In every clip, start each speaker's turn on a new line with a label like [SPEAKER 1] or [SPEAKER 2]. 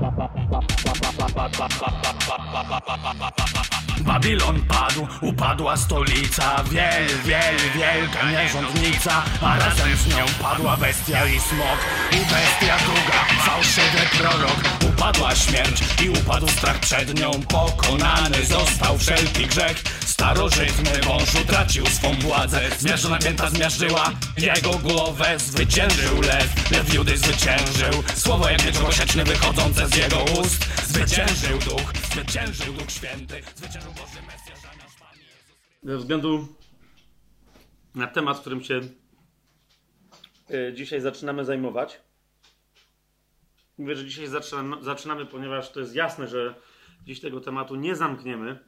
[SPEAKER 1] Babilon padł, upadła stolica, wielka nierządnica, a razem z nią padła bestia i smok, i bestia druga, fałszywy prorok. Upadła śmierć i upadł strach przed nią, pokonany został wszelki grzech. Starożytny wąż utracił swą władzę, zmiażdżona pięta zmiażdżyła jego głowę. Zwyciężył lew Judy zwyciężył, słowo jak miecz gosieczny wychodzące z jego ust. Zwyciężył Duch Święty, zwyciężył Boży Mesjasz, a nasz Pan Jezus.
[SPEAKER 2] Ze względu na temat, którym się dzisiaj zaczynamy zajmować, mówię, że dzisiaj zaczynamy, ponieważ to jest jasne, że dziś tego tematu nie zamkniemy.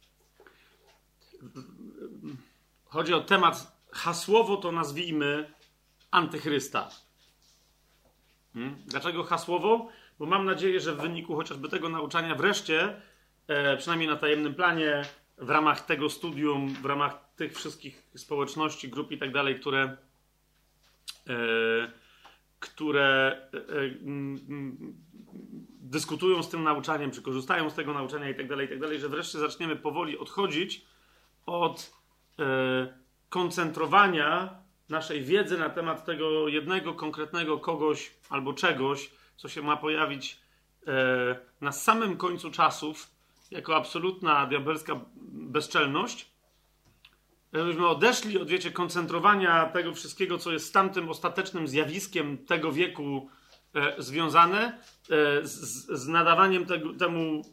[SPEAKER 2] Chodzi o temat, hasłowo to nazwijmy Antychrysta. Dlaczego hasłowo? Bo mam nadzieję, że w wyniku chociażby tego nauczania wreszcie, przynajmniej na tajemnym planie, w ramach tego studium, w ramach tych wszystkich społeczności, grup i tak dalej, które dyskutują z tym nauczaniem, czy korzystają z tego nauczania i tak dalej, że wreszcie zaczniemy powoli odchodzić od koncentrowania naszej wiedzy na temat tego jednego konkretnego kogoś albo czegoś, co się ma pojawić na samym końcu czasów jako absolutna diabelska bezczelność. Żebyśmy odeszli od, koncentrowania tego wszystkiego, co jest z tamtym ostatecznym zjawiskiem tego wieku związane, z nadawaniem temu,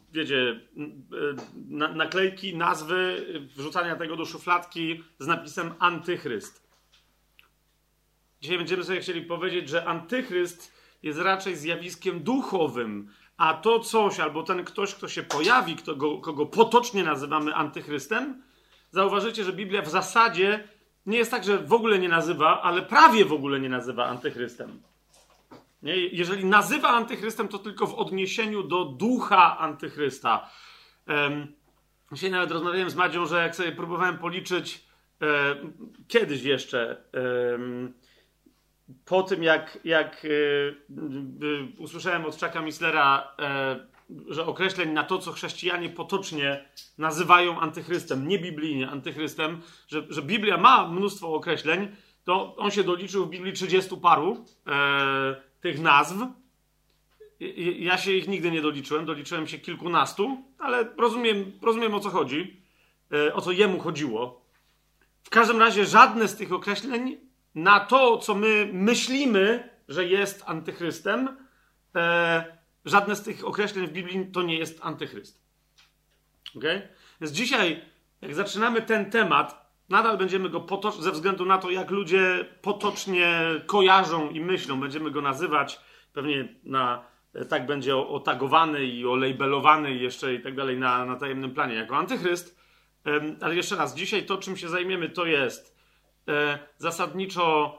[SPEAKER 2] naklejki, nazwy, wrzucania tego do szufladki z napisem Antychryst. Dzisiaj będziemy sobie chcieli powiedzieć, że Antychryst jest raczej zjawiskiem duchowym, a to coś, albo ten ktoś, kto się pojawi, kogo potocznie nazywamy Antychrystem, zauważycie, że Biblia w zasadzie nie jest tak, że w ogóle nie nazywa, ale prawie w ogóle nie nazywa Antychrystem. Nie? Jeżeli nazywa Antychrystem, to tylko w odniesieniu do ducha Antychrysta. Dzisiaj nawet rozmawiałem z Madzią, że jak sobie próbowałem policzyć kiedyś jeszcze, po tym jak usłyszałem od Chucka Misslera, że określeń na to, co chrześcijanie potocznie nazywają Antychrystem, nie biblijnie Antychrystem, że Biblia ma mnóstwo określeń, to on się doliczył w Biblii 30 paru tych nazw. Ja się ich nigdy nie doliczyłem się kilkunastu, ale rozumiem o co chodzi, o co jemu chodziło. W każdym razie żadne z tych określeń na to, co my myślimy, że jest Antychrystem, żadne z tych określeń w Biblii to nie jest Antychryst. Okay? Więc dzisiaj, jak zaczynamy ten temat, nadal będziemy go ze względu na to, jak ludzie potocznie kojarzą i myślą, będziemy go nazywać, pewnie tak będzie otagowany i olejbelowany jeszcze i tak dalej na tajemnym planie jako Antychryst. Ale jeszcze raz, dzisiaj to, czym się zajmiemy, to jest zasadniczo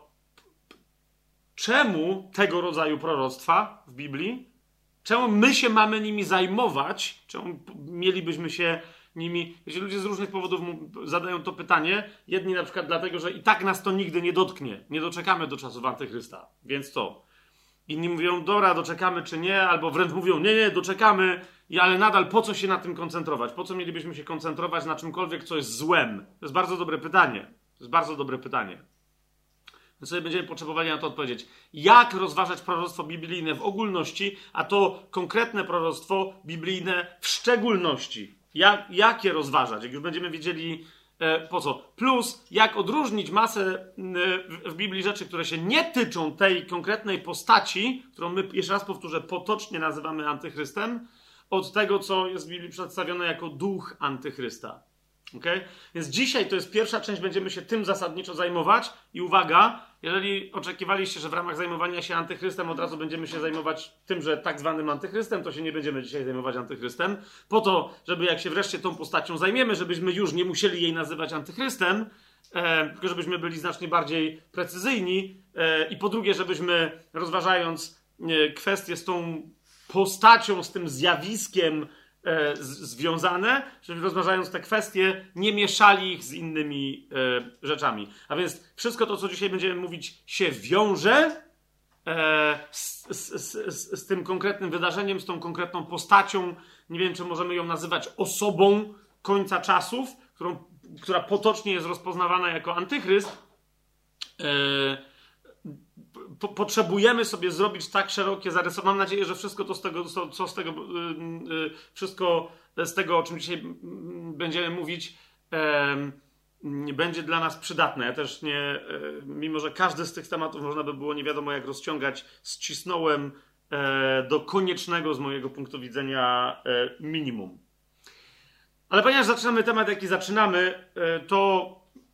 [SPEAKER 2] czemu tego rodzaju proroctwa w Biblii, czemu my się mamy nimi zajmować, czemu mielibyśmy się nimi... Ludzie z różnych powodów zadają to pytanie. Jedni na przykład dlatego, że i tak nas to nigdy nie dotknie. Nie doczekamy do czasów Antychrysta. Więc co? Inni mówią, dobra, doczekamy czy nie, albo wręcz mówią, nie, doczekamy, ale nadal po co się na tym koncentrować? Po co mielibyśmy się koncentrować na czymkolwiek, co jest złem? To jest bardzo dobre pytanie. My sobie będziemy potrzebowali na to odpowiedzieć. Jak rozważać proroctwo biblijne w ogólności, a to konkretne proroctwo biblijne w szczególności? Jak je rozważać? Jak już będziemy wiedzieli po co. Plus, jak odróżnić masę w Biblii rzeczy, które się nie tyczą tej konkretnej postaci, którą my, jeszcze raz powtórzę, potocznie nazywamy Antychrystem, od tego, co jest w Biblii przedstawione jako duch Antychrysta. Okay? Więc dzisiaj to jest pierwsza część, będziemy się tym zasadniczo zajmować i uwaga, jeżeli oczekiwaliście, że w ramach zajmowania się Antychrystem od razu będziemy się zajmować tym, że tak zwanym Antychrystem, to się nie będziemy dzisiaj zajmować Antychrystem, po to, żeby jak się wreszcie tą postacią zajmiemy, żebyśmy już nie musieli jej nazywać Antychrystem, tylko żebyśmy byli znacznie bardziej precyzyjni i po drugie, żebyśmy rozważając kwestię z tą postacią, z tym zjawiskiem związane, żeby rozważając te kwestie, nie mieszali ich z innymi rzeczami. A więc wszystko to, co dzisiaj będziemy mówić, się wiąże z tym konkretnym wydarzeniem, z tą konkretną postacią. Nie wiem, czy możemy ją nazywać osobą końca czasów, która potocznie jest rozpoznawana jako antychryst. Potrzebujemy sobie zrobić tak szerokie zarysowanie. Mam nadzieję, że wszystko to wszystko z tego, o czym dzisiaj będziemy mówić, będzie dla nas przydatne. Ja też nie, mimo że każdy z tych tematów można by było nie wiadomo jak rozciągać, ścisnąłem do koniecznego z mojego punktu widzenia minimum. Ale ponieważ zaczynamy temat, jaki zaczynamy, to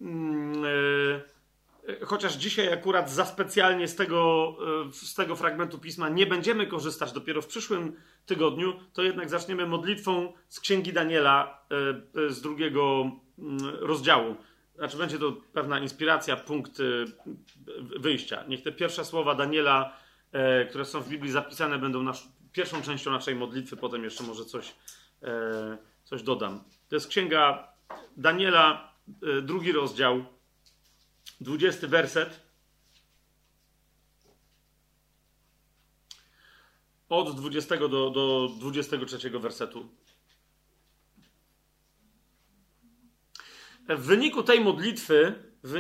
[SPEAKER 2] chociaż dzisiaj akurat za specjalnie z tego fragmentu pisma nie będziemy korzystać dopiero w przyszłym tygodniu, to jednak zaczniemy modlitwą z Księgi Daniela z 2 rozdziału. Znaczy będzie to pewna inspiracja, punkt wyjścia. Niech te pierwsze słowa Daniela, które są w Biblii zapisane, będą pierwszą częścią naszej modlitwy, potem jeszcze może coś dodam. To jest Księga Daniela, 2 rozdział, 20 werset. Od 20 do 23 wersetu. W wyniku tej modlitwy,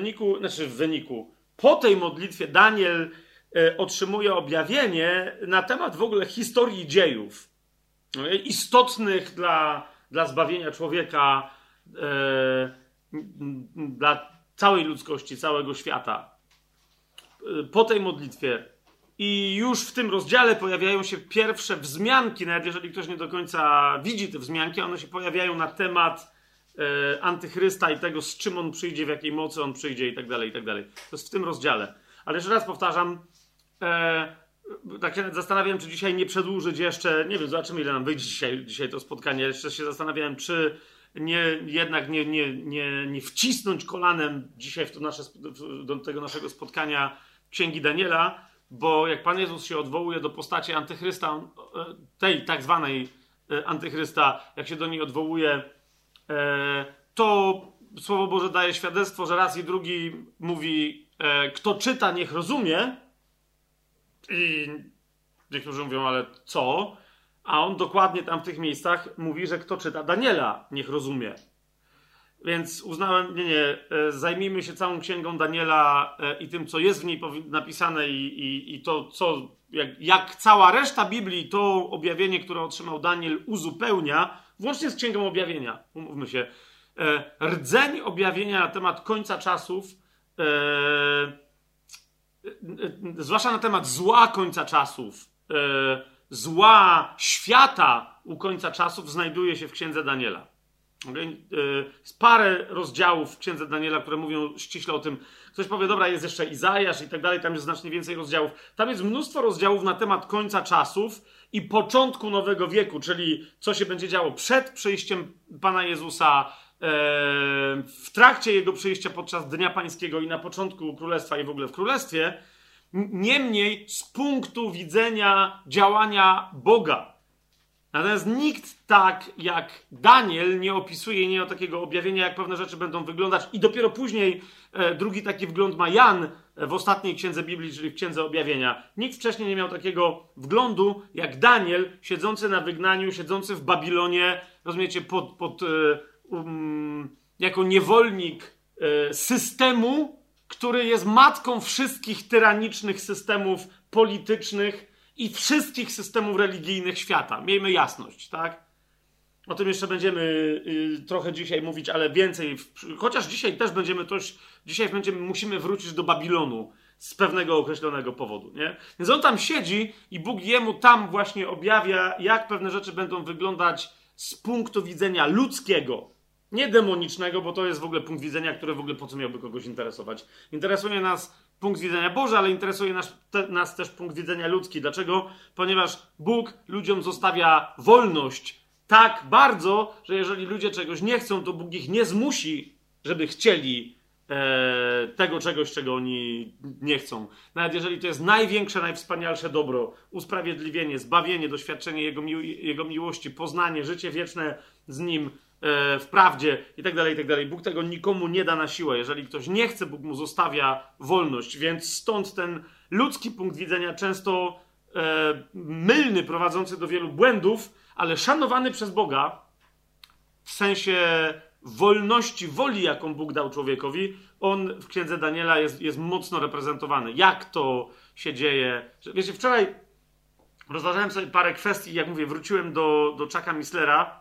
[SPEAKER 2] po tej modlitwie Daniel otrzymuje objawienie na temat w ogóle historii dziejów. Istotnych dla zbawienia człowieka, dla całej ludzkości, całego świata. Po tej modlitwie i już w tym rozdziale pojawiają się pierwsze wzmianki, nawet jeżeli ktoś nie do końca widzi te wzmianki, one się pojawiają na temat antychrysta i tego, z czym on przyjdzie, w jakiej mocy on przyjdzie i tak dalej, i tak dalej. To jest w tym rozdziale. Ale jeszcze raz powtarzam, tak się zastanawiałem, czy dzisiaj nie przedłużyć jeszcze, nie wiem, zobaczymy ile nam wyjdzie dzisiaj to spotkanie, jeszcze się zastanawiałem, czy jednak nie wcisnąć kolanem dzisiaj do tego naszego spotkania Księgi Daniela, bo jak Pan Jezus się odwołuje do postaci antychrysta, tej tak zwanej antychrysta, jak się do niej odwołuje, to Słowo Boże daje świadectwo, że raz i drugi mówi, kto czyta, niech rozumie. I niektórzy mówią, ale co? A on dokładnie tam w tych miejscach mówi, że kto czyta Daniela, niech rozumie. Więc uznałem, zajmijmy się całą księgą Daniela i tym, co jest w niej napisane i to, co, jak cała reszta Biblii, to objawienie, które otrzymał Daniel, uzupełnia, włącznie z księgą objawienia, umówmy się, rdzeń objawienia na temat końca czasów, zwłaszcza na temat zła końca czasów, zła świata u końca czasów znajduje się w Księdze Daniela. Okay? Jest parę rozdziałów w Księdze Daniela, które mówią ściśle o tym. Ktoś powie, dobra, jest jeszcze Izajasz i tak dalej, tam jest znacznie więcej rozdziałów. Tam jest mnóstwo rozdziałów na temat końca czasów i początku nowego wieku, czyli co się będzie działo przed przyjściem Pana Jezusa, w trakcie Jego przyjścia podczas Dnia Pańskiego i na początku Królestwa i w ogóle w Królestwie. Niemniej z punktu widzenia działania Boga. Natomiast nikt tak jak Daniel nie opisuje i nie ma takiego objawienia, jak pewne rzeczy będą wyglądać. I dopiero później drugi taki wgląd ma Jan w ostatniej księdze Biblii, czyli w Księdze Objawienia. Nikt wcześniej nie miał takiego wglądu jak Daniel, siedzący na wygnaniu, siedzący w Babilonie, rozumiecie, jako niewolnik systemu, który jest matką wszystkich tyranicznych systemów politycznych i wszystkich systemów religijnych świata. Miejmy jasność, tak? O tym jeszcze będziemy trochę dzisiaj mówić, ale więcej. Chociaż dzisiaj też musimy wrócić do Babilonu z pewnego określonego powodu, nie? Więc on tam siedzi i Bóg jemu tam właśnie objawia, jak pewne rzeczy będą wyglądać z punktu widzenia ludzkiego. Nie demonicznego, bo to jest w ogóle punkt widzenia, który w ogóle po co miałby kogoś interesować. Interesuje nas punkt widzenia Boży, ale interesuje nas też punkt widzenia ludzki. Dlaczego? Ponieważ Bóg ludziom zostawia wolność tak bardzo, że jeżeli ludzie czegoś nie chcą, to Bóg ich nie zmusi, żeby chcieli tego czegoś, czego oni nie chcą. Nawet jeżeli to jest największe, najwspanialsze dobro, usprawiedliwienie, zbawienie, doświadczenie Jego miłości, poznanie, życie wieczne z Nim, w prawdzie i tak dalej, i tak dalej. Bóg tego nikomu nie da na siłę. Jeżeli ktoś nie chce, Bóg mu zostawia wolność. Więc stąd ten ludzki punkt widzenia, często mylny, prowadzący do wielu błędów, ale szanowany przez Boga w sensie wolności woli, jaką Bóg dał człowiekowi, on w Księdze Daniela jest mocno reprezentowany. Jak to się dzieje? Wiecie, wczoraj rozważałem sobie parę kwestii, jak mówię, wróciłem do Chucka Misslera.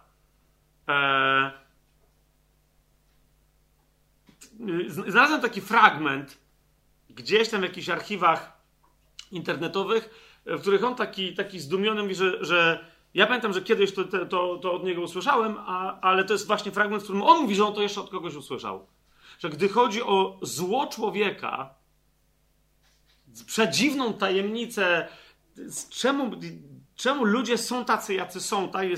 [SPEAKER 2] Znalazłem taki fragment gdzieś tam w jakichś archiwach internetowych, w których on taki zdumiony mówi, że ja pamiętam, że kiedyś to od niego usłyszałem, ale to jest właśnie fragment, w którym on mówi, że on to jeszcze od kogoś usłyszał. Że gdy chodzi o zło człowieka, przedziwną tajemnicę, czemu ludzie są tacy, jacy są, ta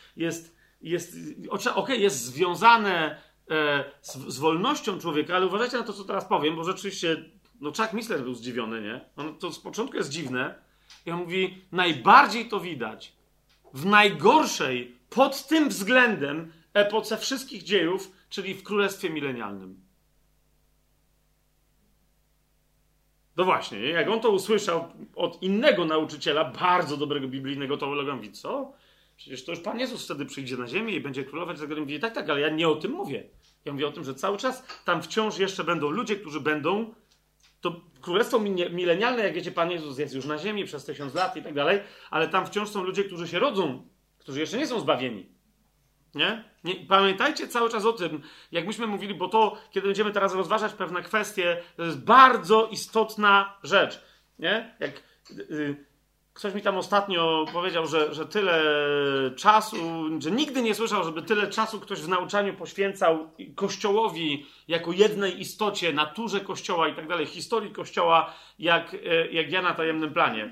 [SPEAKER 2] jest związane z wolnością człowieka, ale uważajcie na to, co teraz powiem, bo rzeczywiście Chuck Missler był zdziwiony, nie? To z początku jest dziwne. I on mówi, najbardziej to widać w najgorszej pod tym względem epoce wszystkich dziejów, czyli w Królestwie Milenialnym. No właśnie, jak on to usłyszał od innego nauczyciela, bardzo dobrego biblijnego teologa, mówi, co? Przecież to już Pan Jezus wtedy przyjdzie na ziemię i będzie królować. Mówi, tak, ale ja nie o tym mówię. Ja mówię o tym, że cały czas tam wciąż jeszcze będą ludzie, którzy będą. To Królestwo Milenialne, jak wiecie, Pan Jezus jest już na ziemi przez 1000 lat i tak dalej, ale tam wciąż są ludzie, którzy się rodzą, którzy jeszcze nie są zbawieni. Nie? Pamiętajcie cały czas o tym, jak myśmy mówili, bo to, kiedy będziemy teraz rozważać pewne kwestie, to jest bardzo istotna rzecz. Nie? Jak ktoś mi tam ostatnio powiedział, że tyle czasu, że nigdy nie słyszał, żeby tyle czasu ktoś w nauczaniu poświęcał Kościołowi jako jednej istocie, naturze Kościoła i tak dalej, historii Kościoła, jak ja na tajemnym planie.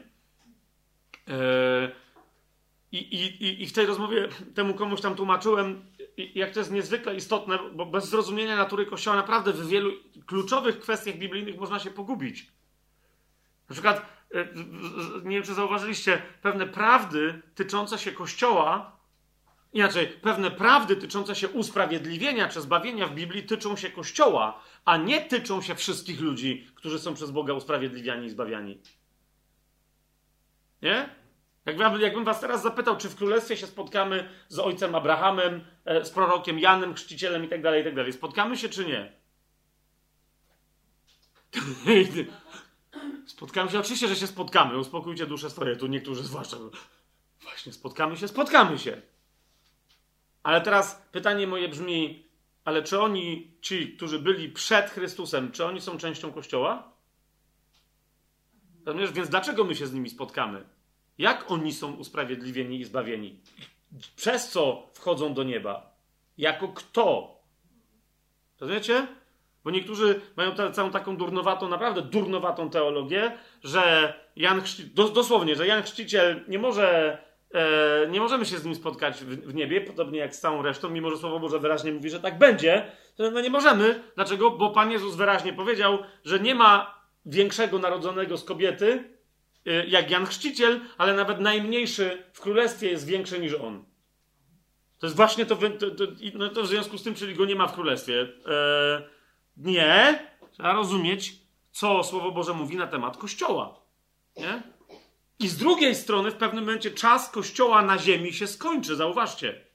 [SPEAKER 2] I w tej rozmowie temu komuś tam tłumaczyłem, jak to jest niezwykle istotne, bo bez zrozumienia natury Kościoła naprawdę w wielu kluczowych kwestiach biblijnych można się pogubić. Na przykład, nie wiem, czy zauważyliście, pewne prawdy tyczące się Kościoła, inaczej, pewne prawdy tyczące się usprawiedliwienia czy zbawienia w Biblii tyczą się Kościoła, a nie tyczą się wszystkich ludzi, którzy są przez Boga usprawiedliwiani i zbawiani. Nie? Jakbym was teraz zapytał, czy w Królestwie się spotkamy z ojcem Abrahamem, z prorokiem Janem, chrzcicielem i tak dalej, spotkamy się czy nie? Spotkamy się? Oczywiście, że się spotkamy. Uspokójcie duszę swoje. Tu niektórzy zwłaszcza. Właśnie, spotkamy się. Ale teraz pytanie moje brzmi, ale czy ci, którzy byli przed Chrystusem, czy oni są częścią Kościoła? Rozumiesz? Więc dlaczego my się z nimi spotkamy? Jak oni są usprawiedliwieni i zbawieni? Przez co wchodzą do nieba? Jako kto? Rozumiecie? Bo niektórzy mają całą taką naprawdę durnowatą teologię, że dosłownie, że Jan Chrzciciel nie możemy się z nim spotkać w niebie, podobnie jak z całą resztą, mimo że Słowo Boże wyraźnie mówi, że tak będzie. No nie możemy. Dlaczego? Bo Pan Jezus wyraźnie powiedział, że nie ma większego narodzonego z kobiety jak Jan Chrzciciel, ale nawet najmniejszy w królestwie jest większy niż on. To jest właśnie to w związku z tym, czyli go nie ma w królestwie. Nie. Trzeba rozumieć, co Słowo Boże mówi na temat Kościoła. Nie? I z drugiej strony w pewnym momencie czas Kościoła na ziemi się skończy. Zauważcie.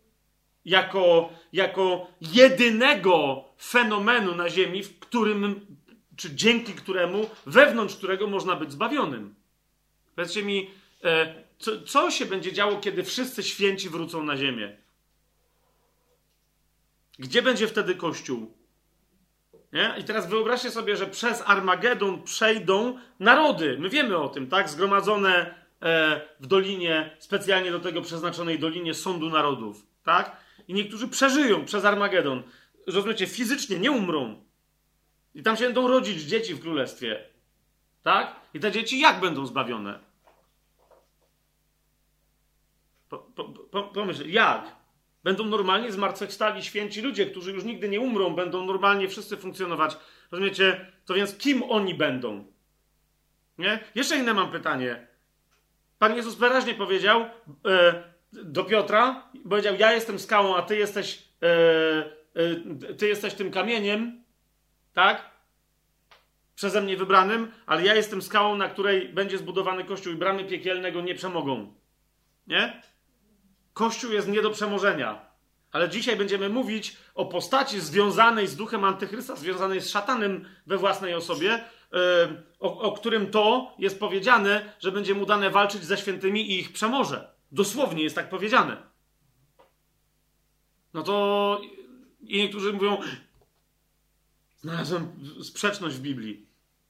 [SPEAKER 2] Jako jedynego fenomenu na ziemi, w którym, czy dzięki któremu, wewnątrz którego można być zbawionym. Powiedzcie mi, co się będzie działo, kiedy wszyscy święci wrócą na ziemię? Gdzie będzie wtedy Kościół? Nie? I teraz wyobraźcie sobie, że przez Armagedon przejdą narody. My wiemy o tym, tak? Zgromadzone w dolinie, specjalnie do tego przeznaczonej dolinie Sądu Narodów. Tak? I niektórzy przeżyją przez Armagedon. Rozumiecie, fizycznie nie umrą. I tam się będą rodzić dzieci w królestwie. Tak? I te dzieci jak będą zbawione? Pomyśl, jak? Będą normalnie zmartwychwstali święci ludzie, którzy już nigdy nie umrą, będą normalnie wszyscy funkcjonować. Rozumiecie? To więc kim oni będą? Nie? Jeszcze inne mam pytanie. Pan Jezus wyraźnie powiedział do Piotra, powiedział, ja jestem skałą, a ty jesteś tym kamieniem. Tak? przeze mnie wybranym, ale ja jestem skałą, na której będzie zbudowany Kościół i bramy piekielne go nie przemogą. Nie? Kościół jest nie do przemożenia. Ale dzisiaj będziemy mówić o postaci związanej z duchem Antychrysta, związanej z szatanem we własnej osobie, o którym to jest powiedziane, że będzie mu dane walczyć ze świętymi i ich przemoże. Dosłownie jest tak powiedziane. No to i niektórzy mówią, znalazłem sprzeczność w Biblii.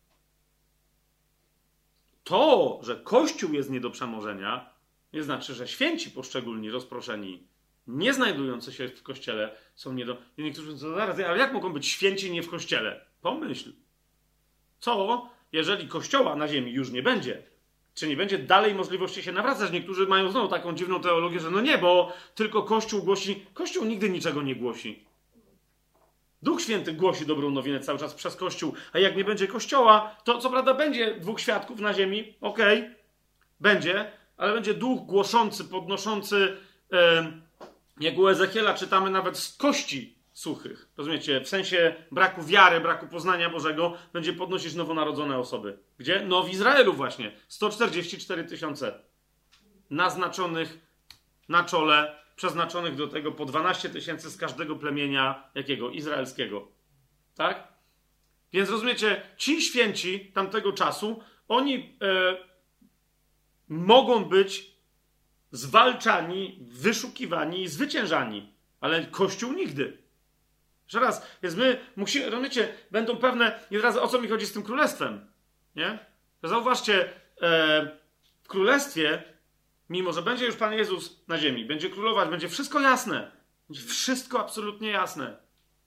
[SPEAKER 2] To, że Kościół jest nie do przemożenia, nie znaczy, że święci poszczególni, rozproszeni, nie znajdujący się w Kościele są nie do... I niektórzy mówią, zaraz, ale jak mogą być święci nie w Kościele? Pomyśl. Co, jeżeli Kościoła na ziemi już nie będzie? Czy nie będzie dalej możliwości się nawracać? Niektórzy mają znowu taką dziwną teologię, że no nie, bo tylko Kościół głosi... Kościół nigdy niczego nie głosi. Duch Święty głosi dobrą nowinę cały czas przez Kościół, a jak nie będzie Kościoła, to co prawda będzie 2 świadków na ziemi, okej, będzie, ale będzie duch głoszący, podnoszący, jak u Ezechiela czytamy, nawet z kości suchych. Rozumiecie? W sensie braku wiary, braku poznania Bożego będzie podnosić nowonarodzone osoby. Gdzie? No w Izraelu właśnie. 144 000 naznaczonych na czole, przeznaczonych do tego po 12 000 z każdego plemienia jakiego? Izraelskiego. Tak? Więc rozumiecie, ci święci tamtego czasu, oni mogą być zwalczani, wyszukiwani i zwyciężani. Ale Kościół nigdy. Jeszcze raz, więc my musimy, rozumiecie, będą pewne, i teraz o co mi chodzi z tym królestwem, nie? Zauważcie, w królestwie, mimo że będzie już Pan Jezus na ziemi, będzie królować, będzie wszystko jasne. Będzie wszystko absolutnie jasne.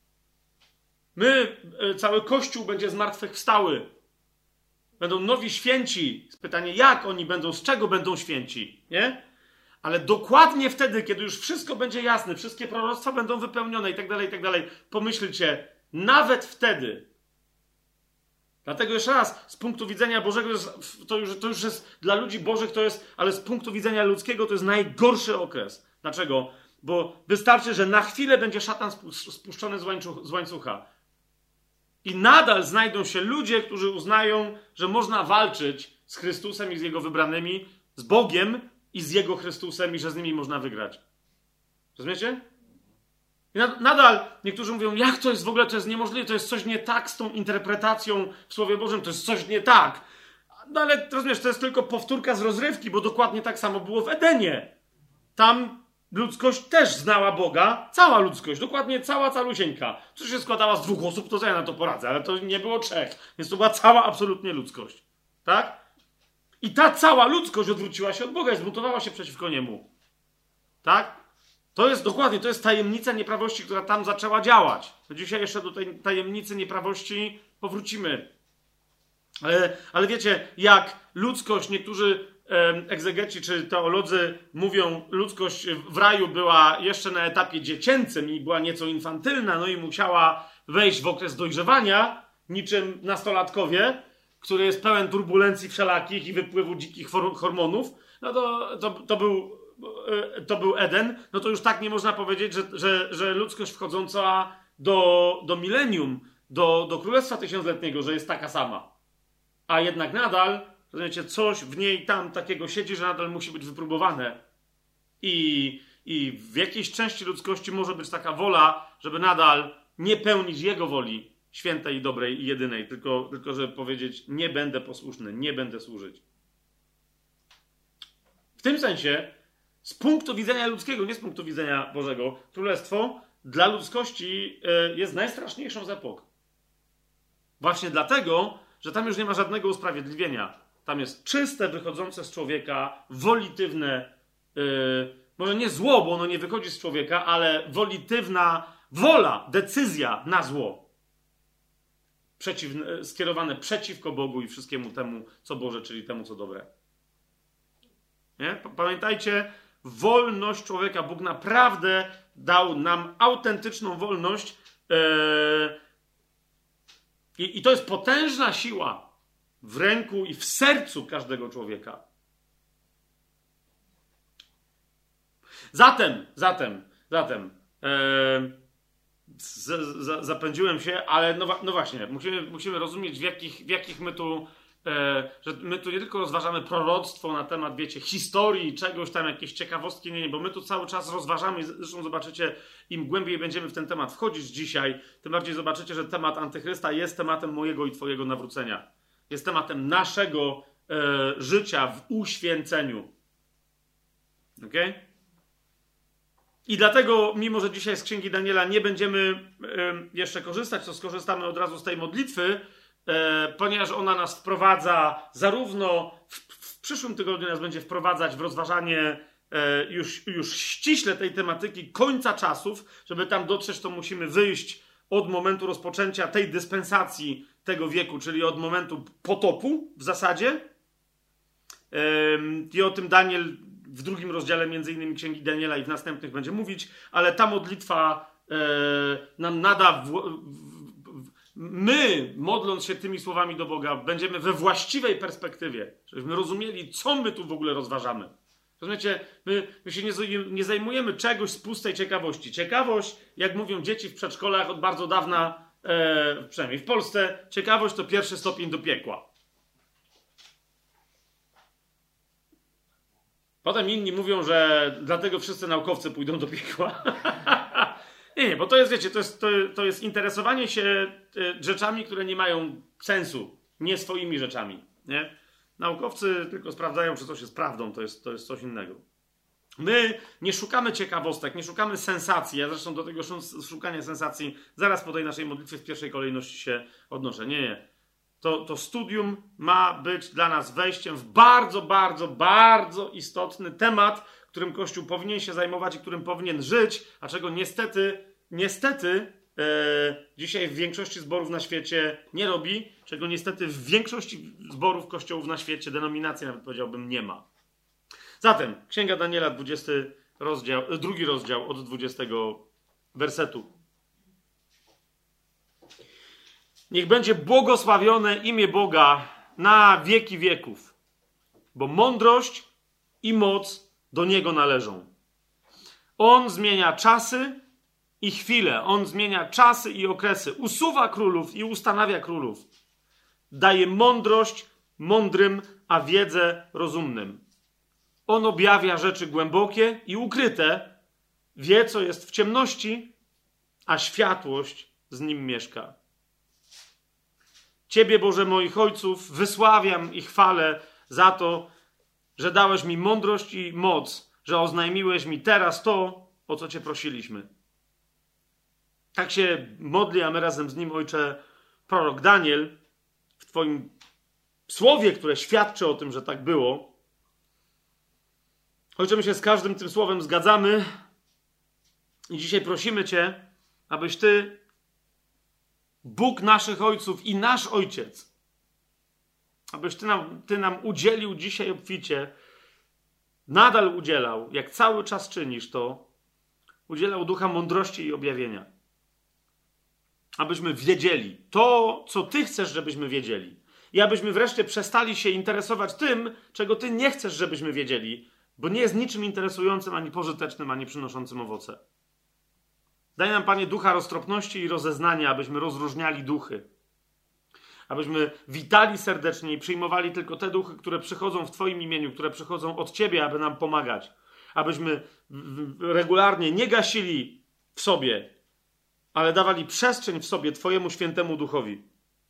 [SPEAKER 2] Cały Kościół będzie zmartwychwstały. Będą nowi święci. Pytanie, jak oni będą, z czego będą święci, nie? Ale dokładnie wtedy, kiedy już wszystko będzie jasne, wszystkie proroctwa będą wypełnione i tak dalej, pomyślcie, nawet wtedy. Dlatego jeszcze raz, z punktu widzenia Bożego, to już jest dla ludzi Bożych, to jest, ale z punktu widzenia ludzkiego to jest najgorszy okres. Dlaczego? Bo wystarczy, że na chwilę będzie szatan spuszczony z łańcucha. I nadal znajdą się ludzie, którzy uznają, że można walczyć z Chrystusem i z Jego wybranymi, z Bogiem i z Jego Chrystusem i że z nimi można wygrać. Rozumiecie? I nadal niektórzy mówią, jak to jest w ogóle, to jest niemożliwe, to jest coś nie tak z tą interpretacją w Słowie Bożym, to jest coś nie tak. No ale rozumiesz, to jest tylko powtórka z rozrywki, bo dokładnie tak samo było w Edenie. Tam ludzkość też znała Boga, cała ludzkość, dokładnie cała, calusieńka. Co się składała z 2 osób, to co ja na to poradzę, ale to nie było 3, więc to była cała absolutnie ludzkość. Tak? I ta cała ludzkość odwróciła się od Boga i zbuntowała się przeciwko Niemu. Tak? To jest dokładnie, to jest tajemnica nieprawości, która tam zaczęła działać. To dzisiaj jeszcze do tej tajemnicy nieprawości powrócimy. Ale wiecie, jak ludzkość, niektórzy egzegeci czy teolodzy mówią, ludzkość w raju była jeszcze na etapie dziecięcym i była nieco infantylna, no i musiała wejść w okres dojrzewania, niczym nastolatkowie, który jest pełen turbulencji wszelakich i wypływu dzikich hormonów, no to był Eden, no to już tak nie można powiedzieć, że ludzkość wchodząca do milenium, do Królestwa Tysiącletniego, że jest taka sama. A jednak nadal, rozumiecie, coś w niej tam takiego siedzi, że nadal musi być wypróbowane. I w jakiejś części ludzkości może być taka wola, żeby nadal nie pełnić Jego woli, świętej i dobrej i jedynej, tylko żeby powiedzieć, nie będę posłuszny, nie będę służyć. W tym sensie, z punktu widzenia ludzkiego, nie z punktu widzenia Bożego, Królestwo dla ludzkości jest najstraszniejszą z epok. Właśnie dlatego, że tam już nie ma żadnego usprawiedliwienia. Tam jest czyste, wychodzące z człowieka, wolitywne, może nie zło, bo ono nie wychodzi z człowieka, ale wolitywna wola, decyzja na zło. Skierowane przeciwko Bogu i wszystkiemu temu, co Boże, czyli temu, co dobre. Nie? Pamiętajcie, wolność człowieka. Bóg naprawdę dał nam autentyczną wolność i to jest potężna siła w ręku i w sercu każdego człowieka. Zatem zapędziłem się, ale no właśnie, musimy rozumieć, w jakich my tu, że my tu nie tylko rozważamy proroctwo na temat, wiecie, historii, czegoś tam, jakieś ciekawostki, nie, bo my tu cały czas rozważamy, zresztą zobaczycie, im głębiej będziemy w ten temat wchodzić dzisiaj, tym bardziej zobaczycie, że temat Antychrysta jest tematem mojego i twojego nawrócenia. Jest tematem naszego życia w uświęceniu. Okej? I dlatego, mimo że dzisiaj z Księgi Daniela nie będziemy jeszcze korzystać, to skorzystamy od razu z tej modlitwy, ponieważ ona nas wprowadza zarówno w przyszłym tygodniu nas będzie wprowadzać w rozważanie już ściśle tej tematyki końca czasów. Żeby tam dotrzeć, to musimy wyjść od momentu rozpoczęcia tej dyspensacji tego wieku, czyli od momentu potopu w zasadzie. I o tym Daniel w 2 rozdziale między innymi Księgi Daniela i w następnych będzie mówić, ale ta modlitwa nam nada my, modląc się tymi słowami do Boga, będziemy we właściwej perspektywie, żebyśmy rozumieli, co my tu w ogóle rozważamy. Rozumiecie, my się nie zajmujemy czegoś z pustej ciekawości. Ciekawość, jak mówią dzieci w przedszkolach od bardzo dawna, przynajmniej w Polsce, ciekawość to pierwszy stopień do piekła. Potem inni mówią, że dlatego wszyscy naukowcy pójdą do piekła. Nie, bo to jest, wiecie, to jest interesowanie się rzeczami, które nie mają sensu, nie swoimi rzeczami. Nie? Naukowcy tylko sprawdzają, czy coś jest prawdą, to jest coś innego. My nie szukamy ciekawostek, nie szukamy sensacji. Ja zresztą do tego szukania sensacji zaraz po tej naszej modlitwie w pierwszej kolejności się odnoszę. Nie. To studium ma być dla nas wejściem w bardzo, bardzo, bardzo istotny temat, którym Kościół powinien się zajmować i którym powinien żyć, a czego niestety dzisiaj w większości zborów na świecie nie robi, czego niestety w większości zborów kościołów na świecie, denominacji nawet powiedziałbym, nie ma. Zatem Księga Daniela, 2 rozdział od 20 wersetu. Niech będzie błogosławione imię Boga na wieki wieków, bo mądrość i moc do Niego należą. On zmienia czasy i chwile, On zmienia czasy i okresy, usuwa królów i ustanawia królów. Daje mądrość mądrym, a wiedzę rozumnym. On objawia rzeczy głębokie i ukryte, wie, co jest w ciemności, a światłość z Nim mieszka. Ciebie, Boże moich ojców, wysławiam i chwalę za to, że dałeś mi mądrość i moc, że oznajmiłeś mi teraz to, o co Cię prosiliśmy. Tak się modli, a my razem z nim, Ojcze, prorok Daniel, w Twoim słowie, które świadczy o tym, że tak było. Ojcze, my się z każdym tym słowem zgadzamy i dzisiaj prosimy Cię, abyś Ty, Bóg naszych ojców i nasz Ojciec, abyś Ty nam udzielił dzisiaj obficie, nadal udzielał, jak cały czas czynisz to, udzielał ducha mądrości i objawienia. Abyśmy wiedzieli to, co Ty chcesz, żebyśmy wiedzieli. I abyśmy wreszcie przestali się interesować tym, czego Ty nie chcesz, żebyśmy wiedzieli, bo nie jest niczym interesującym, ani pożytecznym, ani przynoszącym owoce. Daj nam, Panie, ducha roztropności i rozeznania, abyśmy rozróżniali duchy. Abyśmy witali serdecznie i przyjmowali tylko te duchy, które przychodzą w Twoim imieniu, które przychodzą od Ciebie, aby nam pomagać. Abyśmy regularnie nie gasili w sobie, ale dawali przestrzeń w sobie Twojemu świętemu duchowi.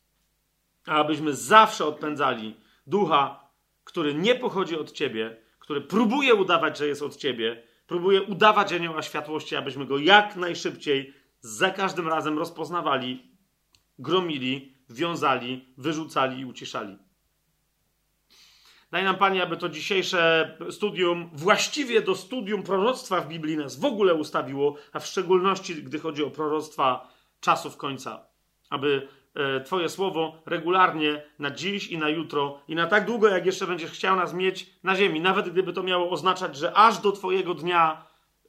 [SPEAKER 2] A abyśmy zawsze odpędzali ducha, który nie pochodzi od Ciebie, który próbuje udawać, że jest od Ciebie, próbuje udawać anioła światłości, abyśmy go jak najszybciej za każdym razem rozpoznawali, gromili, wiązali, wyrzucali i uciszali. Daj nam, Panie, aby to dzisiejsze studium właściwie do studium proroctwa w Biblii nas w ogóle ustawiło, a w szczególności, gdy chodzi o proroctwa czasów końca. Aby Twoje słowo regularnie na dziś i na jutro i na tak długo, jak jeszcze będziesz chciał nas mieć na ziemi, nawet gdyby to miało oznaczać, że aż do Twojego dnia,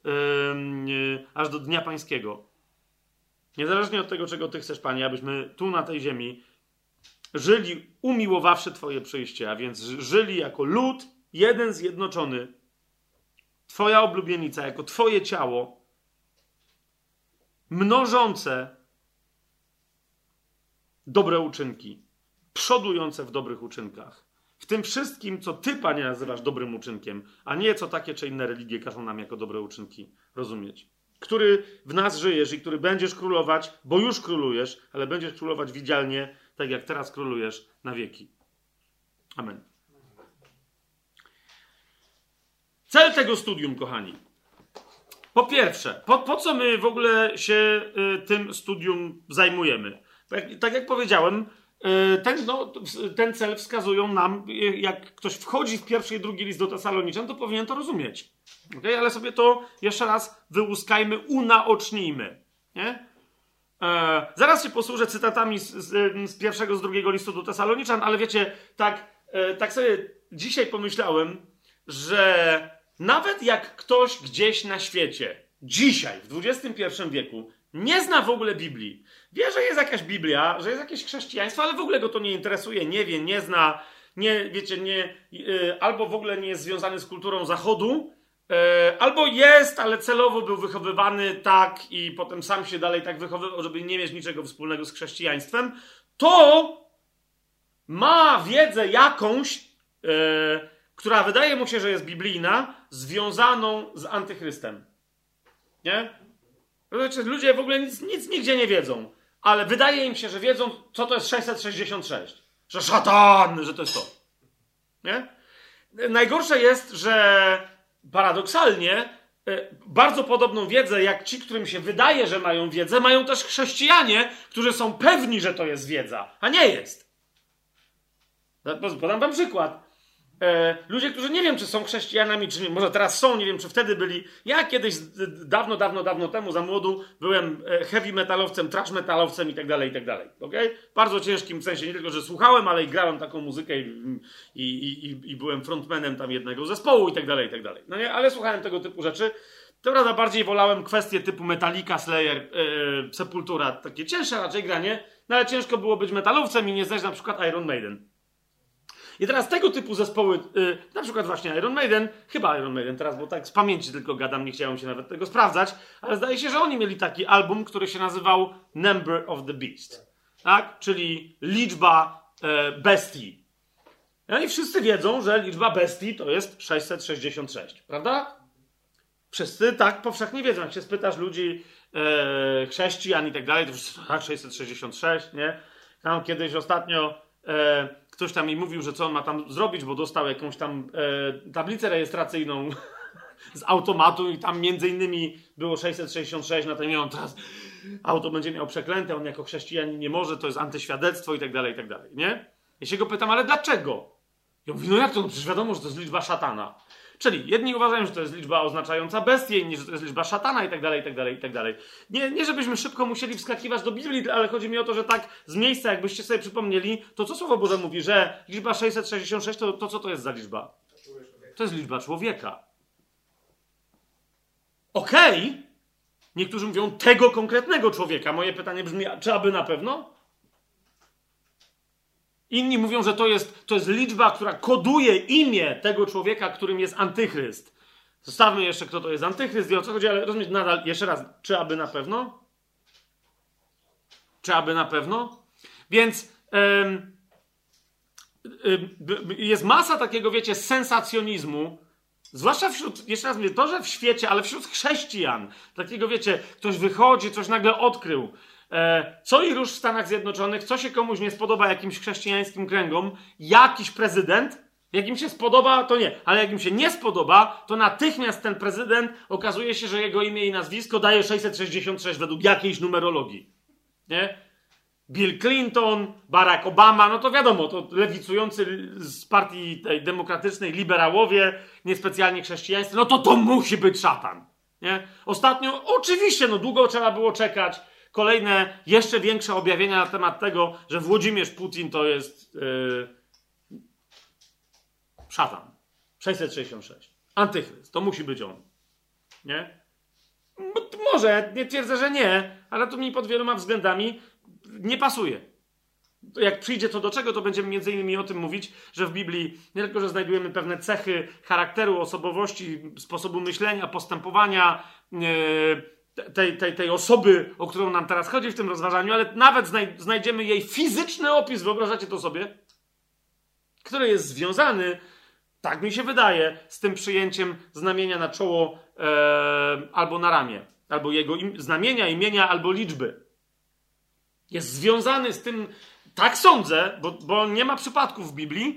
[SPEAKER 2] aż do dnia pańskiego. Niezależnie od tego, czego Ty chcesz, Panie, abyśmy tu na tej ziemi żyli umiłowawszy Twoje przyjście, a więc żyli jako lud, jeden zjednoczony, Twoja oblubienica, jako Twoje ciało, mnożące dobre uczynki, przodujące w dobrych uczynkach. W tym wszystkim, co ty, Panie, nazywasz dobrym uczynkiem, a nie co takie czy inne religie każą nam jako dobre uczynki rozumieć. Który w nas żyjesz i który będziesz królować, bo już królujesz, ale będziesz królować widzialnie, tak jak teraz królujesz na wieki. Amen. Cel tego studium, kochani. Po pierwsze, po co my w ogóle się tym studium zajmujemy? Tak jak powiedziałem, ten cel wskazują nam, jak ktoś wchodzi w pierwszy i drugi list do Tesaloniczan, to powinien to rozumieć. Okay? Ale sobie to jeszcze raz wyłuskajmy, unaocznijmy. Nie? Zaraz się posłużę cytatami z pierwszego, z drugiego listu do Tesaloniczan, ale wiecie, tak sobie dzisiaj pomyślałem, że nawet jak ktoś gdzieś na świecie, dzisiaj, w XXI wieku, nie zna w ogóle Biblii, wie, że jest jakaś Biblia, że jest jakieś chrześcijaństwo, ale w ogóle go to nie interesuje, nie wie, nie zna, albo w ogóle nie jest związany z kulturą Zachodu, albo jest, ale celowo był wychowywany tak i potem sam się dalej tak wychowywał, żeby nie mieć niczego wspólnego z chrześcijaństwem, to ma wiedzę jakąś, która wydaje mu się, że jest biblijna, związaną z antychrystem. Nie? Znaczy, ludzie w ogóle nic nigdzie nie wiedzą, ale wydaje im się, że wiedzą, co to jest 666. Że szatan, że to jest to. Nie? Najgorsze jest, że paradoksalnie bardzo podobną wiedzę, jak ci, którym się wydaje, że mają wiedzę, mają też chrześcijanie, którzy są pewni, że to jest wiedza, a nie jest. Podam wam przykład. Ludzie, którzy nie wiem, czy są chrześcijanami, czy nie, może teraz są, nie wiem, czy wtedy byli. Ja kiedyś, dawno temu, za młodu, byłem heavy metalowcem, trash metalowcem i tak dalej, okay? Bardzo ciężkim, w sensie nie tylko, że słuchałem, ale i grałem taką muzykę i byłem frontmanem tam jednego zespołu i tak dalej. No nie, ale słuchałem tego typu rzeczy. To prawda, bardziej wolałem kwestie typu Metallica, Slayer, Sepultura, takie cięższe raczej granie, no ale ciężko było być metalowcem i nie znać na przykład Iron Maiden. I teraz tego typu zespoły, na przykład właśnie Iron Maiden, chyba Iron Maiden teraz, bo tak z pamięci tylko gadam, nie chciałem się nawet tego sprawdzać, ale zdaje się, że oni mieli taki album, który się nazywał Number of the Beast, tak? Czyli liczba bestii. No i wszyscy wiedzą, że liczba bestii to jest 666, prawda? Wszyscy tak powszechnie wiedzą. Jak się spytasz ludzi, chrześcijan i tak dalej, to wszyscy, tak, 666, nie? Tam kiedyś ostatnio ktoś tam mi mówił, że co on ma tam zrobić, bo dostał jakąś tam tablicę rejestracyjną z automatu i tam między innymi było 666, na tym on teraz auto będzie miał przeklęte, on jako chrześcijanin nie może, to jest antyświadectwo i tak dalej, nie? Ja się go pytam, ale dlaczego? Ja mówię, no jak to? No przecież wiadomo, że to jest liczba szatana. Czyli jedni uważają, że to jest liczba oznaczająca bestię, inni, że to jest liczba szatana i tak dalej. Nie, żebyśmy szybko musieli wskakiwać do Biblii, ale chodzi mi o to, że tak z miejsca, jakbyście sobie przypomnieli, to co Słowo Boże mówi, że liczba 666 to co to jest za liczba? To jest liczba człowieka. Okej. Niektórzy mówią tego konkretnego człowieka. Moje pytanie brzmi, czy aby na pewno? Inni mówią, że to jest liczba, która koduje imię tego człowieka, którym jest antychryst. Zostawmy jeszcze, kto to jest antychryst i o co chodzi, ale rozumieć nadal, jeszcze raz, czy aby na pewno? Czy aby na pewno? Więc jest masa takiego, wiecie, sensacjonizmu, zwłaszcza wśród, jeszcze raz mówię, to, że w świecie, ale wśród chrześcijan, takiego, wiecie, ktoś wychodzi, coś nagle odkrył, co i róż w Stanach Zjednoczonych, co się komuś nie spodoba jakimś chrześcijańskim kręgom, jakiś prezydent, jak im się spodoba, to nie, ale jak im się nie spodoba, to natychmiast ten prezydent okazuje się, że jego imię i nazwisko daje 666 według jakiejś numerologii. Nie? Bill Clinton, Barack Obama, no to wiadomo, to lewicujący z partii tej demokratycznej liberałowie, niespecjalnie chrześcijańscy, no to musi być szatan. Nie? Ostatnio, oczywiście, no długo trzeba było czekać, kolejne, jeszcze większe objawienia na temat tego, że Włodzimierz Putin to jest szatan. 666. Antychryst. To musi być on. Nie? Może, nie twierdzę, że nie, ale to mi pod wieloma względami nie pasuje. To jak przyjdzie to do czego, to będziemy między innymi o tym mówić, że w Biblii nie tylko, że znajdujemy pewne cechy charakteru, osobowości, sposobu myślenia, postępowania, tej osoby, o którą nam teraz chodzi w tym rozważaniu, ale nawet znajdziemy jej fizyczny opis, wyobrażacie to sobie? Który jest związany, tak mi się wydaje, z tym przyjęciem znamienia na czoło albo na ramię, albo jego znamienia, imienia, albo liczby. Jest związany z tym, tak sądzę, bo nie ma przypadków w Biblii,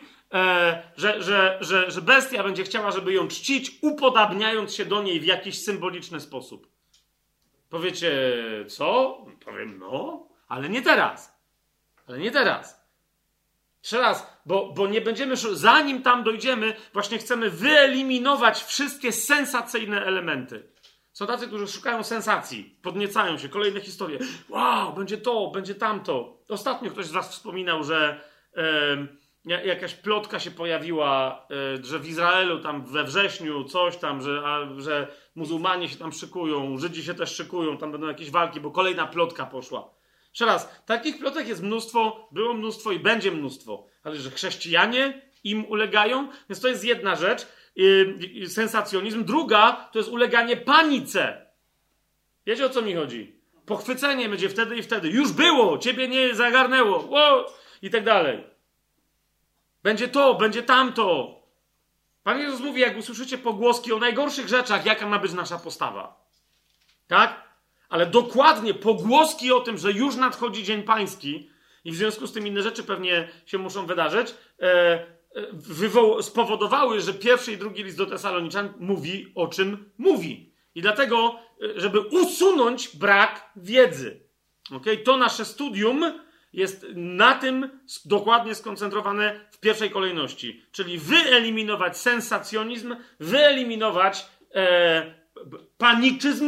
[SPEAKER 2] że bestia będzie chciała, żeby ją czcić, upodabniając się do niej w jakiś symboliczny sposób. Powiecie, co? Powiem, no, ale nie teraz. Ale nie teraz. Jeszcze raz, bo nie będziemy, zanim tam dojdziemy, właśnie chcemy wyeliminować wszystkie sensacyjne elementy. Są tacy, którzy szukają sensacji, podniecają się, kolejne historie. Wow, będzie to, będzie tamto. Ostatnio ktoś z was wspominał, że jakaś plotka się pojawiła, że w Izraelu tam we wrześniu coś tam, że muzułmanie się tam szykują, Żydzi się też szykują, tam będą jakieś walki, bo kolejna plotka poszła. Jeszcze raz, takich plotek jest mnóstwo, było mnóstwo i będzie mnóstwo. Ale że chrześcijanie im ulegają, więc to jest jedna rzecz, sensacjonizm. Druga to jest uleganie panice. Wiecie, o co mi chodzi? Pochwycenie będzie wtedy i wtedy. Już było, ciebie nie zagarnęło. Wow! I tak dalej. Będzie to, będzie tamto. Pan Jezus mówi, jak usłyszycie pogłoski o najgorszych rzeczach, jaka ma być nasza postawa. Tak? Ale dokładnie pogłoski o tym, że już nadchodzi Dzień Pański i w związku z tym inne rzeczy pewnie się muszą wydarzyć, spowodowały, że pierwszy i drugi list do Tesaloniczan mówi, o czym mówi. I dlatego, żeby usunąć brak wiedzy. Okay? To nasze studium jest na tym dokładnie skoncentrowane w pierwszej kolejności. Czyli wyeliminować sensacjonizm, wyeliminować paniczyzm,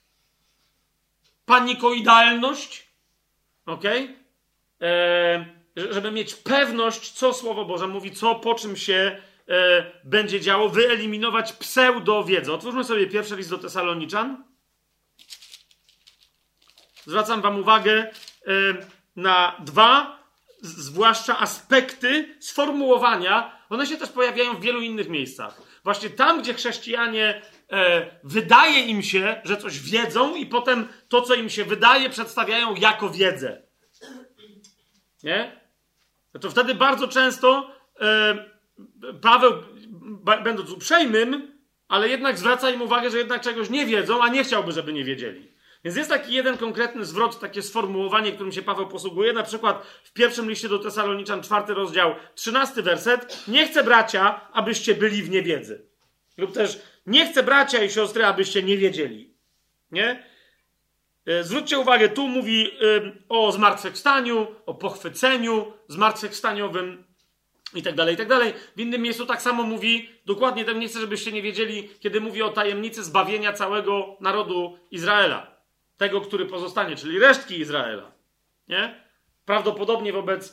[SPEAKER 2] panikoidalność, okej? Żeby mieć pewność, co Słowo Boże mówi, co po czym się będzie działo, wyeliminować pseudowiedzę. Otwórzmy sobie pierwszy list do Tesaloniczan. Zwracam wam uwagę na dwa, zwłaszcza aspekty sformułowania. One się też pojawiają w wielu innych miejscach. Właśnie tam, gdzie chrześcijanie wydaje im się, że coś wiedzą i potem to, co im się wydaje, przedstawiają jako wiedzę. Nie? To wtedy bardzo często Paweł, będąc uprzejmym, ale jednak zwraca im uwagę, że jednak czegoś nie wiedzą, a nie chciałby, żeby nie wiedzieli. Więc jest taki jeden konkretny zwrot, takie sformułowanie, którym się Paweł posługuje. Na przykład w pierwszym liście do Tesaloniczan, 4 rozdział, 13 werset. Nie chcę, bracia, abyście byli w niewiedzy. Lub też nie chcę, bracia i siostry, abyście nie wiedzieli. Nie? Zwróćcie uwagę, tu mówi o zmartwychwstaniu, o pochwyceniu zmartwychwstaniowym i tak dalej, i tak dalej. W innym miejscu tak samo mówi, dokładnie tak, nie chcę, żebyście nie wiedzieli, kiedy mówi o tajemnicy zbawienia całego narodu Izraela. Tego, który pozostanie, czyli resztki Izraela. Nie? Prawdopodobnie wobec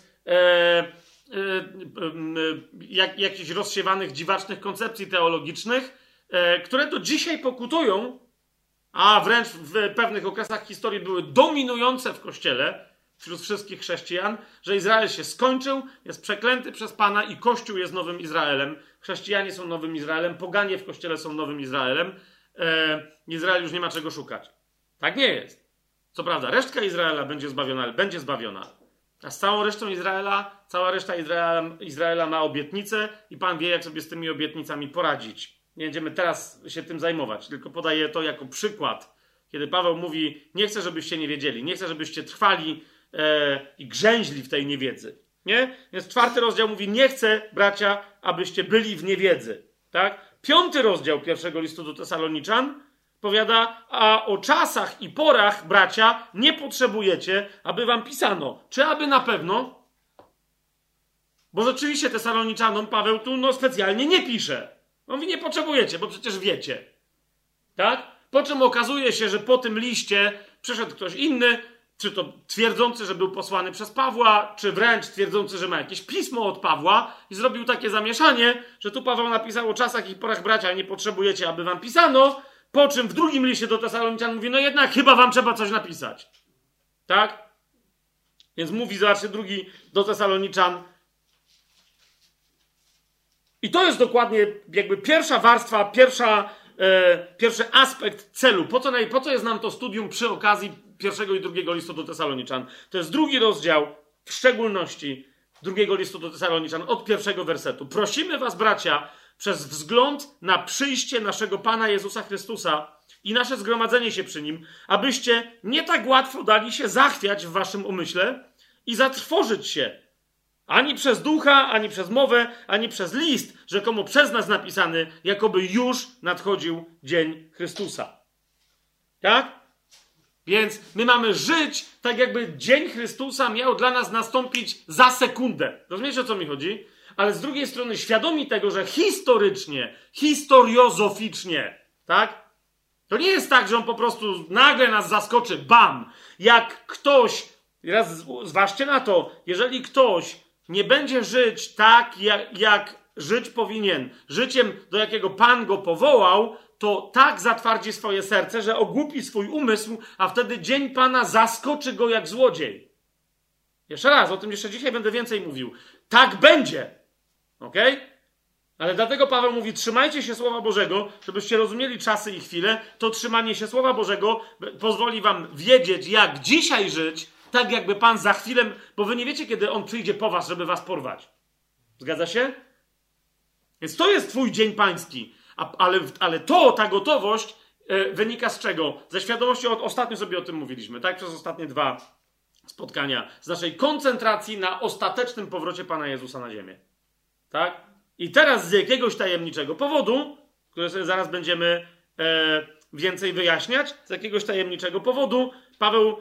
[SPEAKER 2] jakichś rozsiewanych, dziwacznych koncepcji teologicznych, które do dzisiaj pokutują, a wręcz w pewnych okresach historii były dominujące w Kościele, wśród wszystkich chrześcijan, że Izrael się skończył, jest przeklęty przez Pana i Kościół jest nowym Izraelem. Chrześcijanie są nowym Izraelem, poganie w Kościele są nowym Izraelem. Izrael już nie ma czego szukać. Tak nie jest. Co prawda, resztka Izraela będzie zbawiona, ale będzie zbawiona. A z całą resztą Izraela, cała reszta Izraela ma obietnice i Pan wie, jak sobie z tymi obietnicami poradzić. Nie będziemy teraz się tym zajmować, tylko podaję to jako przykład. Kiedy Paweł mówi, nie chcę, żebyście nie wiedzieli, nie chcę, żebyście trwali i grzęźli w tej niewiedzy. Nie? Więc 4 rozdział mówi, nie chcę, bracia, abyście byli w niewiedzy. Tak? 5 rozdział pierwszego listu do Tesaloniczan powiada, a o czasach i porach, bracia, nie potrzebujecie, aby wam pisano. Czy aby na pewno? Bo rzeczywiście Tesaloniczzanom Paweł tu specjalnie nie pisze. On mówi, nie potrzebujecie, bo przecież wiecie. Tak? Po czym okazuje się, że po tym liście przyszedł ktoś inny, czy to twierdzący, że był posłany przez Pawła, czy wręcz twierdzący, że ma jakieś pismo od Pawła i zrobił takie zamieszanie, że tu Paweł napisał o czasach i porach, bracia, nie potrzebujecie, aby wam pisano, po czym w drugim liście do Tesaloniczan mówi, no jednak chyba wam trzeba coś napisać. Tak? Więc mówi, zobaczcie, drugi do Tesaloniczan. I to jest dokładnie jakby pierwsza warstwa, pierwsza pierwszy aspekt celu. Po co jest nam to studium przy okazji 1 i 2 listu do Tesaloniczan? To jest 2 rozdział, w szczególności 2 listu do Tesaloniczan, od 1 wersetu. Prosimy was, bracia, przez wzgląd na przyjście naszego Pana Jezusa Chrystusa i nasze zgromadzenie się przy Nim, abyście nie tak łatwo dali się zachwiać w waszym umyśle i zatrwożyć się, ani przez ducha, ani przez mowę, ani przez list, rzekomo przez nas napisany, jakoby już nadchodził dzień Chrystusa. Tak? Więc my mamy żyć tak, jakby dzień Chrystusa miał dla nas nastąpić za sekundę. Rozumiecie, o co mi chodzi? Ale z drugiej strony świadomi tego, że historycznie, historiozoficznie, tak? To nie jest tak, że on po prostu nagle nas zaskoczy, bam! Jak ktoś, teraz zważcie na to, jeżeli ktoś nie będzie żyć tak, jak żyć powinien, życiem, do jakiego Pan go powołał, to tak zatwardzi swoje serce, że ogłupi swój umysł, a wtedy dzień Pana zaskoczy go jak złodziej. Jeszcze raz, o tym jeszcze dzisiaj będę więcej mówił. Tak będzie. Okej? Ale dlatego Paweł mówi, trzymajcie się Słowa Bożego, żebyście rozumieli czasy i chwile. To trzymanie się Słowa Bożego pozwoli wam wiedzieć, jak dzisiaj żyć, tak jakby Pan za chwilę, bo wy nie wiecie, kiedy On przyjdzie po was, żeby was porwać. Zgadza się? Więc to jest twój dzień pański. Ale ta gotowość wynika z czego? Ze świadomości, ostatnio sobie o tym mówiliśmy, tak? Przez ostatnie 2 spotkania. Z naszej koncentracji na ostatecznym powrocie Pana Jezusa na ziemię. Tak? I teraz z jakiegoś tajemniczego powodu, które sobie zaraz będziemy więcej wyjaśniać, z jakiegoś tajemniczego powodu Paweł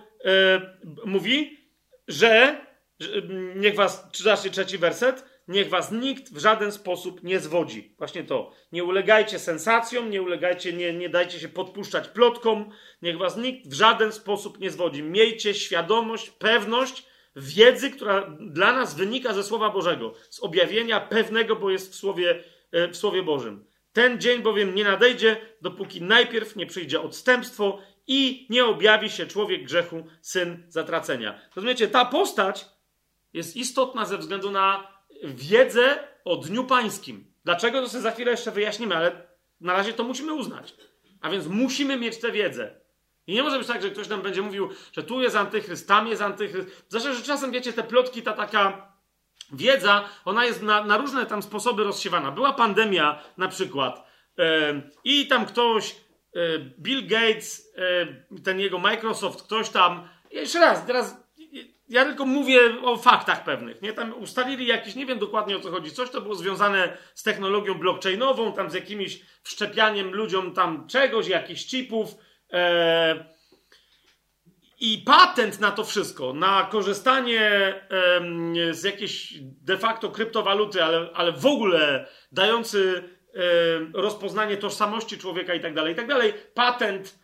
[SPEAKER 2] mówi, że niech was, 3 werset, niech was nikt w żaden sposób nie zwodzi. Właśnie to. Nie ulegajcie sensacjom, nie dajcie się podpuszczać plotkom. Niech was nikt w żaden sposób nie zwodzi. Miejcie świadomość, pewność wiedzy, która dla nas wynika ze Słowa Bożego. Z objawienia pewnego, bo jest w Słowie Bożym. Ten dzień bowiem nie nadejdzie, dopóki najpierw nie przyjdzie odstępstwo i nie objawi się człowiek grzechu, syn zatracenia. Rozumiecie, ta postać jest istotna ze względu na wiedzę o Dniu Pańskim. Dlaczego? To sobie za chwilę jeszcze wyjaśnimy, ale na razie to musimy uznać. A więc musimy mieć tę wiedzę. I nie może być tak, że ktoś nam będzie mówił, że tu jest antychryst, tam jest antychryst. Zresztą, że czasem, wiecie, te plotki, ta taka wiedza, ona jest na różne tam sposoby rozsiewana. Była pandemia na przykład i tam ktoś, Bill Gates, ten jego Microsoft, ktoś tam, jeszcze raz, teraz ja tylko mówię o faktach pewnych, nie? Tam ustalili jakiś, nie wiem dokładnie o co chodzi, coś to było związane z technologią blockchainową, tam z jakimś wszczepianiem ludziom tam czegoś, jakichś chipów, i patent na to wszystko, na korzystanie z jakiejś de facto kryptowaluty, ale w ogóle dający rozpoznanie tożsamości człowieka i tak dalej, patent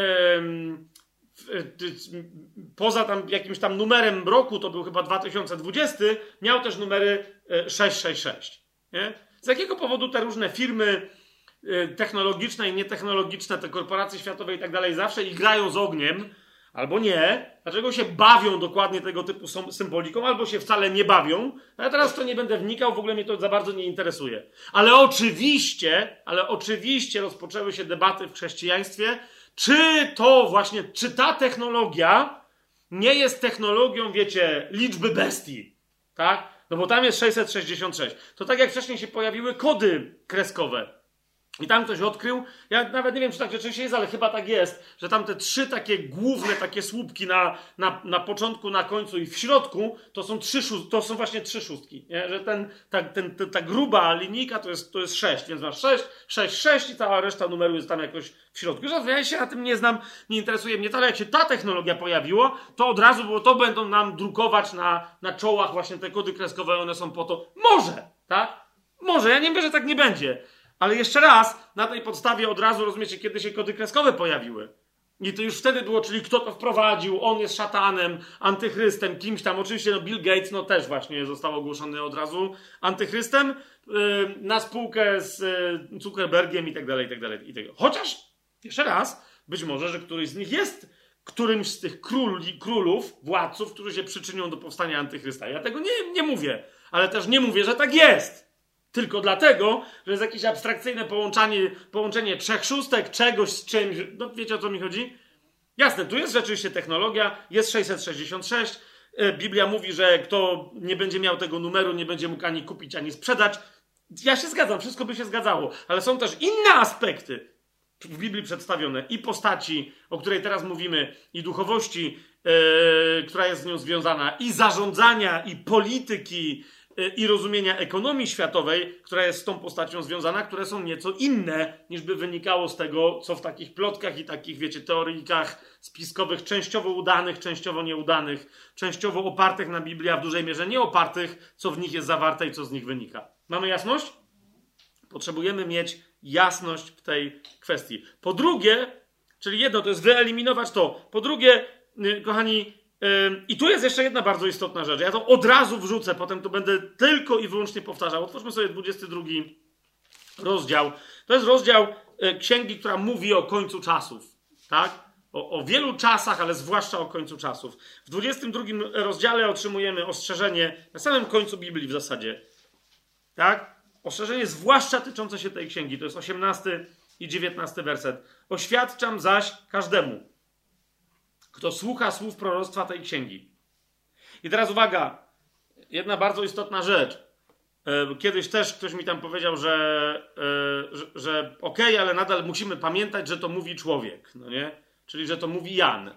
[SPEAKER 2] poza tam jakimś tam numerem roku, to był chyba 2020, miał też numery 666. Nie? Z jakiego powodu te różne firmy technologiczne i nietechnologiczne, te korporacje światowe i tak dalej zawsze igrają z ogniem, albo nie, dlaczego się bawią dokładnie tego typu symboliką, albo się wcale nie bawią. Ja teraz w to nie będę wnikał, w ogóle mnie to za bardzo nie interesuje. Ale oczywiście rozpoczęły się debaty w chrześcijaństwie, czy ta technologia nie jest technologią, wiecie, liczby bestii, tak? No bo tam jest 666. To tak jak wcześniej się pojawiły kody kreskowe. I tam ktoś odkrył, ja nawet nie wiem, czy tak rzeczywiście jest, ale chyba tak jest, że tam te 3 takie główne takie słupki na początku, na końcu i w środku, to są właśnie 3 szóstki. Nie? Że ta gruba linijka to jest 6, więc masz 6 i cała reszta numeru jest tam jakoś w środku. Że ja się na tym nie znam, nie interesuje mnie to, ale jak się ta technologia pojawiło, to od razu było, to będą nam drukować na czołach właśnie te kody kreskowe, one są po to. Może, tak? Może, ja nie wiem, że tak nie będzie. Ale jeszcze raz, na tej podstawie od razu rozumiecie, kiedy się kody kreskowe pojawiły. I to już wtedy było, czyli kto to wprowadził, on jest szatanem, antychrystem, kimś tam. Oczywiście Bill Gates też właśnie został ogłoszony od razu antychrystem na spółkę z Zuckerbergiem i tak dalej, i tak dalej. Chociaż, jeszcze raz, być może, że któryś z nich jest którymś z tych królów, władców, którzy się przyczynią do powstania antychrysta. Ja tego nie mówię, ale też nie mówię, że tak jest. Tylko dlatego, że jest jakieś abstrakcyjne połączenie 3/6 czegoś z czymś. No wiecie, o co mi chodzi? Jasne, tu jest rzeczywiście technologia, jest 666. Biblia mówi, że kto nie będzie miał tego numeru, nie będzie mógł ani kupić, ani sprzedać. Ja się zgadzam, wszystko by się zgadzało. Ale są też inne aspekty w Biblii przedstawione. I postaci, o której teraz mówimy, i duchowości, która jest z nią związana, i zarządzania, i polityki, i rozumienia ekonomii światowej, która jest z tą postacią związana, które są nieco inne, niż by wynikało z tego, co w takich plotkach i takich, wiecie, teorijkach spiskowych, częściowo udanych, częściowo nieudanych, częściowo opartych na Biblii, a w dużej mierze nie opartych, co w nich jest zawarte i co z nich wynika. Mamy jasność? Potrzebujemy mieć jasność w tej kwestii. Po drugie, czyli jedno to jest wyeliminować to. Po drugie, kochani, i tu jest jeszcze jedna bardzo istotna rzecz. Ja to od razu wrzucę, potem to będę tylko i wyłącznie powtarzał. Otwórzmy sobie 22 rozdział. To jest rozdział księgi, która mówi o końcu czasów. Tak? O wielu czasach, ale zwłaszcza o końcu czasów. W 22 rozdziale otrzymujemy ostrzeżenie na samym końcu Biblii w zasadzie. Tak? Ostrzeżenie zwłaszcza tyczące się tej księgi. To jest 18 i 19 werset. Oświadczam zaś każdemu, kto słucha słów proroctwa tej księgi. I teraz uwaga, jedna bardzo istotna rzecz. Kiedyś też ktoś mi tam powiedział, że okej, ale nadal musimy pamiętać, że to mówi człowiek, no nie? Czyli, że to mówi Jan.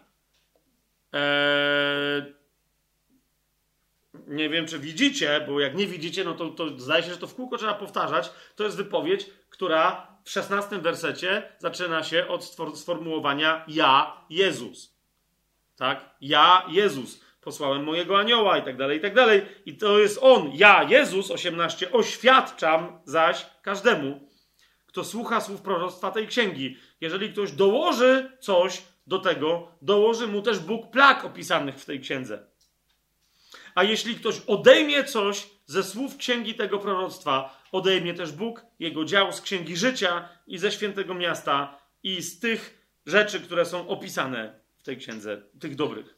[SPEAKER 2] Nie wiem, czy widzicie, bo jak nie widzicie, no to zdaje się, że to w kółko trzeba powtarzać. To jest wypowiedź, która w 16 wersecie zaczyna się od sformułowania ja, Jezus. Tak? Ja, Jezus, posłałem mojego anioła i tak dalej, i tak dalej. I to jest on, ja, Jezus, 18, oświadczam zaś każdemu, kto słucha słów proroctwa tej księgi. Jeżeli ktoś dołoży coś do tego, dołoży mu też Bóg plag opisanych w tej księdze. A jeśli ktoś odejmie coś ze słów księgi tego proroctwa, odejmie też Bóg jego dział z księgi życia i ze świętego miasta i z tych rzeczy, które są opisane w tej księdze, tych dobrych.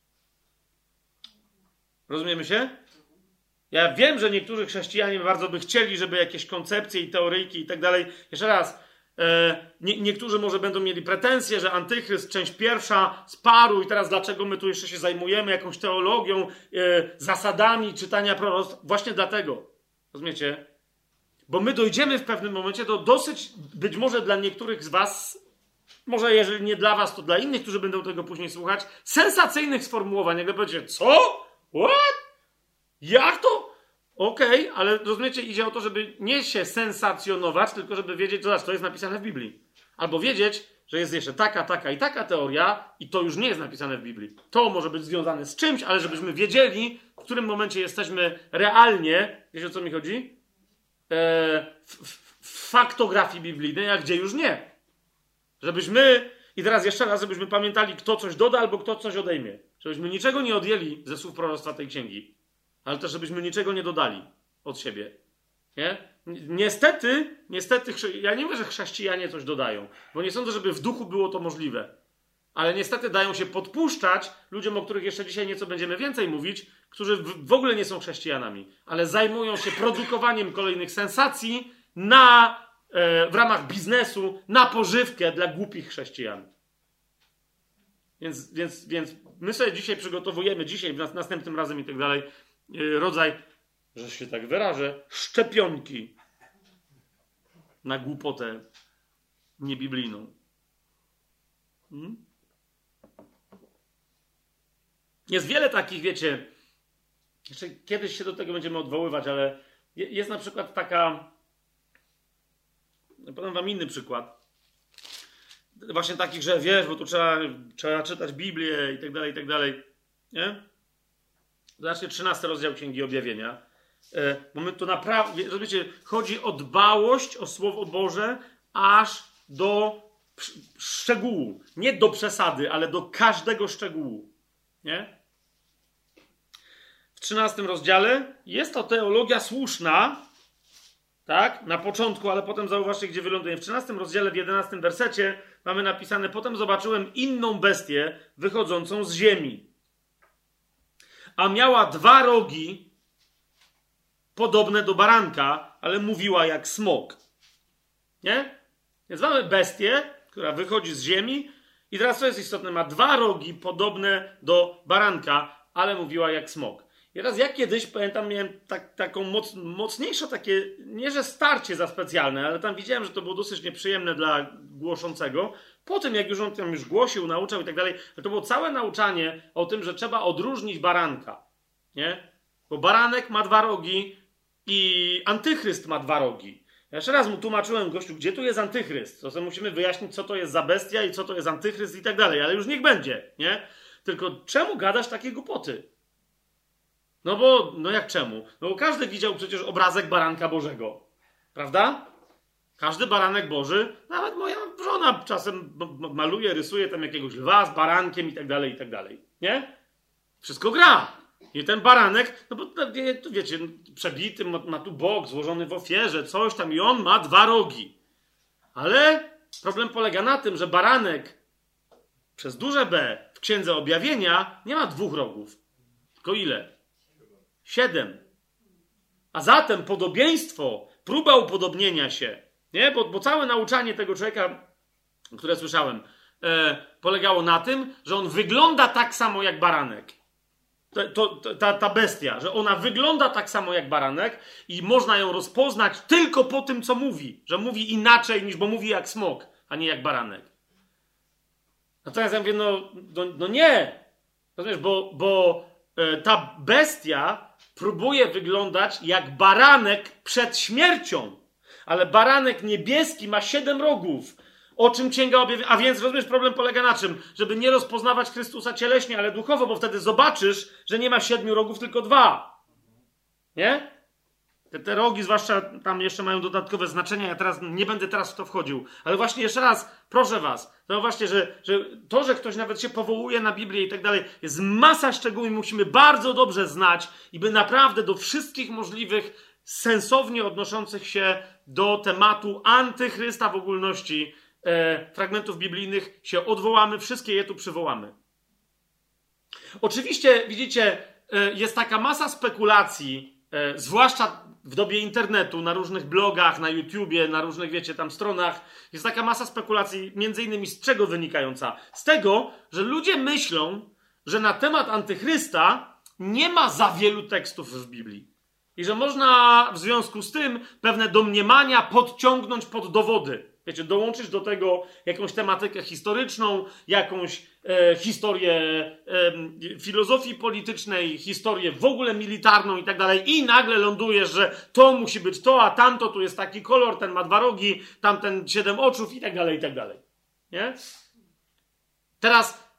[SPEAKER 2] Rozumiemy się? Ja wiem, że niektórzy chrześcijanie bardzo by chcieli, żeby jakieś koncepcje i teoryjki i tak dalej. Jeszcze raz, niektórzy może będą mieli pretensje, że Antychryst, część pierwsza, sparł i teraz dlaczego my tu jeszcze się zajmujemy jakąś teologią, zasadami czytania proroctw. Właśnie dlatego. Rozumiecie? Bo my dojdziemy w pewnym momencie do dosyć, być może dla niektórych z was, może jeżeli nie dla was, to dla innych, którzy będą tego później słuchać, sensacyjnych sformułowań. Jak powiecie, co? What? Jak to? Okej, ale rozumiecie, idzie o to, żeby nie się sensacjonować, tylko żeby wiedzieć, że to jest napisane w Biblii. Albo wiedzieć, że jest jeszcze taka i taka teoria i to już nie jest napisane w Biblii. To może być związane z czymś, ale żebyśmy wiedzieli, w którym momencie jesteśmy realnie, wiecie, o co mi chodzi? W faktografii biblijnej, a gdzie już nie. Żebyśmy, i teraz jeszcze raz, żebyśmy pamiętali, kto coś doda albo kto coś odejmie. Żebyśmy niczego nie odjęli ze słów proroctwa tej księgi, ale też żebyśmy niczego nie dodali od siebie. Nie? Niestety, ja nie mówię, że chrześcijanie coś dodają, bo nie sądzę, żeby w duchu było to możliwe. Ale niestety dają się podpuszczać ludziom, o których jeszcze dzisiaj nieco będziemy więcej mówić, którzy w ogóle nie są chrześcijanami, ale zajmują się produkowaniem kolejnych sensacji w ramach biznesu na pożywkę dla głupich chrześcijan. Więc my sobie dzisiaj przygotowujemy, następnym razem i tak dalej, rodzaj, że się tak wyrażę, szczepionki na głupotę niebiblijną. Jest wiele takich, wiecie, jeszcze kiedyś się do tego będziemy odwoływać, ale jest na przykład taka, podam wam inny przykład, właśnie takich, że wiesz, bo tu trzeba czytać Biblię i tak dalej, nie? Zobaczcie, 13 rozdział Księgi Objawienia. Bo my tu naprawdę, rozumiecie, chodzi o dbałość o Słowo Boże aż do szczegółu. Nie do przesady, ale do każdego szczegółu. Nie? W 13 rozdziale jest to teologia słuszna, tak? Na początku, ale potem zauważcie, gdzie wyląduje. W 13 rozdziale, w 11 wersecie mamy napisane: potem zobaczyłem inną bestię wychodzącą z ziemi. A miała 2 rogi, podobne do baranka, ale mówiła jak smok. Nie? Więc mamy bestię, która wychodzi z ziemi i teraz co jest istotne, ma 2 rogi podobne do baranka, ale mówiła jak smok. I teraz ja kiedyś, pamiętam, miałem taką mocniejsze takie, nie że starcie za specjalne, ale tam widziałem, że to było dosyć nieprzyjemne dla głoszącego. Po tym, jak już on tam głosił, nauczał i tak dalej, to było całe nauczanie o tym, że trzeba odróżnić baranka. Nie? Bo baranek ma 2 rogi i antychryst ma 2 rogi. Ja jeszcze raz mu tłumaczyłem, gościu, gdzie tu jest antychryst? To sobie musimy wyjaśnić, co to jest za bestia i co to jest antychryst i tak dalej, ale już niech będzie, nie? Tylko czemu gadasz takie głupoty? No bo, no jak czemu? No bo każdy widział przecież obrazek baranka Bożego. Prawda? Każdy baranek Boży, nawet moja żona czasem maluje, rysuje tam jakiegoś lwa z barankiem i tak dalej, nie? Wszystko gra. I ten baranek, no bo wiecie, przebity, ma tu bok złożony w ofierze, coś tam i on ma 2 rogi. Ale problem polega na tym, że baranek przez duże B w Księdze Objawienia nie ma 2 rogów. Tylko ile? 7. A zatem podobieństwo, próba upodobnienia się, nie? Bo całe nauczanie tego człowieka, które słyszałem, polegało na tym, że on wygląda tak samo jak baranek. Ta bestia, że ona wygląda tak samo jak baranek i można ją rozpoznać tylko po tym, co mówi. Że mówi inaczej, bo mówi jak smok, a nie jak baranek. Natomiast ja mówię, no nie. Rozumiesz, bo ta bestia próbuje wyglądać jak baranek przed śmiercią. Ale baranek niebieski ma 7 rogów. O czym Księga Objawienia? A więc, rozumiesz, problem polega na czym? Żeby nie rozpoznawać Chrystusa cieleśnie, ale duchowo, bo wtedy zobaczysz, że nie ma 7 rogów, tylko 2. Nie? Te rogi, zwłaszcza tam jeszcze mają dodatkowe znaczenia. Ja nie będę teraz w to wchodził. Ale właśnie jeszcze raz, proszę was, to właśnie, że ktoś nawet się powołuje na Biblię i tak dalej, jest masa szczegółów i musimy bardzo dobrze znać i by naprawdę do wszystkich możliwych, sensownie odnoszących się do tematu antychrysta w ogólności fragmentów biblijnych się odwołamy, wszystkie je tu przywołamy. Oczywiście, widzicie, jest taka masa spekulacji, zwłaszcza w dobie internetu, na różnych blogach, na YouTubie, na różnych, wiecie, tam stronach, jest taka masa spekulacji, między innymi z czego wynikająca? Z tego, że ludzie myślą, że na temat antychrysta nie ma za wielu tekstów w Biblii. I że można w związku z tym pewne domniemania podciągnąć pod dowody. Wiecie, dołączyć do tego jakąś tematykę historyczną, jakąś historię filozofii politycznej, historię w ogóle militarną i tak dalej. I nagle lądujesz, że to musi być to, a tamto, tu jest taki kolor, ten ma 2 rogi, tamten 7 oczów i tak dalej, i tak dalej. Nie? Teraz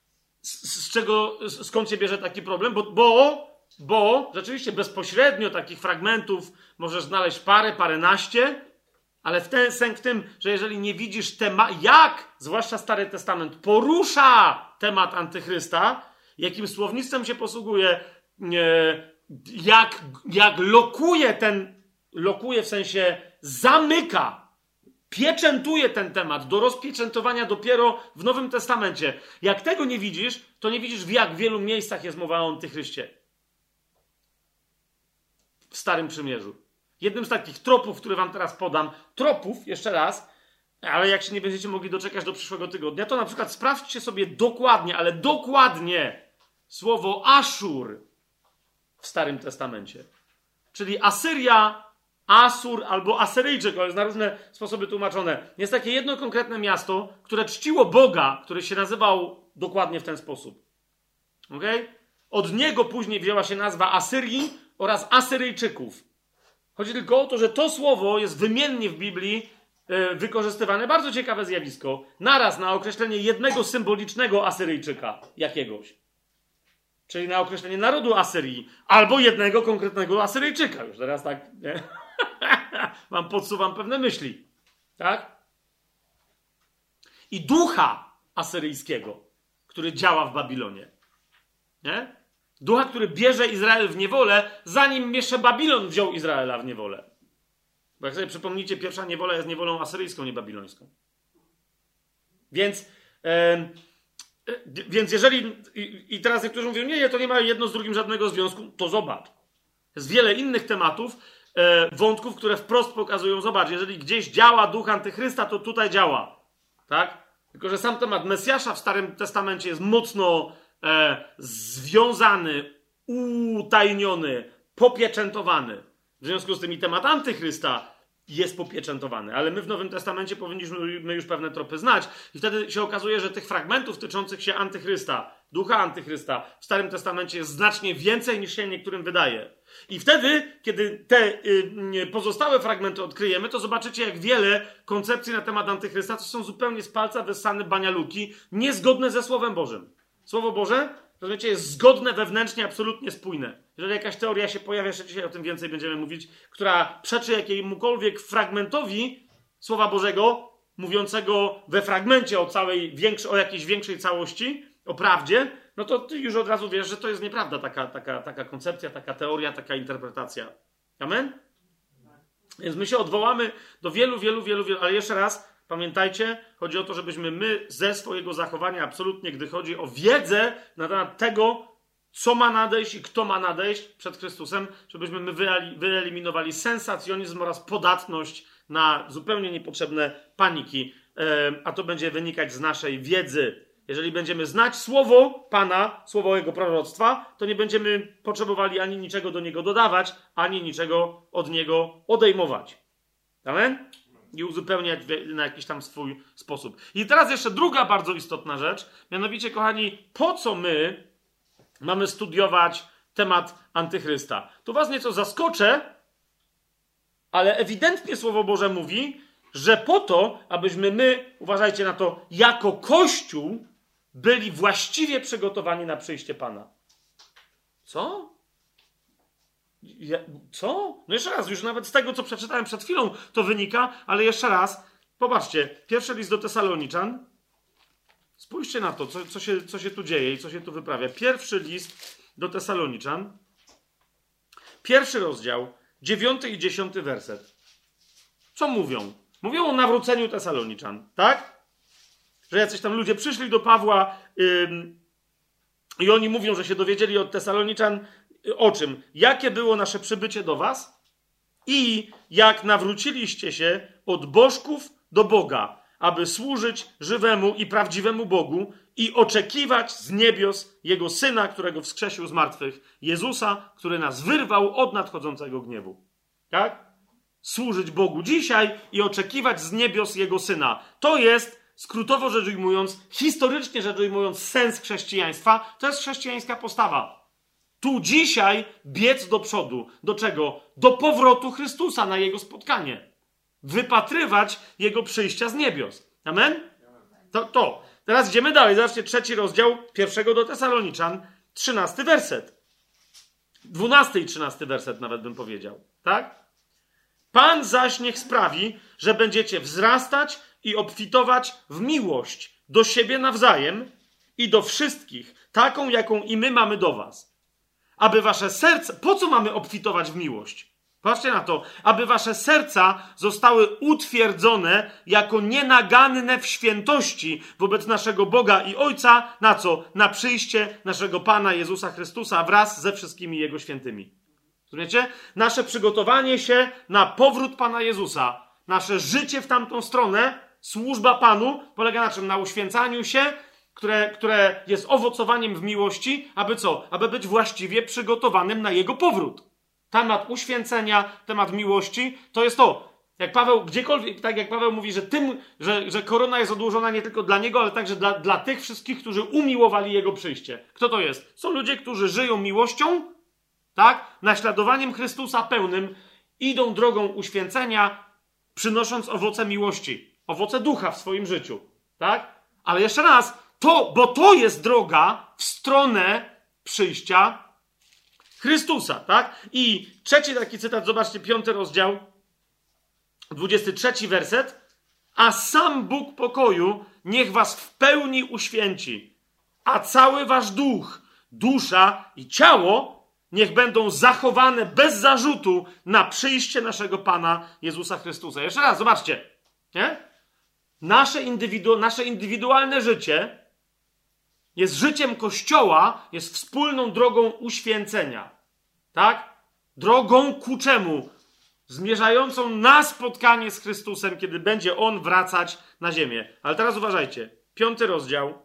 [SPEAKER 2] skąd się bierze taki problem? Bo rzeczywiście bezpośrednio takich fragmentów możesz znaleźć paręnaście, ale sęk w tym, że jeżeli nie widzisz jak, zwłaszcza Stary Testament, porusza temat antychrysta, jakim słownictwem się posługuje, jak lokuje w sensie zamyka, pieczętuje ten temat do rozpieczętowania dopiero w Nowym Testamencie. Jak tego nie widzisz, to nie widzisz, w jak wielu miejscach jest mowa o antychryście. W Starym Przymierzu. Jednym z takich tropów, które wam teraz podam, jeszcze raz, ale jak się nie będziecie mogli doczekać do przyszłego tygodnia, to na przykład sprawdźcie sobie dokładnie słowo Aszur w Starym Testamencie. Czyli Asyria, Asur albo Asyryjczyk, to jest na różne sposoby tłumaczone. Jest takie jedno konkretne miasto, które czciło Boga, który się nazywał dokładnie w ten sposób. Okay? Od niego później wzięła się nazwa Asyrii oraz Asyryjczyków. Chodzi tylko o to, że to słowo jest wymiennie w Biblii wykorzystywane. Bardzo ciekawe zjawisko. Naraz na określenie jednego symbolicznego Asyryjczyka jakiegoś. Czyli na określenie narodu Asyrii. Albo jednego konkretnego Asyryjczyka. Już teraz tak, nie? Wam podsuwam pewne myśli. Tak? I ducha asyryjskiego, który działa w Babilonie. Nie? Ducha, który bierze Izrael w niewolę, zanim jeszcze Babilon wziął Izraela w niewolę. Bo jak sobie przypomnicie, pierwsza niewola jest niewolą asyryjską, nie babilońską. Więc jeżeli... I teraz niektórzy mówią, nie, to nie ma jedno z drugim żadnego związku, to zobacz. Jest wiele innych tematów, wątków, które wprost pokazują, zobacz, jeżeli gdzieś działa duch antychrysta, to tutaj działa. Tak? Tylko że sam temat Mesjasza w Starym Testamencie jest mocno związany, utajniony, popieczętowany. W związku z tym i temat antychrysta jest popieczętowany, ale my w Nowym Testamencie powinniśmy już pewne tropy znać i wtedy się okazuje, że tych fragmentów tyczących się antychrysta, ducha antychrysta w Starym Testamencie jest znacznie więcej niż się niektórym wydaje. I wtedy, kiedy te pozostałe fragmenty odkryjemy, to zobaczycie, jak wiele koncepcji na temat antychrysta to są zupełnie z palca wyssane banialuki, niezgodne ze Słowem Bożym. Słowo Boże, rozumiecie, jest zgodne wewnętrznie, absolutnie spójne. Jeżeli jakaś teoria się pojawia, jeszcze dzisiaj o tym więcej będziemy mówić, która przeczy jakiemukolwiek fragmentowi Słowa Bożego, mówiącego we fragmencie o jakiejś większej całości, o prawdzie, no to ty już od razu wiesz, że to jest nieprawda taka koncepcja, taka teoria, taka interpretacja. Amen? Więc my się odwołamy do wielu, ale jeszcze raz, pamiętajcie, chodzi o to, żebyśmy my ze swojego zachowania absolutnie, gdy chodzi o wiedzę na temat tego, co ma nadejść i kto ma nadejść przed Chrystusem, żebyśmy my wyeliminowali sensacjonizm oraz podatność na zupełnie niepotrzebne paniki, a to będzie wynikać z naszej wiedzy. Jeżeli będziemy znać słowo Pana, słowo Jego proroctwa, to nie będziemy potrzebowali ani niczego do Niego dodawać, ani niczego od Niego odejmować. Amen? I uzupełniać na jakiś tam swój sposób. I teraz jeszcze druga bardzo istotna rzecz, mianowicie, kochani, po co my mamy studiować temat antychrysta? Tu was nieco zaskoczę, ale ewidentnie Słowo Boże mówi, że po to, abyśmy my, uważajcie na to, jako Kościół byli właściwie przygotowani na przyjście Pana. Co? Co? No jeszcze raz, już nawet z tego, co przeczytałem przed chwilą, to wynika, ale jeszcze raz, popatrzcie, pierwszy list do Tesaloniczan, spójrzcie na to, co się tu dzieje i co się tu wyprawia. Pierwszy list do Tesaloniczan, 1 rozdział, 9 i 10 werset. Co mówią? Mówią o nawróceniu Tesaloniczan, tak? Że jacyś tam ludzie przyszli do Pawła i oni mówią, że się dowiedzieli od Tesaloniczan o czym? Jakie było nasze przybycie do was i jak nawróciliście się od bożków do Boga, aby służyć żywemu i prawdziwemu Bogu i oczekiwać z niebios Jego Syna, którego wskrzesił z martwych, Jezusa, który nas wyrwał od nadchodzącego gniewu. Tak? Służyć Bogu dzisiaj i oczekiwać z niebios Jego Syna. To jest, skrótowo rzecz ujmując, historycznie rzecz ujmując, sens chrześcijaństwa. To jest chrześcijańska postawa. Tu dzisiaj biec do przodu. Do czego? Do powrotu Chrystusa na Jego spotkanie. Wypatrywać Jego przyjścia z niebios. Amen? To. Teraz idziemy dalej. Zobaczcie, 3 rozdział 1 do Tesaloniczan, 13 werset. 12 i 13 werset nawet bym powiedział. Tak? Pan zaś niech sprawi, że będziecie wzrastać i obfitować w miłość do siebie nawzajem i do wszystkich, taką, jaką i my mamy do was. Aby wasze serca... Po co mamy obfitować w miłość? Patrzcie na to. Aby wasze serca zostały utwierdzone jako nienaganne w świętości wobec naszego Boga i Ojca. Na co? Na przyjście naszego Pana Jezusa Chrystusa wraz ze wszystkimi Jego świętymi. Rozumiecie? Nasze przygotowanie się na powrót Pana Jezusa, nasze życie w tamtą stronę, służba Panu polega na czym? Na uświęcaniu się, które jest owocowaniem w miłości, aby co? Aby być właściwie przygotowanym na Jego powrót. Temat uświęcenia, temat miłości, to jest to. Jak Paweł, gdziekolwiek, tak jak Paweł mówi, że korona jest odłożona nie tylko dla niego, ale także dla tych wszystkich, którzy umiłowali Jego przyjście. Kto to jest? Są ludzie, którzy żyją miłością, tak? Naśladowaniem Chrystusa pełnym, idą drogą uświęcenia, przynosząc owoce miłości, owoce ducha w swoim życiu. Tak? Ale jeszcze raz, bo to jest droga w stronę przyjścia Chrystusa. Tak? I trzeci taki cytat, zobaczcie, 5 rozdział, 23 werset. A sam Bóg pokoju niech was w pełni uświęci, a cały wasz duch, dusza i ciało niech będą zachowane bez zarzutu na przyjście naszego Pana Jezusa Chrystusa. Jeszcze raz, zobaczcie. Nie? Nasze indywidualne życie jest życiem Kościoła, jest wspólną drogą uświęcenia. Tak? Drogą ku czemu? Zmierzającą na spotkanie z Chrystusem, kiedy będzie On wracać na ziemię. Ale teraz uważajcie. 5 rozdział.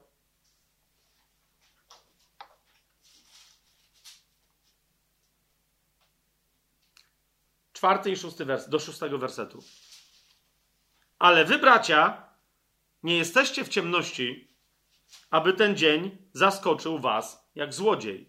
[SPEAKER 2] 4 i 6 werset, do 6 wersetu. Ale wy, bracia, nie jesteście w ciemności, aby ten dzień zaskoczył was jak złodziej.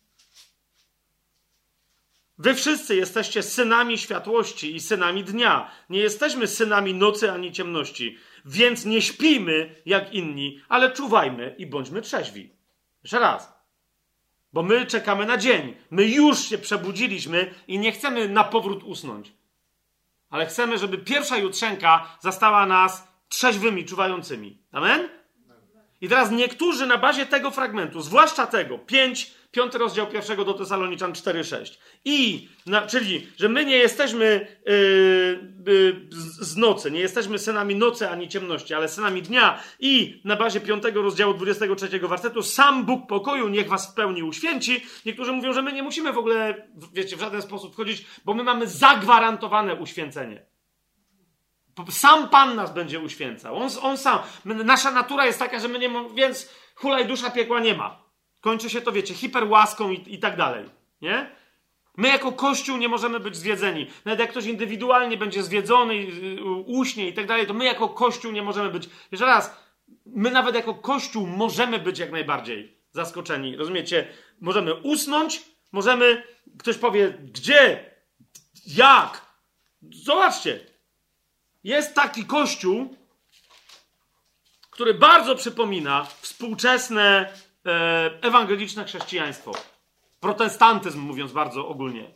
[SPEAKER 2] Wy wszyscy jesteście synami światłości i synami dnia. Nie jesteśmy synami nocy ani ciemności. Więc nie śpijmy jak inni, ale czuwajmy i bądźmy trzeźwi. Jeszcze raz. Bo my czekamy na dzień. My już się przebudziliśmy i nie chcemy na powrót usnąć. Ale chcemy, żeby pierwsza jutrzenka zastała nas trzeźwymi, czuwającymi. Amen? I teraz niektórzy na bazie tego fragmentu, zwłaszcza tego, 5 rozdział 1 do Tesaloniczan 4,6. Czyli, że my nie jesteśmy z nocy, nie jesteśmy synami nocy ani ciemności, ale synami dnia. I na bazie 5 rozdziału 23 wersetu sam Bóg pokoju niech was w pełni uświęci. Niektórzy mówią, że my nie musimy w ogóle, wiecie, w żaden sposób wchodzić, bo my mamy zagwarantowane uświęcenie. Sam Pan nas będzie uświęcał. On sam. Nasza natura jest taka, że my nie mamy, więc hulaj dusza, piekła nie ma. Kończy się to, wiecie, hiperłaską i tak dalej. Nie? My jako Kościół nie możemy być zwiedzeni. Nawet jak ktoś indywidualnie będzie zwiedzony, uśnie i tak dalej, to my jako Kościół nie możemy być. Jeszcze raz, my nawet jako Kościół możemy być jak najbardziej zaskoczeni. Rozumiecie? Możemy usnąć, możemy... Ktoś powie, gdzie? Jak? Zobaczcie. Jest taki Kościół, który bardzo przypomina współczesne ewangeliczne chrześcijaństwo. Protestantyzm, mówiąc bardzo ogólnie.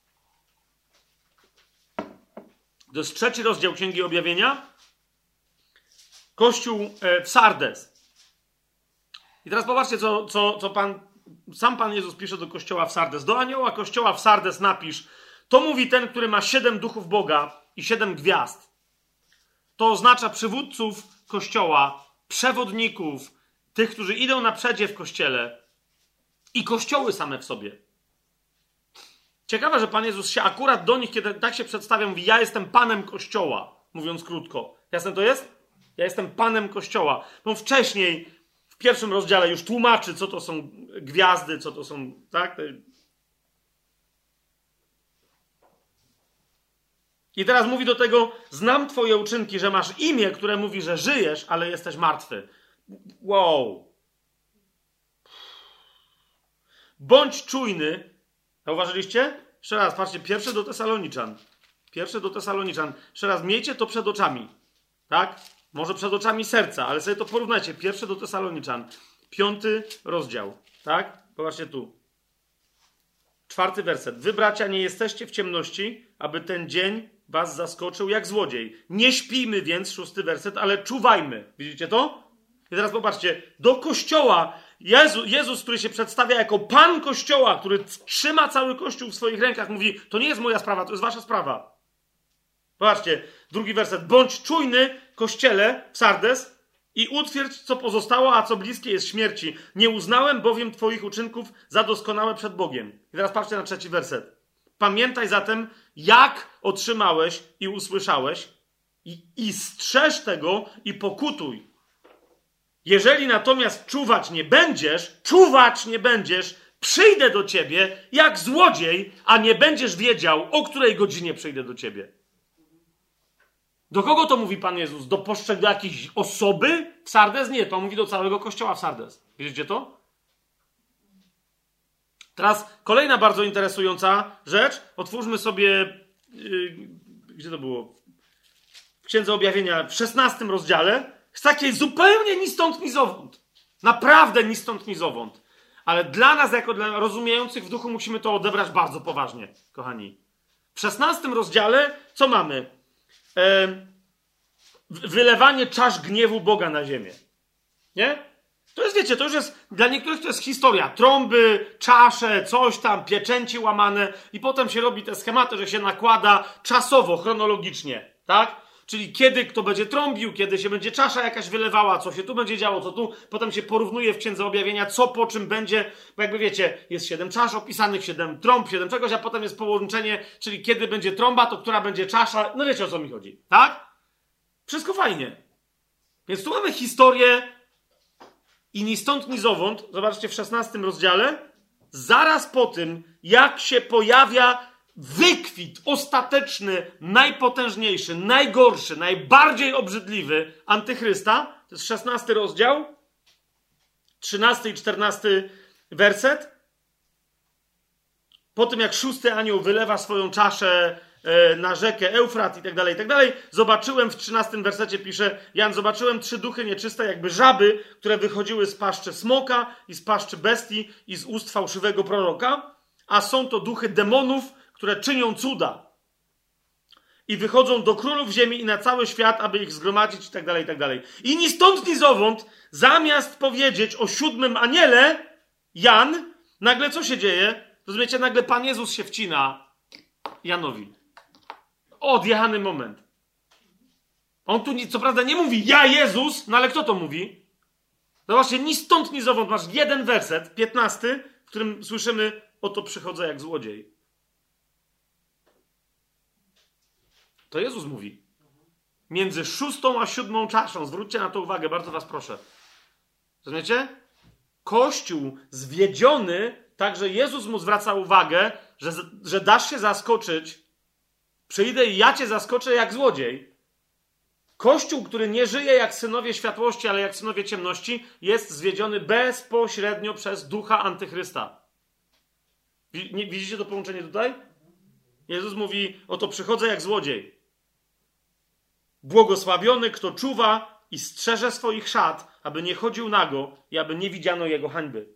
[SPEAKER 2] To jest 3 rozdział Księgi Objawienia. Kościół w Sardes. I teraz popatrzcie, co sam Pan Jezus pisze do kościoła w Sardes. Do anioła kościoła w Sardes napisz: to mówi ten, który ma 7 duchów Boga i 7 gwiazd. To oznacza przywódców kościoła, przewodników, tych, którzy idą na przedzie w kościele i kościoły same w sobie. Ciekawe, że Pan Jezus się akurat do nich, kiedy tak się przedstawia, mówi: ja jestem Panem Kościoła, mówiąc krótko. Jasne to jest? Ja jestem Panem Kościoła. Bo wcześniej, w 1 rozdziale już tłumaczy, co to są gwiazdy, co to są, tak? I teraz mówi do tego: znam twoje uczynki, że masz imię, które mówi, że żyjesz, ale jesteś martwy. Wow. Bądź czujny. Zauważyliście? Jeszcze raz, patrzcie, 1 do Tesaloniczan. 1 do Tesaloniczan. Jeszcze raz, miejcie to przed oczami. Tak? Może przed oczami serca, ale sobie to porównajcie. 1 do Tesaloniczan. 5 rozdział. Tak? Popatrzcie tu. 4 werset. Wy, bracia, nie jesteście w ciemności, aby ten dzień was zaskoczył jak złodziej. Nie śpijmy więc, 6 werset, ale czuwajmy. Widzicie to? I teraz popatrzcie. Do Kościoła Jezus, który się przedstawia jako Pan Kościoła, który trzyma cały Kościół w swoich rękach, mówi: to nie jest moja sprawa, to jest wasza sprawa. Popatrzcie, 2 werset. Bądź czujny, Kościele w Sardes, i utwierdź, co pozostało, a co bliskie jest śmierci. Nie uznałem bowiem twoich uczynków za doskonałe przed Bogiem. I teraz patrzcie na 3 werset. Pamiętaj zatem, jak otrzymałeś i usłyszałeś, i strzeż tego i pokutuj. Jeżeli natomiast czuwać nie będziesz, przyjdę do ciebie jak złodziej, a nie będziesz wiedział, o której godzinie przyjdę do ciebie. Do kogo to mówi Pan Jezus? Do jakiejś osoby w Sardes? Nie, to mówi do całego kościoła w Sardes. Widzicie to? Teraz kolejna bardzo interesująca rzecz. Otwórzmy sobie, gdzie to było? W Księdze Objawienia, w 16 rozdziale. Jest takie zupełnie ni stąd, ni zowąd. Naprawdę ni stąd, ni zowąd. Ale dla nas, jako dla rozumiejących w duchu, musimy to odebrać bardzo poważnie, kochani. W 16 rozdziale co mamy? Wylewanie czasz gniewu Boga na ziemię. Nie? To jest, wiecie, to już jest, dla niektórych to jest historia. Trąby, czasze, coś tam, pieczęci łamane i potem się robi te schematy, że się nakłada czasowo, chronologicznie. Tak? Czyli kiedy kto będzie trąbił, kiedy się będzie czasza jakaś wylewała, co się tu będzie działo, co tu. Potem się porównuje w Księdze Objawienia, co po czym będzie. Bo jakby wiecie, jest 7 czasz opisanych, 7 trąb, 7 czegoś, a potem jest połączenie, czyli kiedy będzie trąba, to która będzie czasza. No wiecie, o co mi chodzi, tak? Wszystko fajnie. Więc tu mamy historię i ni stąd, ni zowąd. Zobaczcie w 16 rozdziale. Zaraz po tym, jak się pojawia wykwit ostateczny, najpotężniejszy, najgorszy, najbardziej obrzydliwy antychrysta, to jest 16 rozdział, 13 i 14 werset. Po tym, jak 6 anioł wylewa swoją czaszę na rzekę Eufrat i tak dalej, zobaczyłem, w 13 wersecie pisze Jan, zobaczyłem 3 duchy nieczyste, jakby żaby, które wychodziły z paszczy smoka i z paszczy bestii i z ust fałszywego proroka, a są to duchy demonów, które czynią cuda i wychodzą do królów ziemi i na cały świat, aby ich zgromadzić i tak dalej, i tak dalej. I ni stąd, ni zowąd, zamiast powiedzieć o 7 aniele, Jan, nagle co się dzieje? Rozumiecie, nagle Pan Jezus się wcina Janowi. Odjechany moment. On tu, co prawda, nie mówi ja Jezus, no ale kto to mówi? Zobaczcie, ni stąd, ni zowąd masz jeden werset, 15, w którym słyszymy oto przychodzę jak złodziej. To Jezus mówi. Między 6 a 7 czaszą, zwróćcie na to uwagę, bardzo was proszę. Rozumiecie? Kościół zwiedziony, tak że Jezus mu zwraca uwagę, że dasz się zaskoczyć, przyjdę i ja cię zaskoczę jak złodziej. Kościół, który nie żyje jak synowie światłości, ale jak synowie ciemności, jest zwiedziony bezpośrednio przez ducha antychrysta. Widzicie to połączenie tutaj? Jezus mówi, oto przychodzę jak złodziej. Błogosławiony, kto czuwa i strzeże swoich szat, aby nie chodził nago i aby nie widziano jego hańby.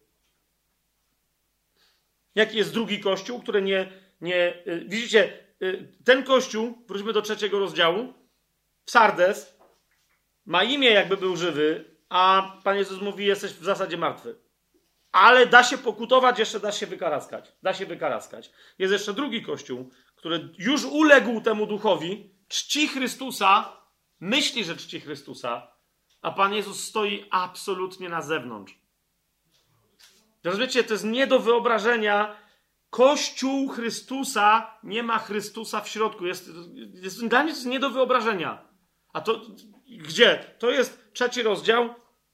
[SPEAKER 2] Jaki jest drugi kościół, który nie... Widzicie, ten kościół, wróćmy do 3 rozdziału, w Sardes, ma imię jakby był żywy, a Pan Jezus mówi, jesteś w zasadzie martwy. Ale da się pokutować, jeszcze da się wykaraskać. Da się wykaraskać. Jest jeszcze drugi kościół, który już uległ temu duchowi, czci Chrystusa, myśli, że czci Chrystusa, a Pan Jezus stoi absolutnie na zewnątrz. Rozumiecie, to jest nie do wyobrażenia. Kościół Chrystusa nie ma Chrystusa w środku. Dla mnie to jest nie do wyobrażenia. A to gdzie? To jest 3 rozdział,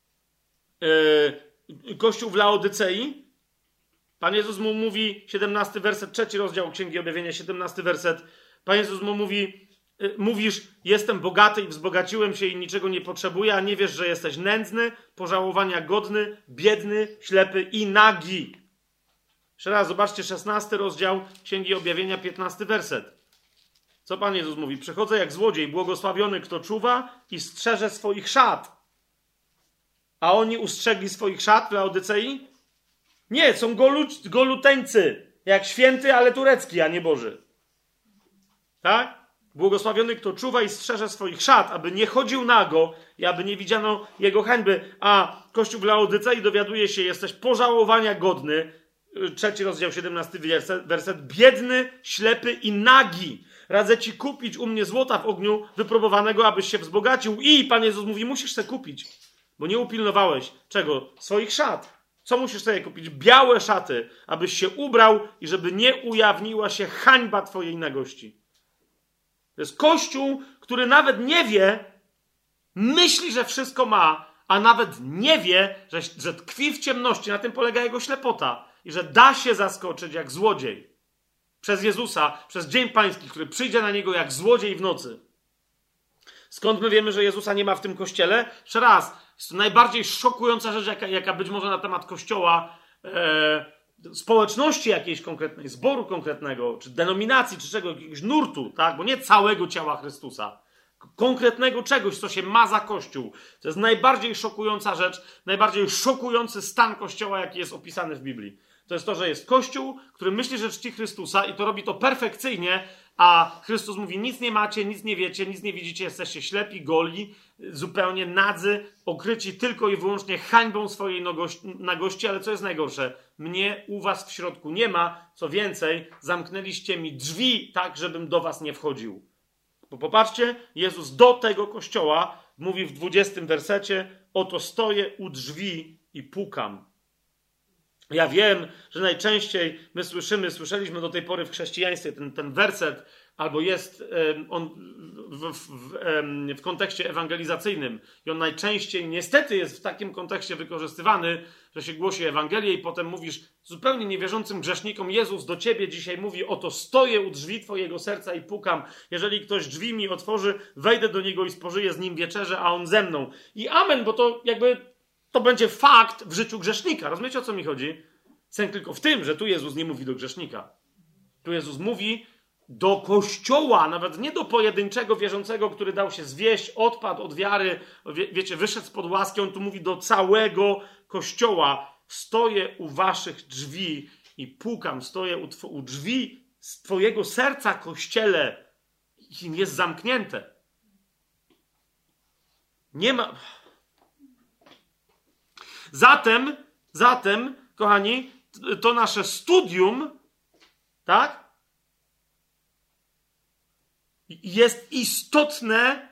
[SPEAKER 2] Kościół w Laodycei. Pan Jezus mu mówi, 17 werset, 3 rozdział Księgi Objawienia, 17 werset. Pan Jezus mu mówi, mówisz, jestem bogaty i wzbogaciłem się i niczego nie potrzebuję, a nie wiesz, że jesteś nędzny, pożałowania godny, biedny, ślepy i nagi. Jeszcze raz, zobaczcie, 16 rozdział Księgi Objawienia, 15 werset. Co Pan Jezus mówi? Przychodzę jak złodziej, błogosławiony, kto czuwa i strzeże swoich szat. A oni ustrzegli swoich szat w Laodycei? Nie, są goluteńcy. Jak święty, ale turecki, a nie Boży. Tak? Błogosławiony, kto czuwa i strzeże swoich szat, aby nie chodził nago i aby nie widziano jego hańby. A Kościół w Laodycei dowiaduje się, jesteś pożałowania godny. 3 rozdział, 17 werset. Biedny, ślepy i nagi. Radzę ci kupić u mnie złota w ogniu wypróbowanego, abyś się wzbogacił. I Pan Jezus mówi, musisz sobie kupić, bo nie upilnowałeś czego? Swoich szat. Co musisz sobie kupić? Białe szaty, abyś się ubrał i żeby nie ujawniła się hańba twojej nagości. To jest Kościół, który nawet nie wie, myśli, że wszystko ma, a nawet nie wie, że tkwi w ciemności. Na tym polega jego ślepota. I że da się zaskoczyć jak złodziej. Przez Jezusa, przez Dzień Pański, który przyjdzie na niego jak złodziej w nocy. Skąd my wiemy, że Jezusa nie ma w tym kościele? Jeszcze raz, jest to najbardziej szokująca rzecz, jaka być może na temat kościoła, społeczności jakiejś konkretnej, zboru konkretnego, czy denominacji, czy czegoś, jakiegoś nurtu, tak? Bo nie całego ciała Chrystusa. Konkretnego czegoś, co się ma za Kościół. To jest najbardziej szokująca rzecz, najbardziej szokujący stan Kościoła, jaki jest opisany w Biblii. To jest to, że jest Kościół, który myśli, że czci Chrystusa i to robi to perfekcyjnie, a Chrystus mówi, nic nie macie, nic nie wiecie, nic nie widzicie, jesteście ślepi, goli, zupełnie nadzy, okryci tylko i wyłącznie hańbą swojej nagości, ale co jest najgorsze? Mnie u was w środku nie ma, co więcej, zamknęliście mi drzwi tak, żebym do was nie wchodził. Bo popatrzcie, Jezus do tego kościoła mówi w 20 wersecie: oto stoję u drzwi i pukam. Ja wiem, że najczęściej my słyszeliśmy do tej pory w chrześcijaństwie ten werset, albo jest on w kontekście ewangelizacyjnym. I on najczęściej niestety jest w takim kontekście wykorzystywany, że się głosi Ewangelię i potem mówisz zupełnie niewierzącym grzesznikom: Jezus do ciebie dzisiaj mówi: oto stoję u drzwi twojego serca i pukam. Jeżeli ktoś drzwi mi otworzy, wejdę do niego i spożyję z nim wieczerzę, a on ze mną. I amen, bo to jakby to będzie fakt w życiu grzesznika. Rozumiecie, o co mi chodzi? Sęk tylko w tym, że tu Jezus nie mówi do grzesznika. Tu Jezus mówi do Kościoła, nawet nie do pojedynczego wierzącego, który dał się zwieść, odpadł od wiary, wiecie, wyszedł spod łaski. On tu mówi do całego Kościoła: stoję u waszych drzwi i pukam, stoję u drzwi z twojego serca, Kościele. Im jest zamknięte. Nie ma... Zatem, kochani, to nasze studium, tak, jest istotne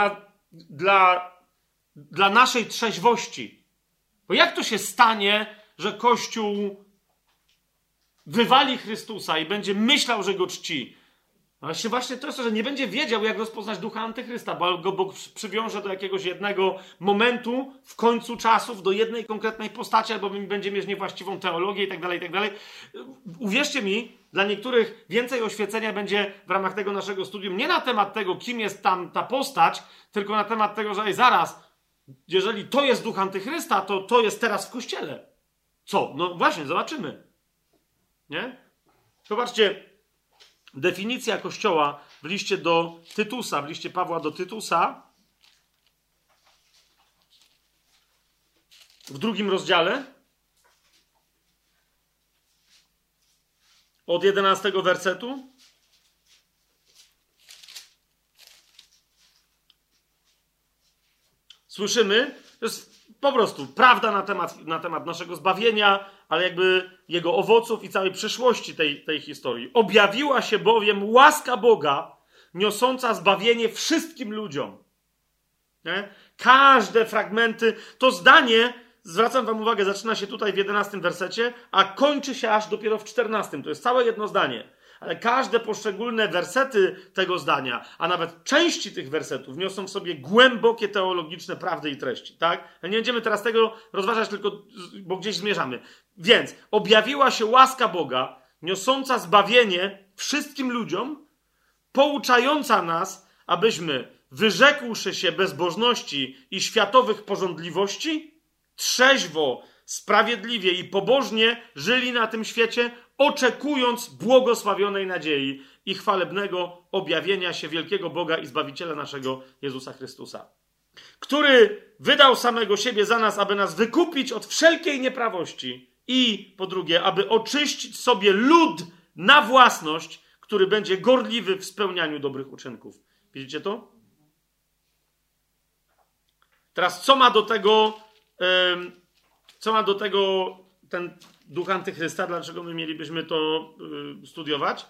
[SPEAKER 2] dla naszej trzeźwości. Bo jak to się stanie, że Kościół wywali Chrystusa i będzie myślał, że go czci? Właśnie to jest to, że nie będzie wiedział, jak rozpoznać ducha antychrysta, bo go przywiąże do jakiegoś jednego momentu w końcu czasów, do jednej konkretnej postaci, albo będzie mieć niewłaściwą teologię i tak dalej, i tak dalej. Uwierzcie mi, dla niektórych więcej oświecenia będzie w ramach tego naszego studium nie na temat tego, kim jest tam ta postać, tylko na temat tego, że zaraz, jeżeli to jest duch antychrysta, to jest teraz w Kościele. Co? No właśnie, zobaczymy. Nie? Zobaczcie, definicja Kościoła w liście do Tytusa, w liście Pawła do Tytusa, w 2 rozdziale, od 11 wersetu. Słyszymy, to jest po prostu prawda na temat naszego zbawienia, ale jakby jego owoców i całej przyszłości tej historii. Objawiła się bowiem łaska Boga, niosąca zbawienie wszystkim ludziom. Nie? Każde fragmenty, to zdanie, zwracam wam uwagę, zaczyna się tutaj w 11 wersecie, a kończy się aż dopiero w 14. To jest całe jedno zdanie. Ale każde poszczególne wersety tego zdania, a nawet części tych wersetów niosą w sobie głębokie teologiczne prawdy i treści. Tak? Nie będziemy teraz tego rozważać, tylko bo gdzieś zmierzamy. Więc objawiła się łaska Boga, niosąca zbawienie wszystkim ludziom, pouczająca nas, abyśmy, wyrzekłszy się bezbożności i światowych pożądliwości, trzeźwo, sprawiedliwie i pobożnie żyli na tym świecie, oczekując błogosławionej nadziei i chwalebnego objawienia się wielkiego Boga i Zbawiciela naszego Jezusa Chrystusa, który wydał samego siebie za nas, aby nas wykupić od wszelkiej nieprawości i, po drugie, aby oczyścić sobie lud na własność, który będzie gorliwy w spełnianiu dobrych uczynków. Widzicie to? Teraz co ma do tego ten duch antychrysta? Dlaczego my mielibyśmy to studiować?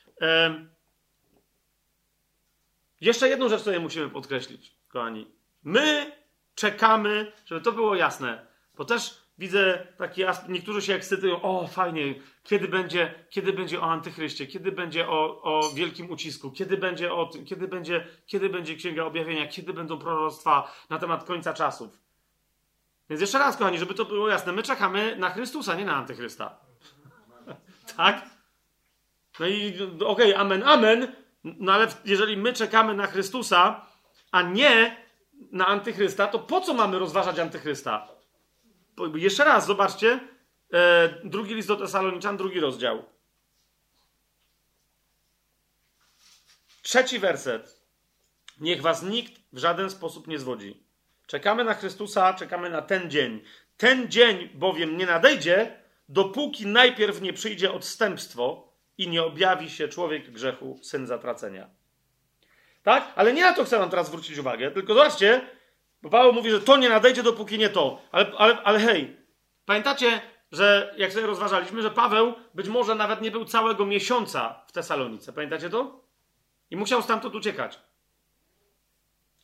[SPEAKER 2] Jeszcze jedną rzecz sobie musimy podkreślić, kochani. My czekamy, żeby to było jasne, bo też widzę taki aspekt, niektórzy się ekscytują: o, fajnie, kiedy będzie o antychryście, kiedy będzie o wielkim ucisku, kiedy będzie o tym, kiedy będzie Księga Objawienia, kiedy będą proroctwa na temat końca czasów. Więc jeszcze raz, kochani, żeby to było jasne, my czekamy na Chrystusa, nie na antychrysta. Tak? No i okej, amen, amen, no ale jeżeli my czekamy na Chrystusa, a nie na antychrysta, to po co mamy rozważać antychrysta? Jeszcze raz, zobaczcie, 2 list do Tesaloniczan, 2 rozdział. 3 werset. Niech was nikt w żaden sposób nie zwodzi. Czekamy na Chrystusa, czekamy na ten dzień. Ten dzień bowiem nie nadejdzie, dopóki najpierw nie przyjdzie odstępstwo i nie objawi się człowiek grzechu, syn zatracenia. Tak? Ale nie na to chcę wam teraz zwrócić uwagę, tylko zobaczcie, bo Paweł mówi, że to nie nadejdzie, dopóki nie to. Ale hej, pamiętacie, że jak sobie rozważaliśmy, że Paweł być może nawet nie był całego miesiąca w Tesalonice. Pamiętacie to? I musiał stamtąd uciekać.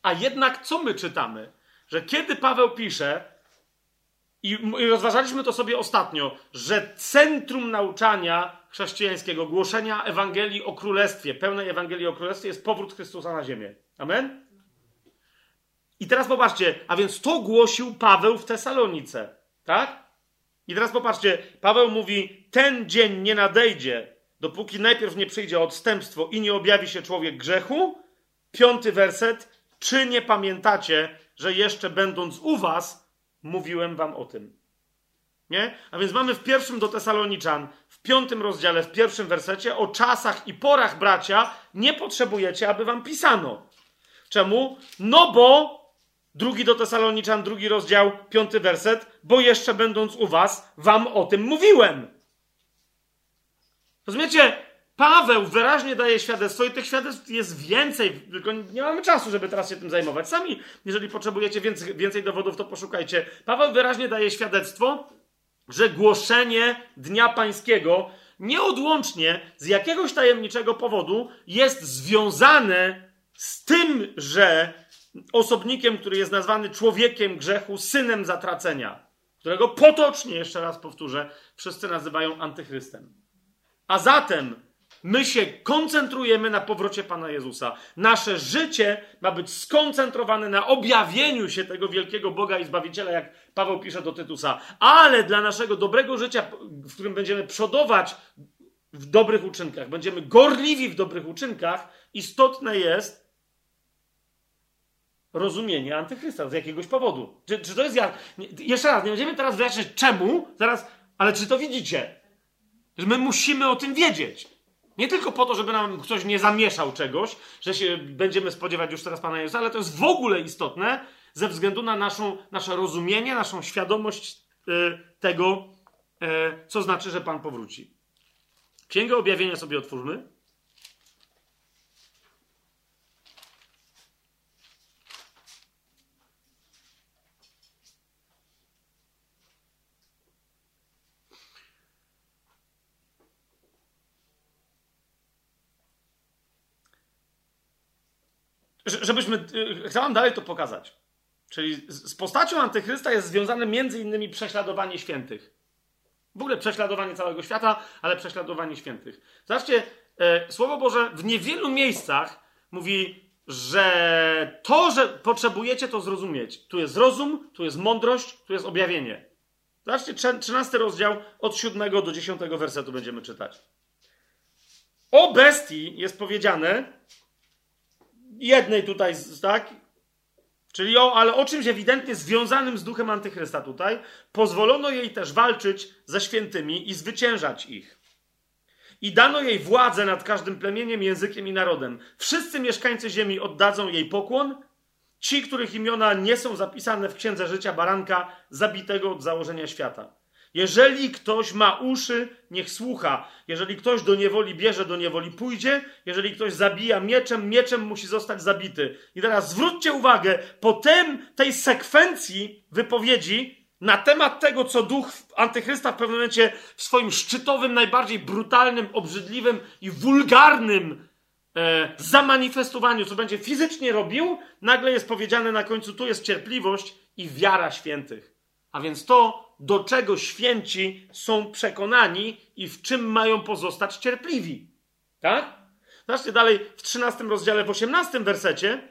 [SPEAKER 2] A jednak co my czytamy? Że kiedy Paweł pisze, i rozważaliśmy to sobie ostatnio, że centrum nauczania chrześcijańskiego, głoszenia Ewangelii o Królestwie, pełnej Ewangelii o Królestwie jest powrót Chrystusa na ziemię. Amen? I teraz popatrzcie, a więc to głosił Paweł w Tesalonice, tak? I teraz popatrzcie, Paweł mówi, ten dzień nie nadejdzie, dopóki najpierw nie przyjdzie odstępstwo i nie objawi się człowiek grzechu. 5 werset, czy nie pamiętacie, że jeszcze będąc u was, mówiłem wam o tym. Nie? A więc mamy w 1 do Tesaloniczan, w 5 rozdziale, w 1 wersecie, o czasach i porach, bracia, nie potrzebujecie, aby wam pisano. Czemu? No bo, 2 do Tesaloniczan, 2 rozdział, 5 werset, bo jeszcze będąc u was, wam o tym mówiłem. Rozumiecie? Paweł wyraźnie daje świadectwo i tych świadectw jest więcej, tylko nie mamy czasu, żeby teraz się tym zajmować. Sami, jeżeli potrzebujecie więcej dowodów, to poszukajcie. Paweł wyraźnie daje świadectwo, że głoszenie Dnia Pańskiego nieodłącznie z jakiegoś tajemniczego powodu jest związane z tym, że osobnikiem, który jest nazwany człowiekiem grzechu, synem zatracenia, którego potocznie, jeszcze raz powtórzę, wszyscy nazywają antychrystem. A zatem my się koncentrujemy na powrocie Pana Jezusa. Nasze życie ma być skoncentrowane na objawieniu się tego wielkiego Boga i Zbawiciela, jak Paweł pisze do Tytusa. Ale dla naszego dobrego życia, w którym będziemy przodować w dobrych uczynkach, będziemy gorliwi w dobrych uczynkach, istotne jest rozumienie antychrysta z jakiegoś powodu. Czy to jest jeszcze raz, nie będziemy teraz wyjaśniać czemu, zaraz, ale czy to widzicie? Że my musimy o tym wiedzieć. Nie tylko po to, żeby nam ktoś nie zamieszał czegoś, że się będziemy spodziewać już teraz Pana Jezusa, ale to jest w ogóle istotne ze względu na nasze rozumienie, naszą świadomość tego, co znaczy, że Pan powróci. Księgę Objawienia sobie otwórzmy. Chcę wam dalej to pokazać. Czyli z postacią antychrysta jest związane między innymi prześladowanie świętych. W ogóle prześladowanie całego świata, ale prześladowanie świętych. Zobaczcie, Słowo Boże w niewielu miejscach mówi, że to, że potrzebujecie to zrozumieć. Tu jest rozum, tu jest mądrość, tu jest objawienie. Zobaczcie, 13 rozdział od 7 do 10 wersetu będziemy czytać. O bestii jest powiedziane, jednej tutaj, tak? Czyli ale o czymś ewidentnie związanym z duchem antychrysta tutaj. Pozwolono jej też walczyć ze świętymi i zwyciężać ich. I dano jej władzę nad każdym plemieniem, językiem i narodem. Wszyscy mieszkańcy ziemi oddadzą jej pokłon. Ci, których imiona nie są zapisane w Księdze Życia Baranka, zabitego od założenia świata. Jeżeli ktoś ma uszy, niech słucha. Jeżeli ktoś do niewoli bierze, do niewoli pójdzie. Jeżeli ktoś zabija mieczem, mieczem musi zostać zabity. I teraz zwróćcie uwagę, po tej sekwencji wypowiedzi na temat tego, co duch antychrysta w pewnym momencie w swoim szczytowym, najbardziej brutalnym, obrzydliwym i wulgarnym zamanifestowaniu, co będzie fizycznie robił, nagle jest powiedziane na końcu, tu jest cierpliwość i wiara świętych. A więc to, do czego święci są przekonani i w czym mają pozostać cierpliwi. Tak? Zobaczcie dalej w 13 rozdziale, w 18 wersecie,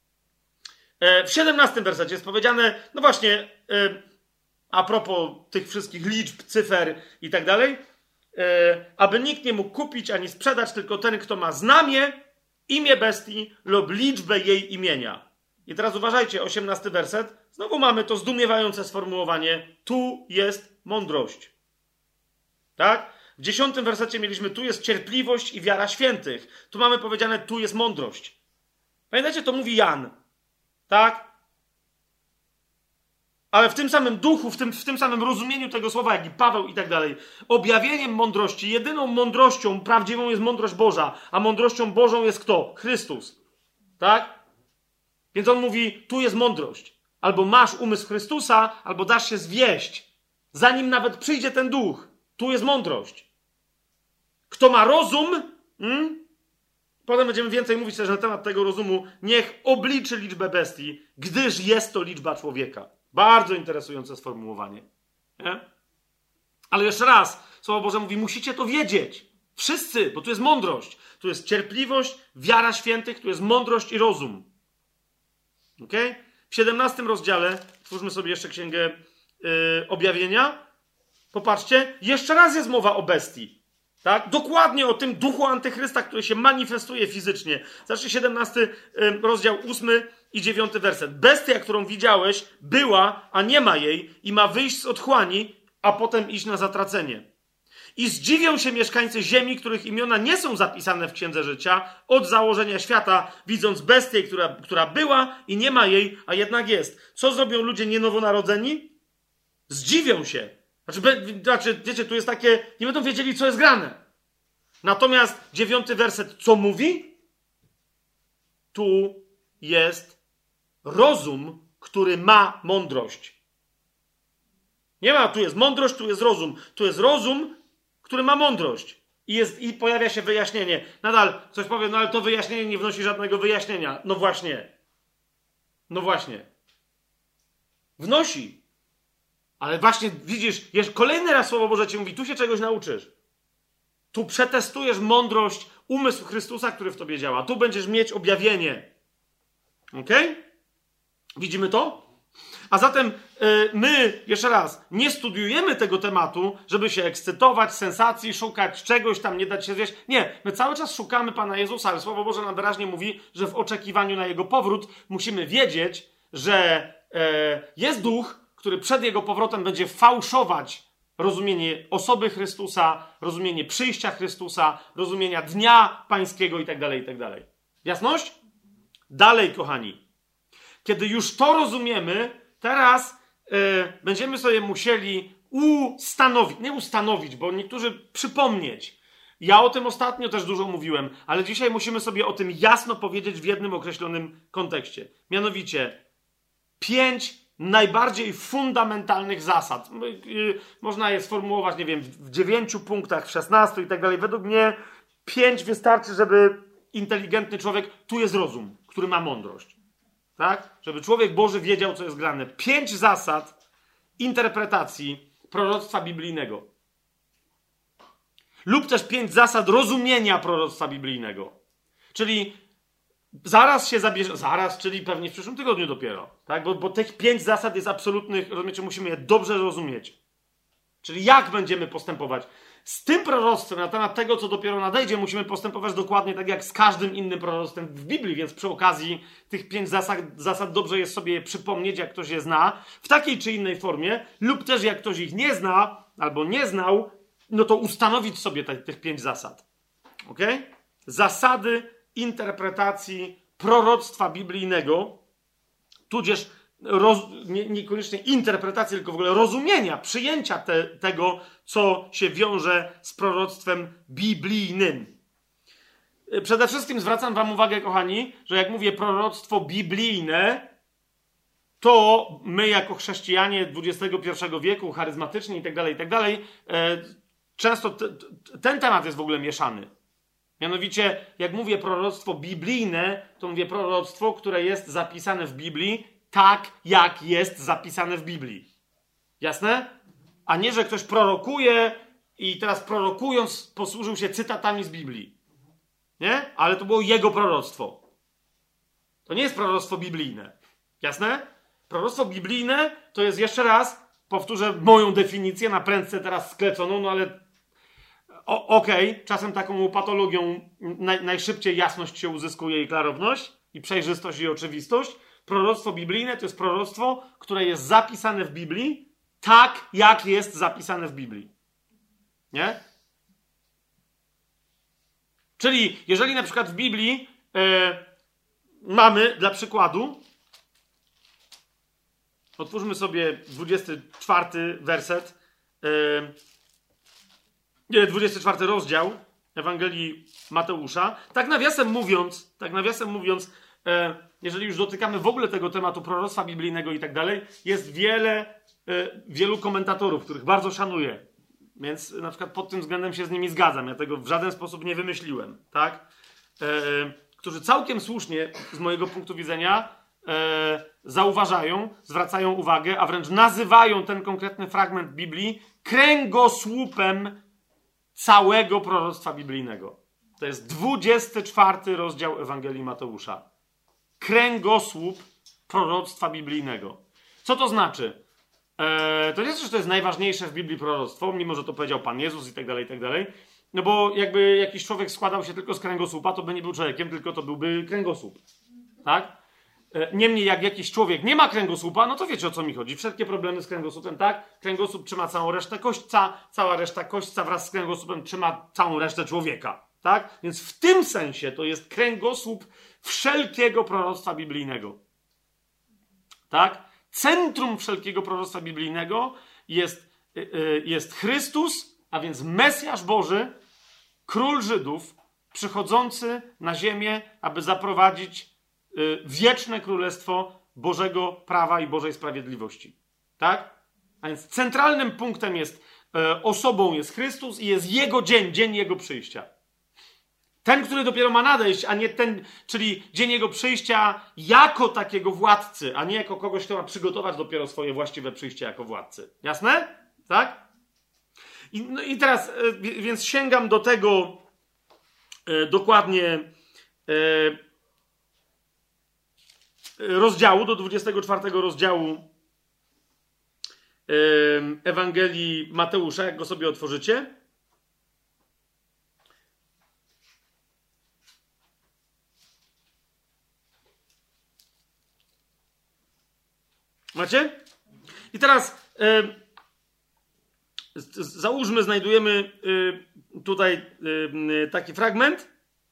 [SPEAKER 2] w 17 wersecie jest powiedziane, no właśnie, a propos tych wszystkich liczb, cyfer i tak dalej, aby nikt nie mógł kupić ani sprzedać, tylko ten, kto ma znamię, imię bestii lub liczbę jej imienia. I teraz uważajcie, 18 werset. Znowu mamy to zdumiewające sformułowanie. Tu jest mądrość. Tak? W 10 wersecie mieliśmy tu jest cierpliwość i wiara świętych. Tu mamy powiedziane tu jest mądrość. Pamiętacie, to mówi Jan. Tak? Ale w tym samym duchu, w tym samym rozumieniu tego słowa, jak i Paweł i tak dalej. Objawieniem mądrości, jedyną mądrością prawdziwą jest mądrość Boża. A mądrością Bożą jest kto? Chrystus. Tak? Więc on mówi, tu jest mądrość. Albo masz umysł Chrystusa, albo dasz się zwieść. Zanim nawet przyjdzie ten duch. Tu jest mądrość. Kto ma rozum, Potem będziemy więcej mówić też na temat tego rozumu. Niech obliczy liczbę bestii, gdyż jest to liczba człowieka. Bardzo interesujące sformułowanie. Nie? Ale jeszcze raz, Słowo Boże mówi, musicie to wiedzieć. Wszyscy, bo tu jest mądrość. Tu jest cierpliwość, wiara świętych, tu jest mądrość i rozum. Okay? W 17 rozdziale, twórzmy sobie jeszcze Księgę Objawienia. Popatrzcie, jeszcze raz jest mowa o bestii. Tak? Dokładnie o tym duchu antychrysta, który się manifestuje fizycznie. Zacznij 17 rozdział 8 i 9 werset. Bestia, którą widziałeś, była, a nie ma jej i ma wyjść z otchłani, a potem iść na zatracenie. I zdziwią się mieszkańcy ziemi, których imiona nie są zapisane w Księdze Życia od założenia świata, widząc bestię, która była i nie ma jej, a jednak jest. Co zrobią ludzie nienowonarodzeni? Zdziwią się. Znaczy, wiecie, tu jest takie, nie będą wiedzieli, co jest grane. Natomiast 9 werset, co mówi? Tu jest rozum, który ma mądrość. Nie ma, tu jest mądrość, tu jest rozum. Tu jest rozum, który ma mądrość. I pojawia się wyjaśnienie. Nadal ktoś powie, no ale to wyjaśnienie nie wnosi żadnego wyjaśnienia. No właśnie. No właśnie. Wnosi. Ale właśnie widzisz, kolejny raz Słowo Boże ci mówi, tu się czegoś nauczysz. Tu przetestujesz mądrość, umysł Chrystusa, który w tobie działa. Tu będziesz mieć objawienie. Okej? Widzimy to? A zatem my, jeszcze raz, nie studiujemy tego tematu, żeby się ekscytować, sensacji, szukać czegoś tam, nie dać się zwieść. Nie, my cały czas szukamy Pana Jezusa, ale Słowo Boże nam wyraźnie mówi, że w oczekiwaniu na Jego powrót musimy wiedzieć, że jest duch, który przed Jego powrotem będzie fałszować rozumienie osoby Chrystusa, rozumienie przyjścia Chrystusa, rozumienia Dnia Pańskiego itd., itd. Jasność? Dalej, kochani. Kiedy już to rozumiemy, teraz będziemy sobie musieli ustanowić, bo niektórzy przypomnieć. Ja o tym ostatnio też dużo mówiłem, ale dzisiaj musimy sobie o tym jasno powiedzieć w jednym określonym kontekście. Mianowicie 5 najbardziej fundamentalnych zasad. Można je sformułować, nie wiem, w 9 punktach, w 16 i tak dalej. Według mnie 5 wystarczy, żeby inteligentny człowiek, tu jest rozum, który ma mądrość. Tak? Żeby człowiek Boży wiedział, co jest grane. 5 zasad interpretacji proroctwa biblijnego. Lub też 5 zasad rozumienia proroctwa biblijnego. Czyli zaraz się zabierze, czyli pewnie w przyszłym tygodniu dopiero. Tak? Bo tych 5 zasad jest absolutnych, rozumiecie, musimy je dobrze rozumieć. Czyli jak będziemy postępować. Z tym proroctwem na temat tego, co dopiero nadejdzie, musimy postępować dokładnie tak jak z każdym innym proroctwem w Biblii, więc przy okazji tych 5 zasad dobrze jest sobie je przypomnieć, jak ktoś je zna, w takiej czy innej formie, lub też jak ktoś ich nie zna, albo nie znał, no to ustanowić sobie tych 5 zasad. Ok? Zasady interpretacji proroctwa biblijnego, tudzież niekoniecznie interpretacji, tylko w ogóle rozumienia, przyjęcia tego, co się wiąże z proroctwem biblijnym. Przede wszystkim zwracam wam uwagę, kochani, że jak mówię proroctwo biblijne, to my jako chrześcijanie XXI wieku, charyzmatyczni itd., często ten temat jest w ogóle mieszany. Mianowicie, jak mówię proroctwo biblijne, to mówię proroctwo, które jest zapisane w Biblii, tak jak jest zapisane w Biblii. Jasne? A nie, że ktoś prorokuje i teraz prorokując posłużył się cytatami z Biblii. Nie? Ale to było jego proroctwo. To nie jest proroctwo biblijne. Jasne? Proroctwo biblijne to jest, jeszcze raz, powtórzę moją definicję, na prędce teraz skleconą, no ale okej, czasem taką patologią najszybciej jasność się uzyskuje i klarowność, i przejrzystość i oczywistość. Proroctwo biblijne to jest proroctwo, które jest zapisane w Biblii tak, jak jest zapisane w Biblii. Nie? Czyli jeżeli na przykład w Biblii mamy, dla przykładu, otwórzmy sobie 24 werset, 24 rozdział Ewangelii Mateusza. Tak nawiasem mówiąc, jeżeli już dotykamy w ogóle tego tematu proroctwa biblijnego i tak dalej, jest wielu komentatorów, których bardzo szanuję. Więc na przykład pod tym względem się z nimi zgadzam. Ja tego w żaden sposób nie wymyśliłem. Tak? którzy całkiem słusznie, z mojego punktu widzenia, zauważają, zwracają uwagę, a wręcz nazywają ten konkretny fragment Biblii kręgosłupem całego proroctwa biblijnego. To jest 24 rozdział Ewangelii Mateusza. Kręgosłup proroctwa biblijnego. Co to znaczy? To nie jest, że to jest najważniejsze w Biblii proroctwo, mimo że to powiedział Pan Jezus i tak dalej. No bo jakby jakiś człowiek składał się tylko z kręgosłupa, to by nie był człowiekiem, tylko to byłby kręgosłup. Tak? Niemniej jak jakiś człowiek nie ma kręgosłupa, no to wiecie, o co mi chodzi. Wszelkie problemy z kręgosłupem, tak? Kręgosłup trzyma całą resztę kośćca, cała reszta kośćca wraz z kręgosłupem trzyma całą resztę człowieka. Tak? Więc w tym sensie to jest kręgosłup wszelkiego proroctwa biblijnego. Tak? Centrum wszelkiego proroctwa biblijnego jest Chrystus, a więc Mesjasz Boży, Król Żydów, przychodzący na ziemię, aby zaprowadzić wieczne królestwo Bożego prawa i Bożej sprawiedliwości. Tak? A więc centralnym punktem jest, osobą jest Chrystus i jest Jego dzień, dzień Jego przyjścia. Ten, który dopiero ma nadejść, a nie ten, czyli dzień Jego przyjścia jako takiego władcy, a nie jako kogoś, kto ma przygotować dopiero swoje właściwe przyjście jako władcy. Jasne? Tak? I teraz, więc sięgam do tego dokładnie rozdziału, do 24 rozdziału Ewangelii Mateusza, jak go sobie otworzycie. Macie? I teraz załóżmy, znajdujemy tutaj taki fragment.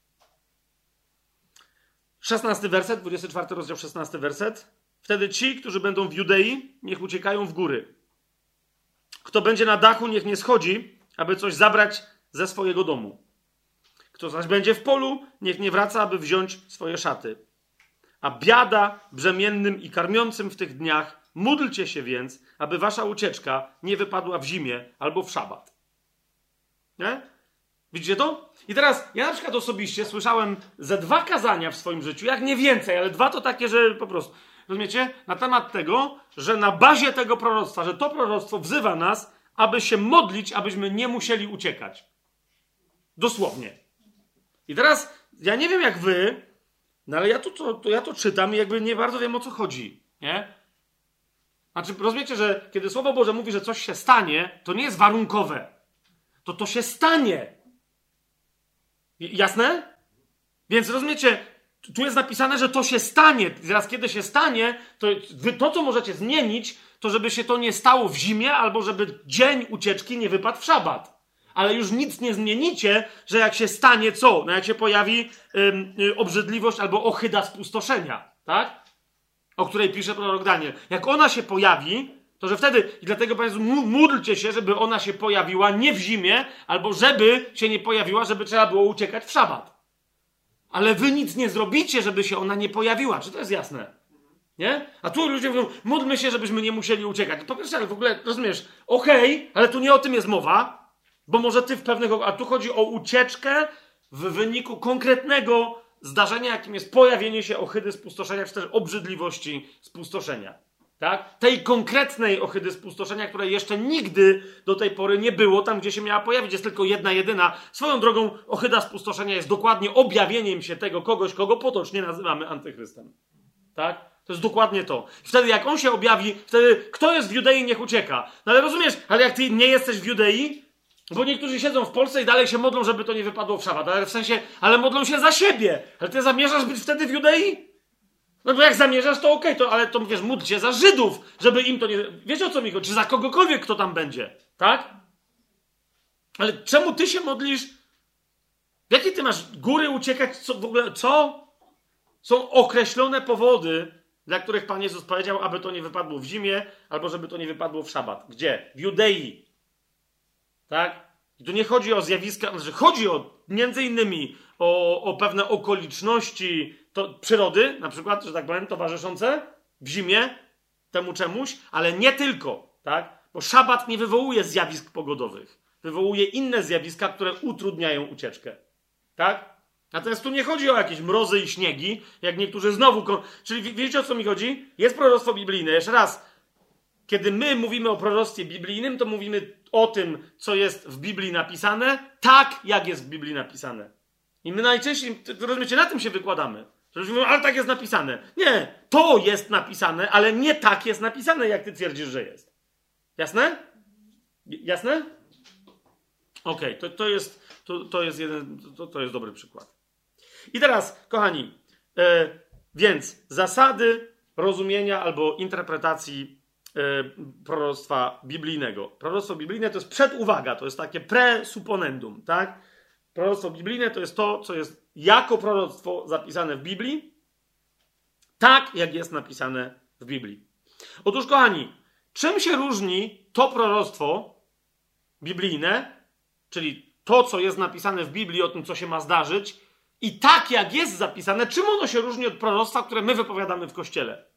[SPEAKER 2] 16 werset, 24 rozdział, 16 werset. Wtedy ci, którzy będą w Judei, niech uciekają w góry. Kto będzie na dachu, niech nie schodzi, aby coś zabrać ze swojego domu. Kto zaś będzie w polu, niech nie wraca, aby wziąć swoje szaty. A biada brzemiennym i karmiącym w tych dniach, módlcie się więc, aby wasza ucieczka nie wypadła w zimie albo w szabat. Nie? Widzicie to? I teraz ja na przykład osobiście słyszałem ze 2 kazania w swoim życiu, jak nie więcej, ale 2 to takie, że po prostu, rozumiecie? Na temat tego, że na bazie tego proroctwa, że to proroctwo wzywa nas, aby się modlić, abyśmy nie musieli uciekać. Dosłownie. I teraz, ja nie wiem jak wy, no ale ja to czytam i jakby nie bardzo wiem, o co chodzi. Nie? Znaczy, rozumiecie, że kiedy Słowo Boże mówi, że coś się stanie, to nie jest warunkowe. To się stanie. Jasne? Więc rozumiecie, tu jest napisane, że to się stanie. Teraz kiedy się stanie, to wy to, co możecie zmienić, to żeby się to nie stało w zimie, albo żeby dzień ucieczki nie wypadł w szabat. Ale już nic nie zmienicie, że jak się stanie co? No jak się pojawi obrzydliwość albo ohyda spustoszenia, tak? O której pisze prorok Daniel. Jak ona się pojawi, to że wtedy, i dlatego Państwo módlcie się, żeby ona się pojawiła nie w zimie, albo żeby się nie pojawiła, żeby trzeba było uciekać w szabat. Ale wy nic nie zrobicie, żeby się ona nie pojawiła. Czy to jest jasne? Nie? A tu ludzie mówią, módlmy się, żebyśmy nie musieli uciekać. Po pierwsze, ale w ogóle, rozumiesz, okej, ale tu nie o tym jest mowa, bo może ty w pewnych... A tu chodzi o ucieczkę w wyniku konkretnego zdarzenia, jakim jest pojawienie się ohydy spustoszenia, czy też obrzydliwości spustoszenia. Tak? Tej konkretnej ohydy spustoszenia, której jeszcze nigdy do tej pory nie było, tam gdzie się miała pojawić, jest tylko jedna, jedyna. Swoją drogą ohyda spustoszenia jest dokładnie objawieniem się tego kogoś, kogo potocznie nazywamy antychrystem. Tak? To jest dokładnie to. Wtedy jak on się objawi, wtedy kto jest w Judei, niech ucieka. No ale rozumiesz, ale jak ty nie jesteś w Judei, bo niektórzy siedzą w Polsce i dalej się modlą, żeby to nie wypadło w szabat, ale w sensie, ale modlą się za siebie. Ale ty zamierzasz być wtedy w Judei? No bo jak zamierzasz, to okej, ale to wiesz, módl się za Żydów, żeby im to nie... Wiecie o co mi chodzi? Czy za kogokolwiek, kto tam będzie, tak? Ale czemu ty się modlisz? W jakie ty masz góry uciekać? Co w ogóle, co? Są określone powody, dla których Pan Jezus powiedział, aby to nie wypadło w zimie, albo żeby to nie wypadło w szabat. Gdzie? W Judei. Tak? I tu nie chodzi o zjawiska, znaczy chodzi między innymi o pewne okoliczności przyrody, na przykład, że tak powiem, towarzyszące w zimie temu czemuś, ale nie tylko, tak? Bo szabat nie wywołuje zjawisk pogodowych. Wywołuje inne zjawiska, które utrudniają ucieczkę. Tak? Natomiast tu nie chodzi o jakieś mrozy i śniegi, jak niektórzy znowu... Czyli wiecie, o co mi chodzi? Jest proroctwo biblijne. Jeszcze raz, kiedy my mówimy o proroctwie biblijnym, to mówimy o tym, co jest w Biblii napisane, tak jak jest w Biblii napisane. I my najczęściej, rozumiecie, na tym się wykładamy. Że mówimy, ale tak jest napisane. Nie, to jest napisane, ale nie tak jest napisane, jak ty twierdzisz, że jest. Jasne? Jasne? Okej, to jest dobry przykład. I teraz, kochani, więc zasady rozumienia albo interpretacji proroctwa biblijnego. Proroctwo biblijne to jest przeduwaga, to jest takie presupponendum, tak? Proroctwo biblijne to jest to, co jest jako proroctwo zapisane w Biblii, tak jak jest napisane w Biblii. Otóż, kochani, czym się różni to proroctwo biblijne, czyli to, co jest napisane w Biblii o tym, co się ma zdarzyć, i tak jak jest zapisane, czym ono się różni od proroctwa, które my wypowiadamy w Kościele?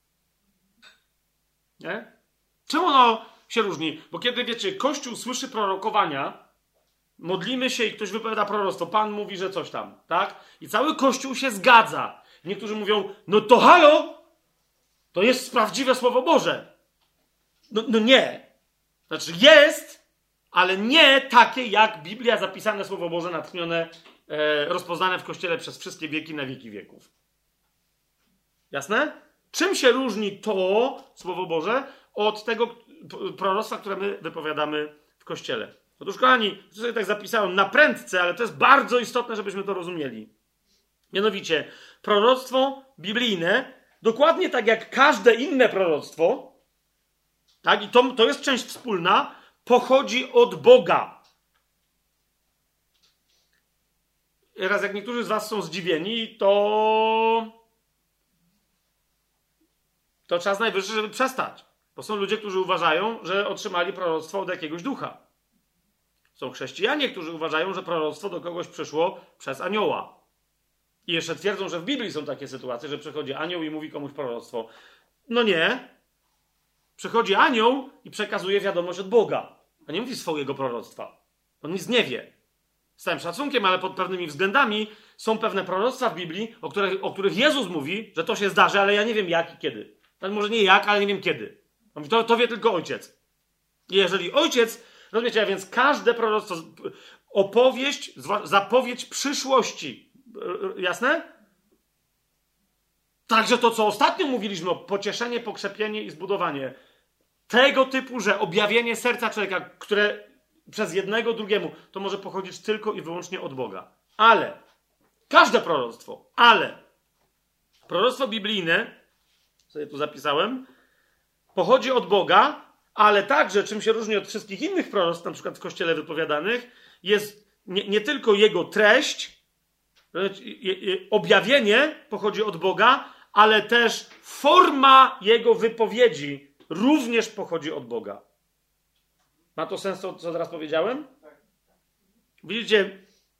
[SPEAKER 2] Nie? Czym ono się różni? Bo kiedy, wiecie, Kościół słyszy prorokowania, modlimy się i ktoś wypowiada proroctwo, Pan mówi, że coś tam, tak? I cały Kościół się zgadza. Niektórzy mówią, no to halo, to jest prawdziwe Słowo Boże. No nie. Znaczy jest, ale nie takie jak Biblia, zapisane Słowo Boże, natchnione, rozpoznane w Kościele przez wszystkie wieki na wieki wieków. Jasne? Czym się różni to Słowo Boże od tego proroctwa, które my wypowiadamy w Kościele? Otóż, kochani, to sobie tak zapisałem na prędce, ale to jest bardzo istotne, żebyśmy to rozumieli. Mianowicie, proroctwo biblijne, dokładnie tak jak każde inne proroctwo, tak, i to jest część wspólna, pochodzi od Boga. I teraz, jak niektórzy z was są zdziwieni, to czas najwyższy, żeby przestać. Bo są ludzie, którzy uważają, że otrzymali proroctwo od jakiegoś ducha. Są chrześcijanie, którzy uważają, że proroctwo do kogoś przyszło przez anioła. I jeszcze twierdzą, że w Biblii są takie sytuacje, że przychodzi anioł i mówi komuś proroctwo. No nie. Przychodzi anioł i przekazuje wiadomość od Boga. A nie mówi swojego proroctwa. On nic nie wie. Z całym szacunkiem, ale pod pewnymi względami są pewne proroctwa w Biblii, o których Jezus mówi, że to się zdarzy, ale ja nie wiem jak i kiedy. Może nie jak, ale nie wiem kiedy. On mówi, to wie tylko Ojciec. I jeżeli Ojciec, rozumiecie, a więc każde proroctwo, opowieść, zapowiedź przyszłości. Jasne? Także to, co ostatnio mówiliśmy o pocieszenie, pokrzepienie i zbudowanie. Tego typu, że objawienie serca człowieka, które przez jednego, drugiemu, to może pochodzić tylko i wyłącznie od Boga. Ale, każde proroctwo biblijne, sobie tu zapisałem, pochodzi od Boga, ale także, czym się różni od wszystkich innych proroctw, na przykład w Kościele wypowiadanych, jest nie tylko jego treść, objawienie pochodzi od Boga, ale też forma jego wypowiedzi również pochodzi od Boga. Ma to sens, co teraz powiedziałem? Widzicie,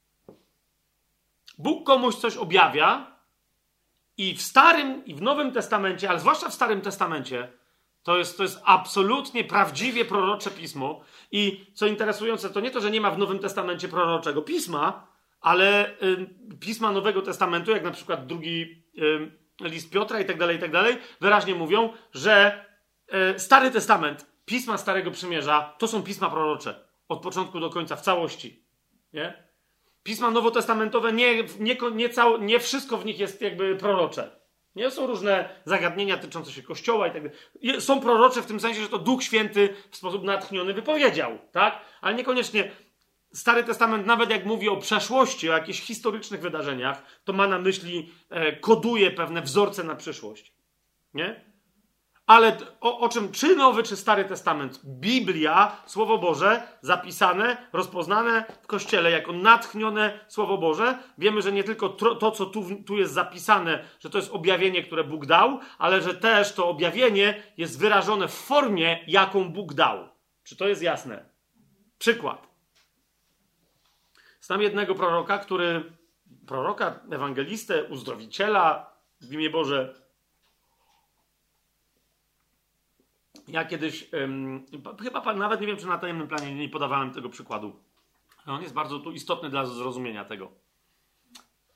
[SPEAKER 2] Bóg komuś coś objawia i w Starym i w Nowym Testamencie, ale zwłaszcza w Starym Testamencie, to jest absolutnie prawdziwie prorocze pismo. I co interesujące, to nie to, że nie ma w Nowym Testamencie proroczego pisma, ale pisma Nowego Testamentu, jak na przykład drugi list Piotra i tak dalej, wyraźnie mówią, że Stary Testament, pisma Starego Przymierza, to są pisma prorocze. Od początku do końca, w całości. Nie? Pisma nowotestamentowe, nie wszystko w nich jest jakby prorocze. Nie? Są różne zagadnienia tyczące się Kościoła i tak dalej. Są prorocze w tym sensie, że to Duch Święty w sposób natchniony wypowiedział. Tak? Ale niekoniecznie Stary Testament, nawet jak mówi o przeszłości, o jakichś historycznych wydarzeniach, to ma na myśli, koduje pewne wzorce na przyszłość. Nie? Ale o czym, czy Nowy, czy Stary Testament? Biblia, Słowo Boże, zapisane, rozpoznane w Kościele jako natchnione Słowo Boże. Wiemy, że nie tylko to, co tu jest zapisane, że to jest objawienie, które Bóg dał, ale że też to objawienie jest wyrażone w formie, jaką Bóg dał. Czy to jest jasne? Przykład. Znam jednego proroka, ewangelistę, uzdrowiciela, w imię Boże. Ja kiedyś, chyba nawet nie wiem, czy na tajemnym planie nie podawałem tego przykładu. On jest bardzo tu istotny dla zrozumienia tego.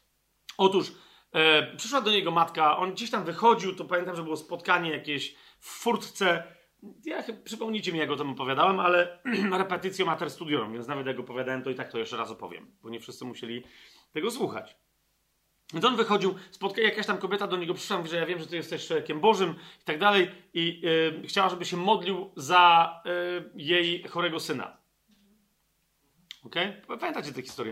[SPEAKER 2] Otóż przyszła do niego matka, on gdzieś tam wychodził, to pamiętam, że było spotkanie jakieś w furtce. Przypomnijcie mi, jak o tym opowiadałem, ale repetycjo mater studiorum, więc nawet jak opowiadałem, to i tak to jeszcze raz opowiem, bo nie wszyscy musieli tego słuchać. Więc on wychodził, jakaś tam kobieta do niego przyszła, mówi, że ja wiem, że ty jesteś człowiekiem Bożym i tak dalej i chciała, żeby się modlił za jej chorego syna. Okej? Pamiętacie tę historię?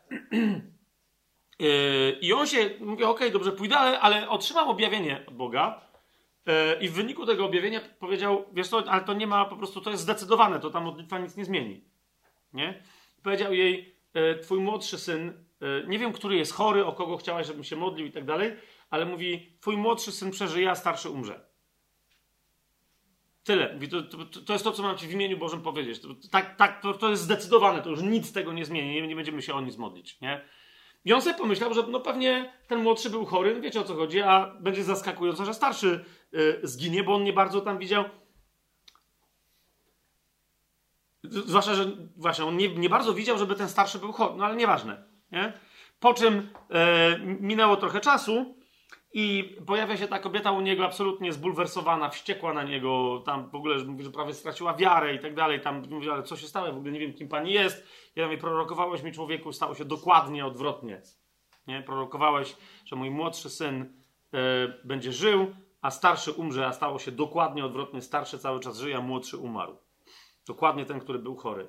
[SPEAKER 2] I on się mówi, okej, dobrze, pójdę, ale otrzymał objawienie od Boga i w wyniku tego objawienia powiedział, wiesz co, ale to nie ma, po prostu to jest zdecydowane, to ta modlitwa nic nie zmieni. Nie? Powiedział jej, twój młodszy syn, nie wiem, który jest chory, o kogo chciałaś, żebym się modlił i tak dalej, ale mówi, twój młodszy syn przeżyje, a starszy umrze. Tyle. Mówi, to jest to, co mam ci w imieniu Bożym powiedzieć. To jest zdecydowane, to już nic z tego nie zmieni, nie będziemy się o nic modlić, nie? I on sobie pomyślał, że no pewnie ten młodszy był chory, wiecie o co chodzi, a będzie zaskakujące, że starszy zginie, bo on nie bardzo tam widział. Zwłaszcza, że właśnie on nie bardzo widział, żeby ten starszy był chory, no ale nieważne. Nie? Po czym minęło trochę czasu i pojawia się ta kobieta u niego absolutnie zbulwersowana, wściekła na niego, tam w ogóle mówi, że prawie straciła wiarę i tak dalej. Tam mówi, ale co się stało? W ogóle nie wiem, kim pani jest. Ja mówię, prorokowałeś mi, człowieku, stało się dokładnie odwrotnie. Nie? Prorokowałeś, że mój młodszy syn będzie żył, a starszy umrze, a stało się dokładnie odwrotnie. Starszy cały czas żyje, a młodszy umarł. Dokładnie ten, który był chory.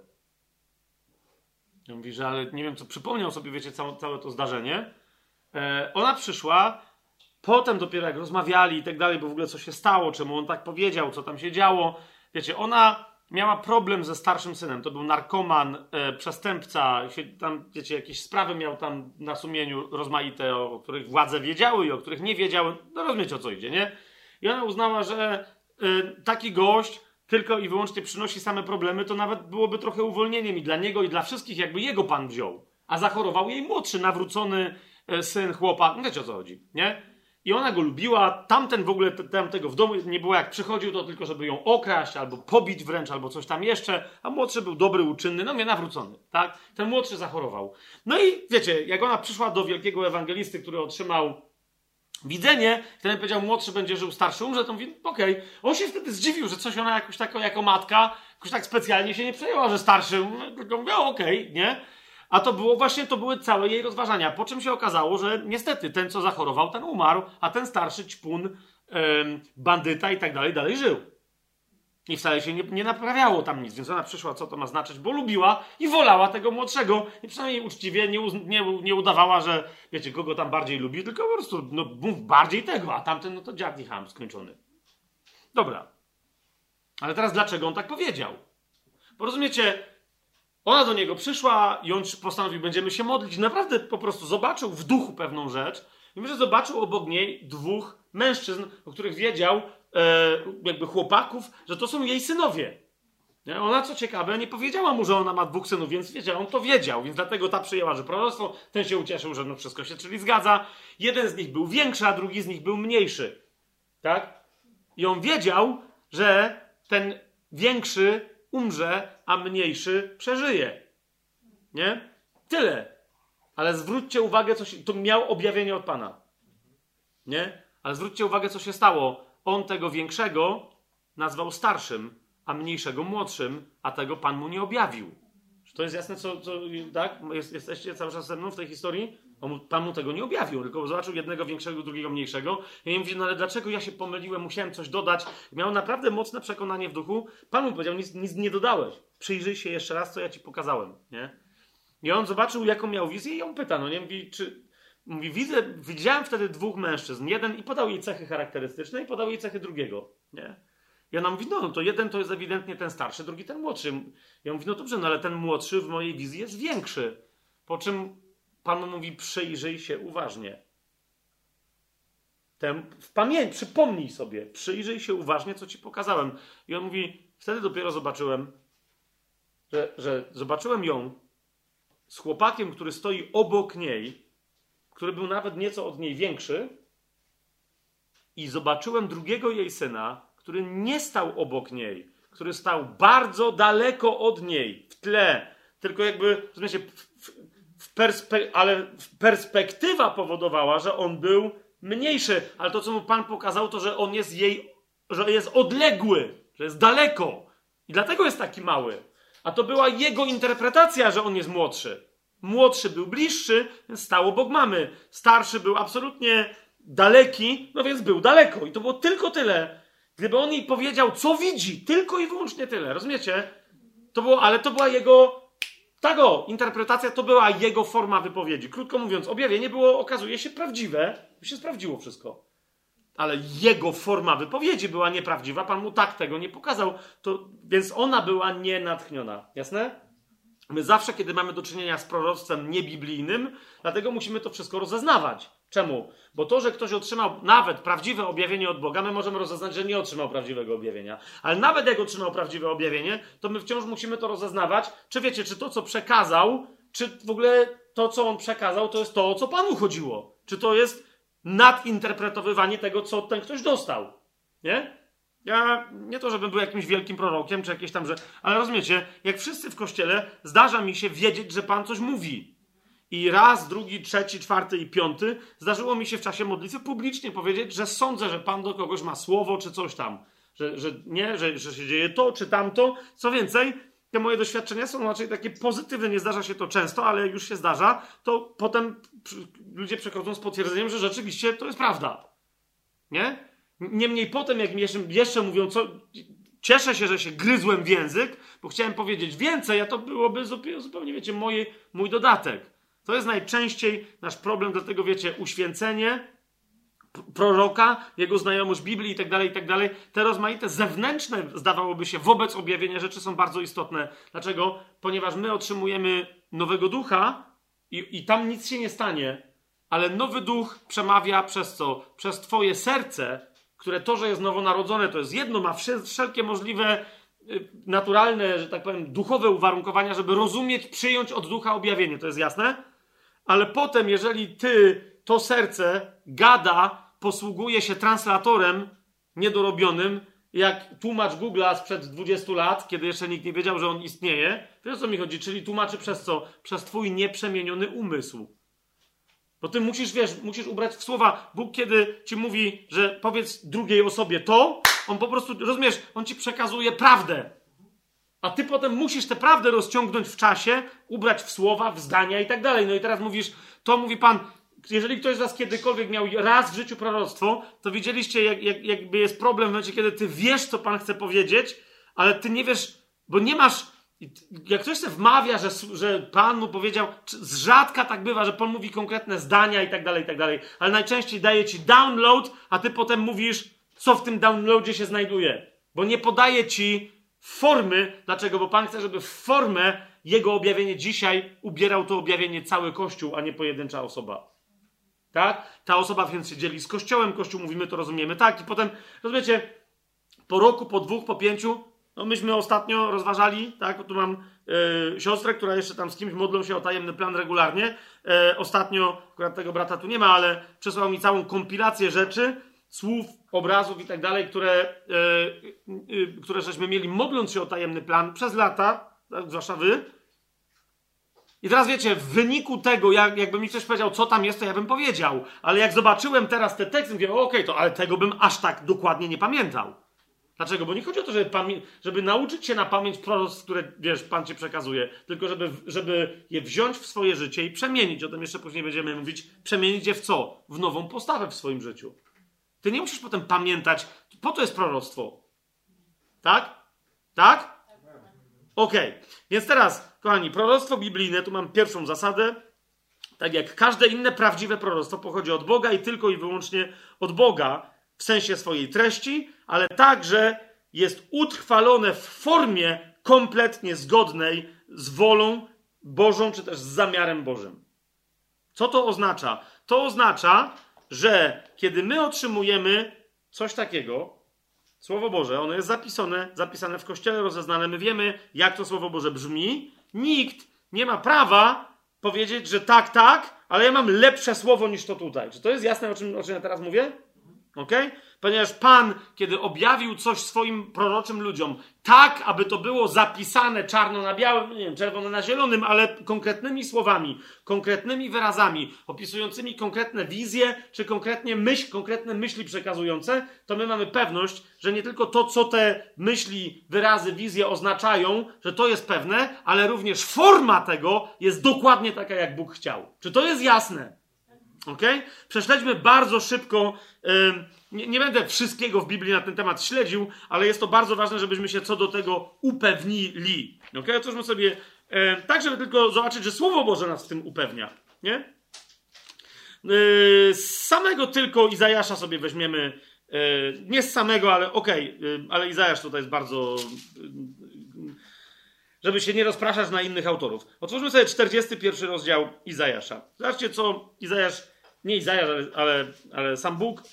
[SPEAKER 2] Ja mówi, że ale nie wiem, co przypomniał sobie, wiecie, całe to zdarzenie. Ona przyszła, potem dopiero jak rozmawiali i tak dalej, bo w ogóle co się stało, czemu on tak powiedział, co tam się działo. Wiecie, ona miała problem ze starszym synem. To był narkoman, przestępca, tam, wiecie, jakieś sprawy miał tam na sumieniu rozmaite, o których władze wiedziały i o których nie wiedziały. No rozumiecie, o co idzie, nie? I ona uznała, że taki gość tylko i wyłącznie przynosi same problemy, to nawet byłoby trochę uwolnieniem i dla niego, i dla wszystkich, jakby jego pan wziął. A zachorował jej młodszy, nawrócony syn, chłopak. No wiecie, o co chodzi, nie? I ona go lubiła, tamten w ogóle, tamtego w domu nie było, jak przychodził, to tylko żeby ją okraść, albo pobić wręcz, albo coś tam jeszcze, a młodszy był dobry, uczynny, no mnie nawrócony, tak? Ten młodszy zachorował. No i wiecie, jak ona przyszła do wielkiego ewangelisty, który otrzymał widzenie, ten powiedział, młodszy będzie żył, starszy umrze, to mówi, okej. On się wtedy zdziwił, że coś ona jakoś taką, jako matka, jakoś tak specjalnie się nie przejęła, że starszy, tylko mówię, okej, nie? A to były całe jej rozważania. Po czym się okazało, że niestety ten, co zachorował, ten umarł, a ten starszy ćpun, bandyta i tak dalej, dalej żył. I wcale się nie naprawiało tam nic, więc ona przyszła, co to ma znaczyć, bo lubiła i wolała tego młodszego i przynajmniej uczciwie nie udawała, że wiecie, kogo tam bardziej lubi, tylko po prostu no, mów bardziej tego, a tamten no to dziad i ham skończony. Dobra. Ale teraz dlaczego on tak powiedział? Bo rozumiecie, ona do niego przyszła i on postanowił, będziemy się modlić. Naprawdę po prostu zobaczył w duchu pewną rzecz. I może zobaczył obok niej dwóch mężczyzn, o których wiedział, jakby chłopaków, że to są jej synowie. Nie? Ona, co ciekawe, nie powiedziała mu, że ona ma dwóch synów, więc wiedział, on to wiedział, więc dlatego ta przyjęła, że proroctwo, ten się ucieszył, że no wszystko się czyli zgadza. Jeden z nich był większy, a drugi z nich był mniejszy. Tak? I on wiedział, że ten większy umrze, a mniejszy przeżyje. Nie? Tyle. Ale zwróćcie uwagę, to miał objawienie od Pana. Nie? Ale zwróćcie uwagę, co się stało. On tego większego nazwał starszym, a mniejszego młodszym, a tego Pan mu nie objawił. Czy to jest jasne, tak? Jesteście cały czas ze mną w tej historii? Pan mu tego nie objawił, tylko zobaczył jednego większego, drugiego mniejszego. I ja mówię, no ale dlaczego ja się pomyliłem, musiałem coś dodać. Miał naprawdę mocne przekonanie w duchu. Pan mu powiedział, nic nie dodałeś. Przyjrzyj się jeszcze raz, co ja ci pokazałem. Nie? I on zobaczył, jaką miał wizję i on pyta, no nie? Mówi, widziałem wtedy dwóch mężczyzn. Jeden i podał jej cechy charakterystyczne i podał jej cechy drugiego. Nie? I ona mówi, no to jeden to jest ewidentnie ten starszy, drugi ten młodszy. I on mówi, no dobrze, no ale ten młodszy w mojej wizji jest większy. Po czym Pan mu mówi, przyjrzyj się uważnie. Przypomnij sobie, przyjrzyj się uważnie, co ci pokazałem. I on mówi, wtedy dopiero zobaczyłem, że zobaczyłem ją z chłopakiem, który stoi obok niej, który był nawet nieco od niej większy, i zobaczyłem drugiego jej syna, który nie stał obok niej, który stał bardzo daleko od niej, w tle, tylko jakby, rozumiecie, ale perspektywa powodowała, że on był mniejszy. Ale to, co mu Pan pokazał, to, że on jest że jest odległy, że jest daleko. I dlatego jest taki mały. A to była jego interpretacja, że on jest młodszy. Młodszy był bliższy, więc stał obok mamy. Starszy był absolutnie daleki, no więc był daleko. I to było tylko tyle. Gdyby on jej powiedział, co widzi, tylko i wyłącznie tyle. Rozumiecie? Ale to była jego... interpretacja to była jego forma wypowiedzi. Krótko mówiąc, objawienie było, okazuje się, prawdziwe. To się sprawdziło wszystko. Ale jego forma wypowiedzi była nieprawdziwa. Pan mu tak tego nie pokazał. Więc ona była nienatchniona. Jasne? My zawsze, kiedy mamy do czynienia z proroctwem niebiblijnym, dlatego musimy to wszystko rozeznawać. Czemu? Bo to, że ktoś otrzymał nawet prawdziwe objawienie od Boga, my możemy rozeznać, że nie otrzymał prawdziwego objawienia. Ale nawet jak otrzymał prawdziwe objawienie, to my wciąż musimy to rozeznawać. Czy wiecie, czy to, co przekazał, czy w ogóle to, co on przekazał, to jest to, o co Panu chodziło? Czy to jest nadinterpretowywanie tego, co ten ktoś dostał? Nie? Ja nie to, żebym był jakimś wielkim prorokiem, czy jakieś tam, ale rozumiecie, jak wszyscy w kościele, zdarza mi się wiedzieć, że Pan coś mówi. I raz, drugi, trzeci, czwarty i piąty zdarzyło mi się w czasie modlitwy publicznie powiedzieć, że sądzę, że Pan do kogoś ma słowo, czy coś tam. Że się dzieje to, czy tamto. Co więcej, te moje doświadczenia są raczej takie pozytywne, nie zdarza się to często, ale jak już się zdarza, to potem ludzie przechodzą z potwierdzeniem, że rzeczywiście to jest prawda. Nie? Niemniej potem, jak mi jeszcze mówią, cieszę się, że się gryzłem w język, bo chciałem powiedzieć więcej, a to byłoby zupełnie, wiecie, mój dodatek. To jest najczęściej nasz problem, dlatego, wiecie, uświęcenie proroka, jego znajomość Biblii i tak dalej, te rozmaite zewnętrzne, zdawałoby się, wobec objawienia rzeczy są bardzo istotne. Dlaczego? Ponieważ my otrzymujemy nowego ducha i tam nic się nie stanie, ale nowy duch przemawia przez co? Przez twoje serce, które to, że jest nowonarodzone, to jest jedno, ma wszelkie możliwe, naturalne, że tak powiem, duchowe uwarunkowania, żeby rozumieć, przyjąć od ducha objawienie. To jest jasne? Ale potem, jeżeli to serce gada, posługuje się translatorem niedorobionym, jak tłumacz Google'a sprzed 20 lat, kiedy jeszcze nikt nie wiedział, że on istnieje, wiesz, o co mi chodzi? Czyli tłumaczy przez co? Przez twój nieprzemieniony umysł. Bo ty musisz ubrać w słowa. Bóg, kiedy ci mówi, że powiedz drugiej osobie to, on po prostu, rozumiesz, on ci przekazuje prawdę. A ty potem musisz tę prawdę rozciągnąć w czasie, ubrać w słowa, w zdania i tak dalej. No i teraz mówisz, to mówi Pan, jeżeli ktoś z was kiedykolwiek miał raz w życiu proroctwo, to widzieliście, jakby jest problem w momencie, kiedy ty wiesz, co Pan chce powiedzieć, ale ty nie wiesz, bo nie masz... Jak ktoś się wmawia, że Pan mu powiedział, z rzadka tak bywa, że Pan mówi konkretne zdania i tak dalej, ale najczęściej daje ci download, a ty potem mówisz, co w tym downloadzie się znajduje. Bo nie podaje ci formy. Dlaczego? Bo Pan chce, żeby w formę Jego objawienie dzisiaj ubierał to objawienie cały Kościół, a nie pojedyncza osoba. Tak? Ta osoba więc się dzieli z Kościołem, Kościół mówi, my to rozumiemy tak i potem, rozumiecie, po roku, po 2, po 5, no myśmy ostatnio rozważali, tak, tu mam siostrę, która jeszcze tam z kimś modlą się o tajemny plan regularnie. Ostatnio, akurat tego brata tu nie ma, ale przesłał mi całą kompilację rzeczy, słów, obrazów i tak dalej, które żeśmy mieli modląc się o tajemny plan przez lata, tak, zwłaszcza wy. I teraz wiecie, w wyniku tego, jakby mi ktoś powiedział, co tam jest, to ja bym powiedział. Ale jak zobaczyłem teraz te teksty, mówię, okej, ale tego bym aż tak dokładnie nie pamiętał. Dlaczego? Bo nie chodzi o to, żeby nauczyć się na pamięć proroctw, które, wiesz, Pan ci przekazuje, tylko żeby je wziąć w swoje życie i przemienić. O tym jeszcze później będziemy mówić. Przemienić je w co? W nową postawę w swoim życiu. Ty nie musisz potem pamiętać, po to jest proroctwo. Tak? Tak? Okej. Więc teraz, kochani, proroctwo biblijne, tu mam pierwszą zasadę. Tak jak każde inne prawdziwe proroctwo pochodzi od Boga i tylko i wyłącznie od Boga w sensie swojej treści, ale także jest utrwalone w formie kompletnie zgodnej z wolą Bożą, czy też z zamiarem Bożym. Co to oznacza? To oznacza, że kiedy my otrzymujemy coś takiego, Słowo Boże, ono jest zapisane w Kościele rozeznane, my wiemy, jak to Słowo Boże brzmi, nikt nie ma prawa powiedzieć, że tak, ale ja mam lepsze słowo niż to tutaj. Czy to jest jasne, o czym ja teraz mówię? okej? Ponieważ Pan, kiedy objawił coś swoim proroczym ludziom, tak, aby to było zapisane czarno na białym, nie wiem, czerwono na zielonym, ale konkretnymi słowami, konkretnymi wyrazami, opisującymi konkretne wizje, czy konkretne myśli przekazujące, to my mamy pewność, że nie tylko to, co te myśli, wyrazy, wizje oznaczają, że to jest pewne, ale również forma tego jest dokładnie taka, jak Bóg chciał. Czy to jest jasne? Okay? Prześledźmy bardzo szybko, nie będę wszystkiego w Biblii na ten temat śledził, ale jest to bardzo ważne, żebyśmy się co do tego upewnili. Okay? Otwórzmy sobie, tak żeby tylko zobaczyć, że Słowo Boże nas w tym upewnia. Nie? Z samego tylko Izajasza sobie weźmiemy, nie z samego, ale ale Izajasz tutaj jest bardzo... żeby się nie rozpraszać na innych autorów. Otwórzmy sobie 41 rozdział Izajasza. Zobaczcie, co nie Izajasz, ale sam Bóg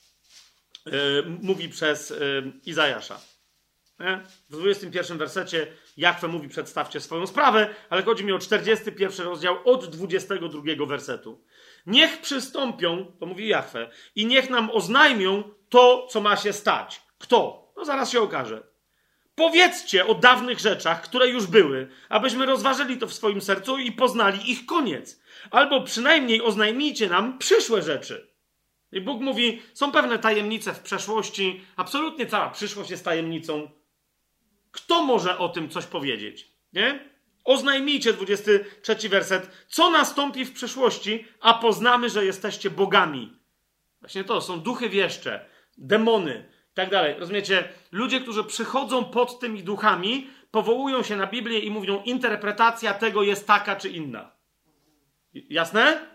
[SPEAKER 2] mówi przez Izajasza. Nie? W 21 wersecie Jahwe mówi: przedstawcie swoją sprawę, ale chodzi mi o 41 rozdział od 22 wersetu. Niech przystąpią, to mówi Jahwe, i niech nam oznajmią to, co ma się stać. Kto? No zaraz się okaże. Powiedzcie o dawnych rzeczach, które już były, abyśmy rozważyli to w swoim sercu i poznali ich koniec. Albo przynajmniej oznajmijcie nam przyszłe rzeczy. I Bóg mówi, są pewne tajemnice w przeszłości, absolutnie cała przyszłość jest tajemnicą. Kto może o tym coś powiedzieć? Nie? Oznajmijcie, 23 werset, co nastąpi w przyszłości, a poznamy, że jesteście bogami. Właśnie to są duchy wieszcze, demony, i tak dalej. Rozumiecie? Ludzie, którzy przychodzą pod tymi duchami, powołują się na Biblię i mówią, interpretacja tego jest taka czy inna. Jasne?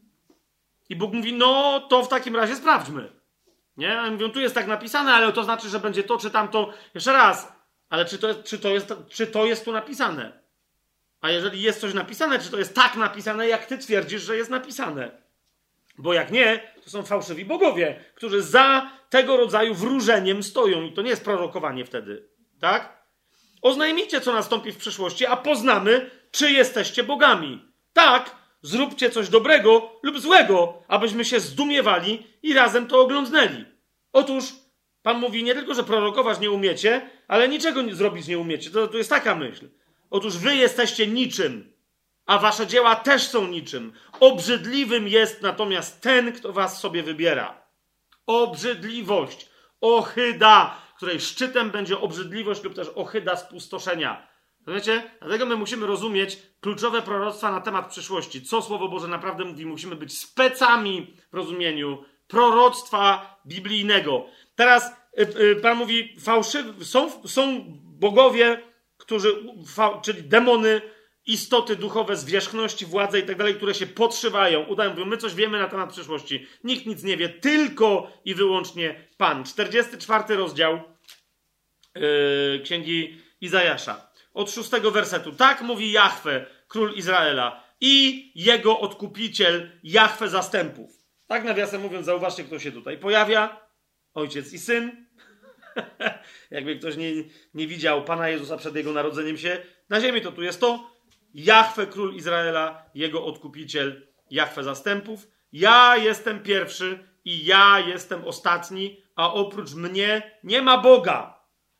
[SPEAKER 2] I Bóg mówi, no to w takim razie sprawdźmy. Nie? A mówią, tu jest tak napisane, ale to znaczy, że będzie to czy tamto. Jeszcze raz, ale czy to jest tu napisane? A jeżeli jest coś napisane, czy to jest tak napisane, jak ty twierdzisz, że jest napisane? Bo jak nie, to są fałszywi bogowie, którzy za tego rodzaju wróżeniem stoją. I to nie jest prorokowanie wtedy. Tak? Oznajmijcie, co nastąpi w przyszłości, a poznamy, czy jesteście bogami. Tak, zróbcie coś dobrego lub złego, abyśmy się zdumiewali i razem to oglądnęli. Otóż Pan mówi nie tylko, że prorokować nie umiecie, ale niczego zrobić nie umiecie. To jest taka myśl. Otóż wy jesteście niczym, a wasze dzieła też są niczym. Obrzydliwym jest natomiast ten, kto was sobie wybiera. Obrzydliwość, ohyda, której szczytem będzie obrzydliwość lub też ohyda spustoszenia. Rozumiecie? Dlatego my musimy rozumieć kluczowe proroctwa na temat przyszłości. Co Słowo Boże naprawdę mówi? Musimy być specami w rozumieniu proroctwa biblijnego. Teraz Pan mówi, są bogowie, czyli demony, istoty duchowe, zwierzchności, władze i tak dalej, które się podszywają, udają, mówią, my coś wiemy na temat przyszłości. Nikt nic nie wie, tylko i wyłącznie Pan. 44 rozdział Księgi Izajasza. Od 6 wersetu. Tak mówi Jahwe, król Izraela i jego odkupiciel, Jahwe zastępów. Tak nawiasem mówiąc, zauważcie, kto się tutaj pojawia. Ojciec i Syn. Jakby ktoś nie widział Pana Jezusa przed Jego narodzeniem się na ziemi, to tu jest to. Jahwe, król Izraela, jego odkupiciel, Jahwe zastępów. Ja jestem pierwszy i ja jestem ostatni, a oprócz mnie nie ma Boga.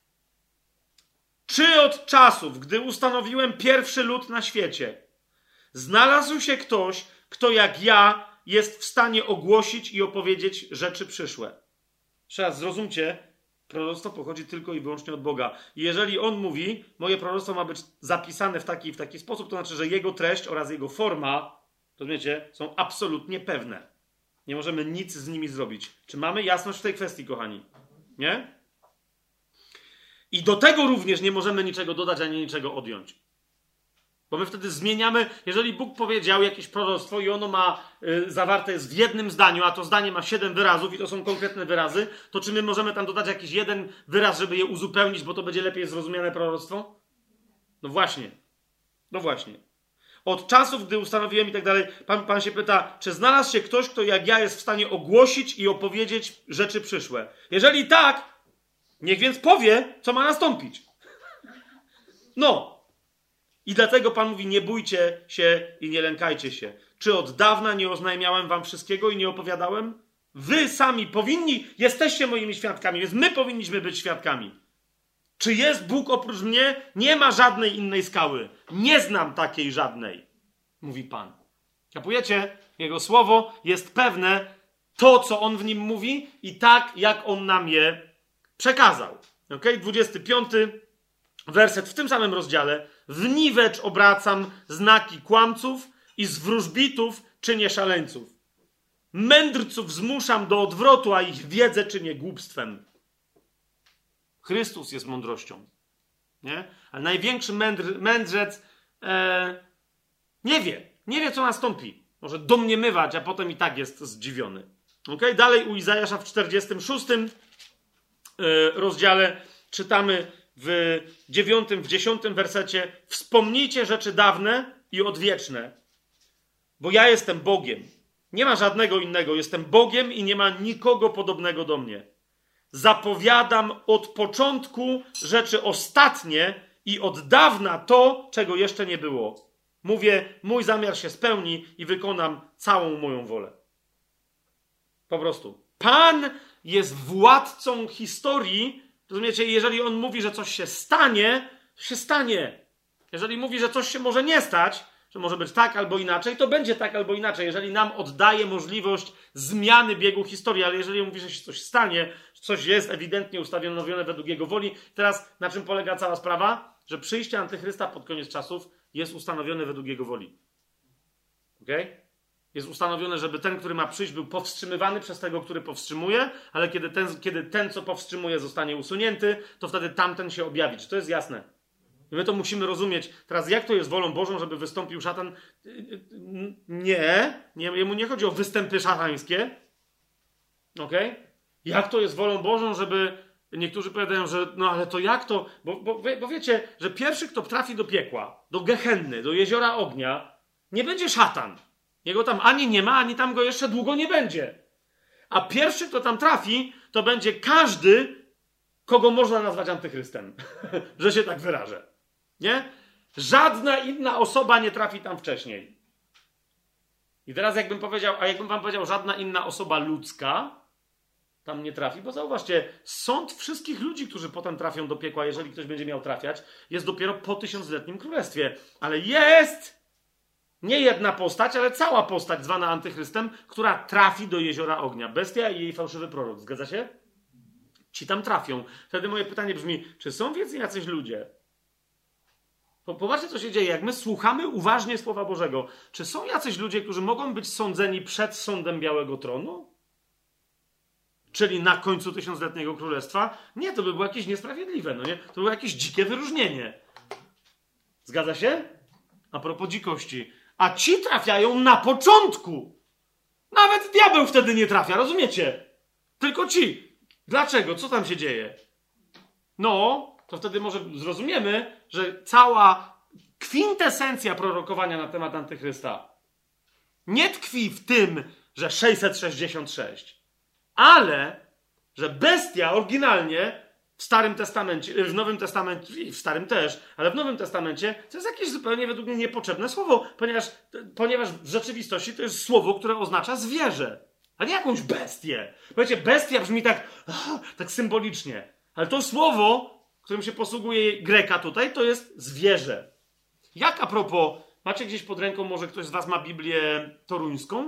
[SPEAKER 2] Czy od czasów, gdy ustanowiłem pierwszy lud na świecie, znalazł się ktoś, kto jak ja jest w stanie ogłosić i opowiedzieć rzeczy przyszłe? Jeszcze raz zrozumcie, proroctwo pochodzi tylko i wyłącznie od Boga. I jeżeli On mówi, moje proroctwo ma być zapisane w taki sposób, to znaczy, że jego treść oraz jego forma, rozumiecie, są absolutnie pewne. Nie możemy nic z nimi zrobić. Czy mamy jasność w tej kwestii, kochani? Nie? I do tego również nie możemy niczego dodać, ani niczego odjąć. Bo my wtedy zmieniamy, jeżeli Bóg powiedział jakieś proroctwo i ono zawarte jest w jednym zdaniu, a to zdanie ma 7 wyrazów i to są konkretne wyrazy, to czy my możemy tam dodać jakiś jeden wyraz, żeby je uzupełnić, bo to będzie lepiej zrozumiane proroctwo? No właśnie. No właśnie. Od czasów, gdy ustanowiłem i tak dalej, Pan się pyta, czy znalazł się ktoś, kto jak ja jest w stanie ogłosić i opowiedzieć rzeczy przyszłe? Jeżeli tak, niech więc powie, co ma nastąpić. No. I dlatego Pan mówi, nie bójcie się i nie lękajcie się. Czy od dawna nie oznajmiałem wam wszystkiego i nie opowiadałem? wy sami jesteście moimi świadkami, więc my powinniśmy być świadkami. Czy jest Bóg oprócz mnie? Nie ma żadnej innej skały. Nie znam takiej żadnej, mówi Pan. Kapujecie? Jego słowo jest pewne, to co On w nim mówi i tak jak On nam je przekazał. 25 werset w tym samym rozdziale. W niwecz obracam znaki kłamców i z wróżbitów czynię szaleńców. Mędrców zmuszam do odwrotu, a ich wiedzę czynię głupstwem. Chrystus jest mądrością. Nie? Ale największy mędrzec nie wie, co nastąpi. Może domniemywać, a potem i tak jest zdziwiony. Dalej u Izajasza w 46 rozdziale czytamy w 9, w 10 wersecie: wspomnijcie rzeczy dawne i odwieczne, bo ja jestem Bogiem. Nie ma żadnego innego. Jestem Bogiem i nie ma nikogo podobnego do mnie. Zapowiadam od początku rzeczy ostatnie i od dawna to, czego jeszcze nie było. Mówię, mój zamiar się spełni i wykonam całą moją wolę. Po prostu. Pan jest władcą historii. Rozumiecie? Jeżeli on mówi, że coś się stanie, to się stanie. Jeżeli mówi, że coś się może nie stać, że może być tak albo inaczej, to będzie tak albo inaczej. Jeżeli nam oddaje możliwość zmiany biegu historii, ale jeżeli mówi, że się coś stanie, coś jest ewidentnie ustanowione według jego woli. Teraz na czym polega cała sprawa? Że przyjście Antychrysta pod koniec czasów jest ustanowione według jego woli. Okay? Jest ustanowione, żeby ten, który ma przyjść, był powstrzymywany przez tego, który powstrzymuje, ale kiedy ten, co powstrzymuje, zostanie usunięty, to wtedy tamten się objawi. Czy to jest jasne? I my to musimy rozumieć. Teraz jak to jest wolą Bożą, żeby wystąpił szatan? Jemu nie chodzi o występy szatańskie. Okay? Jak to jest wolą Bożą, żeby... Niektórzy powiadają, że no ale to jak to... Bo wiecie, że pierwszy, kto trafi do piekła, do Gehenny, do jeziora ognia, nie będzie szatan. Jego tam ani nie ma, ani tam go jeszcze długo nie będzie. A pierwszy, kto tam trafi, to będzie każdy, kogo można nazwać Antychrystem. Że się tak wyrażę. Nie? Żadna inna osoba nie trafi tam wcześniej. I teraz jakbym wam powiedział, żadna inna osoba ludzka tam nie trafi, bo zauważcie, sąd wszystkich ludzi, którzy potem trafią do piekła, jeżeli ktoś będzie miał trafiać, jest dopiero po 1000-letnim królestwie. Ale jest nie jedna postać, ale cała postać zwana Antychrystem, która trafi do jeziora ognia. Bestia i jej fałszywy prorok. Zgadza się? Ci tam trafią. Wtedy moje pytanie brzmi, czy są więcej jacyś ludzie? Popatrzcie, co się dzieje. Jak my słuchamy uważnie Słowa Bożego, czy są jacyś ludzie, którzy mogą być sądzeni przed sądem Białego Tronu? Czyli na końcu 1000-letniego królestwa? Nie, to by było jakieś niesprawiedliwe, no nie? To było jakieś dzikie wyróżnienie. Zgadza się? A propos dzikości. A ci trafiają na początku. Nawet diabeł wtedy nie trafia, rozumiecie? Tylko ci. Dlaczego? Co tam się dzieje? No, to wtedy może zrozumiemy, że cała kwintesencja prorokowania na temat Antychrysta nie tkwi w tym, że 666, ale że bestia oryginalnie w Starym Testamencie, w Nowym Testamencie, i w Starym też, ale w Nowym Testamencie to jest jakieś zupełnie według mnie niepotrzebne słowo, ponieważ w rzeczywistości to jest słowo, które oznacza zwierzę, a nie jakąś bestię. Wiecie, bestia brzmi tak symbolicznie, ale to słowo, którym się posługuje Greka tutaj, to jest zwierzę. Jak a propos, macie gdzieś pod ręką, może ktoś z was ma Biblię toruńską?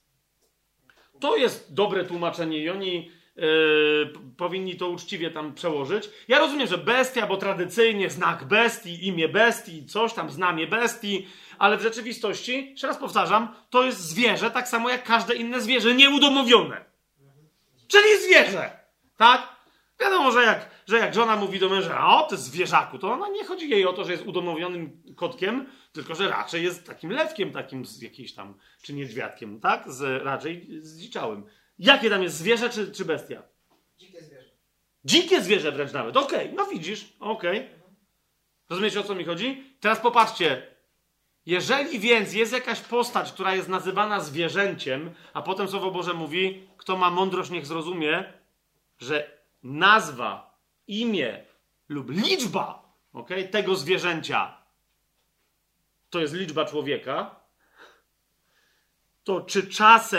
[SPEAKER 2] To jest dobre tłumaczenie i oni powinni to uczciwie tam przełożyć. Ja rozumiem, że bestia, bo tradycyjnie znak bestii, imię bestii, coś tam, znamie bestii, ale w rzeczywistości, jeszcze raz powtarzam, to jest zwierzę, tak samo jak każde inne zwierzę, nieudomowione. Czyli zwierzę, tak? Wiadomo, że jak żona mówi do męża, o, ty zwierzaku, to ona nie chodzi jej o to, że jest udomowionym kotkiem, tylko że raczej jest takim lewkiem, takim z jakiejś tam, czy niedźwiadkiem, tak? Raczej zdziczałym. Jakie tam jest zwierzę, czy bestia?
[SPEAKER 3] Dzikie zwierzę.
[SPEAKER 2] Dzikie zwierzę wręcz nawet. Okej, no widzisz, okej. Rozumiecie, o co mi chodzi? Teraz popatrzcie. Jeżeli więc jest jakaś postać, która jest nazywana zwierzęciem, a potem Słowo Boże mówi, kto ma mądrość, niech zrozumie, że nazwa, imię lub liczba, tego zwierzęcia to jest liczba człowieka, to czy czasem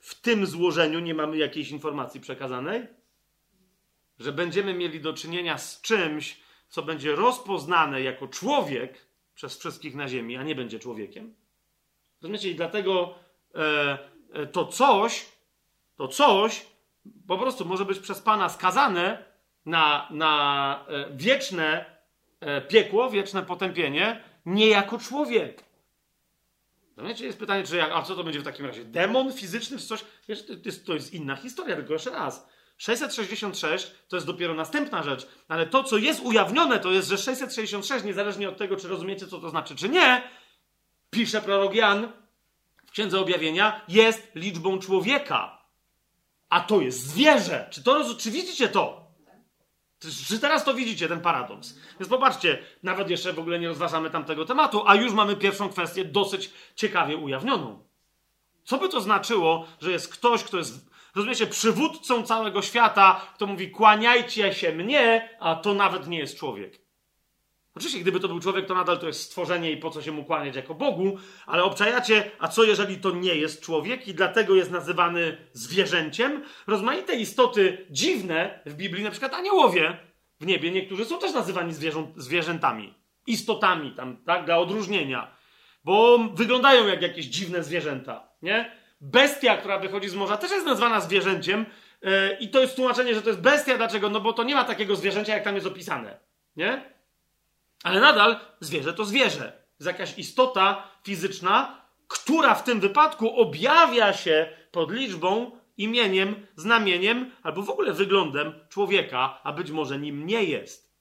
[SPEAKER 2] w tym złożeniu nie mamy jakiejś informacji przekazanej? Że będziemy mieli do czynienia z czymś, co będzie rozpoznane jako człowiek przez wszystkich na ziemi, a nie będzie człowiekiem? Rozumiecie? I dlatego to coś po prostu może być przez Pana skazane na wieczne piekło, wieczne potępienie, nie jako człowiek. Rozumiecie? Jest pytanie, a co to będzie w takim razie? Demon fizyczny czy coś? Wiesz, to jest inna historia, tylko jeszcze raz. 666 to jest dopiero następna rzecz, ale to, co jest ujawnione, to jest, że 666, niezależnie od tego, czy rozumiecie, co to znaczy, czy nie, pisze prorok Jan w Księdze Objawienia, jest liczbą człowieka. A to jest zwierzę. Czy widzicie to? Czy teraz to widzicie, ten paradoks? Więc popatrzcie, nawet jeszcze w ogóle nie rozważamy tamtego tematu, a już mamy pierwszą kwestię dosyć ciekawie ujawnioną. Co by to znaczyło, że jest ktoś, kto jest, rozumiecie, przywódcą całego świata, kto mówi, kłaniajcie się mnie, a to nawet nie jest człowiek. Oczywiście, gdyby to był człowiek, to nadal to jest stworzenie i po co się mu kłaniać jako Bogu, ale obczajacie, a co jeżeli to nie jest człowiek i dlatego jest nazywany zwierzęciem? Rozmaite istoty dziwne w Biblii, na przykład aniołowie w niebie, niektórzy są też nazywani zwierzętami, istotami tam, tak, dla odróżnienia, bo wyglądają jak jakieś dziwne zwierzęta, nie? Bestia, która wychodzi z morza, też jest nazwana zwierzęciem i to jest tłumaczenie, że to jest bestia. Dlaczego? No bo to nie ma takiego zwierzęcia, jak tam jest opisane, nie? Ale nadal zwierzę to zwierzę. Jest jakaś istota fizyczna, która w tym wypadku objawia się pod liczbą, imieniem, znamieniem albo w ogóle wyglądem człowieka, a być może nim nie jest.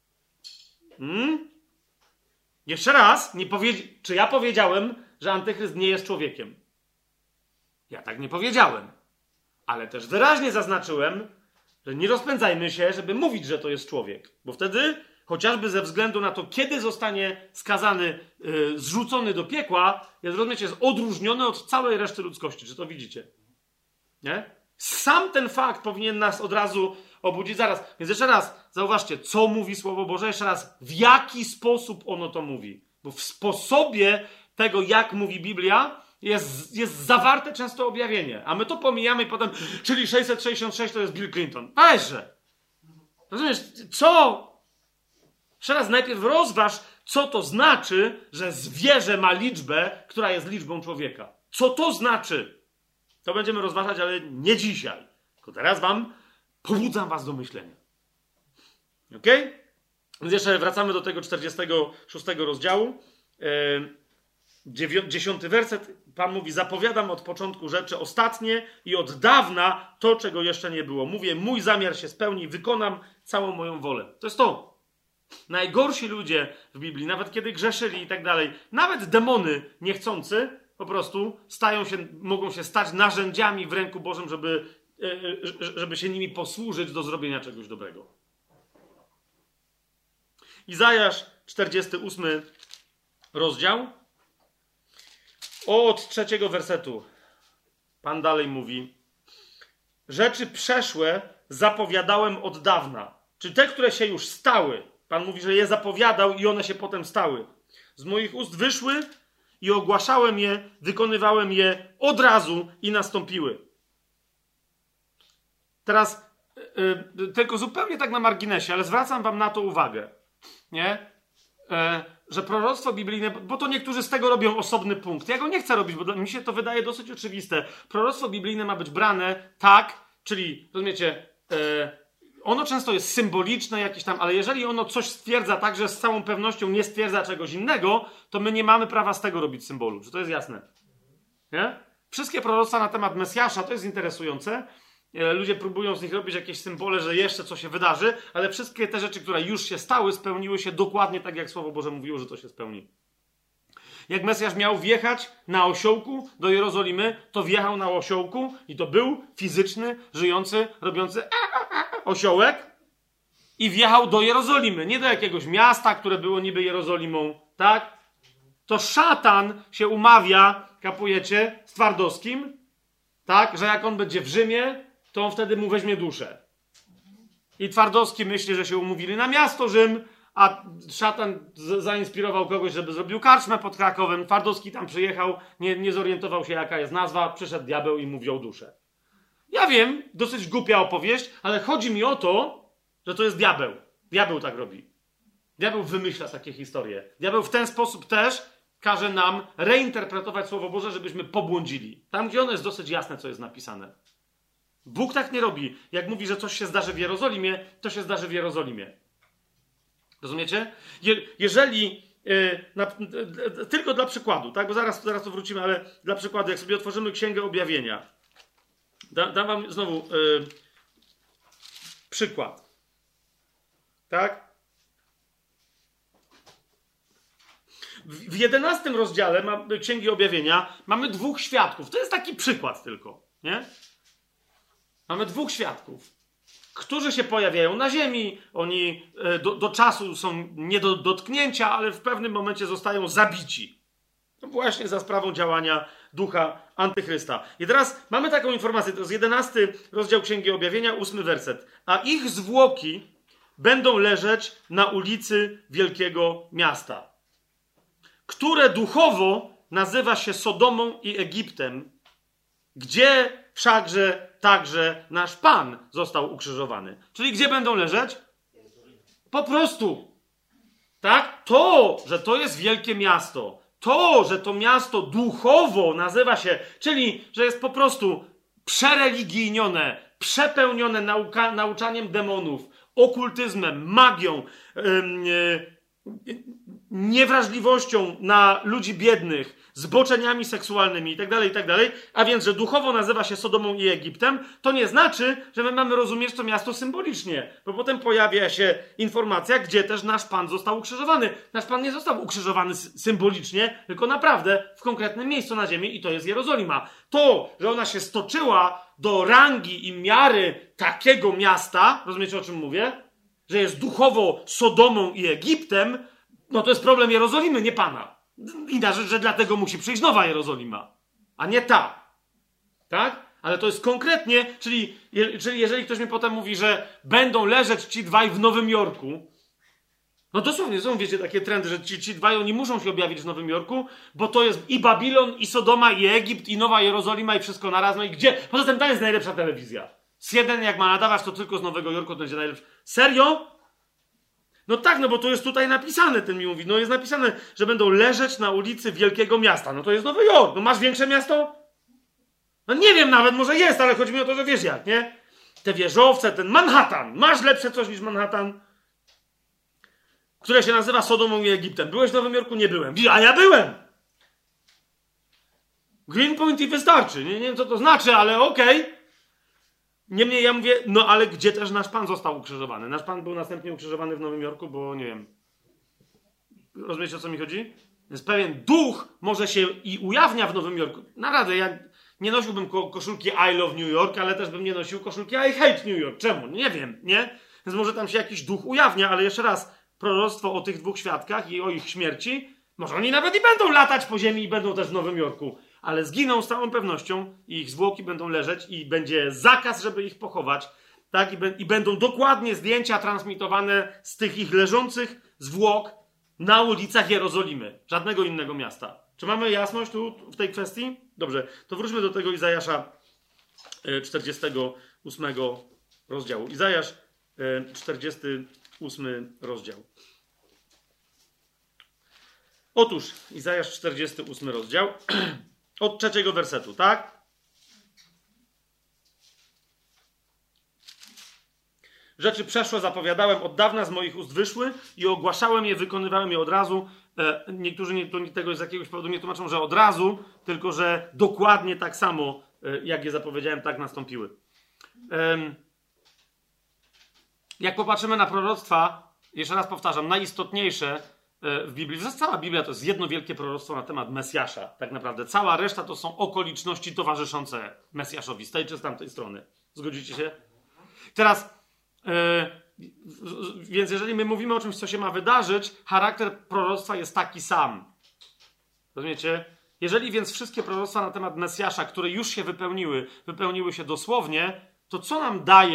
[SPEAKER 2] Jeszcze raz, czy ja powiedziałem, że antychryst nie jest człowiekiem? Ja tak nie powiedziałem. Ale też wyraźnie zaznaczyłem, że nie rozpędzajmy się, żeby mówić, że to jest człowiek. Bo wtedy, chociażby ze względu na to, kiedy zostanie skazany, zrzucony do piekła, jest odróżniony od całej reszty ludzkości. Czy to widzicie? Nie? Sam ten fakt powinien nas od razu obudzić. Zaraz. Więc jeszcze raz, zauważcie, co mówi Słowo Boże. Jeszcze raz, w jaki sposób ono to mówi. Bo w sposobie tego, jak mówi Biblia, jest zawarte często objawienie. A my to pomijamy i potem, czyli 666 to jest Bill Clinton. Weźże! Rozumiesz, co? Jeszcze raz najpierw rozważ, co to znaczy, że zwierzę ma liczbę, która jest liczbą człowieka. Co to znaczy? To będziemy rozważać, ale nie dzisiaj. Tylko teraz pobudzam was do myślenia. Okej? Więc jeszcze wracamy do tego 46 rozdziału. 10 werset. Pan mówi, zapowiadam od początku rzeczy ostatnie i od dawna to, czego jeszcze nie było. Mówię, mój zamiar się spełni, wykonam całą moją wolę. To jest to. Najgorsi ludzie w Biblii, nawet kiedy grzeszyli i tak dalej, nawet demony niechcący, po prostu mogą się stać narzędziami w ręku Bożym, żeby się nimi posłużyć do zrobienia czegoś dobrego. Izajasz, 48 rozdział. Od 3 wersetu Pan dalej mówi: rzeczy przeszłe zapowiadałem od dawna. Czy te, które się już stały? Pan mówi, że je zapowiadał i one się potem stały. Z moich ust wyszły i ogłaszałem je, wykonywałem je od razu i nastąpiły. Teraz tylko zupełnie tak na marginesie, ale zwracam wam na to uwagę. Nie? Że proroctwo biblijne, bo to niektórzy z tego robią osobny punkt. Ja go nie chcę robić, bo mi się to wydaje dosyć oczywiste. Proroctwo biblijne ma być brane tak, czyli, rozumiecie, ono często jest symboliczne jakieś tam, ale jeżeli ono coś stwierdza tak, że z całą pewnością nie stwierdza czegoś innego, to my nie mamy prawa z tego robić symbolu. Czy to jest jasne? Nie? Wszystkie proroctwa na temat Mesjasza, to jest interesujące. Ludzie próbują z nich robić jakieś symbole, że jeszcze coś się wydarzy, ale wszystkie te rzeczy, które już się stały, spełniły się dokładnie tak, jak Słowo Boże mówiło, że to się spełni. Jak Mesjasz miał wjechać na osiołku do Jerozolimy, to wjechał na osiołku i to był fizyczny, żyjący, robiący osiołek i wjechał do Jerozolimy. Nie do jakiegoś miasta, które było niby Jerozolimą, tak? To szatan się umawia, kapujecie, z Twardowskim, tak? Że jak on będzie w Rzymie, to on wtedy mu weźmie duszę. I Twardowski myśli, że się umówili na miasto Rzym, a szatan zainspirował kogoś, żeby zrobił karczmę pod Krakowem, Twardowski tam przyjechał, nie zorientował się, jaka jest nazwa, przyszedł diabeł i mu wziął duszę. Ja wiem, dosyć głupia opowieść, ale chodzi mi o to, że to jest diabeł. Diabeł tak robi. Diabeł wymyśla takie historie. Diabeł w ten sposób też każe nam reinterpretować Słowo Boże, żebyśmy pobłądzili. Tam, gdzie ono jest dosyć jasne, co jest napisane. Bóg tak nie robi. Jak mówi, że coś się zdarzy w Jerozolimie, to się zdarzy w Jerozolimie. Rozumiecie? Jeżeli... tylko dla przykładu, tak? Bo zaraz to wrócimy, ale dla przykładu, jak sobie otworzymy Księgę Objawienia, dam wam znowu przykład. Tak? W 11 rozdziale Księgi Objawienia mamy 2 świadków. To jest taki przykład tylko, nie? Mamy 2 świadków, którzy się pojawiają na ziemi. Oni do czasu są nie do dotknięcia, ale w pewnym momencie zostają zabici. To właśnie za sprawą działania ducha Antychrysta. I teraz mamy taką informację, to jest 11 rozdział Księgi Objawienia, 8 werset. A ich zwłoki będą leżeć na ulicy wielkiego miasta, które duchowo nazywa się Sodomą i Egiptem, gdzie wszakże także nasz Pan został ukrzyżowany. Czyli gdzie będą leżeć? Po prostu. Tak? To, że to jest wielkie miasto, to, że to miasto duchowo nazywa się, czyli, że jest po prostu przereligijnione, przepełnione nauczaniem demonów, okultyzmem, magią, niewrażliwością na ludzi biednych, zboczeniami seksualnymi itd., a więc, że duchowo nazywa się Sodomą i Egiptem, to nie znaczy, że my mamy rozumieć to miasto symbolicznie, bo potem pojawia się informacja, gdzie też nasz Pan został ukrzyżowany. Nasz Pan nie został ukrzyżowany symbolicznie, tylko naprawdę w konkretnym miejscu na ziemi i to jest Jerozolima. To, że ona się stoczyła do rangi i miary takiego miasta, rozumiecie, o czym mówię? Że jest duchowo Sodomą i Egiptem, no to jest problem Jerozolimy, nie Pana. Inna rzecz, że dlatego musi przyjść nowa Jerozolima, a nie ta. Tak? Ale to jest konkretnie, czyli jeżeli ktoś mi potem mówi, że będą leżeć ci dwaj w Nowym Jorku, no dosłownie są, wiecie, takie trendy, że ci dwaj, oni muszą się objawić w Nowym Jorku, bo to jest i Babilon, i Sodoma, i Egipt, i Nowa Jerozolima, i wszystko naraz, no i gdzie? Poza tym to jest najlepsza telewizja. Z1, jak ma nadawać, to tylko z Nowego Jorku, to będzie najlepsze. Serio? No tak, no bo to jest tutaj napisane, ten mi mówi. No jest napisane, że będą leżeć na ulicy wielkiego miasta. No to jest Nowy Jork. No masz większe miasto? No nie wiem nawet, może jest, ale chodzi mi o to, że wiesz jak, nie? Te wieżowce, ten Manhattan. Masz lepsze coś niż Manhattan? Które się nazywa Sodomą i Egiptem. Byłeś w Nowym Jorku? Nie byłem. A ja byłem! Greenpoint i wystarczy. Nie wiem, co to znaczy, ale okej. Niemniej ja mówię, no ale gdzie też nasz Pan został ukrzyżowany? Nasz Pan był następnie ukrzyżowany w Nowym Jorku, bo nie wiem. Rozumiecie, o co mi chodzi? Więc pewien duch może się i ujawnia w Nowym Jorku. Naprawdę, ja nie nosiłbym koszulki I love New York, ale też bym nie nosił koszulki I hate New York. Czemu? Nie wiem, nie? Więc może tam się jakiś duch ujawnia, ale jeszcze raz, proroctwo o tych 2 świadkach i o ich śmierci, może oni nawet i będą latać po ziemi i będą też w Nowym Jorku, ale zginą z całą pewnością i ich zwłoki będą leżeć i będzie zakaz, żeby ich pochować, tak? I będą dokładnie zdjęcia transmitowane z tych ich leżących zwłok na ulicach Jerozolimy. Żadnego innego miasta. Czy mamy jasność tu w tej kwestii? Dobrze, to wróćmy do tego Izajasza 48 rozdziału. Izajasz 48 rozdział. Otóż Izajasz 48 rozdział od 3 wersetu, tak? Rzeczy przeszłe zapowiadałem od dawna, z moich ust wyszły i ogłaszałem je, wykonywałem je od razu. Niektórzy tego z jakiegoś powodu nie tłumaczą, że od razu, tylko że dokładnie tak samo, jak je zapowiedziałem, tak nastąpiły. Jak popatrzymy na proroctwa, jeszcze raz powtarzam, najistotniejsze w Biblii, cała Biblia to jest jedno wielkie proroctwo na temat Mesjasza, tak naprawdę. Cała reszta to są okoliczności towarzyszące Mesjaszowi, z tej czy z tamtej strony. Zgodzicie się? Teraz, więc jeżeli my mówimy o czymś, co się ma wydarzyć, charakter proroctwa jest taki sam. Rozumiecie? Jeżeli więc wszystkie proroctwa na temat Mesjasza, które już się wypełniły się dosłownie, to co nam daje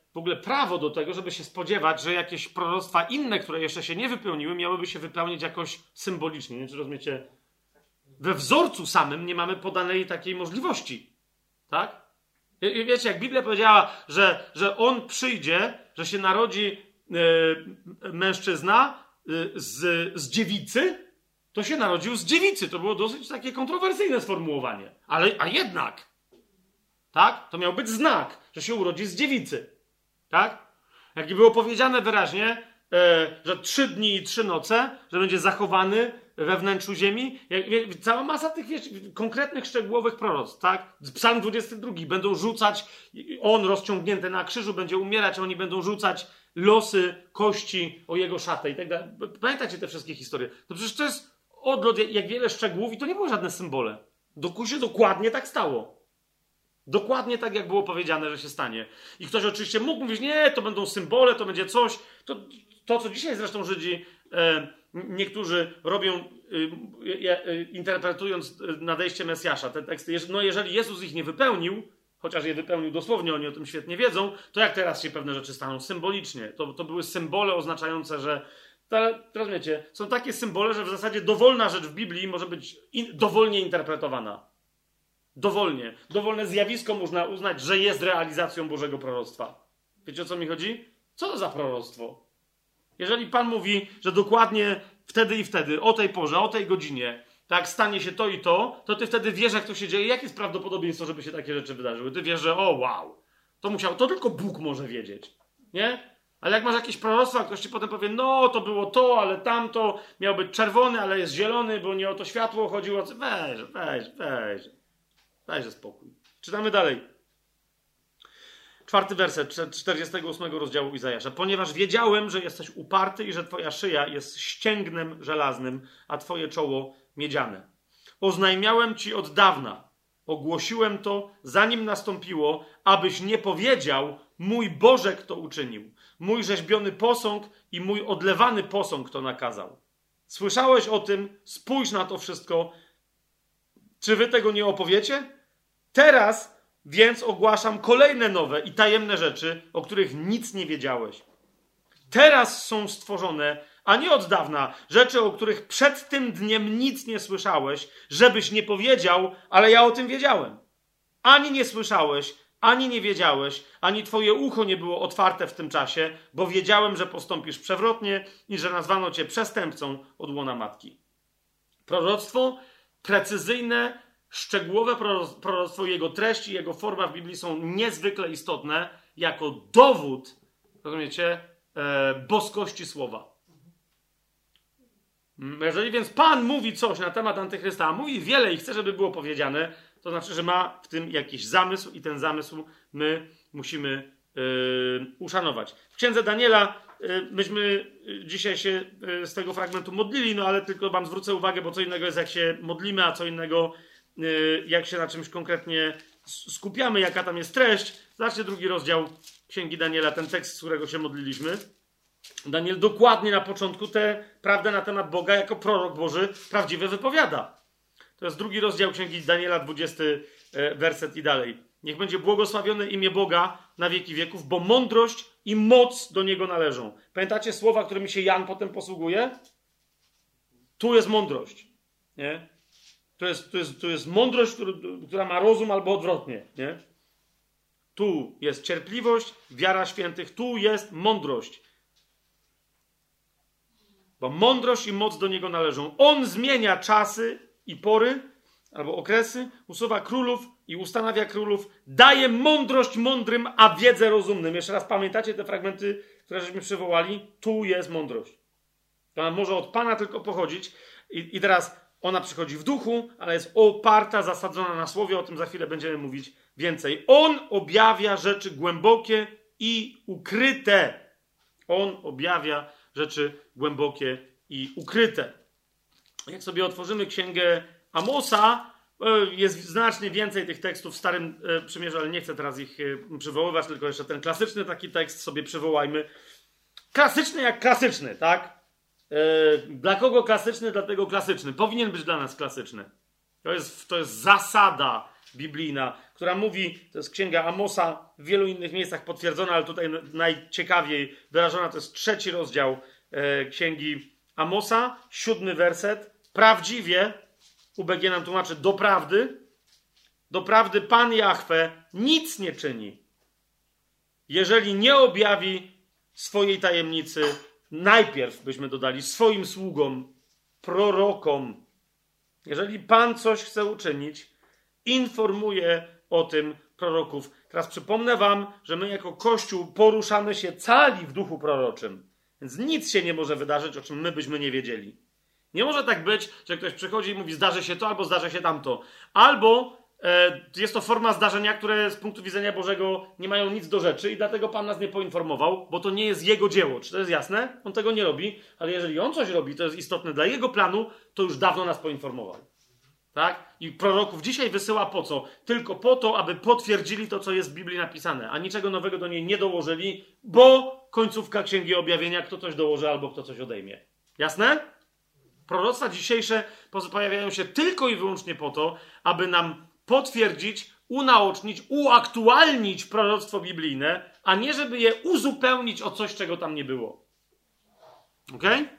[SPEAKER 2] w ogóle prawo do tego, żeby się spodziewać, że jakieś proroctwa inne, które jeszcze się nie wypełniły, miałyby się wypełnić jakoś symbolicznie. Nie wiem, czy rozumiecie? We wzorcu samym nie mamy podanej takiej możliwości. Tak? I wiecie, jak Biblia powiedziała, że on przyjdzie, że się narodzi mężczyzna z dziewicy, to się narodził z dziewicy. To było dosyć takie kontrowersyjne sformułowanie. A jednak, tak? To miał być znak, że się urodzi z dziewicy. Tak? Jak było powiedziane wyraźnie, że 3 dni i 3 noce, że będzie zachowany we wnętrzu ziemi. Cała masa tych konkretnych, szczegółowych proroctw, tak? Psalm 22. Będą rzucać, on rozciągnięty na krzyżu będzie umierać, a oni będą rzucać losy, kości o jego szatę i tak dalej. Pamiętacie te wszystkie historie? No przecież to jest odlot, jak wiele szczegółów i to nie były żadne symbole. Się dokładnie tak stało. Dokładnie tak, jak było powiedziane, że się stanie. I ktoś oczywiście mógł mówić, nie, to będą symbole, to będzie coś. To co dzisiaj zresztą Żydzi niektórzy robią, interpretując nadejście Mesjasza, te teksty. No jeżeli Jezus ich nie wypełnił, chociaż je wypełnił dosłownie, oni o tym świetnie wiedzą, to jak teraz się pewne rzeczy staną symbolicznie? To były symbole oznaczające, że teraz wiecie, są takie symbole, że w zasadzie dowolna rzecz w Biblii może być dowolnie interpretowana. Dowolnie. Dowolne zjawisko można uznać, że jest realizacją Bożego proroctwa. Wiecie, o co mi chodzi? Co to za proroctwo? Jeżeli Pan mówi, że dokładnie wtedy i wtedy, o tej porze, o tej godzinie, tak, stanie się to i to ty wtedy wiesz, jak to się dzieje, jakie jest prawdopodobieństwo, żeby się takie rzeczy wydarzyły. Ty wiesz, że to tylko Bóg może wiedzieć. Nie? Ale jak masz jakieś proroctwa, ktoś ci potem powie, no, to było to, ale tamto, miał być czerwony, ale jest zielony, bo nie o to światło chodziło. Dajże spokój. Czytamy dalej. 4 werset 48 rozdziału Izajasza. Ponieważ wiedziałem, że jesteś uparty i że twoja szyja jest ścięgnem żelaznym, a twoje czoło miedziane. Oznajmiałem ci od dawna. Ogłosiłem to, zanim nastąpiło, abyś nie powiedział, mój Boże, kto uczynił. Mój rzeźbiony posąg i mój odlewany posąg to nakazał. Słyszałeś o tym? Spójrz na to wszystko. Czy wy tego nie opowiecie? Teraz więc ogłaszam kolejne nowe i tajemne rzeczy, o których nic nie wiedziałeś. Teraz są stworzone, a nie od dawna, rzeczy, o których przed tym dniem nic nie słyszałeś, żebyś nie powiedział, ale ja o tym wiedziałem. Ani nie słyszałeś, ani nie wiedziałeś, ani twoje ucho nie było otwarte w tym czasie, bo wiedziałem, że postąpisz przewrotnie i że nazwano cię przestępcą od łona matki. Proroctwo precyzyjne, szczegółowe proroctwo, jego treść i jego forma w Biblii są niezwykle istotne jako dowód, rozumiecie, boskości słowa. Jeżeli więc Pan mówi coś na temat Antychrysta, a mówi wiele i chce, żeby było powiedziane, to znaczy, że ma w tym jakiś zamysł i ten zamysł my musimy uszanować. W Księdze Daniela myśmy dzisiaj się z tego fragmentu modlili, no ale tylko wam zwrócę uwagę, bo co innego jest, jak się modlimy, a co innego, jak się na czymś konkretnie skupiamy, jaka tam jest treść. Zobaczcie 2 rozdział Księgi Daniela, ten tekst, z którego się modliliśmy. Daniel dokładnie na początku tę prawdę na temat Boga jako prorok Boży prawdziwie wypowiada. To jest 2 rozdział Księgi Daniela, 20 werset i dalej. Niech będzie błogosławione imię Boga na wieki wieków, bo mądrość i moc do Niego należą. Pamiętacie słowa, którymi się Jan potem posługuje? Tu jest mądrość. Nie? To jest mądrość, która ma rozum albo odwrotnie. Nie? Tu jest cierpliwość, wiara świętych, tu jest mądrość. Bo mądrość i moc do Niego należą. On zmienia czasy i pory, albo okresy, usuwa królów i ustanawia królów, daje mądrość mądrym, a wiedzę rozumnym. Jeszcze raz pamiętacie te fragmenty, które żeśmy przywołali? Tu jest mądrość. Ona może od Pana tylko pochodzić i teraz ona przychodzi w duchu, ale jest oparta, zasadzona na słowie, o tym za chwilę będziemy mówić więcej. On objawia rzeczy głębokie i ukryte. On objawia rzeczy głębokie i ukryte. Jak sobie otworzymy księgę Amosa, jest znacznie więcej tych tekstów w Starym Przymierzu, ale nie chcę teraz ich przywoływać, tylko jeszcze ten klasyczny taki tekst sobie przywołajmy. Klasyczny jak klasyczny, tak? Dla kogo klasyczny? Dlatego klasyczny. Powinien być dla nas klasyczny. To jest zasada biblijna, która mówi, to jest księga Amosa, w wielu innych miejscach potwierdzona, ale tutaj najciekawiej wyrażona, to jest 3 rozdział księgi Amosa, 7 werset. Prawdziwie, UBG nam tłumaczy, doprawdy Pan Jahwe nic nie czyni, jeżeli nie objawi swojej tajemnicy najpierw, byśmy dodali, swoim sługom, prorokom. Jeżeli Pan coś chce uczynić, informuje o tym proroków. Teraz przypomnę wam, że my jako Kościół poruszamy się cali w duchu proroczym. Więc nic się nie może wydarzyć, o czym my byśmy nie wiedzieli. Nie może tak być, że ktoś przychodzi i mówi, zdarzy się to, albo zdarzy się tamto. Albo jest to forma zdarzenia, które z punktu widzenia Bożego nie mają nic do rzeczy i dlatego Pan nas nie poinformował, bo to nie jest Jego dzieło. Czy to jest jasne? On tego nie robi, ale jeżeli On coś robi, to jest istotne dla Jego planu, to już dawno nas poinformował. Tak? I proroków dzisiaj wysyła po co? Tylko po to, aby potwierdzili to, co jest w Biblii napisane, a niczego nowego do niej nie dołożyli, bo końcówka Księgi Objawienia, kto coś dołoży albo kto coś odejmie. Jasne? Proroctwa dzisiejsze pojawiają się tylko i wyłącznie po to, aby nam potwierdzić, unaocznić, uaktualnić proroctwo biblijne, a nie żeby je uzupełnić o coś, czego tam nie było. Okej?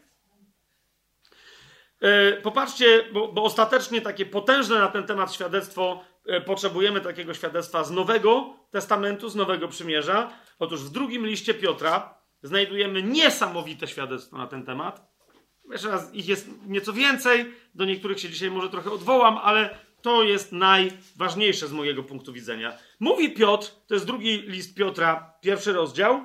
[SPEAKER 2] Popatrzcie, bo ostatecznie takie potężne na ten temat świadectwo, potrzebujemy takiego świadectwa z Nowego Testamentu, z Nowego Przymierza. Otóż w 2 liście Piotra znajdujemy niesamowite świadectwo na ten temat. Jeszcze raz, ich jest nieco więcej, do niektórych się dzisiaj może trochę odwołam, ale to jest najważniejsze z mojego punktu widzenia. Mówi Piotr, to jest 2 list Piotra, 1 rozdział.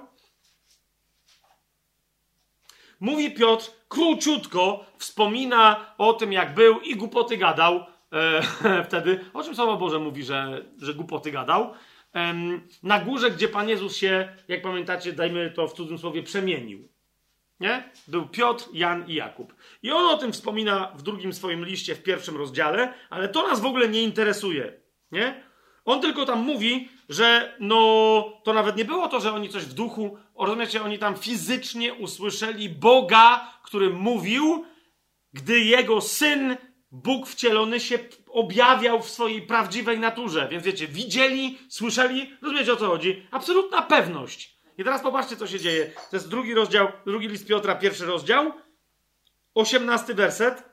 [SPEAKER 2] Mówi Piotr, króciutko wspomina o tym, jak był i głupoty gadał wtedy. O czym Słowo Boże mówi, że głupoty gadał? Na górze, gdzie Pan Jezus się, jak pamiętacie, dajmy to w cudzysłowie, przemienił. Nie? Był Piotr, Jan i Jakub. I on o tym wspomina w 2 swoim liście, w 1 rozdziale, ale to nas w ogóle nie interesuje. Nie? On tylko tam mówi, że to nawet nie było to, że oni coś w duchu, rozumiecie, oni tam fizycznie usłyszeli Boga, który mówił, gdy jego Syn, Bóg wcielony, się objawiał w swojej prawdziwej naturze. Więc wiecie, widzieli, słyszeli, rozumiecie, o co chodzi? Absolutna pewność. I teraz popatrzcie, co się dzieje. To jest 2 rozdział, 2 list Piotra, 1 rozdział, 18 werset.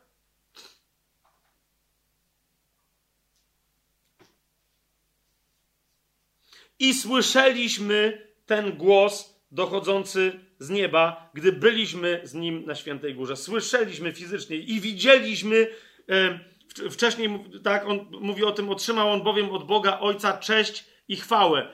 [SPEAKER 2] I słyszeliśmy ten głos dochodzący z nieba, gdy byliśmy z Nim na Świętej Górze. Słyszeliśmy fizycznie i widzieliśmy, wcześniej, tak, on mówi o tym, otrzymał on bowiem od Boga Ojca cześć i chwałę.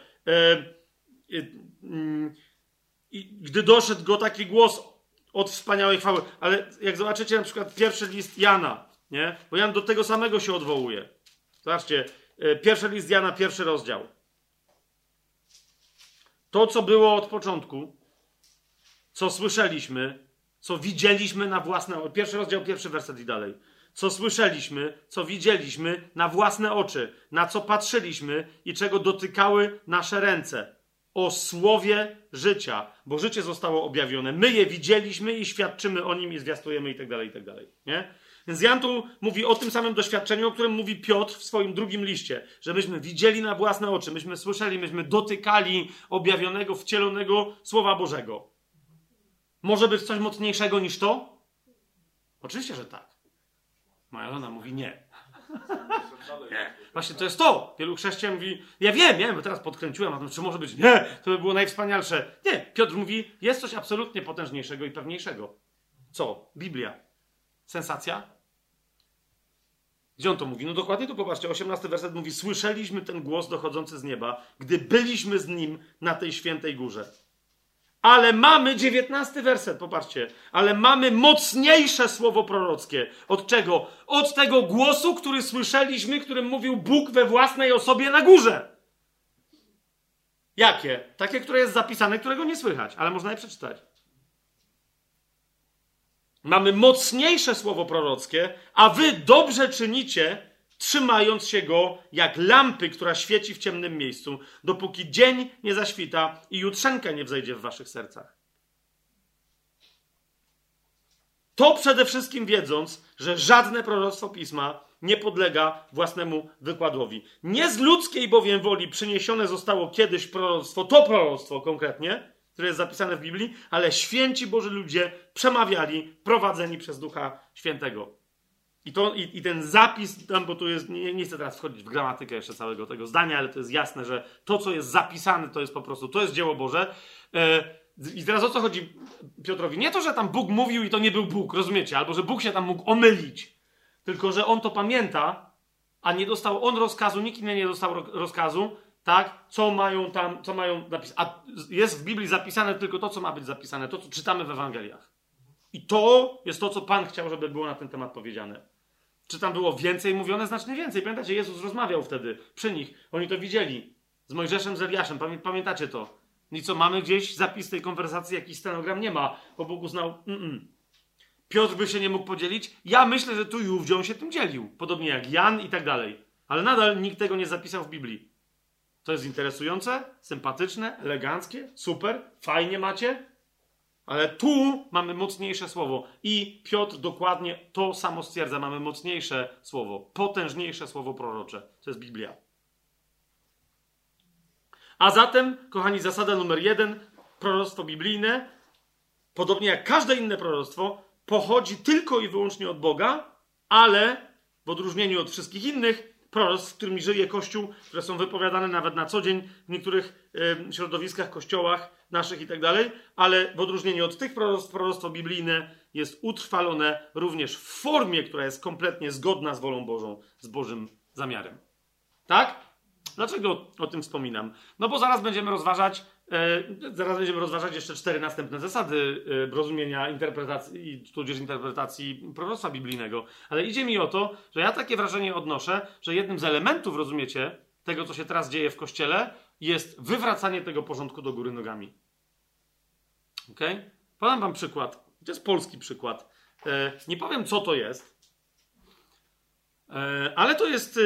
[SPEAKER 2] I gdy doszedł go taki głos od wspaniałej chwały. Ale jak zobaczycie na przykład 1 list Jana, nie? Bo Jan do tego samego się odwołuje. Zobaczcie, 1 list Jana, 1 rozdział. To, co było od początku, co słyszeliśmy, co widzieliśmy na własne oczy. 1 rozdział, 1 werset i dalej. Co słyszeliśmy, co widzieliśmy na własne oczy, na co patrzyliśmy i czego dotykały nasze ręce. O słowie życia, bo życie zostało objawione. My je widzieliśmy i świadczymy o nim i zwiastujemy i tak dalej, nie? Więc Jan tu mówi o tym samym doświadczeniu, o którym mówi Piotr w swoim 2 liście, że myśmy widzieli na własne oczy, myśmy słyszeli, myśmy dotykali objawionego, wcielonego Słowa Bożego. Może być coś mocniejszego niż to? Oczywiście, że tak. Moja żona mówi nie. Nie. Właśnie to jest to. Wielu chrześcijan mówi, ja wiem, bo teraz podkręciłem, a to czy może być nie, to by było najwspanialsze. Nie, Piotr mówi, jest coś absolutnie potężniejszego i pewniejszego. Co? Biblia. Sensacja? Gdzie on to mówi? No dokładnie to popatrzcie, 18 werset mówi, słyszeliśmy ten głos dochodzący z nieba, gdy byliśmy z nim na tej świętej górze. Ale mamy, 19 werset, popatrzcie, ale mamy mocniejsze słowo prorockie. Od czego? Od tego głosu, który słyszeliśmy, którym mówił Bóg we własnej osobie na górze. Jakie? Takie, które jest zapisane, którego nie słychać, ale można je przeczytać. Mamy mocniejsze słowo prorockie, a wy dobrze czynicie, trzymając się go jak lampy, która świeci w ciemnym miejscu, dopóki dzień nie zaświta i jutrzenka nie wzejdzie w waszych sercach. To przede wszystkim wiedząc, że żadne proroctwo Pisma nie podlega własnemu wykładowi. Nie z ludzkiej bowiem woli przyniesione zostało kiedyś proroctwo, to proroctwo konkretnie, które jest zapisane w Biblii, ale święci Boży ludzie przemawiali, prowadzeni przez Ducha Świętego. I ten zapis, bo tu jest, nie chcę teraz wchodzić w gramatykę jeszcze całego tego zdania, ale to jest jasne, że to, co jest zapisane, to jest po prostu, to jest dzieło Boże. I teraz o co chodzi Piotrowi? Nie to, że tam Bóg mówił i to nie był Bóg, rozumiecie? Albo, że Bóg się tam mógł omylić. Tylko, że on to pamięta, a nie dostał on rozkazu, nikt inny nie dostał rozkazu, tak? Co mają napisać. A jest w Biblii zapisane tylko to, co ma być zapisane, to, co czytamy w Ewangeliach. I to jest to, co Pan chciał, żeby było na ten temat powiedziane. Czy tam było więcej mówione? Znacznie więcej. Pamiętacie, Jezus rozmawiał wtedy przy nich. Oni to widzieli. Z Mojżeszem, z Eliaszem. Pamiętacie to? I co, mamy gdzieś zapis tej konwersacji? Jakiś stenogram? Nie ma. Bo Bóg uznał... Piotr by się nie mógł podzielić? Ja myślę, że tu i ówdzie on się tym dzielił. Podobnie jak Jan i tak dalej. Ale nadal nikt tego nie zapisał w Biblii. To jest interesujące, sympatyczne, eleganckie, super, fajnie macie. Ale tu mamy mocniejsze słowo. I Piotr dokładnie to samo stwierdza. Mamy mocniejsze słowo, potężniejsze słowo prorocze. To jest Biblia. A zatem, kochani, zasada numer 1. Proroctwo biblijne, podobnie jak każde inne proroctwo, pochodzi tylko i wyłącznie od Boga, ale w odróżnieniu od wszystkich innych proroctw, którymi żyje Kościół, które są wypowiadane nawet na co dzień w niektórych środowiskach, kościołach naszych i tak dalej, ale w odróżnieniu od tych proroctw, proroctwo biblijne jest utrwalone również w formie, która jest kompletnie zgodna z wolą Bożą, z Bożym zamiarem. Tak? Dlaczego o tym wspominam? No bo zaraz będziemy rozważać jeszcze 4 następne zasady rozumienia interpretacji, tudzież interpretacji proroctwa biblijnego. Ale idzie mi o to, że ja takie wrażenie odnoszę, że jednym z elementów, rozumiecie, tego, co się teraz dzieje w Kościele, jest wywracanie tego porządku do góry nogami. Okej? Podam wam przykład. To jest polski przykład. Nie powiem, co to jest, ale to jest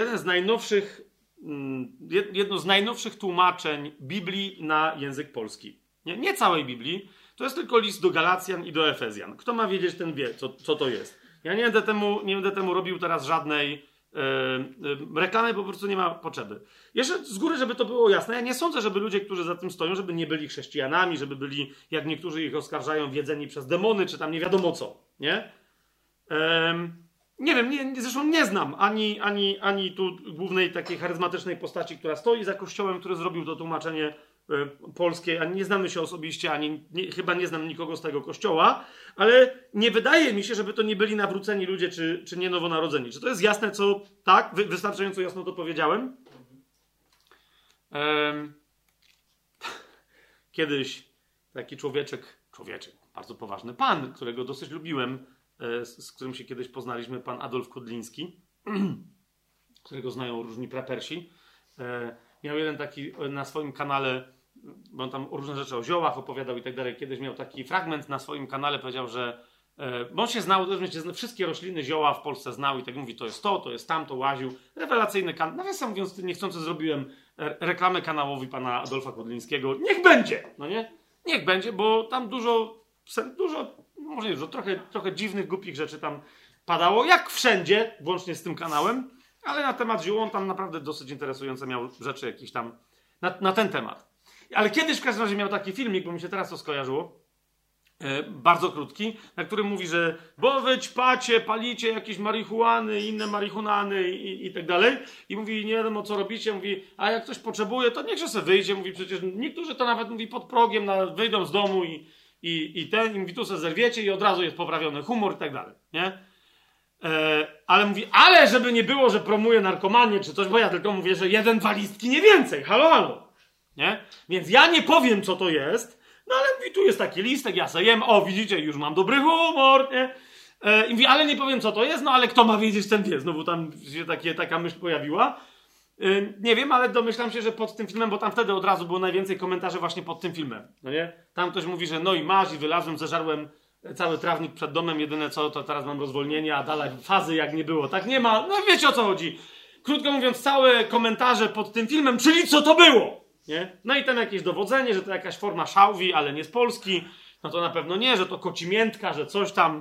[SPEAKER 2] jedno z najnowszych tłumaczeń Biblii na język polski. Nie całej Biblii. To jest tylko list do Galacjan i do Efezjan. Kto ma wiedzieć, ten wie, co to jest. Ja nie będę temu robił teraz żadnej reklamy, po prostu nie ma potrzeby. Jeszcze z góry, żeby to było jasne, ja nie sądzę, żeby ludzie, którzy za tym stoją, żeby nie byli chrześcijanami, żeby byli, jak niektórzy ich oskarżają, wiedzeni przez demony, czy tam nie wiadomo co. Nie? Nie wiem, zresztą nie znam ani tu głównej takiej charyzmatycznej postaci, która stoi za Kościołem, który zrobił to tłumaczenie polskie, ani nie znamy się osobiście, chyba nie znam nikogo z tego Kościoła, ale nie wydaje mi się, żeby to nie byli nawróceni ludzie, czy nie nowonarodzeni. Czy to jest jasne, co... Tak? Wystarczająco jasno to powiedziałem? Kiedyś taki człowieczek, bardzo poważny pan, którego dosyć lubiłem, z którym się kiedyś poznaliśmy, pan Adolf Kudliński, którego znają różni prepersi. Miał jeden taki na swoim kanale, bo on tam różne rzeczy o ziołach opowiadał i tak dalej. Kiedyś miał taki fragment na swoim kanale, powiedział, że bo on się znał, wszystkie rośliny, zioła w Polsce znał i tak mówi, to jest tamto, łaził. Rewelacyjny kanał. Nawiasem mówiąc, niechcący zrobiłem reklamę kanałowi pana Adolfa Kudlińskiego. Niech będzie! No nie? Niech będzie, bo tam dużo może nie, że trochę dziwnych, głupich rzeczy tam padało, jak wszędzie, włącznie z tym kanałem, ale na temat ziół on tam naprawdę dosyć interesujące miał rzeczy jakieś tam na ten temat. Ale kiedyś w każdym razie miał taki filmik, bo mi się teraz to skojarzyło, bardzo krótki, na którym mówi, że bo wy ćpacie, palicie jakieś marihuany, inne marihuany i tak dalej. I mówi, nie wiadomo co robicie, mówi, a jak ktoś potrzebuje, to niechże se wyjdzie. Mówi, przecież niektórzy to nawet mówi pod progiem, wyjdą z domu i mówi, tu se zerwiecie i od razu jest poprawiony humor i tak dalej, nie? Ale mówi, ale żeby nie było, że promuje narkomanię czy coś, bo ja tylko mówię, że 1-2 listki, nie więcej, halo, nie? Więc ja nie powiem, co to jest, no ale mówi, tu jest taki listek, ja se jem, o widzicie, już mam dobry humor, nie? I mówi, ale nie powiem, co to jest, no ale kto ma wiedzieć, ten wie. Znowu tam się taka myśl pojawiła. Nie wiem, ale domyślam się, że pod tym filmem, bo tam wtedy od razu było najwięcej komentarzy właśnie pod tym filmem, no nie? Tam ktoś mówi, że no i masz, i wylazłem, zeżarłem cały trawnik przed domem, jedyne co, to teraz mam rozwolnienie, a dalej fazy jak nie było, tak nie ma, no wiecie o co chodzi. Krótko mówiąc, całe komentarze pod tym filmem, czyli co to było, nie? No i tam jakieś dowodzenie, że to jakaś forma szałwi, ale nie z Polski, no to na pewno nie, że to kocimiętka, że coś tam,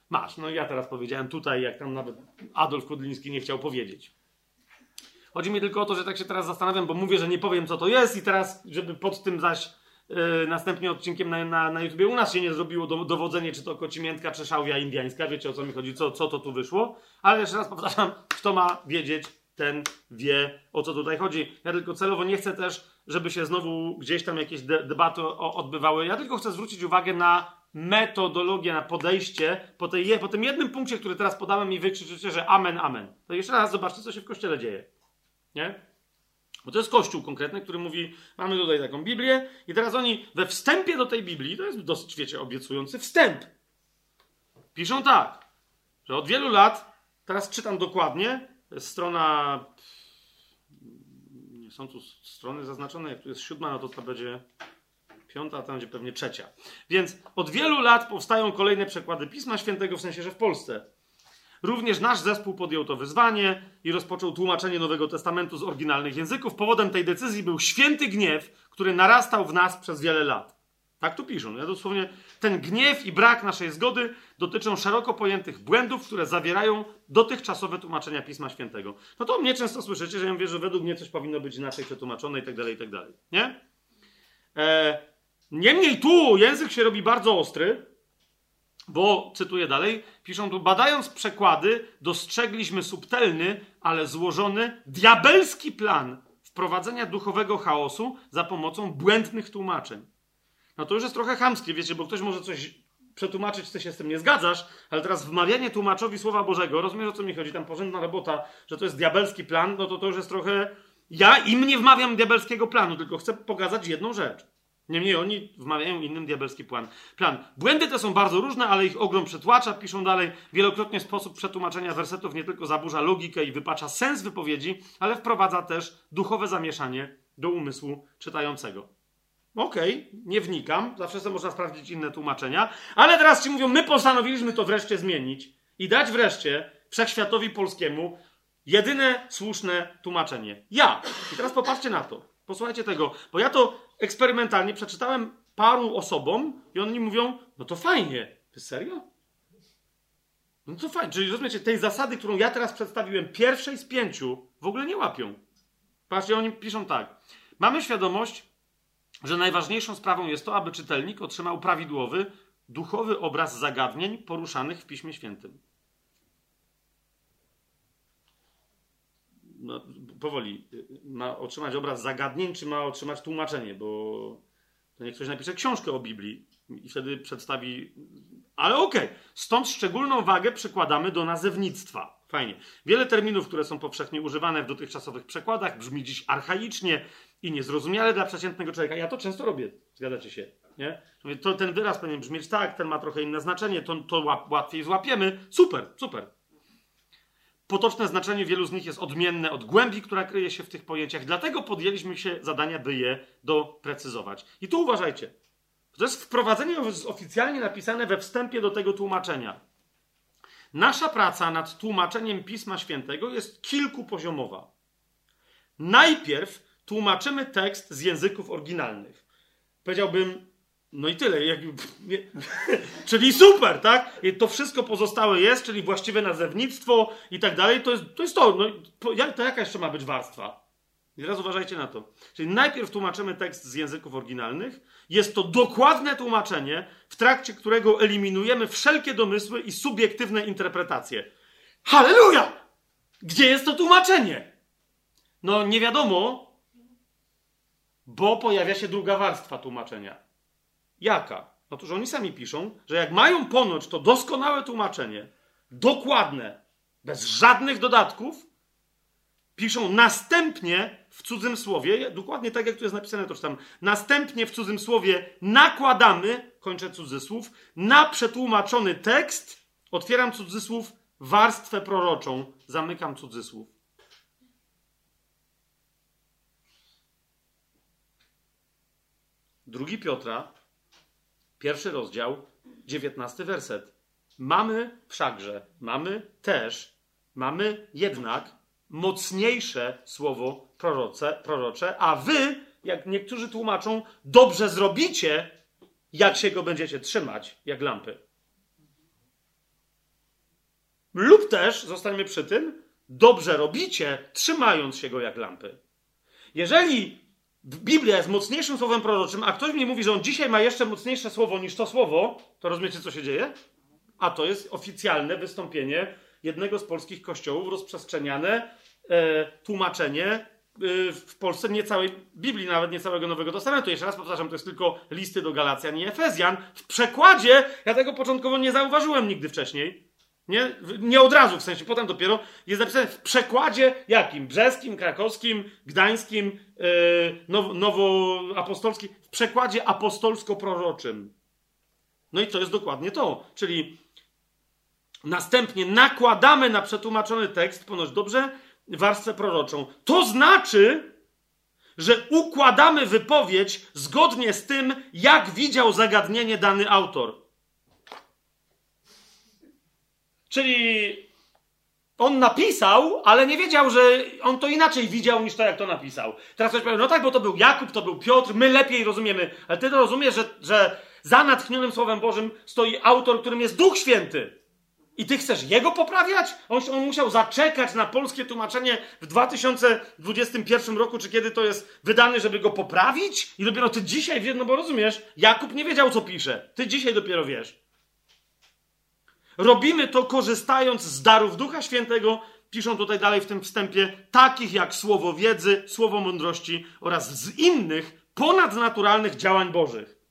[SPEAKER 2] Masz. No ja teraz powiedziałem tutaj, jak tam nawet Adolf Kudliński nie chciał powiedzieć. Chodzi mi tylko o to, że tak się teraz zastanawiam, bo mówię, że nie powiem, co to jest i teraz, żeby pod tym zaś następnie odcinkiem na YouTubie u nas się nie zrobiło dowodzenie, czy to kocimiętka, czy szałwia indyjska. Wiecie, o co mi chodzi, co to tu wyszło. Ale jeszcze raz powtarzam, kto ma wiedzieć, ten wie, o co tutaj chodzi. Ja tylko celowo nie chcę też, żeby się znowu gdzieś tam jakieś debaty odbywały. Ja tylko chcę zwrócić uwagę na metodologię, na podejście po tym jednym punkcie, który teraz podałem i wy krzyczycie, że amen, amen. To jeszcze raz zobaczcie, co się w Kościele dzieje. Nie? Bo to jest Kościół konkretny, który mówi, mamy tutaj taką Biblię i teraz oni we wstępie do tej Biblii, to jest dosyć, wiecie, obiecujący wstęp, piszą tak, że od wielu lat, teraz czytam dokładnie, to jest strona, nie są tu strony zaznaczone, jak tu jest 7, no to ta będzie 5, a tam będzie pewnie 3. Więc od wielu lat powstają kolejne przekłady Pisma Świętego, w sensie, że w Polsce. Również nasz zespół podjął to wyzwanie i rozpoczął tłumaczenie Nowego Testamentu z oryginalnych języków. Powodem tej decyzji był święty gniew, który narastał w nas przez wiele lat. Tak tu piszą. Ja dosłownie, ten gniew i brak naszej zgody dotyczą szeroko pojętych błędów, które zawierają dotychczasowe tłumaczenia Pisma Świętego. No to mnie często słyszycie, że ja mówię, że według mnie coś powinno być inaczej przetłumaczone i tak dalej, nie? Niemniej tu język się robi bardzo ostry, bo, cytuję dalej, piszą tu, badając przekłady, dostrzegliśmy subtelny, ale złożony, diabelski plan wprowadzenia duchowego chaosu za pomocą błędnych tłumaczeń. No to już jest trochę chamskie, wiecie, bo ktoś może coś przetłumaczyć, ty się z tym nie zgadzasz, ale teraz wmawianie tłumaczowi Słowa Bożego, rozumiesz, o co mi chodzi, tam porządna robota, że to jest diabelski plan, no to już jest trochę... Ja im nie wmawiam diabelskiego planu, tylko chcę pokazać jedną rzecz. Niemniej oni wmawiają innym diabelski plan. Błędy te są bardzo różne, ale ich ogrom przytłacza, piszą dalej. Wielokrotnie sposób przetłumaczenia wersetów nie tylko zaburza logikę i wypacza sens wypowiedzi, ale wprowadza też duchowe zamieszanie do umysłu czytającego. Okej, nie wnikam, zawsze sobie można sprawdzić inne tłumaczenia, ale teraz ci mówią, my postanowiliśmy to wreszcie zmienić i dać wreszcie wszechświatowi polskiemu jedyne słuszne tłumaczenie. Ja. I teraz popatrzcie na to. Posłuchajcie tego, bo ja to eksperymentalnie przeczytałem paru osobom i oni mówią, no to fajnie. Ty serio? No to fajnie. Czyli rozumiecie, tej zasady, którą ja teraz przedstawiłem, pierwszej z 5, w ogóle nie łapią. Patrzcie, oni piszą tak. Mamy świadomość, że najważniejszą sprawą jest to, aby czytelnik otrzymał prawidłowy, duchowy obraz zagadnień poruszanych w Piśmie Świętym. No, powoli, ma otrzymać obraz zagadnień, czy ma otrzymać tłumaczenie, bo to niech ktoś napisze książkę o Biblii i wtedy przedstawi... Ale okej. Stąd szczególną wagę przykładamy do nazewnictwa. Fajnie. Wiele terminów, które są powszechnie używane w dotychczasowych przekładach, brzmi dziś archaicznie i niezrozumiale dla przeciętnego człowieka. Ja to często robię, zgadzacie się, nie? Ten wyraz powinien brzmieć tak, ten ma trochę inne znaczenie, to łatwiej złapiemy. Super, super. Potoczne znaczenie wielu z nich jest odmienne od głębi, która kryje się w tych pojęciach. Dlatego podjęliśmy się zadania, by je doprecyzować. I tu uważajcie. To jest wprowadzenie oficjalnie napisane we wstępie do tego tłumaczenia. Nasza praca nad tłumaczeniem Pisma Świętego jest kilkupoziomowa. Najpierw tłumaczymy tekst z języków oryginalnych. Powiedziałbym, no i tyle. Czyli super, tak? I to wszystko pozostałe jest, czyli właściwe nazewnictwo i tak dalej. To jest to. No, to jaka jeszcze ma być warstwa? I teraz uważajcie na to. Czyli najpierw tłumaczymy tekst z języków oryginalnych. Jest to dokładne tłumaczenie, w trakcie którego eliminujemy wszelkie domysły i subiektywne interpretacje. Halleluja! Gdzie jest to tłumaczenie? No nie wiadomo, bo pojawia się druga warstwa tłumaczenia. Jaka? Otóż oni sami piszą, że jak mają ponoć to doskonałe tłumaczenie, dokładne, bez żadnych dodatków, piszą następnie w cudzym słowie, dokładnie tak jak tu jest napisane, to tam następnie w cudzym słowie nakładamy, kończę cudzysłów, na przetłumaczony tekst, otwieram cudzysłów, warstwę proroczą, zamykam cudzysłów. Drugi Piotra, 1 rozdział, 19 werset. Mamy jednak mocniejsze słowo prorocze, a wy, jak niektórzy tłumaczą, dobrze zrobicie, jak się go będziecie trzymać, jak lampy. Lub też, zostańmy przy tym, dobrze robicie, trzymając się go jak lampy. Jeżeli Biblia jest mocniejszym słowem proroczym, a ktoś mi mówi, że on dzisiaj ma jeszcze mocniejsze słowo niż to słowo, to rozumiecie, co się dzieje? A to jest oficjalne wystąpienie jednego z polskich kościołów, rozprzestrzeniane tłumaczenie w Polsce nie całej Biblii, nawet nie całego Nowego Testamentu. Jeszcze raz powtarzam, to jest tylko listy do Galacjan i Efezjan. W przekładzie, ja tego początkowo nie zauważyłem nigdy wcześniej. Nie od razu, w sensie, potem dopiero jest napisane w przekładzie jakim? Brzeskim, krakowskim, gdańskim, nowoapostolskim. W przekładzie apostolsko-proroczym. No i to jest dokładnie to. Czyli następnie nakładamy na przetłumaczony tekst, ponoć dobrze, warstwę proroczą. To znaczy, że układamy wypowiedź zgodnie z tym, jak widział zagadnienie dany autor. Czyli on napisał, ale nie wiedział, że on to inaczej widział niż to, jak to napisał. Teraz ktoś powie, no tak, bo to był Jakub, to był Piotr, my lepiej rozumiemy. Ale ty to rozumiesz, że za natchnionym Słowem Bożym stoi autor, którym jest Duch Święty. I ty chcesz jego poprawiać? On musiał zaczekać na polskie tłumaczenie w 2021 roku, czy kiedy to jest wydany, żeby go poprawić? I dopiero ty dzisiaj wiesz, no bo rozumiesz, Jakub nie wiedział, co pisze. Ty dzisiaj dopiero wiesz. Robimy to korzystając z darów Ducha Świętego, piszą tutaj dalej w tym wstępie, takich jak słowo wiedzy, słowo mądrości oraz z innych ponadnaturalnych działań Bożych.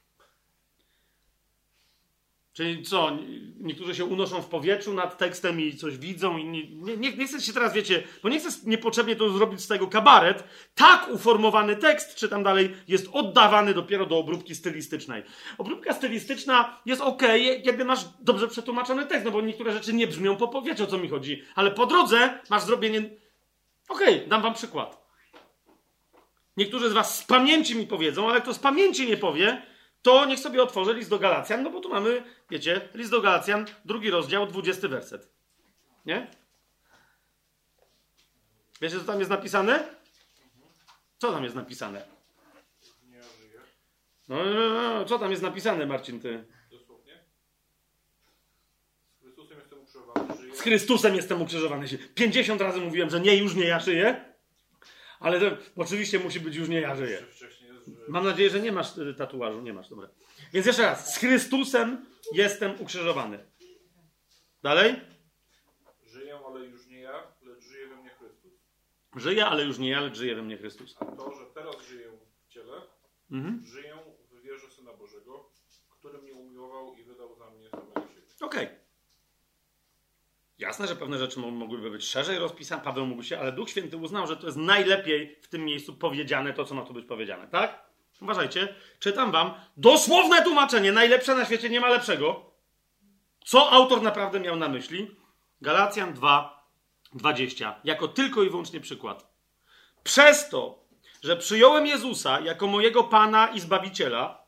[SPEAKER 2] Czyli co, niektórzy się unoszą w powietrzu nad tekstem i coś widzą i nie chcę się teraz, wiecie, bo nie chcę niepotrzebnie to zrobić z tego kabaret. Tak uformowany tekst, czytam dalej, jest oddawany dopiero do obróbki stylistycznej. Obróbka stylistyczna jest okej, kiedy masz dobrze przetłumaczony tekst, no bo niektóre rzeczy nie brzmią wiecie, o co mi chodzi, ale po drodze masz zrobienie... Okej, dam wam przykład. Niektórzy z was z pamięci mi powiedzą, ale kto z pamięci nie powie, to niech sobie otworzy list do Galacjan, no bo tu mamy, wiecie, list do Galacjan, 2 rozdział, 20 werset. Nie? Wiecie, co tam jest napisane? Co tam jest napisane? No, co tam jest napisane, Marcin, ty?
[SPEAKER 3] Dosłownie. Z Chrystusem jestem ukrzyżowany, żyję.
[SPEAKER 2] Z Chrystusem jestem ukrzyżowany. 50 razy mówiłem, że nie, już nie ja żyję. Ale to oczywiście musi być już nie ja żyję. Mam nadzieję, że nie masz tatuażu. Nie masz, dobra. Więc jeszcze raz. Z Chrystusem jestem ukrzyżowany. Dalej?
[SPEAKER 3] Żyję, ale już nie ja, lecz żyje we mnie Chrystus.
[SPEAKER 2] Żyję, ale już nie ja, lecz żyje we mnie Chrystus.
[SPEAKER 3] A to, że teraz żyję w ciele, żyję w wierze Syna Bożego, który mnie umiłował i wydał za mnie samego siebie.
[SPEAKER 2] Okej. Jasne, że pewne rzeczy mogłyby być szerzej rozpisane, Paweł mógł się, ale Duch Święty uznał, że to jest najlepiej w tym miejscu powiedziane to, co ma tu być powiedziane. Tak? Uważajcie, czytam wam dosłowne tłumaczenie, najlepsze na świecie, nie ma lepszego. Co autor naprawdę miał na myśli? Galacjan 2:20. Jako tylko i wyłącznie przykład. Przez to, że przyjąłem Jezusa jako mojego Pana i Zbawiciela,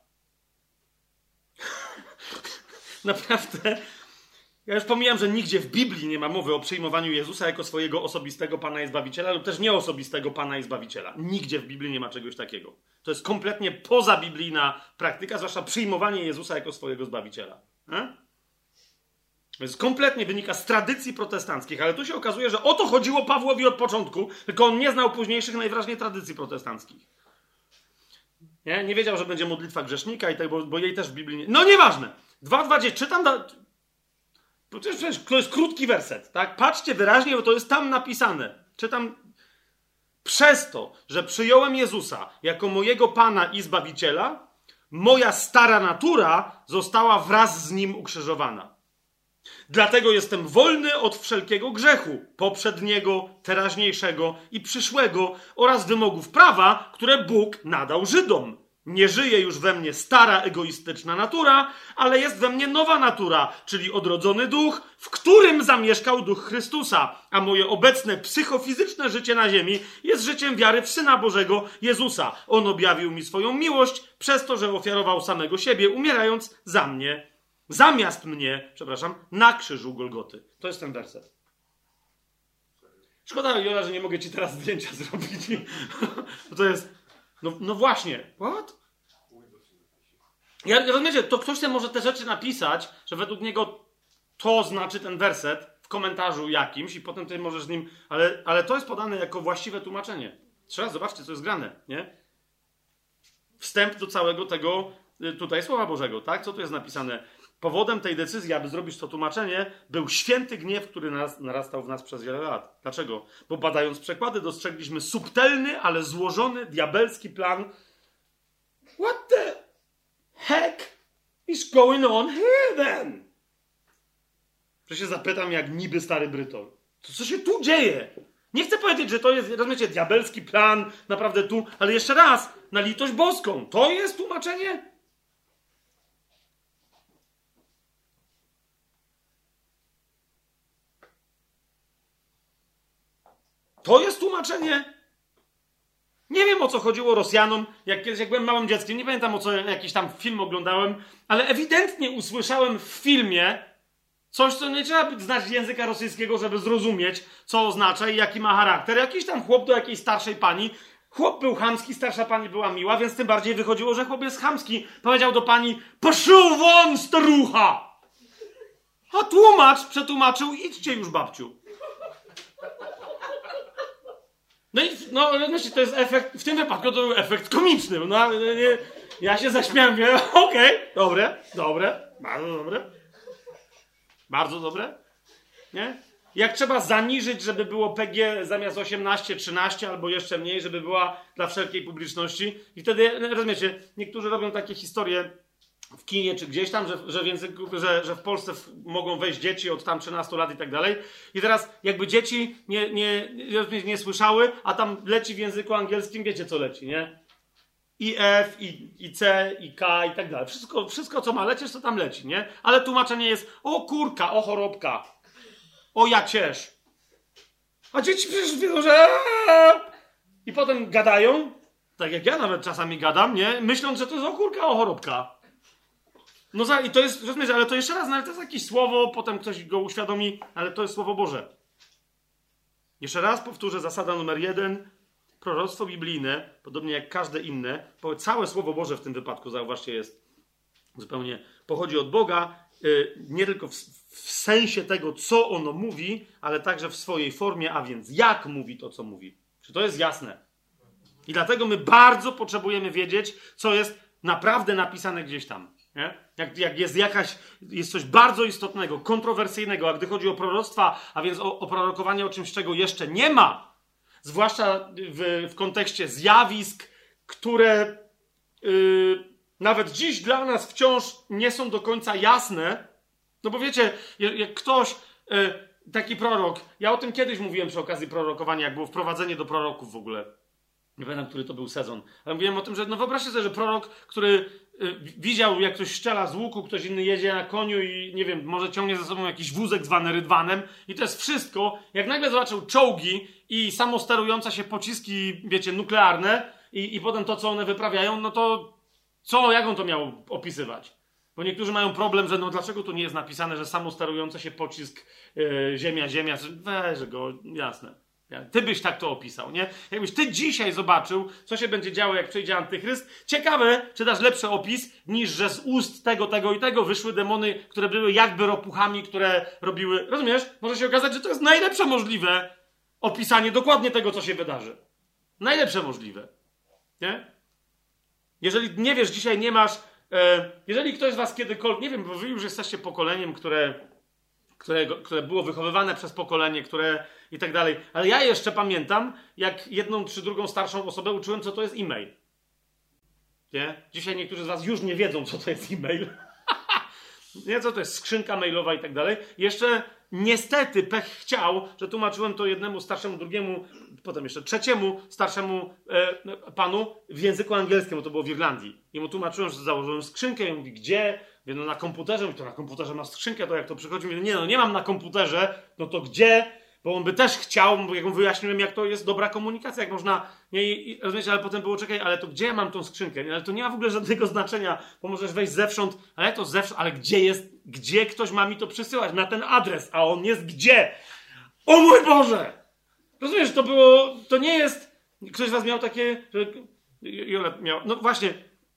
[SPEAKER 2] naprawdę... Ja już pomijam, że nigdzie w Biblii nie ma mowy o przyjmowaniu Jezusa jako swojego osobistego Pana i Zbawiciela lub też nieosobistego Pana i Zbawiciela. Nigdzie w Biblii nie ma czegoś takiego. To jest kompletnie pozabiblijna praktyka, zwłaszcza przyjmowanie Jezusa jako swojego Zbawiciela. To jest kompletnie wynika z tradycji protestanckich, ale tu się okazuje, że o to chodziło Pawłowi od początku, tylko on nie znał późniejszych, najwyraźniej tradycji protestanckich. Nie wiedział, że będzie modlitwa grzesznika i tak, bo jej też w Biblii nie... No nieważne. 2:20. Czytam... Przecież to jest krótki werset, tak? Patrzcie wyraźnie, bo to jest tam napisane. Czytam. Przez to, że przyjąłem Jezusa jako mojego Pana i Zbawiciela, moja stara natura została wraz z Nim ukrzyżowana. Dlatego jestem wolny od wszelkiego grzechu, poprzedniego, teraźniejszego i przyszłego oraz wymogów prawa, które Bóg nadał Żydom. Nie żyje już we mnie stara, egoistyczna natura, ale jest we mnie nowa natura, czyli odrodzony duch, w którym zamieszkał Duch Chrystusa, a moje obecne psychofizyczne życie na ziemi jest życiem wiary w Syna Bożego, Jezusa. On objawił mi swoją miłość przez to, że ofiarował samego siebie, umierając zamiast mnie, na krzyżu Golgoty. To jest ten werset. Szkoda, Jola, że nie mogę ci teraz zdjęcia zrobić. To jest... No właśnie. What? Rozumiecie, to ktoś sobie może te rzeczy napisać, że według niego to znaczy ten werset, komentarzu jakimś i potem ty możesz z nim... Ale to jest podane jako właściwe tłumaczenie. Trzeba zobaczcie, co jest grane, nie? Wstęp do całego tego tutaj Słowa Bożego, tak? Co tu jest napisane? Powodem tej decyzji, aby zrobić to tłumaczenie, był święty gniew, który narastał w nas przez wiele lat. Dlaczego? Bo badając przekłady, dostrzegliśmy subtelny, ale złożony, diabelski plan. What the heck is going on here then? Że się zapytam jak niby stary Bryton. To co się tu dzieje? Nie chcę powiedzieć, że to jest, rozumiecie, diabelski plan, naprawdę tu, ale jeszcze raz, na litość boską. To jest tłumaczenie? To jest tłumaczenie? Nie wiem, o co chodziło Rosjanom, jak kiedyś, jak byłem małym dzieckiem, nie pamiętam, o co jakiś tam film oglądałem, ale ewidentnie usłyszałem w filmie coś, co nie trzeba znać języka rosyjskiego, żeby zrozumieć, co oznacza i jaki ma charakter. Jakiś tam chłop do jakiejś starszej pani. Chłop był chamski, starsza pani była miła, więc tym bardziej wychodziło, że chłop jest chamski. Powiedział do pani, poszł won, starucha! A tłumacz przetłumaczył, idźcie już, babciu. No i to jest efekt, w tym wypadku to był efekt komiczny. No, ja się zaśmiałem, mówię, okej, dobre, bardzo dobre. Bardzo dobre, nie? Jak trzeba zaniżyć, żeby było PG zamiast 18, 13 albo jeszcze mniej, żeby była dla wszelkiej publiczności. I wtedy, rozumiecie, niektórzy robią takie historie w kinie czy gdzieś tam, że w języku, że w Polsce mogą wejść dzieci od tam 13 lat i tak dalej. I teraz jakby dzieci nie słyszały, a tam leci w języku angielskim, wiecie co leci, nie? I F, i C, i K i tak dalej. Wszystko, co ma lecieć, to tam leci, nie? Ale tłumaczenie jest o kurka, o chorobka, o jacierz. A dzieci przecież wiedzą, że... I potem gadają, tak jak ja nawet czasami gadam, nie? Myśląc, że to jest o kurka, o chorobka. No i to jest, rozumiesz, ale to jeszcze raz, no ale to jest jakieś słowo, potem ktoś go uświadomi, ale to jest Słowo Boże. Jeszcze raz powtórzę, zasada numer 1. Proroctwo biblijne, podobnie jak każde inne, całe Słowo Boże w tym wypadku, zauważcie, jest zupełnie, pochodzi od Boga, nie tylko w sensie tego, co ono mówi, ale także w swojej formie, a więc jak mówi to, co mówi. Czy to jest jasne? I dlatego my bardzo potrzebujemy wiedzieć, co jest naprawdę napisane gdzieś tam. Nie? Jak jest coś bardzo istotnego, kontrowersyjnego, a gdy chodzi o proroctwa, a więc o prorokowanie o czymś, czego jeszcze nie ma, zwłaszcza w kontekście zjawisk, które nawet dziś dla nas wciąż nie są do końca jasne. No bo wiecie, jak ktoś, taki prorok, ja o tym kiedyś mówiłem przy okazji prorokowania, jak było wprowadzenie do proroków w ogóle. Nie pamiętam, który to był sezon. Ale mówiłem o tym, że no wyobraźcie sobie, że prorok, który widział, jak ktoś strzela z łuku, ktoś inny jedzie na koniu i nie wiem, może ciągnie ze sobą jakiś wózek zwany rydwanem i to jest wszystko. Jak nagle zobaczył czołgi i samosterujące się pociski, wiecie, nuklearne i potem to, co one wyprawiają, no to jak on to miał opisywać? Bo niektórzy mają problem, że no dlaczego tu nie jest napisane, że samosterujący się pocisk ziemia, weź go, jasne. Ty byś tak to opisał, nie? Jakbyś ty dzisiaj zobaczył, co się będzie działo, jak przyjdzie antychryst. Ciekawe, czy dasz lepszy opis, niż że z ust tego i tego wyszły demony, które były jakby ropuchami, które robiły... Rozumiesz? Może się okazać, że to jest najlepsze możliwe opisanie dokładnie tego, co się wydarzy. Najlepsze możliwe. Nie? Jeżeli nie wiesz, dzisiaj nie masz... jeżeli ktoś z was kiedykolwiek... Nie wiem, bo wy już jesteście pokoleniem, które było wychowywane przez pokolenie, które i tak dalej. Ale ja jeszcze pamiętam, jak jedną czy drugą starszą osobę uczyłem, co to jest e-mail. Nie? Dzisiaj niektórzy z was już nie wiedzą, co to jest e-mail. Nie, co to jest skrzynka mailowa i tak dalej. Jeszcze niestety pech chciał, że tłumaczyłem to jednemu starszemu, drugiemu, potem jeszcze trzeciemu starszemu panu w języku angielskim, bo to było w Irlandii. I mu tłumaczyłem, że założyłem skrzynkę i on mówi, gdzie? Mówię, no na komputerze. Mówi, to na komputerze masz skrzynkę, to jak to przychodzi? Mówię, nie mam na komputerze, no to gdzie? Bo on by też chciał, bo jak mu wyjaśniłem, jak to jest dobra komunikacja, jak można, rozumiecie, ale potem było, czekaj, ale to gdzie ja mam tą skrzynkę? Ale to nie ma w ogóle żadnego znaczenia, bo możesz wejść zewsząd, ale gdzie ktoś ma mi to przysyłać? Na ten adres, a on jest gdzie? O mój Boże! Rozumiesz, to nie jest, ktoś z was miał takie, że Jola miał, no właśnie,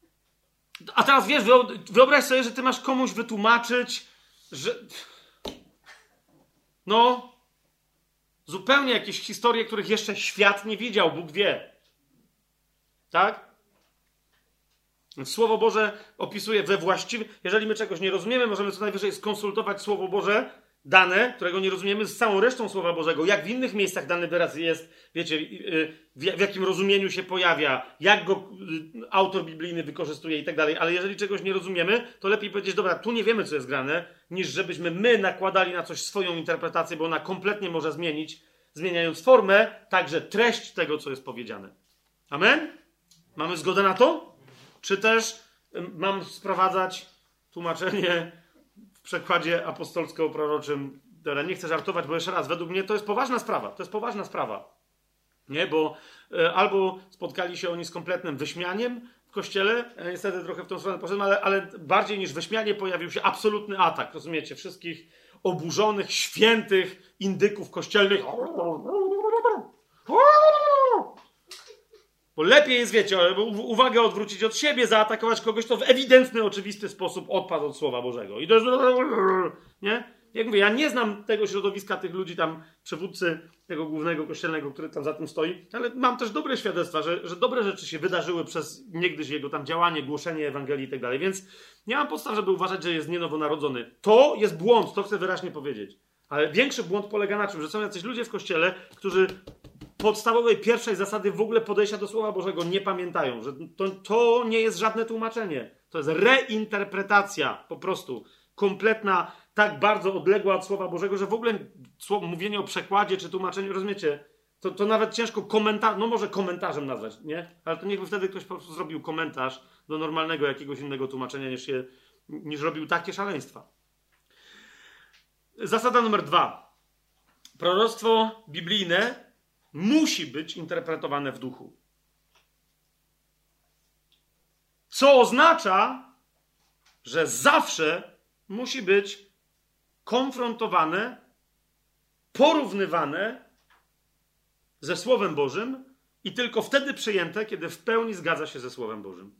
[SPEAKER 2] a teraz wiesz, wyobraź sobie, że ty masz komuś wytłumaczyć, że... no, zupełnie jakieś historie, których jeszcze świat nie widział, Bóg wie. Tak? Więc Słowo Boże opisuje we właściwym... Jeżeli my czegoś nie rozumiemy, możemy co najwyżej skonsultować Słowo Boże, dane, którego nie rozumiemy, z całą resztą Słowa Bożego. Jak w innych miejscach dany wyraz jest, wiecie, w jakim rozumieniu się pojawia, jak go autor biblijny wykorzystuje i tak dalej. Ale jeżeli czegoś nie rozumiemy, to lepiej powiedzieć, dobra, tu nie wiemy, co jest grane, niż żebyśmy my nakładali na coś swoją interpretację, bo ona kompletnie może zmienić, zmieniając formę, także treść tego, co jest powiedziane. Amen? Mamy zgodę na to? Czy też mam sprowadzać tłumaczenie w przekładzie apostolsko-proroczym? Dobra, nie chcę żartować, bo jeszcze raz, według mnie to jest poważna sprawa. To jest poważna sprawa. Nie, bo albo spotkali się oni z kompletnym wyśmianiem w Kościele, niestety trochę w tą stronę poszedłem, ale bardziej niż wyśmianie pojawił się absolutny atak, rozumiecie, wszystkich oburzonych, świętych indyków kościelnych. Bo lepiej jest, wiecie, uwagę odwrócić od siebie, zaatakować kogoś, kto w ewidentny, oczywisty sposób odpadł od Słowa Bożego. I to jest... Nie? Jak mówię, ja nie znam tego środowiska, tych ludzi tam, przywódcy tego głównego kościelnego, który tam za tym stoi, ale mam też dobre świadectwa, że dobre rzeczy się wydarzyły przez niegdyś jego tam działanie, głoszenie Ewangelii i tak dalej. Więc nie mam podstaw, żeby uważać, że jest nienowonarodzony. To jest błąd, to chcę wyraźnie powiedzieć. Ale większy błąd polega na czym? Że są jacyś ludzie w Kościele, którzy podstawowej, pierwszej zasady w ogóle podejścia do Słowa Bożego nie pamiętają. Że to nie jest żadne tłumaczenie. To jest reinterpretacja po prostu. Kompletna, tak bardzo odległa od Słowa Bożego, że w ogóle mówienie o przekładzie czy tłumaczeniu, rozumiecie, to nawet ciężko no może komentarzem nazwać, nie? Ale to niechby wtedy ktoś po prostu zrobił komentarz do normalnego jakiegoś innego tłumaczenia, niż robił takie szaleństwa. Zasada numer 2. Proroctwo biblijne musi być interpretowane w duchu. Co oznacza, że zawsze musi być konfrontowane, porównywane ze Słowem Bożym i tylko wtedy przyjęte, kiedy w pełni zgadza się ze Słowem Bożym.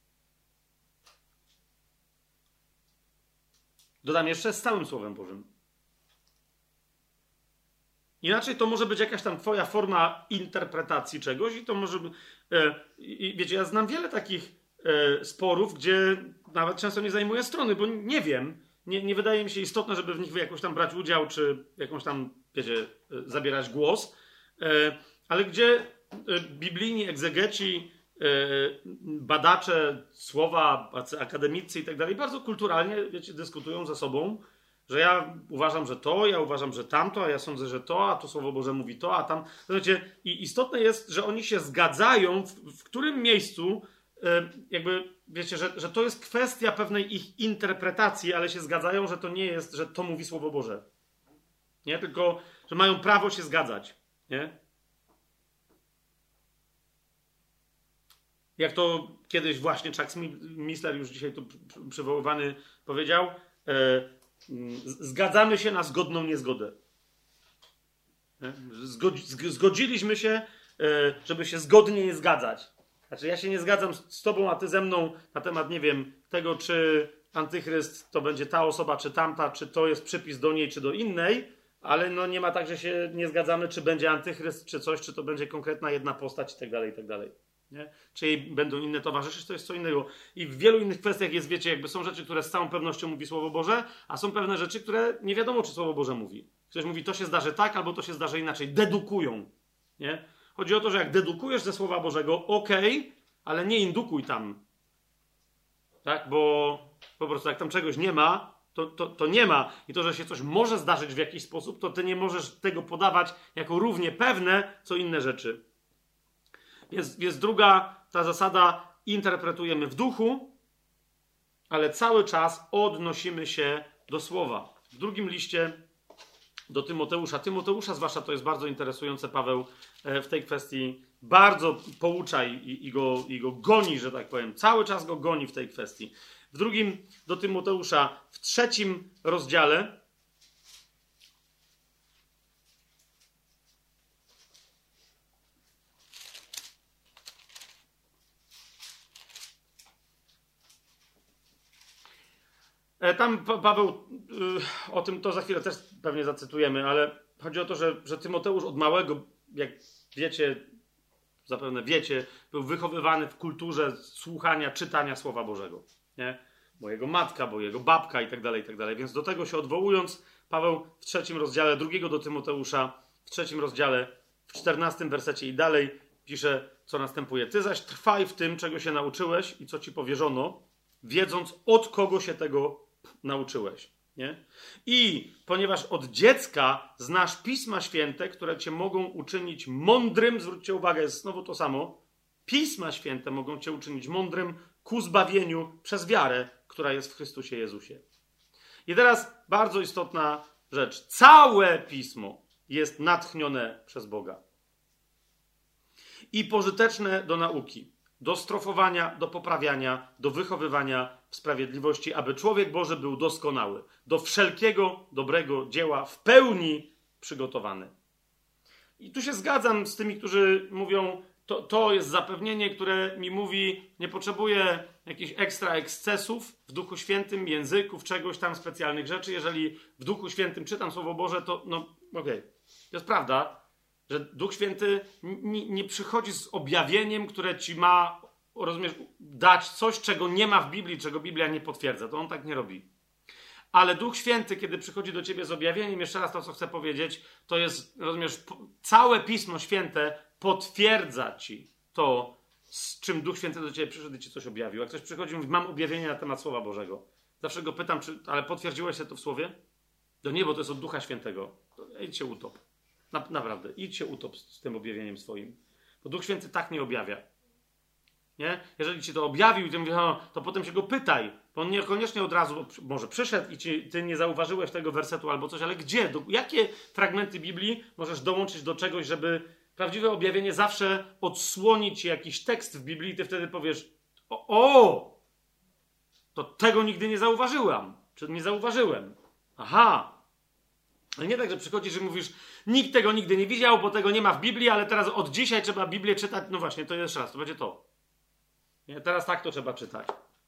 [SPEAKER 2] Dodam jeszcze z całym Słowem Bożym. Inaczej to może być jakaś tam twoja forma interpretacji czegoś i to może... wiecie, ja znam wiele takich sporów, gdzie nawet często nie zajmuję strony, bo nie wiem, nie wydaje mi się istotne, żeby w nich jakoś tam brać udział, czy jakąś tam, wiecie, zabierać głos, ale gdzie biblijni egzegeci, badacze słowa, akademicy i tak dalej, bardzo kulturalnie, wiecie, dyskutują ze sobą, że ja uważam, że to, ja uważam, że tamto, a ja sądzę, że to, a tu Słowo Boże mówi to, a tam... Znaczy, i istotne jest, że oni się zgadzają, w którym miejscu jakby, wiecie, że to jest kwestia pewnej ich interpretacji, ale się zgadzają, że to nie jest, że to mówi Słowo Boże. Nie? Tylko, że mają prawo się zgadzać. Nie? Jak to kiedyś właśnie Chuck Missler, już dzisiaj tu przywoływany, powiedział, zgadzamy się na zgodną niezgodę. Zgodziliśmy się, żeby się zgodnie nie zgadzać. Znaczy, ja się nie zgadzam z tobą, a ty ze mną na temat, nie wiem, tego, czy antychryst to będzie ta osoba, czy tamta, czy to jest przypis do niej, czy do innej, ale no nie ma tak, że się nie zgadzamy, czy będzie antychryst, czy coś, czy to będzie konkretna jedna postać i tak dalej, i tak dalej. Nie? Czy jej będą inne towarzyszyć, to jest co innego. I w wielu innych kwestiach jest, wiecie, jakby są rzeczy, które z całą pewnością mówi Słowo Boże, a są pewne rzeczy, które nie wiadomo, czy Słowo Boże mówi. Ktoś mówi, to się zdarzy tak, albo to się zdarzy inaczej. Dedukują. Nie? Chodzi o to, że jak dedukujesz ze Słowa Bożego, okej, ale nie indukuj tam. Tak? Bo po prostu jak tam czegoś nie ma, to nie ma. I to, że się coś może zdarzyć w jakiś sposób, to ty nie możesz tego podawać jako równie pewne, co inne rzeczy. Jest druga, ta zasada, interpretujemy w duchu, ale cały czas odnosimy się do Słowa. W drugim liście do Tymoteusza zwłaszcza, to jest bardzo interesujące, Paweł w tej kwestii bardzo poucza i go goni, że tak powiem. Cały czas go goni w tej kwestii. W drugim do Tymoteusza, w 3 rozdziale, Tam Paweł, o tym to za chwilę też pewnie zacytujemy, ale chodzi o to, że Tymoteusz od małego, jak wiecie, zapewne wiecie, był wychowywany w kulturze słuchania, czytania Słowa Bożego. Nie? Bo jego matka, bo jego babka i tak dalej, i tak dalej. Więc do tego się odwołując, Paweł w 3 rozdziale 2 do Tymoteusza, w 3 rozdziale, w 14 wersecie i dalej pisze, co następuje. Ty zaś trwaj w tym, czego się nauczyłeś i co ci powierzono, wiedząc, od kogo się tego nauczyłeś. Nie? I ponieważ od dziecka znasz Pisma Święte, które cię mogą uczynić mądrym, zwróćcie uwagę, jest znowu to samo, Pisma Święte mogą cię uczynić mądrym ku zbawieniu przez wiarę, która jest w Chrystusie Jezusie. I teraz bardzo istotna rzecz. Całe Pismo jest natchnione przez Boga. I pożyteczne do nauki, do strofowania, do poprawiania, do wychowywania w sprawiedliwości, aby człowiek Boży był doskonały, do wszelkiego dobrego dzieła w pełni przygotowany. I tu się zgadzam z tymi, którzy mówią, to jest zapewnienie, które mi mówi, nie potrzebuję jakichś ekstra ekscesów w Duchu Świętym, języków, czegoś tam, specjalnych rzeczy. Jeżeli w Duchu Świętym czytam Słowo Boże, to okej. To jest prawda, że Duch Święty nie przychodzi z objawieniem, które ci ma, rozumiesz, dać coś, czego nie ma w Biblii, czego Biblia nie potwierdza. To on tak nie robi. Ale Duch Święty, kiedy przychodzi do ciebie z objawieniem, jeszcze raz to, co chcę powiedzieć, to jest, rozumiesz, całe Pismo Święte potwierdza ci to, z czym Duch Święty do ciebie przyszedł i ci coś objawił. Jak ktoś przychodzi i mówi, mam objawienie na temat Słowa Bożego. Zawsze go pytam, ale potwierdziłeś się to w Słowie? To nie, bo to jest od Ducha Świętego. To idź się utop. Naprawdę, idź się utop z tym objawieniem swoim. Bo Duch Święty tak nie objawia. Nie? Jeżeli ci to objawił i ty mówisz, to potem się go pytaj. Bo on niekoniecznie od razu może przyszedł i ty nie zauważyłeś tego wersetu albo coś, ale gdzie? Jakie fragmenty Biblii możesz dołączyć do czegoś, żeby prawdziwe objawienie zawsze odsłoni ci jakiś tekst w Biblii i ty wtedy powiesz, to tego nigdy nie zauważyłam. Czy nie zauważyłem. Aha. Ale nie tak, że przychodzisz i mówisz, nikt tego nigdy nie widział, bo tego nie ma w Biblii, ale teraz od dzisiaj trzeba Biblię czytać. No właśnie, to jeszcze raz, to będzie to. Nie? Teraz tak to trzeba czytać.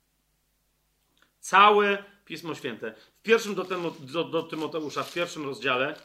[SPEAKER 2] Całe Pismo Święte. W pierwszym do Tymoteusza, w 1 rozdziale,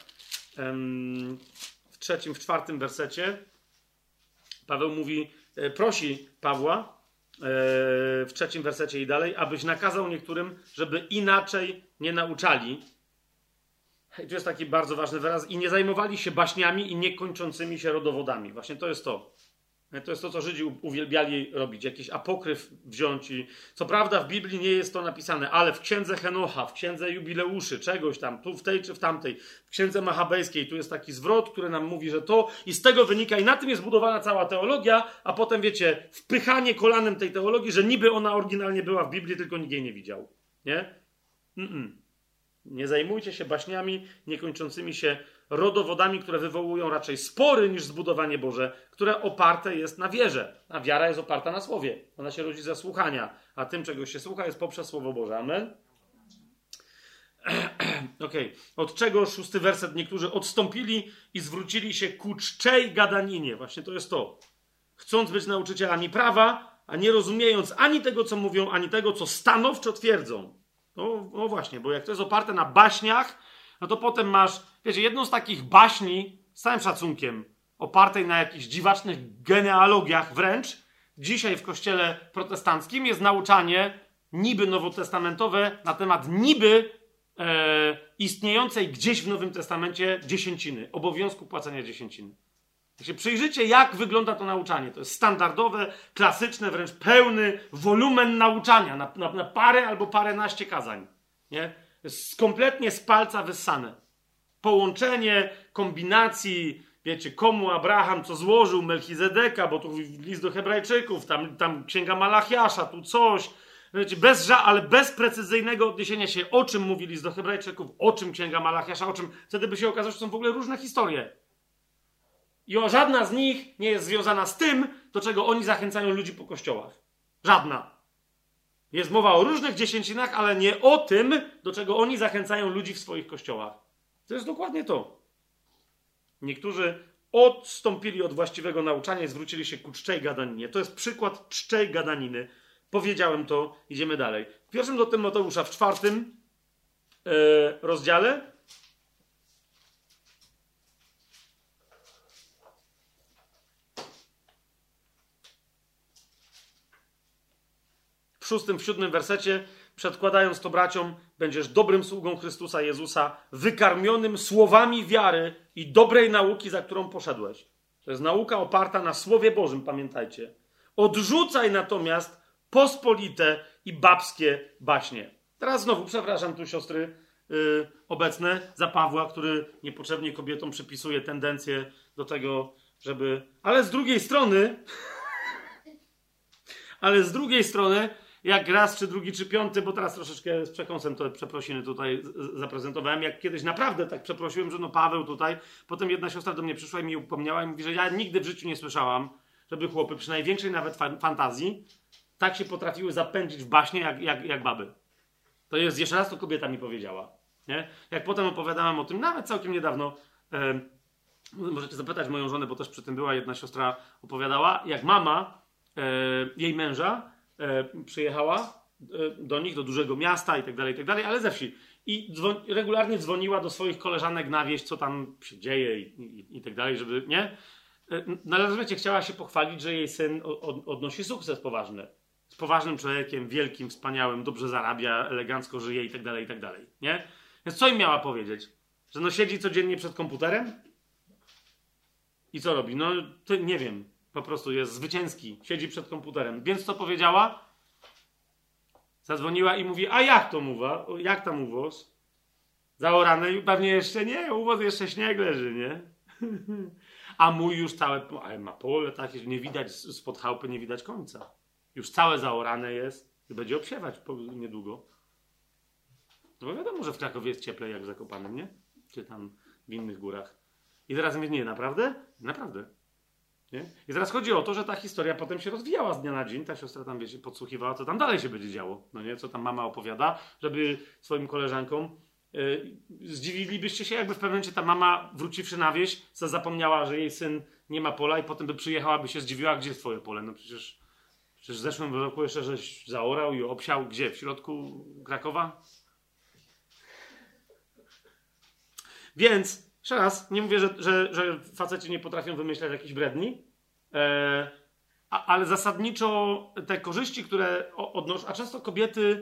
[SPEAKER 2] w 3, w 4 wersecie, Paweł mówi, prosi Pawła, w 3 wersecie i dalej, abyś nakazał niektórym, żeby inaczej nie nauczali. I tu jest taki bardzo ważny wyraz. I nie zajmowali się baśniami i niekończącymi się rodowodami. Właśnie to jest to. To jest to, co Żydzi uwielbiali robić. Jakiś apokryf wziąć i... Co prawda w Biblii nie jest to napisane, ale w księdze Henocha, w księdze Jubileuszy, czegoś tam, tu w tej czy w tamtej, w księdze Machabejskiej, tu jest taki zwrot, który nam mówi, że to i z tego wynika i na tym jest budowana cała teologia, a potem wiecie, wpychanie kolanem tej teologii, że niby ona oryginalnie była w Biblii, tylko nikt jej nie widział. Nie? Nie zajmujcie się baśniami niekończącymi się rodowodami, które wywołują raczej spory niż zbudowanie Boże, które oparte jest na wierze. A wiara jest oparta na Słowie. Ona się rodzi ze słuchania, a tym, czego się słucha, jest poprzez Słowo Boże. Amen? Okej. Od czego 6 werset? Niektórzy odstąpili i zwrócili się ku czczej gadaninie. Właśnie to jest to. Chcąc być nauczycielami prawa, a nie rozumiejąc ani tego, co mówią, ani tego, co stanowczo twierdzą. No właśnie, bo jak to jest oparte na baśniach, no to potem masz, wiecie, jedną z takich baśni, z całym szacunkiem, opartej na jakichś dziwacznych genealogiach wręcz, dzisiaj w kościele protestanckim jest nauczanie niby nowotestamentowe na temat niby istniejącej gdzieś w Nowym Testamencie dziesięciny, obowiązku płacenia dziesięciny. Jak się przyjrzycie, jak wygląda to nauczanie. To jest standardowe, klasyczne, wręcz pełny wolumen nauczania na parę albo paręnaście kazań. Nie? Jest kompletnie z palca wyssane. Połączenie kombinacji, wiecie, komu Abraham co złożył, Melchizedeka, bo tu list do Hebrajczyków, tam księga Malachiasza, tu coś. Wiecie, ale bez precyzyjnego odniesienia się, o czym mówi list do Hebrajczyków, o czym księga Malachiasza, o czym. Wtedy by się okazało, że są w ogóle różne historie. I żadna z nich nie jest związana z tym, do czego oni zachęcają ludzi po kościołach. Żadna. Jest mowa o różnych dziesięcinach, ale nie o tym, do czego oni zachęcają ludzi w swoich kościołach. To jest dokładnie to. Niektórzy odstąpili od właściwego nauczania i zwrócili się ku czczej gadaninie. To jest przykład czczej gadaniny. Powiedziałem to, idziemy dalej. W 1 do Tymoteusza, w 4 rozdziale. W 6, w 7 wersecie, przedkładając to braciom, będziesz dobrym sługą Chrystusa Jezusa, wykarmionym słowami wiary i dobrej nauki, za którą poszedłeś. To jest nauka oparta na Słowie Bożym, pamiętajcie. Odrzucaj natomiast pospolite i babskie baśnie. Teraz znowu, przepraszam tu siostry obecne, za Pawła, który niepotrzebnie kobietom przypisuje tendencję do tego, żeby... Ale z drugiej strony, jak raz, czy drugi, czy piąty, bo teraz troszeczkę z przekąsem te przeprosiny tutaj zaprezentowałem, jak kiedyś naprawdę tak przeprosiłem, że no Paweł tutaj, potem jedna siostra do mnie przyszła i mi upomniała i mówi, że ja nigdy w życiu nie słyszałam, żeby chłopy przy największej nawet fantazji tak się potrafiły zapędzić w baśnie jak baby. To jest, jeszcze raz to kobieta mi powiedziała. Nie? Jak potem opowiadałem o tym, nawet całkiem niedawno, możecie zapytać moją żonę, bo też przy tym była jedna siostra, opowiadała, jak mama jej męża przyjechała do nich, do dużego miasta i tak dalej, ale ze wsi. I regularnie dzwoniła do swoich koleżanek na wieść, co tam się dzieje i tak dalej, żeby, nie? Należycie chciała się pochwalić, że jej syn odnosi sukces poważny. Z poważnym człowiekiem, wielkim, wspaniałym, dobrze zarabia, elegancko żyje i tak dalej, nie? Więc co im miała powiedzieć? Że no siedzi codziennie przed komputerem? I co robi? No, nie wiem. Po prostu jest zwycięski. Siedzi przed komputerem. Więc co powiedziała? Zadzwoniła i mówi, a jak to mówa? Jak tam uwoz? Zaorane? Pewnie jeszcze nie. Uwoz jeszcze śnieg leży, nie? A mój już całe... Ale ma pole takie, że nie widać spod chałupy, nie widać końca. Już całe zaorane jest i będzie obsiewać niedługo. No bo wiadomo, że w Krakowie jest cieplej jak w Zakopanem, nie? Czy tam w innych górach. I teraz mówię, nie, naprawdę? Naprawdę. Nie? I teraz chodzi o to, że ta historia potem się rozwijała z dnia na dzień. Ta siostra tam, wiecie, podsłuchiwała, co tam dalej się będzie działo. No nie? Co tam mama opowiada, żeby swoim koleżankom zdziwilibyście się, jakby w pewnym momencie ta mama, wróciwszy na wieś, zapomniała, że jej syn nie ma pola i potem by przyjechała, by się zdziwiła, gdzie jest twoje pole. No przecież w zeszłym roku jeszcze żeś zaorał i obsiał. Gdzie? W środku Krakowa? Więc, jeszcze raz, nie mówię, że faceci nie potrafią wymyślać jakichś bredni, ale zasadniczo te korzyści, które odnoszą, a często kobiety...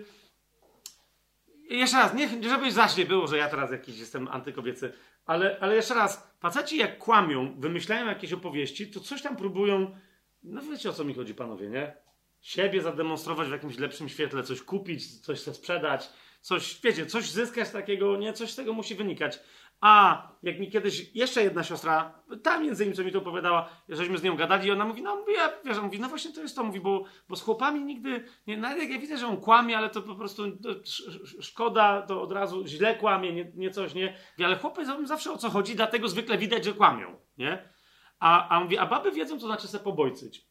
[SPEAKER 2] Jeszcze raz, nie żebyś zaś nie było, że ja teraz jakiś jestem antykobiecy, ale jeszcze raz, faceci jak kłamią, wymyślają jakieś opowieści, to coś tam próbują... No wiecie, o co mi chodzi, panowie, nie? Siebie zademonstrować w jakimś lepszym świetle, coś kupić, coś sobie sprzedać, coś, wiecie, coś zyskać takiego, nie? Coś z tego musi wynikać. A jak mi kiedyś jeszcze jedna siostra, ta między innymi, co mi to opowiadała, żeśmy z nią gadali i ona mówi, no właśnie to jest to, mówi, bo z chłopami nigdy, nie, nawet jak ja widzę, że on kłamie, ale to po prostu szkoda, to od razu źle kłamie, nie coś, nie? Ale chłopy zawsze o co chodzi, dlatego zwykle widać, że kłamią, nie? A mówi, a baby wiedzą, co znaczy se pobojcyć.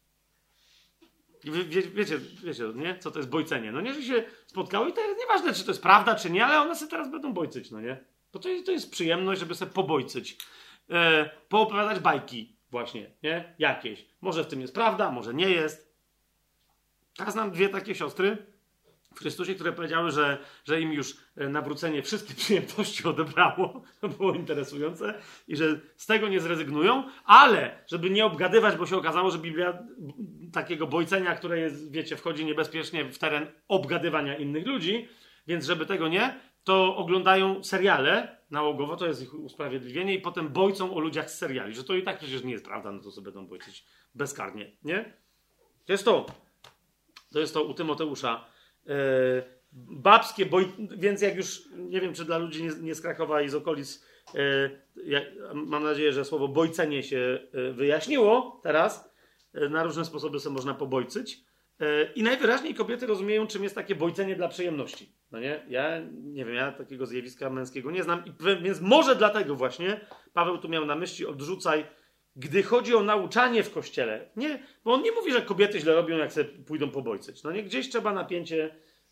[SPEAKER 2] Wiecie, nie? Co to jest bojcenie? No nie, że się spotkały i to jest nieważne, czy to jest prawda, czy nie, ale one sobie teraz będą bojcyć, no nie? Bo to jest przyjemność, żeby sobie pobojcyć. Poopowiadać bajki właśnie, nie? Jakieś. Może w tym jest prawda, może nie jest. Ja znam dwie takie siostry w Chrystusie, które powiedziały, że im już nawrócenie wszystkie przyjemności odebrało. To było interesujące. I że z tego nie zrezygnują, ale żeby nie obgadywać, bo się okazało, że Biblia takiego bojcenia, które jest, wiecie, wchodzi niebezpiecznie w teren obgadywania innych ludzi, więc żeby tego nie, to oglądają seriale nałogowo, to jest ich usprawiedliwienie i potem bojcą o ludziach z seriali, że to i tak przecież nie jest prawda, no to sobie będą bojczyć bezkarnie, nie? To jest to u Tymoteusza. Babskie więc jak już, nie wiem, czy dla ludzi nie z Krakowa i z okolic, mam nadzieję, że słowo bojcenie się wyjaśniło teraz, na różne sposoby sobie można pobojcyć. I najwyraźniej kobiety rozumieją, czym jest takie bojcenie dla przyjemności. No nie? Ja nie wiem, ja takiego zjawiska męskiego nie znam, więc może dlatego właśnie Paweł tu miał na myśli odrzucaj, gdy chodzi o nauczanie w kościele. Nie, bo on nie mówi, że kobiety źle robią, jak sobie pójdą pobojcyć. No nie, gdzieś trzeba napięcie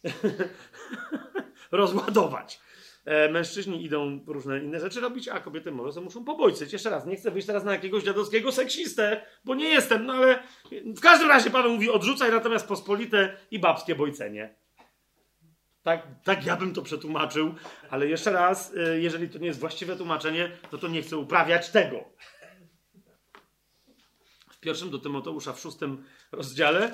[SPEAKER 2] rozładować. Mężczyźni idą różne inne rzeczy robić, a kobiety może sobie muszą pobojcyć. Jeszcze raz, nie chcę wyjść teraz na jakiegoś dziadowskiego seksistę, bo nie jestem, no ale w każdym razie Paweł mówi odrzucaj, natomiast pospolite i babskie bojcenie. Tak ja bym to przetłumaczył, ale jeszcze raz, jeżeli to nie jest właściwe tłumaczenie, to nie chcę uprawiać tego. W 1 do Tymoteusza, w 6 rozdziale,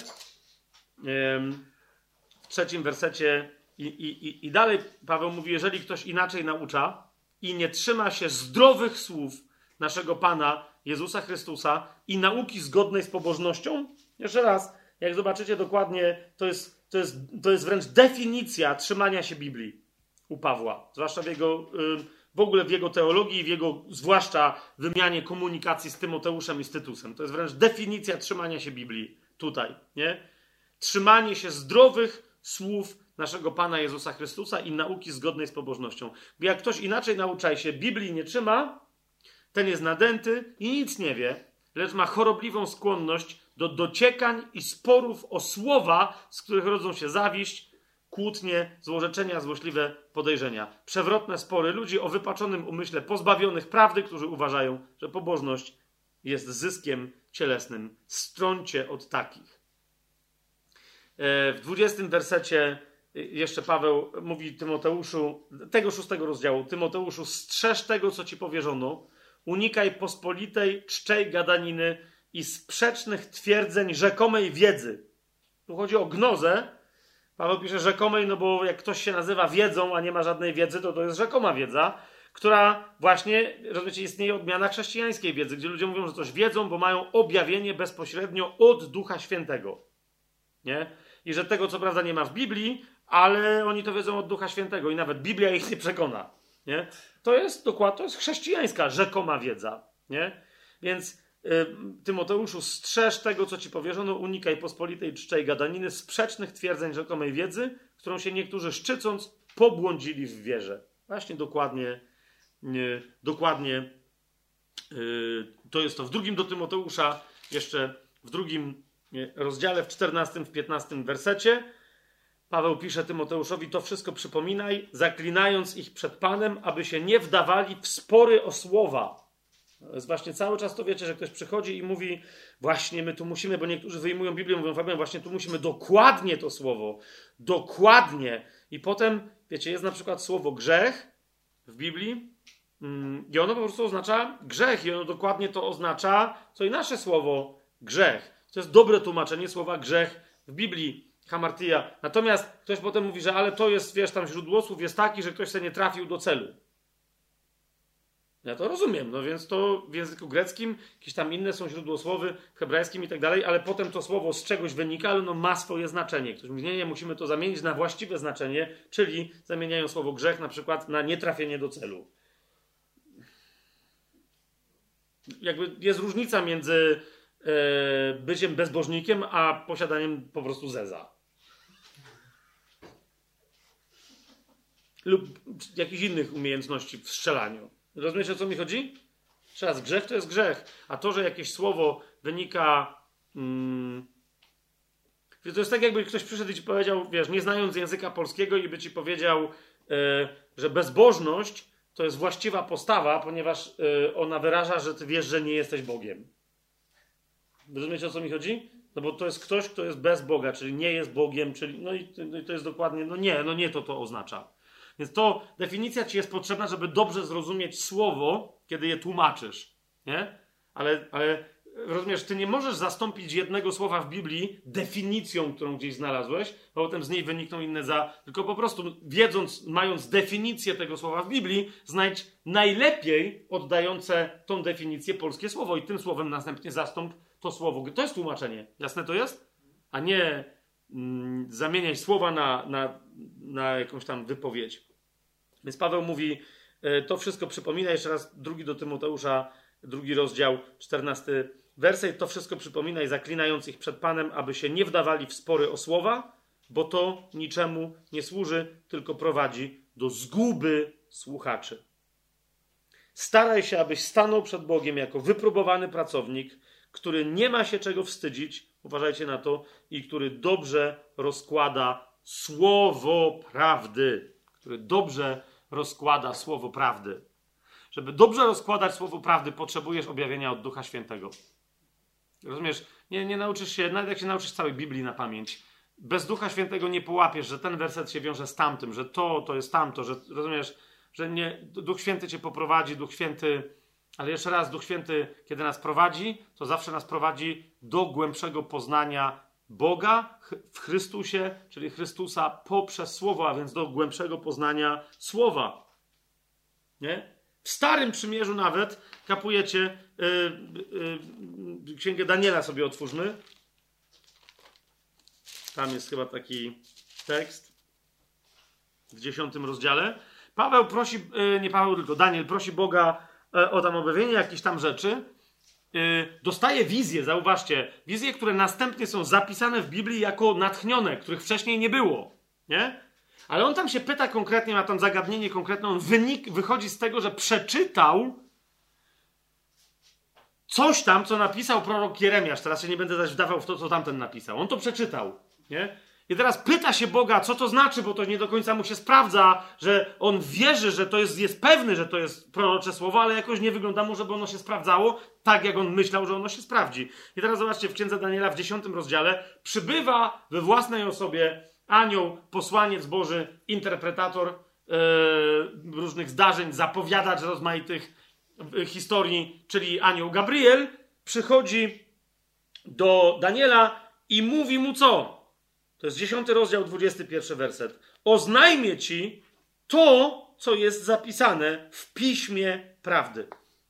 [SPEAKER 2] w 3 wersecie i dalej Paweł mówi, jeżeli ktoś inaczej naucza i nie trzyma się zdrowych słów naszego Pana Jezusa Chrystusa i nauki zgodnej z pobożnością, jeszcze raz, jak zobaczycie dokładnie, to jest wręcz definicja trzymania się Biblii u Pawła, zwłaszcza w ogóle w jego teologii, w jego zwłaszcza wymianie komunikacji z Tymoteuszem i z Tytusem. To jest wręcz definicja trzymania się Biblii tutaj, nie? Trzymanie się zdrowych słów naszego Pana Jezusa Chrystusa i nauki zgodnej z pobożnością. Bo jak ktoś inaczej naucza się Biblii nie trzyma, ten jest nadęty i nic nie wie, lecz ma chorobliwą skłonność do dociekań i sporów o słowa, z których rodzą się zawiść, kłótnie, złorzeczenia, złośliwe podejrzenia. Przewrotne spory ludzi o wypaczonym umyśle, pozbawionych prawdy, którzy uważają, że pobożność jest zyskiem cielesnym. Strońcie od takich. W 20 wersecie jeszcze Paweł mówi Tymoteuszu, tego 6 rozdziału, Tymoteuszu, strzeż tego, co ci powierzono, unikaj pospolitej, czczej gadaniny i sprzecznych twierdzeń rzekomej wiedzy. Tu chodzi o gnozę. Paweł pisze rzekomej, no bo jak ktoś się nazywa wiedzą, a nie ma żadnej wiedzy, to jest rzekoma wiedza, która właśnie, rozumiecie, istnieje odmiana chrześcijańskiej wiedzy, gdzie ludzie mówią, że coś wiedzą, bo mają objawienie bezpośrednio od Ducha Świętego. Nie? I że tego, co prawda, nie ma w Biblii, ale oni to wiedzą od Ducha Świętego i nawet Biblia ich nie przekona. Nie? To jest chrześcijańska rzekoma wiedza. Nie? Więc Tymoteuszu, strzeż tego, co ci powierzono, unikaj pospolitej czczej gadaniny, sprzecznych twierdzeń rzekomej wiedzy, którą się niektórzy szczycąc pobłądzili w wierze. Właśnie dokładnie to jest to. W 2 do Tymoteusza, jeszcze w 2 rozdziale, w 14, w 15 wersecie, Paweł pisze Tymoteuszowi, to wszystko przypominaj, zaklinając ich przed Panem, aby się nie wdawali w spory o słowa. To jest właśnie cały czas to, wiecie, że ktoś przychodzi i mówi, właśnie my tu musimy, bo niektórzy wyjmują Biblię, mówią, Fabian, właśnie tu musimy dokładnie to słowo, dokładnie. I potem, wiecie, jest na przykład słowo grzech w Biblii i ono po prostu oznacza grzech i ono dokładnie to oznacza, co i nasze słowo grzech. To jest dobre tłumaczenie słowa grzech w Biblii, hamartia. Natomiast ktoś potem mówi, że ale to jest, wiesz, tam źródło słów jest taki, że ktoś sobie nie trafił do celu. Ja to rozumiem, no więc to w języku greckim, jakieś tam inne są źródłosłowy, w hebrajskim i tak dalej, ale potem to słowo z czegoś wynika, ale ono ma swoje znaczenie. Ktoś mówi, nie, musimy to zamienić na właściwe znaczenie, czyli zamieniają słowo grzech na przykład na nietrafienie do celu. Jakby jest różnica między byciem bezbożnikiem, a posiadaniem po prostu zeza. Lub jakichś innych umiejętności w strzelaniu. Rozumiecie, o co mi chodzi? Jeszcze raz, grzech to jest grzech. A to, że jakieś słowo wynika... to jest tak, jakby ktoś przyszedł i ci powiedział, wiesz, nie znając języka polskiego i by ci powiedział, że bezbożność to jest właściwa postawa, ponieważ ona wyraża, że ty wiesz, że nie jesteś Bogiem. Rozumiecie, o co mi chodzi? No bo to jest ktoś, kto jest bez Boga, czyli nie jest Bogiem, czyli no i to jest dokładnie, nie to oznacza. Więc to definicja ci jest potrzebna, żeby dobrze zrozumieć słowo, kiedy je tłumaczysz. Nie? Ale rozumiesz, ty nie możesz zastąpić jednego słowa w Biblii definicją, którą gdzieś znalazłeś, bo potem z niej wynikną inne tylko po prostu mając definicję tego słowa w Biblii, znajdź najlepiej oddające tą definicję polskie słowo i tym słowem następnie zastąp to słowo. To jest tłumaczenie. Jasne to jest? A nie zamieniać słowa na jakąś tam wypowiedź. Więc Paweł mówi, to wszystko przypomina, jeszcze raz 2 do Tymoteusza, 2 rozdział, 14 werset, to wszystko przypominaj, zaklinając ich przed Panem, aby się nie wdawali w spory o słowa, bo to niczemu nie służy, tylko prowadzi do zguby słuchaczy. Staraj się, abyś stanął przed Bogiem jako wypróbowany pracownik, który nie ma się czego wstydzić, uważajcie na to, i który dobrze rozkłada słowo prawdy. Który dobrze rozkłada słowo prawdy. Żeby dobrze rozkładać słowo prawdy, potrzebujesz objawienia od Ducha Świętego. Rozumiesz? Nie nauczysz się, nawet jak się nauczysz całej Biblii na pamięć, bez Ducha Świętego nie połapiesz, że ten werset się wiąże z tamtym, że to jest tamto, że rozumiesz, że nie, Duch Święty cię poprowadzi, Duch Święty, ale jeszcze raz, Duch Święty, kiedy nas prowadzi, to zawsze nas prowadzi do głębszego poznania Boga w Chrystusie, czyli Chrystusa poprzez Słowo, a więc do głębszego poznania Słowa. Nie? W Starym Przymierzu nawet, kapujecie, Księgę Daniela sobie otwórzmy. Tam jest chyba taki tekst w 10 rozdziale. Paweł prosi, nie Paweł, tylko Daniel prosi Boga o tam objawienie jakichś tam rzeczy. Dostaje wizje, zauważcie, wizje, które następnie są zapisane w Biblii jako natchnione, których wcześniej nie było. Nie? Ale on tam się pyta konkretnie, ma tam zagadnienie konkretne, on wychodzi z tego, że przeczytał coś tam, co napisał prorok Jeremiasz. Teraz się nie będę zaś wdawał w to, co tamten napisał. On to przeczytał. Nie? I teraz pyta się Boga, co to znaczy, bo to nie do końca mu się sprawdza, że on wierzy, że to jest pewny, że to jest prorocze słowo, ale jakoś nie wygląda mu, żeby ono się sprawdzało tak, jak on myślał, że ono się sprawdzi. I teraz zobaczcie, w Księdze Daniela w 10 rozdziale przybywa we własnej osobie anioł, posłaniec Boży, interpretator różnych zdarzeń, zapowiadacz rozmaitych historii, czyli anioł Gabriel, przychodzi do Daniela i mówi mu co? To jest 10 rozdział, 21 werset. Oznajmię ci to, co jest zapisane w Piśmie Prawdy.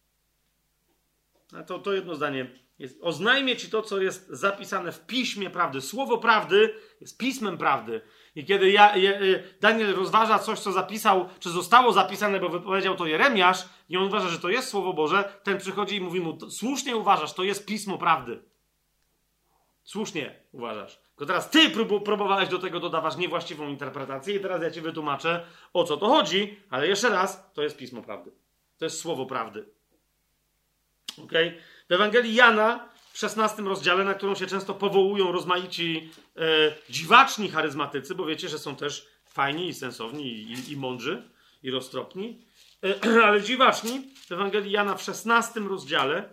[SPEAKER 2] A to jedno zdanie jest. Oznajmię ci to, co jest zapisane w Piśmie Prawdy. Słowo prawdy jest Pismem Prawdy. I kiedy Daniel rozważa coś, co zapisał, czy zostało zapisane, bo wypowiedział to Jeremiasz, i on uważa, że to jest Słowo Boże, ten przychodzi i mówi mu, słusznie uważasz, to jest Pismo Prawdy. Słusznie uważasz. Tylko teraz ty próbowałeś do tego dodawać niewłaściwą interpretację i teraz ja ci wytłumaczę, o co to chodzi, ale jeszcze raz, to jest Pismo Prawdy. To jest Słowo Prawdy. Okay? W Ewangelii Jana w 16 rozdziale, na którą się często powołują rozmaici dziwaczni charyzmatycy, bo wiecie, że są też fajni i sensowni i mądrzy i roztropni, ale dziwaczni, w Ewangelii Jana w 16 rozdziale,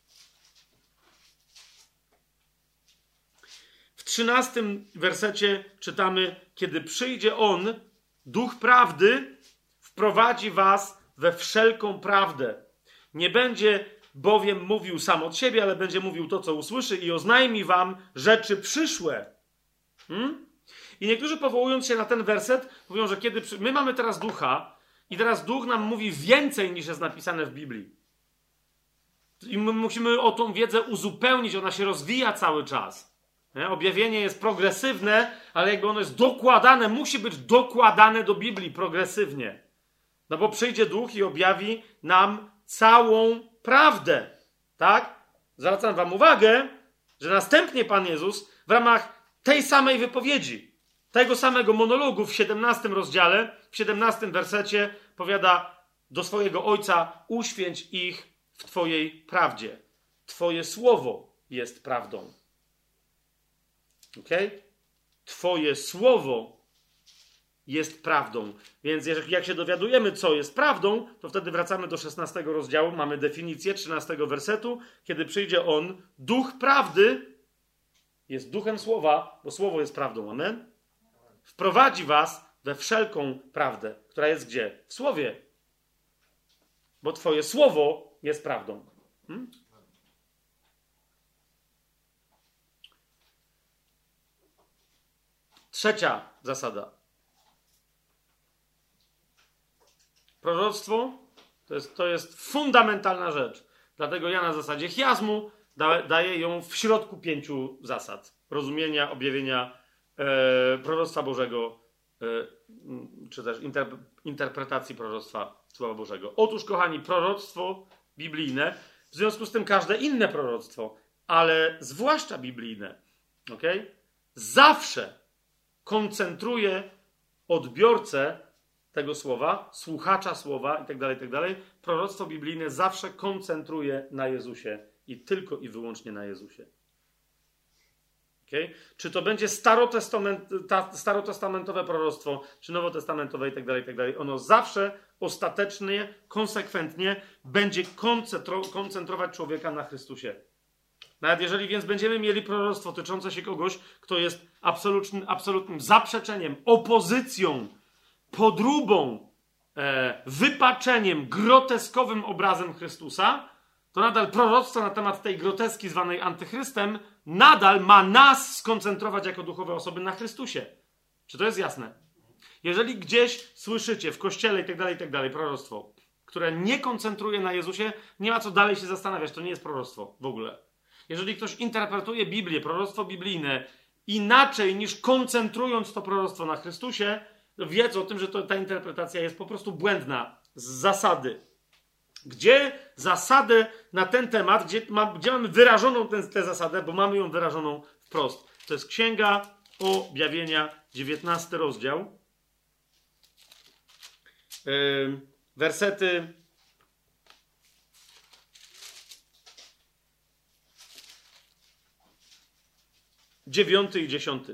[SPEAKER 2] w 13 wersecie czytamy, kiedy przyjdzie On, Duch Prawdy, wprowadzi was we wszelką prawdę. Nie będzie bowiem mówił sam od siebie, ale będzie mówił to, co usłyszy i oznajmi wam rzeczy przyszłe. I niektórzy, powołując się na ten werset, mówią, że kiedy my mamy teraz Ducha i teraz Duch nam mówi więcej, niż jest napisane w Biblii. I my musimy o tą wiedzę uzupełnić, ona się rozwija cały czas. Nie? Objawienie jest progresywne, ale jakby ono jest dokładane, musi być dokładane do Biblii progresywnie. No bo przyjdzie Duch i objawi nam całą prawdę. Tak? Zwracam wam uwagę, że następnie Pan Jezus w ramach tej samej wypowiedzi, tego samego monologu w 17 rozdziale, w 17 wersecie powiada do swojego Ojca: uświęć ich w Twojej prawdzie. Twoje słowo jest prawdą. Okej? Twoje słowo jest prawdą. Więc jak się dowiadujemy, co jest prawdą, to wtedy wracamy do 16 rozdziału, mamy definicję 13 wersetu, kiedy przyjdzie On, Duch Prawdy, jest duchem słowa, bo słowo jest prawdą, amen? Wprowadzi was we wszelką prawdę, która jest gdzie? W słowie. Bo twoje słowo jest prawdą. Trzecia zasada. Proroctwo to jest fundamentalna rzecz. Dlatego ja na zasadzie chiazmu daję ją w środku 5 zasad. Rozumienia, objawienia proroctwa Bożego, czy też interpretacji proroctwa Słowa Bożego. Otóż, kochani, proroctwo biblijne, w związku z tym każde inne proroctwo, ale zwłaszcza biblijne, okay? Zawsze koncentruje odbiorcę tego słowa, słuchacza słowa itd. Proroctwo biblijne zawsze koncentruje na Jezusie i tylko i wyłącznie na Jezusie. Okay? Czy to będzie starotestamentowe proroctwo, czy nowotestamentowe itd., ono zawsze ostatecznie, konsekwentnie będzie koncentrować człowieka na Chrystusie. Nawet jeżeli więc będziemy mieli proroctwo tyczące się kogoś, kto jest absolutnym zaprzeczeniem, opozycją, podróbą, wypaczeniem, groteskowym obrazem Chrystusa, to nadal proroctwo na temat tej groteski zwanej antychrystem nadal ma nas skoncentrować jako duchowe osoby na Chrystusie. Czy to jest jasne? Jeżeli gdzieś słyszycie w kościele i tak dalej, proroctwo, które nie koncentruje na Jezusie, nie ma co dalej się zastanawiać, to nie jest proroctwo w ogóle. Jeżeli ktoś interpretuje Biblię, proroctwo biblijne inaczej niż koncentrując to proroctwo na Chrystusie, to wiedz o tym, że ta interpretacja jest po prostu błędna z zasady. Gdzie zasadę na ten temat, gdzie mamy wyrażoną tę zasadę, bo mamy ją wyrażoną wprost. To jest Księga Objawienia, 19 rozdział. Wersety 9 i 10.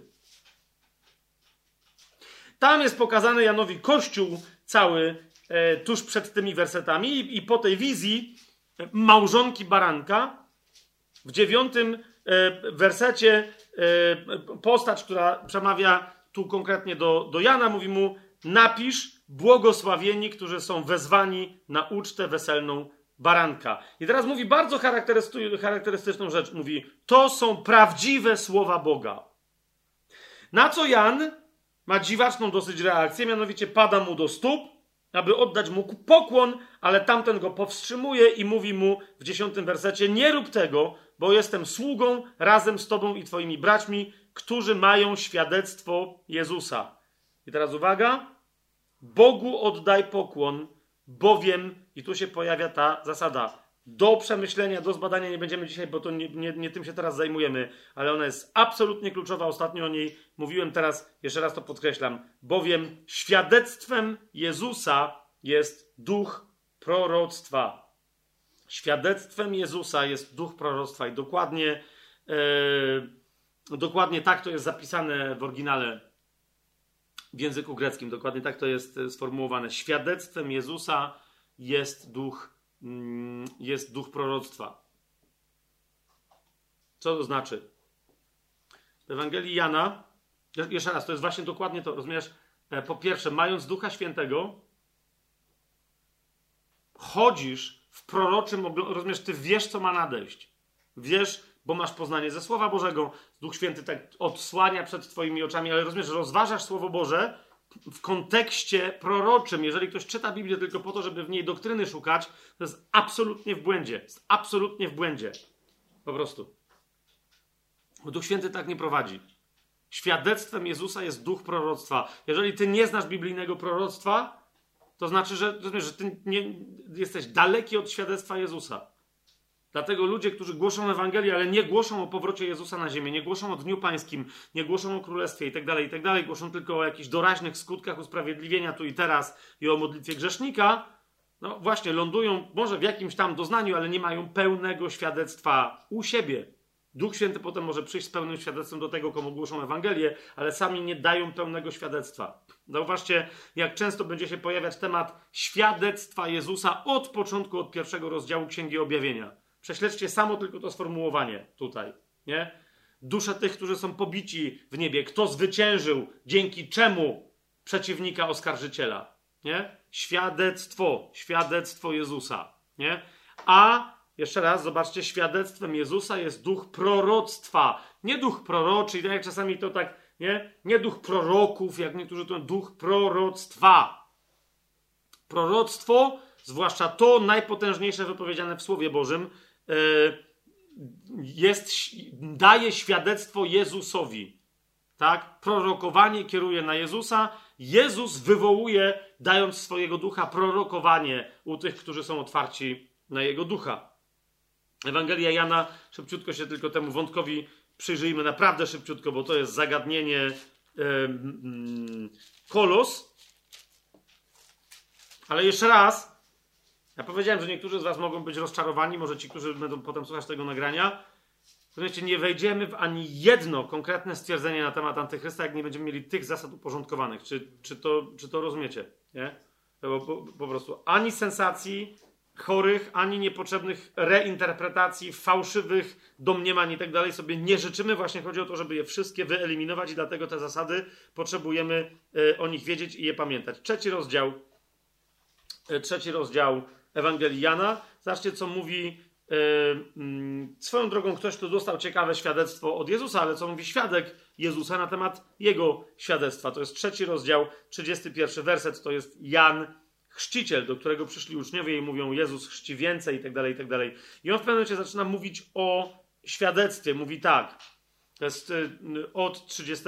[SPEAKER 2] Tam jest pokazany Janowi Kościół cały tuż przed tymi wersetami i po tej wizji małżonki baranka w 9 wersecie postać, która przemawia tu konkretnie do Jana, mówi mu: napisz, błogosławieni, którzy są wezwani na ucztę weselną baranka. I teraz mówi bardzo charakterystyczną rzecz. Mówi: to są prawdziwe słowa Boga. Na co Jan ma dziwaczną dosyć reakcję, mianowicie pada mu do stóp, aby oddać mu pokłon, ale tamten go powstrzymuje i mówi mu w 10 wersecie: nie rób tego, bo jestem sługą razem z tobą i twoimi braćmi, którzy mają świadectwo Jezusa. I teraz uwaga, Bogu oddaj pokłon, bowiem, i tu się pojawia ta zasada, do przemyślenia, do zbadania nie będziemy dzisiaj, bo to nie tym się teraz zajmujemy, ale ona jest absolutnie kluczowa, ostatnio o niej mówiłem, teraz jeszcze raz to podkreślam, bowiem świadectwem Jezusa jest duch proroctwa. Świadectwem Jezusa jest duch proroctwa i dokładnie tak to jest zapisane w oryginale w języku greckim, dokładnie tak to jest sformułowane. Świadectwem Jezusa jest duch proroctwa. Co to znaczy? W Ewangelii Jana, jeszcze raz, to jest właśnie dokładnie to, rozumiesz? Po pierwsze, mając Ducha Świętego, chodzisz w proroczym, rozumiesz, ty wiesz, co ma nadejść. Wiesz, bo masz poznanie ze Słowa Bożego, Duch Święty tak odsłania przed twoimi oczami, ale rozumiesz, rozważasz Słowo Boże w kontekście proroczym. Jeżeli ktoś czyta Biblię tylko po to, żeby w niej doktryny szukać, to jest absolutnie w błędzie. Jest absolutnie w błędzie. Po prostu. Bo Duch Święty tak nie prowadzi. Świadectwem Jezusa jest duch proroctwa. Jeżeli ty nie znasz biblijnego proroctwa, to znaczy, że ty nie jesteś daleki od świadectwa Jezusa. Dlatego ludzie, którzy głoszą Ewangelię, ale nie głoszą o powrocie Jezusa na ziemię, nie głoszą o Dniu Pańskim, nie głoszą o Królestwie i tak dalej, głoszą tylko o jakichś doraźnych skutkach usprawiedliwienia tu i teraz i o modlitwie grzesznika, no właśnie, lądują może w jakimś tam doznaniu, ale nie mają pełnego świadectwa u siebie. Duch Święty potem może przyjść z pełnym świadectwem do tego, komu głoszą Ewangelię, ale sami nie dają pełnego świadectwa. Zauważcie, jak często będzie się pojawiać temat świadectwa Jezusa od początku, od 1 rozdziału Księgi Objawienia. Prześledźcie samo tylko to sformułowanie tutaj, nie? Dusze tych, którzy są pobici w niebie. Kto zwyciężył? Dzięki czemu? Przeciwnika oskarżyciela, nie? Świadectwo Jezusa, nie? A, jeszcze raz, zobaczcie, świadectwem Jezusa jest duch proroctwa. Nie duch proroczy, jak czasami to tak, nie? Nie duch proroków, jak niektórzy to duch proroctwa. Proroctwo, zwłaszcza to najpotężniejsze wypowiedziane w Słowie Bożym, daje świadectwo Jezusowi. Tak? Prorokowanie kieruje na Jezusa. Jezus wywołuje, dając swojego ducha, prorokowanie u tych, którzy są otwarci na jego ducha. Ewangelia Jana, szybciutko się tylko temu wątkowi przyjrzyjmy, naprawdę szybciutko, bo to jest zagadnienie kolos. Ale jeszcze raz, ja powiedziałem, że niektórzy z was mogą być rozczarowani, może ci, którzy będą potem słuchać tego nagrania. Słuchajcie, nie wejdziemy w ani jedno konkretne stwierdzenie na temat antychrysta, jak nie będziemy mieli tych zasad uporządkowanych. Czy to rozumiecie? Nie? Po prostu ani sensacji, chorych, ani niepotrzebnych reinterpretacji, fałszywych domniemań i tak dalej sobie nie życzymy. Właśnie chodzi o to, żeby je wszystkie wyeliminować i dlatego te zasady potrzebujemy o nich wiedzieć i je pamiętać. Trzeci rozdział Ewangelii Jana. Zobaczcie, co mówi swoją drogą ktoś, kto dostał ciekawe świadectwo od Jezusa, ale co mówi świadek Jezusa na temat jego świadectwa. To jest 3 rozdział, 31 werset. To jest Jan Chrzciciel, do którego przyszli uczniowie i mówią: Jezus chrzci więcej i tak dalej, i tak dalej. I on w pewnym momencie zaczyna mówić o świadectwie. Mówi tak. To jest od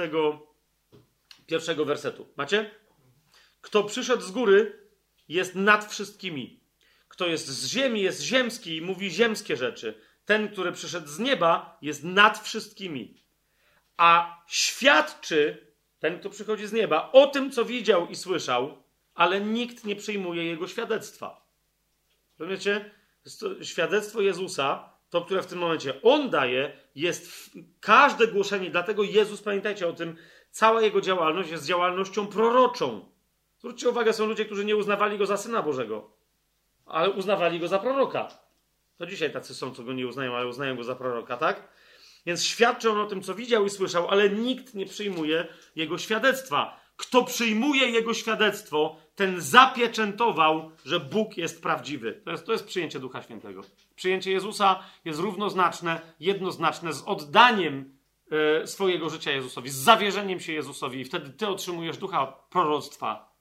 [SPEAKER 2] 31 wersetu. Macie? Kto przyszedł z góry, jest nad wszystkimi. Kto jest z ziemi, jest ziemski i mówi ziemskie rzeczy. Ten, który przyszedł z nieba, jest nad wszystkimi. A świadczy, ten, kto przychodzi z nieba, o tym, co widział i słyszał, ale nikt nie przyjmuje jego świadectwa. Rozumiecie? Świadectwo Jezusa, to, które w tym momencie On daje, jest każde głoszenie. Dlatego Jezus, pamiętajcie o tym, cała Jego działalność jest działalnością proroczą. Zwróćcie uwagę, są ludzie, którzy nie uznawali Go za Syna Bożego, ale uznawali Go za proroka. To dzisiaj tacy są, co Go nie uznają, ale uznają Go za proroka, tak? Więc świadczy On o tym, co widział i słyszał, ale nikt nie przyjmuje Jego świadectwa. Kto przyjmuje Jego świadectwo, ten zapieczętował, że Bóg jest prawdziwy. To jest przyjęcie Ducha Świętego. Przyjęcie Jezusa jest równoznaczne, jednoznaczne z oddaniem swojego życia Jezusowi, z zawierzeniem się Jezusowi i wtedy ty otrzymujesz ducha proroctwa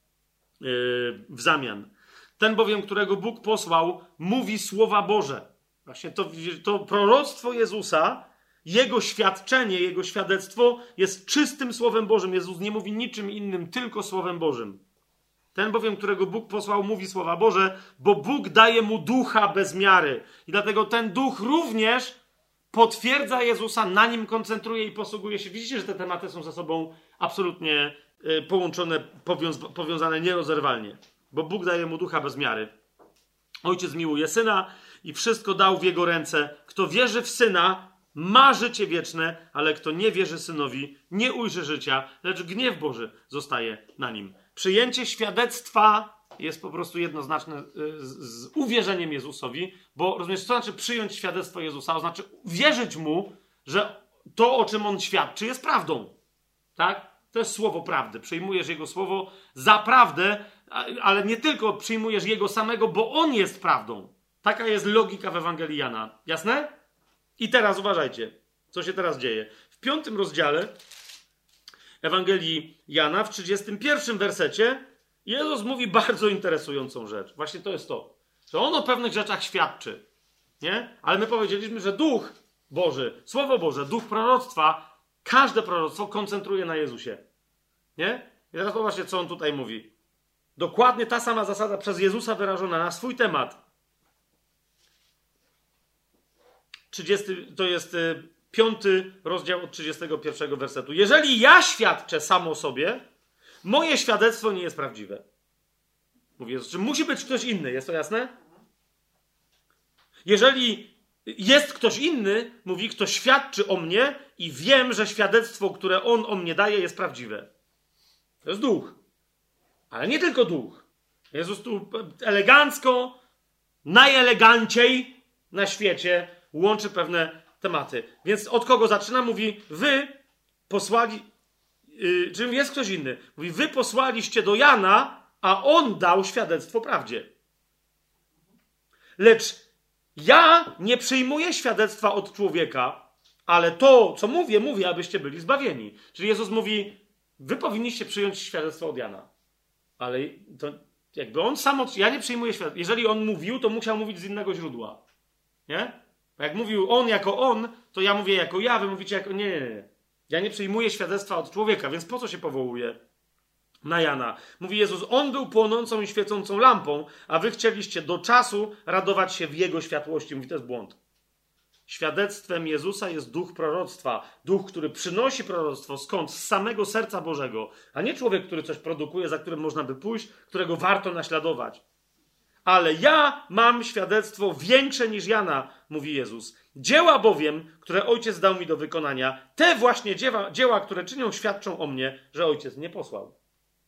[SPEAKER 2] w zamian. Ten bowiem, którego Bóg posłał, mówi słowa Boże. Właśnie to proroctwo Jezusa, Jego świadczenie, Jego świadectwo jest czystym Słowem Bożym. Jezus nie mówi niczym innym, tylko Słowem Bożym. Ten bowiem, którego Bóg posłał, mówi słowa Boże, bo Bóg daje mu ducha bez miary. I dlatego ten duch również potwierdza Jezusa, na nim koncentruje i posługuje się. Widzicie, że te tematy są ze sobą absolutnie połączone, powiązane nierozerwalnie. Bo Bóg daje mu ducha bez miary. Ojciec miłuje Syna i wszystko dał w Jego ręce. Kto wierzy w Syna, ma życie wieczne, ale kto nie wierzy Synowi, nie ujrzy życia, lecz gniew Boży zostaje na nim. Przyjęcie świadectwa jest po prostu jednoznaczne z uwierzeniem Jezusowi, bo rozumiesz, co znaczy przyjąć świadectwo Jezusa? To znaczy wierzyć Mu, że to, o czym On świadczy, jest prawdą. Tak? To jest słowo prawdy. Przyjmujesz Jego słowo za prawdę, ale nie tylko przyjmujesz Jego samego, bo On jest prawdą. Taka jest logika w Ewangelii Jana. Jasne? I teraz uważajcie, co się teraz dzieje. W 5 rozdziale Ewangelii Jana, w 31 wersecie, Jezus mówi bardzo interesującą rzecz. Właśnie to jest to, że On o pewnych rzeczach świadczy. Nie? Ale my powiedzieliśmy, że Duch Boży, Słowo Boże, Duch proroctwa, każde proroctwo koncentruje na Jezusie. Nie? I teraz zobaczcie, co On tutaj mówi. Dokładnie ta sama zasada przez Jezusa wyrażona na swój temat. 5 rozdział od 31 wersetu. Jeżeli ja świadczę sam o sobie, moje świadectwo nie jest prawdziwe. Mówi Jezus, czy musi być ktoś inny, jest to jasne? Jeżeli jest ktoś inny, mówi, kto świadczy o mnie i wiem, że świadectwo, które on o mnie daje, jest prawdziwe. To jest duch. Ale nie tylko duch. Jezus tu elegancko, najeleganciej na świecie łączy pewne tematy. Więc od kogo zaczyna? Mówi, wy posłali... Czym jest ktoś inny? Mówi, wy posłaliście do Jana, a on dał świadectwo prawdzie. Lecz ja nie przyjmuję świadectwa od człowieka, ale to, co mówię, abyście byli zbawieni. Czyli Jezus mówi, wy powinniście przyjąć świadectwo od Jana. Ale to jakby on sam... Ja nie przyjmuję świadectwa. Jeżeli on mówił, to musiał mówić z innego źródła. Nie? Bo jak mówił on jako on, to ja mówię jako ja, wy mówicie jako... Nie. Ja nie przyjmuję świadectwa od człowieka, więc po co się powołuje na Jana? Mówi Jezus, on był płonącą i świecącą lampą, a wy chcieliście do czasu radować się w jego światłości. Mówi, to jest błąd. Świadectwem Jezusa jest duch proroctwa. Duch, który przynosi proroctwo. Skąd? Z samego serca Bożego. A nie człowiek, który coś produkuje, za którym można by pójść, którego warto naśladować. Ale ja mam świadectwo większe niż Jana, mówi Jezus. Dzieła bowiem, które Ojciec dał mi do wykonania, te właśnie dzieła, które czynią, świadczą o mnie, że Ojciec mnie posłał.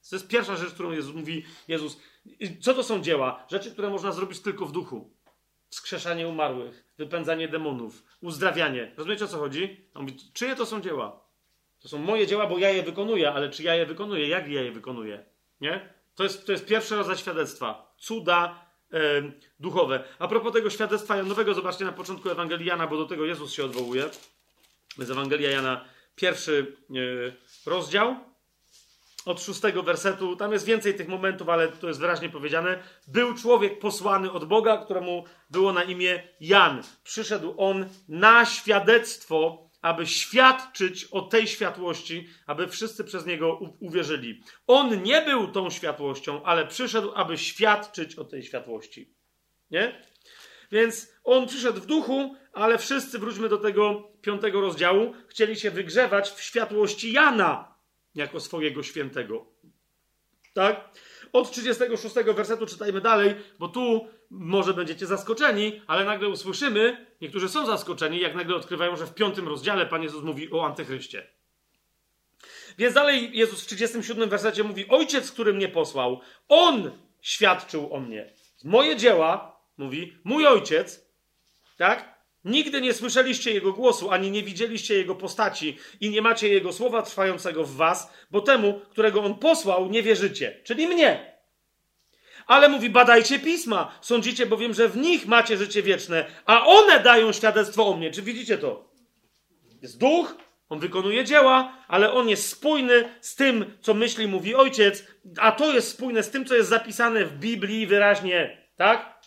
[SPEAKER 2] To jest pierwsza rzecz, którą mówi Jezus. Co to są dzieła? Rzeczy, które można zrobić tylko w duchu. Wskrzeszanie umarłych, wypędzanie demonów, uzdrawianie. Rozumiecie, o co chodzi? On mówi, czyje to są dzieła? To są moje dzieła, bo ja je wykonuję, ale czy ja je wykonuję? Jak ja je wykonuję? Nie? To jest pierwszy rodzaj świadectwa. Cuda duchowe. A propos tego świadectwa Janowego, zobaczcie na początku Ewangelii Jana, bo do tego Jezus się odwołuje. Z Ewangelia Jana, 1 rozdział, od 6 wersetu. Tam jest więcej tych momentów, ale to jest wyraźnie powiedziane. Był człowiek posłany od Boga, któremu było na imię Jan. Przyszedł on na świadectwo, aby świadczyć o tej światłości, aby wszyscy przez niego uwierzyli. On nie był tą światłością, ale przyszedł, aby świadczyć o tej światłości. Nie? Więc on przyszedł w duchu, ale wszyscy, wróćmy do tego 5 rozdziału, chcieli się wygrzewać w światłości Jana jako swojego świętego. Tak? Od 36 wersetu czytajmy dalej, bo tu może będziecie zaskoczeni, ale nagle usłyszymy, niektórzy są zaskoczeni, jak nagle odkrywają, że w 5 rozdziale Pan Jezus mówi o Antychryście. Więc dalej Jezus w 37 wersecie mówi, Ojciec, który mnie posłał, On świadczył o mnie. Moje dzieła, mówi, mój Ojciec, tak? Nigdy nie słyszeliście Jego głosu, ani nie widzieliście Jego postaci i nie macie Jego słowa trwającego w was, bo temu, którego On posłał, nie wierzycie, czyli mnie. Ale mówi, badajcie pisma, sądzicie bowiem, że w nich macie życie wieczne, a one dają świadectwo o mnie. Czy widzicie to? Jest duch, on wykonuje dzieła, ale on jest spójny z tym, co myśli, mówi Ojciec, a to jest spójne z tym, co jest zapisane w Biblii wyraźnie, tak?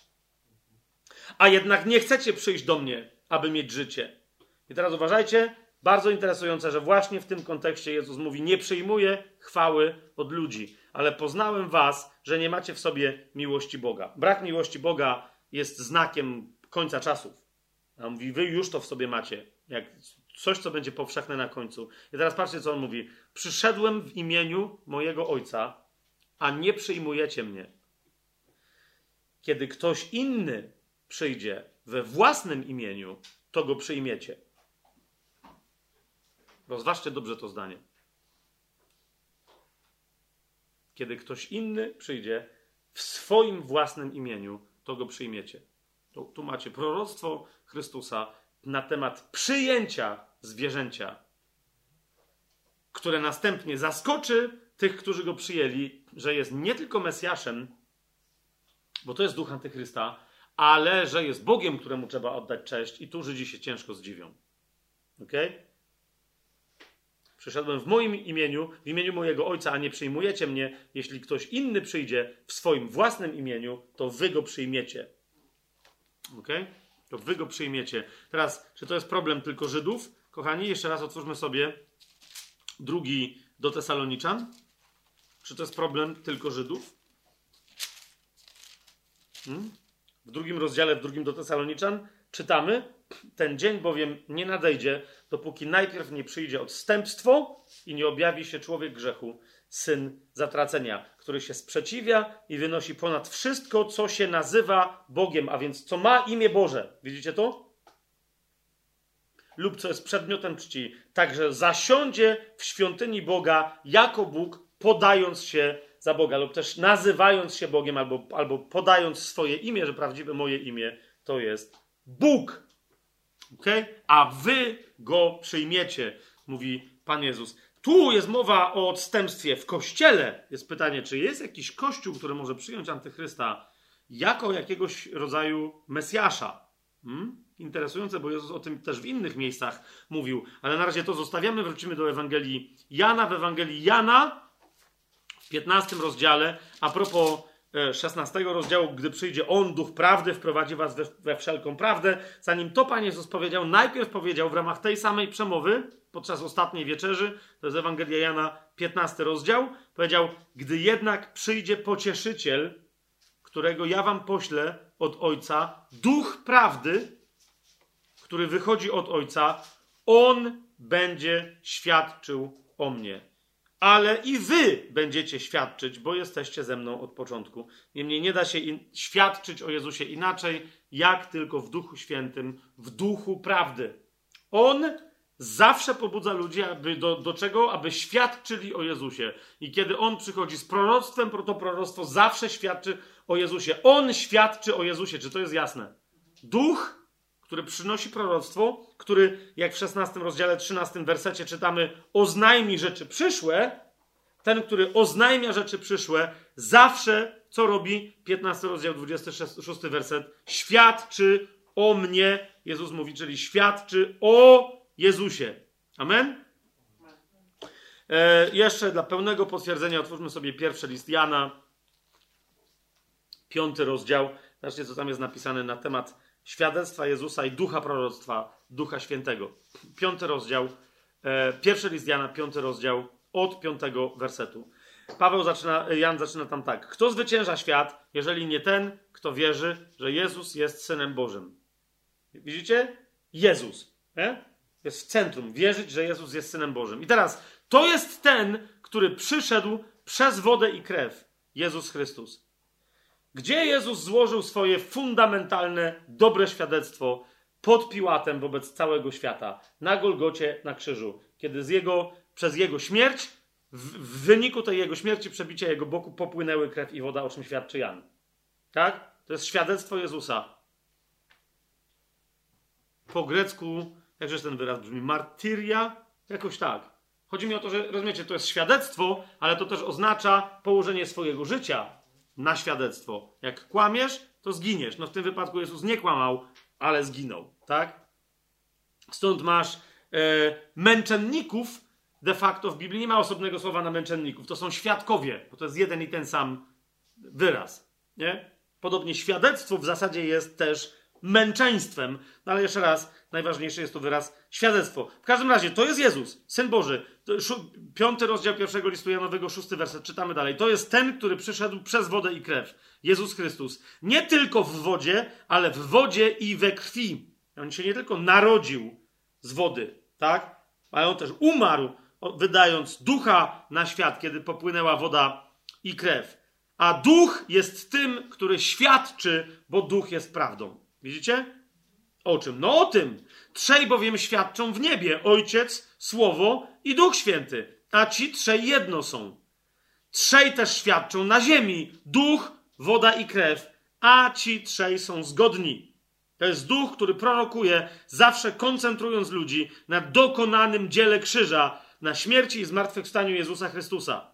[SPEAKER 2] A jednak nie chcecie przyjść do mnie, aby mieć życie. I teraz uważajcie, bardzo interesujące, że właśnie w tym kontekście Jezus mówi, nie przyjmuję chwały od ludzi, ale poznałem was, że nie macie w sobie miłości Boga. Brak miłości Boga jest znakiem końca czasów. A on mówi, wy już to w sobie macie, jak coś, co będzie powszechne na końcu. I teraz patrzcie, co on mówi. Przyszedłem w imieniu mojego Ojca, a nie przyjmujecie mnie. Kiedy ktoś inny przyjdzie we własnym imieniu, to go przyjmiecie. Rozważcie dobrze to zdanie. Kiedy ktoś inny przyjdzie w swoim własnym imieniu, to go przyjmiecie. Tu macie proroctwo Chrystusa na temat przyjęcia zwierzęcia, które następnie zaskoczy tych, którzy go przyjęli, że jest nie tylko Mesjaszem, bo to jest duch Antychrysta, ale że jest Bogiem, któremu trzeba oddać cześć i tu Żydzi się ciężko zdziwią. Okej? Przyszedłem w moim imieniu, w imieniu mojego Ojca, a nie przyjmujecie mnie. Jeśli ktoś inny przyjdzie w swoim własnym imieniu, to wy go przyjmiecie. Okej? To wy go przyjmiecie. Teraz, czy to jest problem tylko Żydów? Kochani, jeszcze raz otwórzmy sobie 2 do Tesaloniczan. Czy to jest problem tylko Żydów? W 2 rozdziale, w 2 do Tesaloniczan czytamy, ten dzień bowiem nie nadejdzie, dopóki najpierw nie przyjdzie odstępstwo i nie objawi się człowiek grzechu, syn zatracenia, który się sprzeciwia i wynosi ponad wszystko, co się nazywa Bogiem, a więc co ma imię Boże. Widzicie to? Lub co jest przedmiotem czci. Także zasiądzie w świątyni Boga jako Bóg, podając się za Boga, lub też nazywając się Bogiem, albo podając swoje imię, że prawdziwe moje imię to jest Bóg. Okay? A wy go przyjmiecie, mówi Pan Jezus. Tu jest mowa o odstępstwie w Kościele. Jest pytanie, czy jest jakiś Kościół, który może przyjąć Antychrysta jako jakiegoś rodzaju Mesjasza. Interesujące, bo Jezus o tym też w innych miejscach mówił. Ale na razie to zostawiamy, wrócimy do Ewangelii Jana. W Ewangelii Jana w 15 rozdziale, a propos 16 rozdziału, gdy przyjdzie On, Duch Prawdy, wprowadzi was we wszelką prawdę. Zanim to Pan Jezus powiedział, najpierw powiedział w ramach tej samej przemowy, podczas ostatniej wieczerzy, to jest Ewangelia Jana, 15 rozdział, powiedział, gdy jednak przyjdzie Pocieszyciel, którego ja wam poślę od Ojca, Duch Prawdy, który wychodzi od Ojca, On będzie świadczył o mnie. Ale i wy będziecie świadczyć, bo jesteście ze mną od początku. Niemniej nie da się świadczyć o Jezusie inaczej, jak tylko w Duchu Świętym, w Duchu Prawdy. On zawsze pobudza ludzi, aby do czego? Aby świadczyli o Jezusie. I kiedy On przychodzi z proroctwem, to proroctwo zawsze świadczy o Jezusie. On świadczy o Jezusie. Czy to jest jasne? Duch, który przynosi proroctwo, który, jak w 16 rozdziale, 13 wersecie czytamy, oznajmi rzeczy przyszłe, ten, który oznajmia rzeczy przyszłe, zawsze, co robi? 15 rozdział, 26 werset, świadczy o mnie, Jezus mówi, czyli świadczy o Jezusie. Amen? Jeszcze dla pełnego potwierdzenia otwórzmy sobie pierwszy list Jana, 5 rozdział. Zobaczcie, co tam jest napisane na temat świadectwa Jezusa i ducha proroctwa, Ducha Świętego. 5 rozdział, pierwszy list Jana, 5 rozdział, od 5 wersetu. Jan zaczyna tam tak. Kto zwycięża świat, jeżeli nie ten, kto wierzy, że Jezus jest Synem Bożym? Widzicie? Jezus. Jest w centrum. Wierzyć, że Jezus jest Synem Bożym. I teraz, to jest ten, który przyszedł przez wodę i krew. Jezus Chrystus. Gdzie Jezus złożył swoje fundamentalne, dobre świadectwo pod Piłatem wobec całego świata? Na Golgocie, na krzyżu. Kiedy przez Jego śmierć, w wyniku tej Jego śmierci, przebicia Jego boku, popłynęły krew i woda, o czym świadczy Jan. Tak? To jest świadectwo Jezusa. Po grecku, jakżeż ten wyraz brzmi? Martyria? Jakoś tak. Chodzi mi o to, że, rozumiecie, to jest świadectwo, ale to też oznacza położenie swojego życia na świadectwo. Jak kłamiesz, to zginiesz. No w tym wypadku Jezus nie kłamał, ale zginął. Tak? Stąd masz męczenników. De facto w Biblii nie ma osobnego słowa na męczenników. To są świadkowie, bo to jest jeden i ten sam wyraz. Nie? Podobnie świadectwo w zasadzie jest też męczeństwem. No ale jeszcze raz, najważniejszy jest tu wyraz świadectwo. W każdym razie, to jest Jezus, Syn Boży. 5 rozdział 1 listu Janowego, 6 werset. Czytamy dalej. To jest ten, który przyszedł przez wodę i krew. Jezus Chrystus. Nie tylko w wodzie, ale w wodzie i we krwi. On się nie tylko narodził z wody, tak? Ale on też umarł, wydając ducha na świat, kiedy popłynęła woda i krew. A duch jest tym, który świadczy, bo duch jest prawdą. Widzicie? O czym? No o tym. Trzej bowiem świadczą w niebie. Ojciec, Słowo i Duch Święty. A ci trzej jedno są. Trzej też świadczą na ziemi. Duch, woda i krew. A ci trzej są zgodni. To jest duch, który prorokuje, zawsze koncentrując ludzi na dokonanym dziele krzyża, na śmierci i zmartwychwstaniu Jezusa Chrystusa.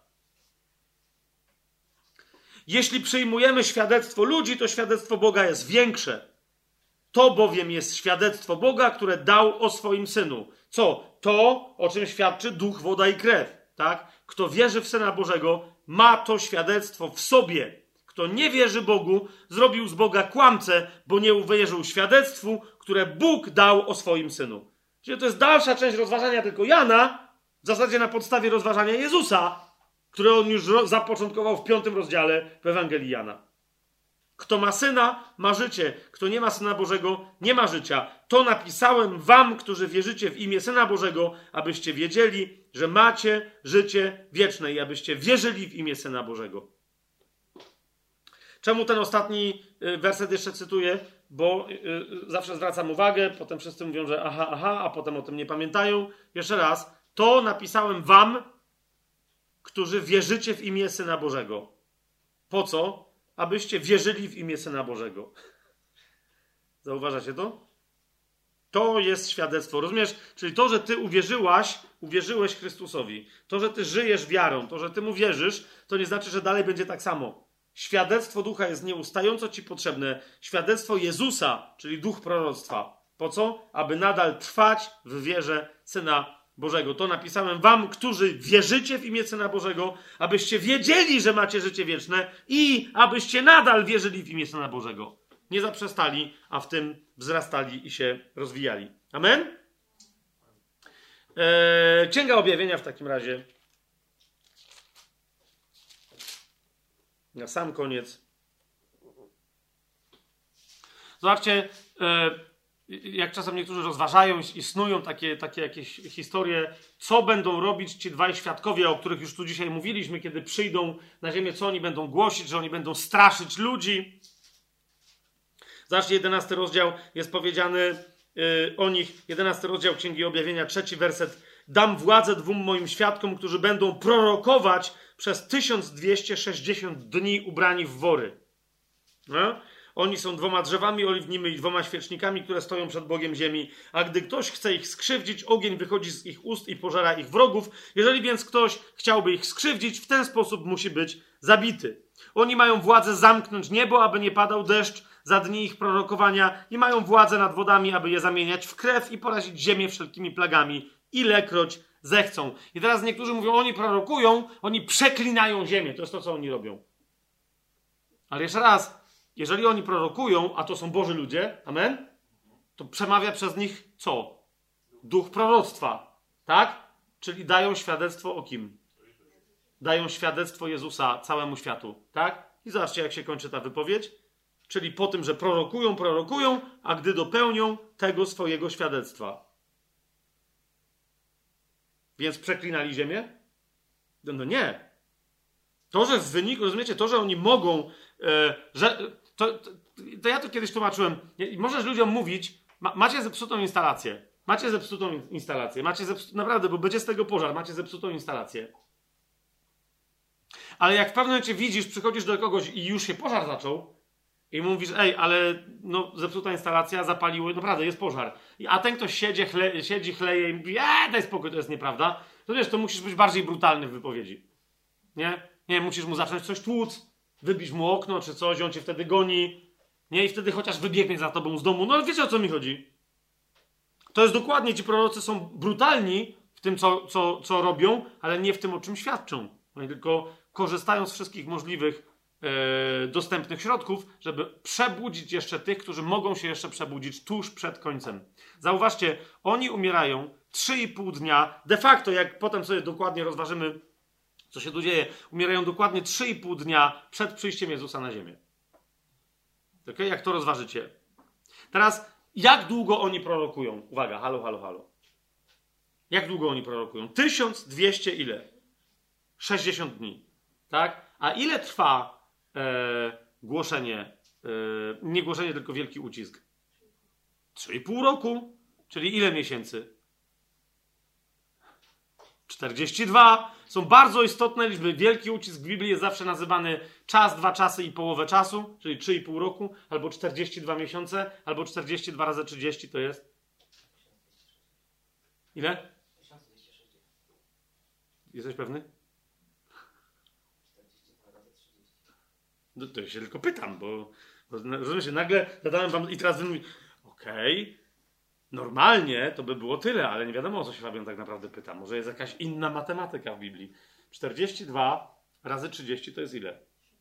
[SPEAKER 2] Jeśli przyjmujemy świadectwo ludzi, to świadectwo Boga jest większe. To bowiem jest świadectwo Boga, które dał o swoim Synu. Co? To, o czym świadczy duch, woda i krew. Tak? Kto wierzy w Syna Bożego, ma to świadectwo w sobie. Kto nie wierzy Bogu, zrobił z Boga kłamcę, bo nie uwierzył świadectwu, które Bóg dał o swoim Synu. Czyli to jest dalsza część rozważania tylko Jana, w zasadzie na podstawie rozważania Jezusa, które on już zapoczątkował w 5 rozdziale w Ewangelii Jana. Kto ma Syna, ma życie. Kto nie ma Syna Bożego, nie ma życia. To napisałem wam, którzy wierzycie w imię Syna Bożego, abyście wiedzieli, że macie życie wieczne i abyście wierzyli w imię Syna Bożego. Czemu ten ostatni werset jeszcze cytuję? Bo zawsze zwracam uwagę, potem wszyscy mówią, że aha, a potem o tym nie pamiętają. Jeszcze raz. To napisałem wam, którzy wierzycie w imię Syna Bożego. Po co? Abyście wierzyli w imię Syna Bożego. Zauważacie to? To jest świadectwo. Rozumiesz? Czyli to, że ty uwierzyłeś Chrystusowi. To, że ty żyjesz wiarą. To, że ty mu wierzysz, to nie znaczy, że dalej będzie tak samo. Świadectwo Ducha jest nieustająco ci potrzebne. Świadectwo Jezusa, czyli duch proroctwa. Po co? Aby nadal trwać w wierze Syna Bożego. To napisałem wam, którzy wierzycie w imię Syna Bożego, abyście wiedzieli, że macie życie wieczne i abyście nadal wierzyli w imię Syna Bożego. Nie zaprzestali, a w tym wzrastali i się rozwijali. Amen? Księga Objawienia w takim razie. Na sam koniec. Zobaczcie, jak czasem niektórzy rozważają i snują takie jakieś historie, co będą robić ci dwaj świadkowie, o których już tu dzisiaj mówiliśmy, kiedy przyjdą na ziemię, co oni będą głosić, że oni będą straszyć ludzi. Zobaczcie, 11 rozdział jest powiedziany o nich, 11 rozdział Księgi Objawienia, 3 werset. Dam władzę 2 moim świadkom, którzy będą prorokować przez 1260 dni ubrani w wory. No? Oni są 2 drzewami oliwnymi i 2 świecznikami, które stoją przed Bogiem ziemi. A gdy ktoś chce ich skrzywdzić, ogień wychodzi z ich ust i pożera ich wrogów. Jeżeli więc ktoś chciałby ich skrzywdzić, w ten sposób musi być zabity. Oni mają władzę zamknąć niebo, aby nie padał deszcz za dni ich prorokowania i mają władzę nad wodami, aby je zamieniać w krew i porazić ziemię wszelkimi plagami, ilekroć zechcą. I teraz niektórzy mówią, oni prorokują, oni przeklinają ziemię. To jest to, co oni robią. Ale jeszcze raz, jeżeli oni prorokują, a to są Boży ludzie, amen, to przemawia przez nich co? Duch proroctwa, tak? Czyli dają świadectwo o kim? Dają świadectwo Jezusa całemu światu, tak? I zobaczcie, jak się kończy ta wypowiedź. Czyli po tym, że prorokują, a gdy dopełnią tego swojego świadectwa. Więc przeklinali ziemię? No nie. To, że w wyniku, rozumiecie, to, że oni mogą, to ja to kiedyś tłumaczyłem. Możesz ludziom mówić, macie zepsutą instalację. Naprawdę, bo będzie z tego pożar, macie zepsutą instalację. Ale jak w pewnym momencie widzisz, przychodzisz do kogoś i już się pożar zaczął i mówisz, ale no zepsuta instalacja, zapaliły, naprawdę jest pożar. A ten ktoś siedzi, chleje i mówi, daj spokój, to jest nieprawda. To wiesz, to musisz być bardziej brutalny w wypowiedzi. Nie, musisz mu zacząć coś tłuc, wybić mu okno czy coś, on cię wtedy goni. Nie, i wtedy chociaż wybiegnie za tobą z domu. No wiecie, o co mi chodzi. To jest dokładnie, ci prorocy są brutalni w tym, co robią, ale nie w tym, o czym świadczą. Oni tylko korzystają z wszystkich możliwych dostępnych środków, żeby przebudzić jeszcze tych, którzy mogą się jeszcze przebudzić tuż przed końcem. Zauważcie, oni umierają 3,5 dnia, de facto, jak potem sobie dokładnie rozważymy, co się tu dzieje, umierają dokładnie 3,5 dnia przed przyjściem Jezusa na ziemię. Okay? Jak to rozważycie? Teraz, jak długo oni prorokują? Uwaga, halo. Jak długo oni prorokują? 1200 ile? 60 dni. Tak? A ile trwa głoszenie, nie głoszenie, tylko wielki ucisk? 3,5 roku. Czyli ile miesięcy? 42. Są bardzo istotne liczby. Wielki ucisk w Biblii jest zawsze nazywany czas, 2 czasy i połowę czasu, czyli 3,5 roku, albo 42 miesiące, albo 42 razy 30 to jest? Ile? Jesteś pewny? No to ja się tylko pytam, bo rozumiecie, nagle zadałem wam i teraz wy mówicie, okej, normalnie to by było tyle, ale nie wiadomo, o co się Fabian tak naprawdę pyta. Może jest jakaś inna matematyka w Biblii. 42 razy 30 to jest ile?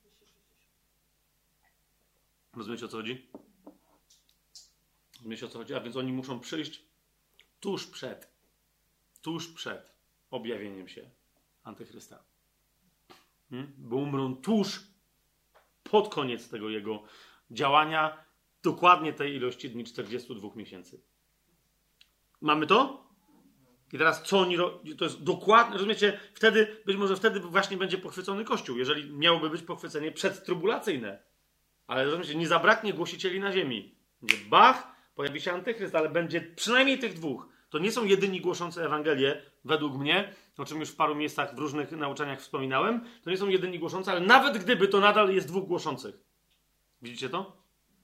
[SPEAKER 2] Rozumiecie, o co chodzi? Rozumiecie, o co chodzi? A więc oni muszą przyjść tuż przed objawieniem się Antychrysta. Bo umrą tuż pod koniec tego jego działania, dokładnie tej ilości dni, 42 miesięcy. Mamy to? I teraz co oni robią? To jest dokładnie, rozumiecie? Wtedy, być może wtedy właśnie będzie pochwycony Kościół, jeżeli miałoby być pochwycenie przedtrybulacyjne. Ale rozumiecie, nie zabraknie głosicieli na ziemi. Będzie pojawi się Antychryst, ale będzie przynajmniej tych 2. To nie są jedyni głoszący Ewangelię, według mnie, o czym już w paru miejscach w różnych nauczaniach wspominałem. To nie są jedyni głoszący, ale nawet gdyby, to nadal jest 2 głoszących. Widzicie to?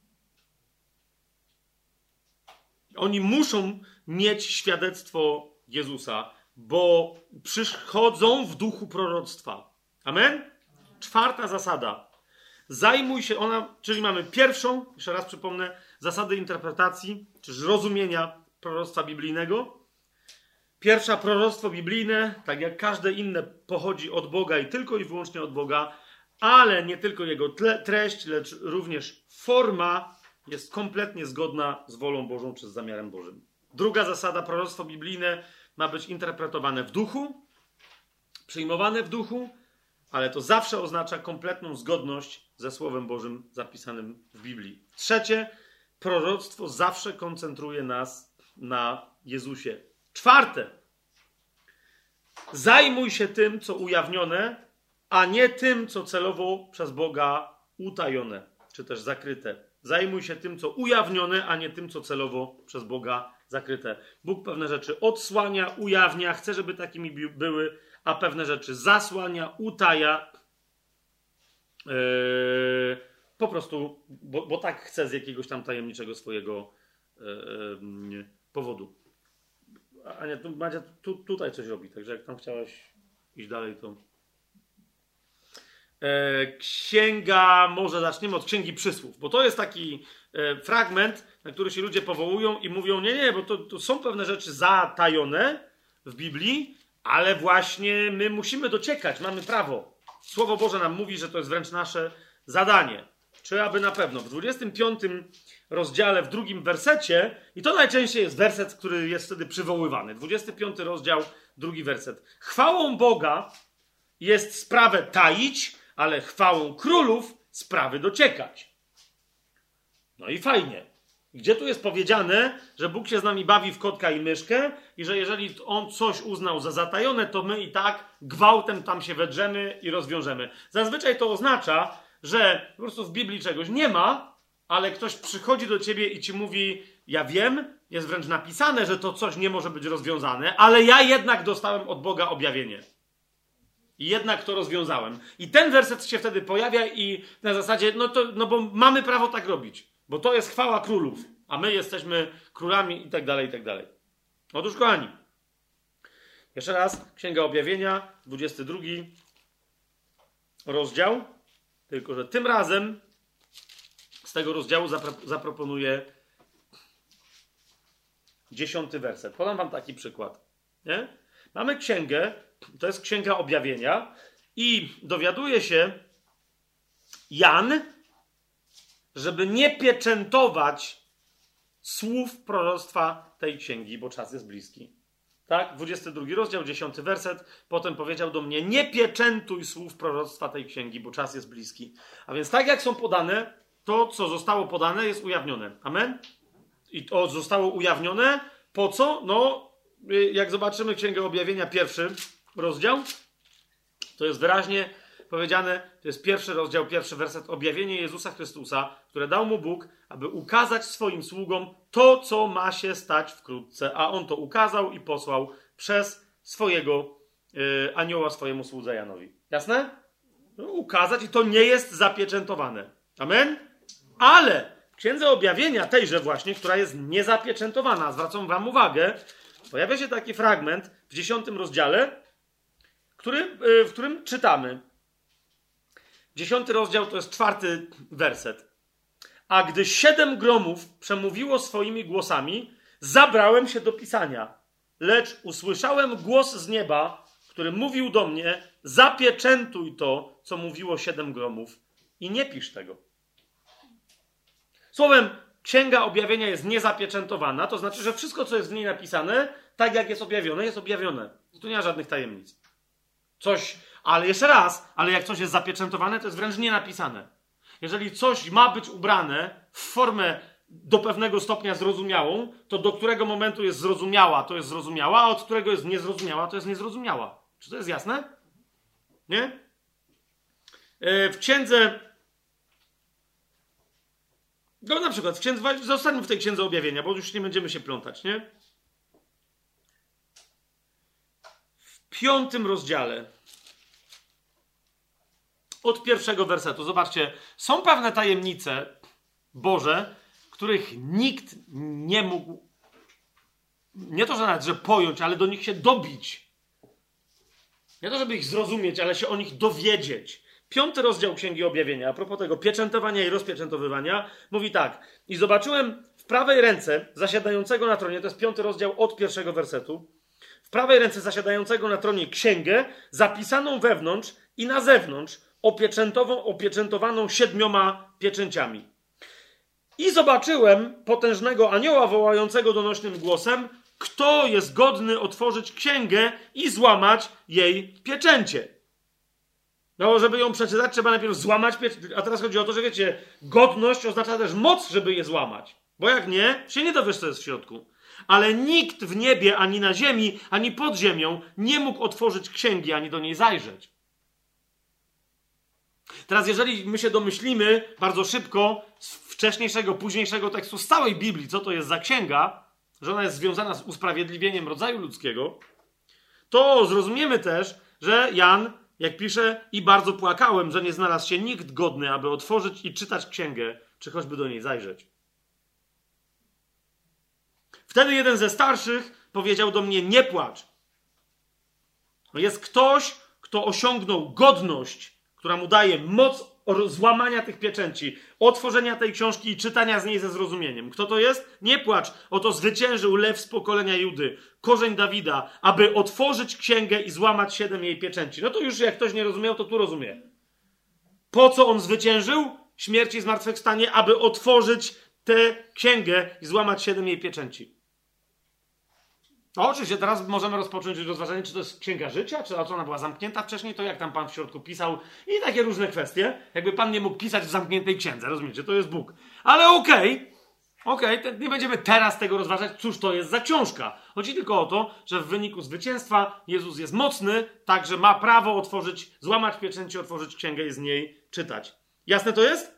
[SPEAKER 2] Oni muszą mieć świadectwo Jezusa, bo przychodzą w duchu proroctwa. Amen? 4. zasada. Zajmuj się ona, czyli mamy pierwszą, jeszcze raz przypomnę, zasady interpretacji, czy rozumienia proroctwa biblijnego. Pierwsza, proroctwo biblijne, tak jak każde inne, pochodzi od Boga i tylko i wyłącznie od Boga, ale nie tylko jego treść, lecz również forma jest kompletnie zgodna z wolą Bożą czy z zamiarem Bożym. Druga zasada, proroctwo biblijne ma być interpretowane w duchu, przyjmowane w duchu, ale to zawsze oznacza kompletną zgodność ze Słowem Bożym zapisanym w Biblii. Trzecie, proroctwo zawsze koncentruje nas na Jezusie. 4. Zajmuj się tym, co ujawnione, a nie tym, co celowo przez Boga utajone, czy też zakryte. Zajmuj się tym, co ujawnione, a nie tym, co celowo przez Boga zakryte. Bóg pewne rzeczy odsłania, ujawnia, chce, żeby takimi były, a pewne rzeczy zasłania, utaja. Po prostu, bo tak chce z jakiegoś tam tajemniczego swojego powodu. Ania, Madzia tutaj coś robi, także jak tam chciałaś iść dalej, to... Księga, może zaczniemy od Księgi Przysłów, bo to jest taki fragment, na który się ludzie powołują i mówią, nie, bo to są pewne rzeczy zatajone w Biblii, ale właśnie my musimy dociekać, mamy prawo. Słowo Boże nam mówi, że to jest wręcz nasze zadanie. Czy aby na pewno. W 25 rozdziale, w 2 wersecie, i to najczęściej jest werset, który jest wtedy przywoływany. 25 rozdział, 2 werset. Chwałą Boga jest sprawę taić, ale chwałą królów sprawy dociekać. No i fajnie. Gdzie tu jest powiedziane, że Bóg się z nami bawi w kotka i myszkę i że jeżeli On coś uznał za zatajone, to my i tak gwałtem tam się wedrzemy i rozwiążemy. Zazwyczaj to oznacza, że po prostu w Biblii czegoś nie ma, ale ktoś przychodzi do ciebie i ci mówi, ja wiem, jest wręcz napisane, że to coś nie może być rozwiązane, ale ja jednak dostałem od Boga objawienie. I jednak to rozwiązałem. I ten werset się wtedy pojawia i na zasadzie, no bo mamy prawo tak robić. Bo to jest chwała królów, a my jesteśmy królami i tak dalej, i tak dalej. Otóż, kochani, jeszcze raz, Księga Objawienia, 22 rozdział, tylko że tym razem z tego rozdziału zaproponuję 10 werset. Podam wam taki przykład. Nie? Mamy księgę, to jest Księga Objawienia i dowiaduje się Jan, żeby nie pieczętować słów proroctwa tej księgi, bo czas jest bliski. Tak? 22 rozdział, 10 werset. Potem powiedział do mnie, nie pieczętuj słów proroctwa tej księgi, bo czas jest bliski. A więc tak jak są podane, to co zostało podane jest ujawnione. Amen? I to zostało ujawnione. Po co? No, jak zobaczymy Księgę Objawienia, 1 rozdział, to jest wyraźnie powiedziane, to jest 1 rozdział, 1 werset, objawienie Jezusa Chrystusa, które dał mu Bóg, aby ukazać swoim sługom to, co ma się stać wkrótce. A on to ukazał i posłał przez swojego anioła swojemu słudze Janowi. Jasne? No, ukazać i to nie jest zapieczętowane. Amen? Ale w Księdze Objawienia, tejże właśnie, która jest niezapieczętowana, zwracam wam uwagę, pojawia się taki fragment w 10 rozdziale, w którym czytamy. 10 rozdział to jest 4 werset. A gdy 7 gromów przemówiło swoimi głosami, zabrałem się do pisania. Lecz usłyszałem głos z nieba, który mówił do mnie, zapieczętuj to, co mówiło 7 gromów i nie pisz tego. Słowem, Księga Objawienia jest niezapieczętowana, to znaczy, że wszystko, co jest w niej napisane, tak jak jest objawione, jest objawione. Tu nie ma żadnych tajemnic. Ale jeszcze raz, ale jak coś jest zapieczętowane, to jest wręcz nie napisane. Jeżeli coś ma być ubrane w formę do pewnego stopnia zrozumiałą, to do którego momentu jest zrozumiała, to jest zrozumiała, a od którego jest niezrozumiała, to jest niezrozumiała. Czy to jest jasne? Nie? W księdze... No na przykład, zostańmy w tej Księdze Objawienia, bo już nie będziemy się plątać, nie? W 5 rozdziale od 1 wersetu, zobaczcie, są pewne tajemnice Boże, których nikt nie mógł, nie to, że nawet, że pojąć, ale do nich się dobić. Nie to, żeby ich zrozumieć, ale się o nich dowiedzieć. 5 rozdział Księgi Objawienia, a propos tego pieczętowania i rozpieczętowywania, mówi tak. I zobaczyłem w prawej ręce zasiadającego na tronie, to jest 5 rozdział od 1 wersetu, w prawej ręce zasiadającego na tronie księgę, zapisaną wewnątrz i na zewnątrz, opieczętowaną 7 pieczęciami. I zobaczyłem potężnego anioła wołającego donośnym głosem, kto jest godny otworzyć księgę i złamać jej pieczęcie. No, żeby ją przeczytać, trzeba najpierw złamać pieczęcie. A teraz chodzi o to, że wiecie, godność oznacza też moc, żeby je złamać. Bo jak nie, się nie dowiesz, co jest w środku. Ale nikt w niebie, ani na ziemi, ani pod ziemią nie mógł otworzyć księgi, ani do niej zajrzeć. Teraz, jeżeli my się domyślimy bardzo szybko, w wcześniejszego, późniejszego tekstu, z całej Biblii, co to jest za księga, że ona jest związana z usprawiedliwieniem rodzaju ludzkiego, to zrozumiemy też, że Jan, jak pisze, i bardzo płakałem, że nie znalazł się nikt godny, aby otworzyć i czytać księgę, czy choćby do niej zajrzeć. Wtedy jeden ze starszych powiedział do mnie: nie płacz. Jest ktoś, kto osiągnął godność, która mu daje moc złamania tych pieczęci, otworzenia tej książki i czytania z niej ze zrozumieniem. Kto to jest? Nie płacz. Oto zwyciężył lew z pokolenia Judy, korzeń Dawida, aby otworzyć księgę i złamać 7 jej pieczęci. No to już jak ktoś nie rozumiał, to tu rozumie. Po co on zwyciężył? Śmierć i zmartwychwstanie, aby otworzyć tę księgę i złamać 7 jej pieczęci. No oczywiście, teraz możemy rozpocząć rozważanie, czy to jest księga życia, czy ona była zamknięta wcześniej, to jak tam Pan w środku pisał i takie różne kwestie. Jakby Pan nie mógł pisać w zamkniętej księdze, rozumiecie, to jest Bóg. Ale okej, nie będziemy teraz tego rozważać, cóż to jest za książka. Chodzi tylko o to, że w wyniku zwycięstwa Jezus jest mocny, tak, że ma prawo otworzyć, złamać pieczęci, otworzyć księgę i z niej czytać. Jasne to jest?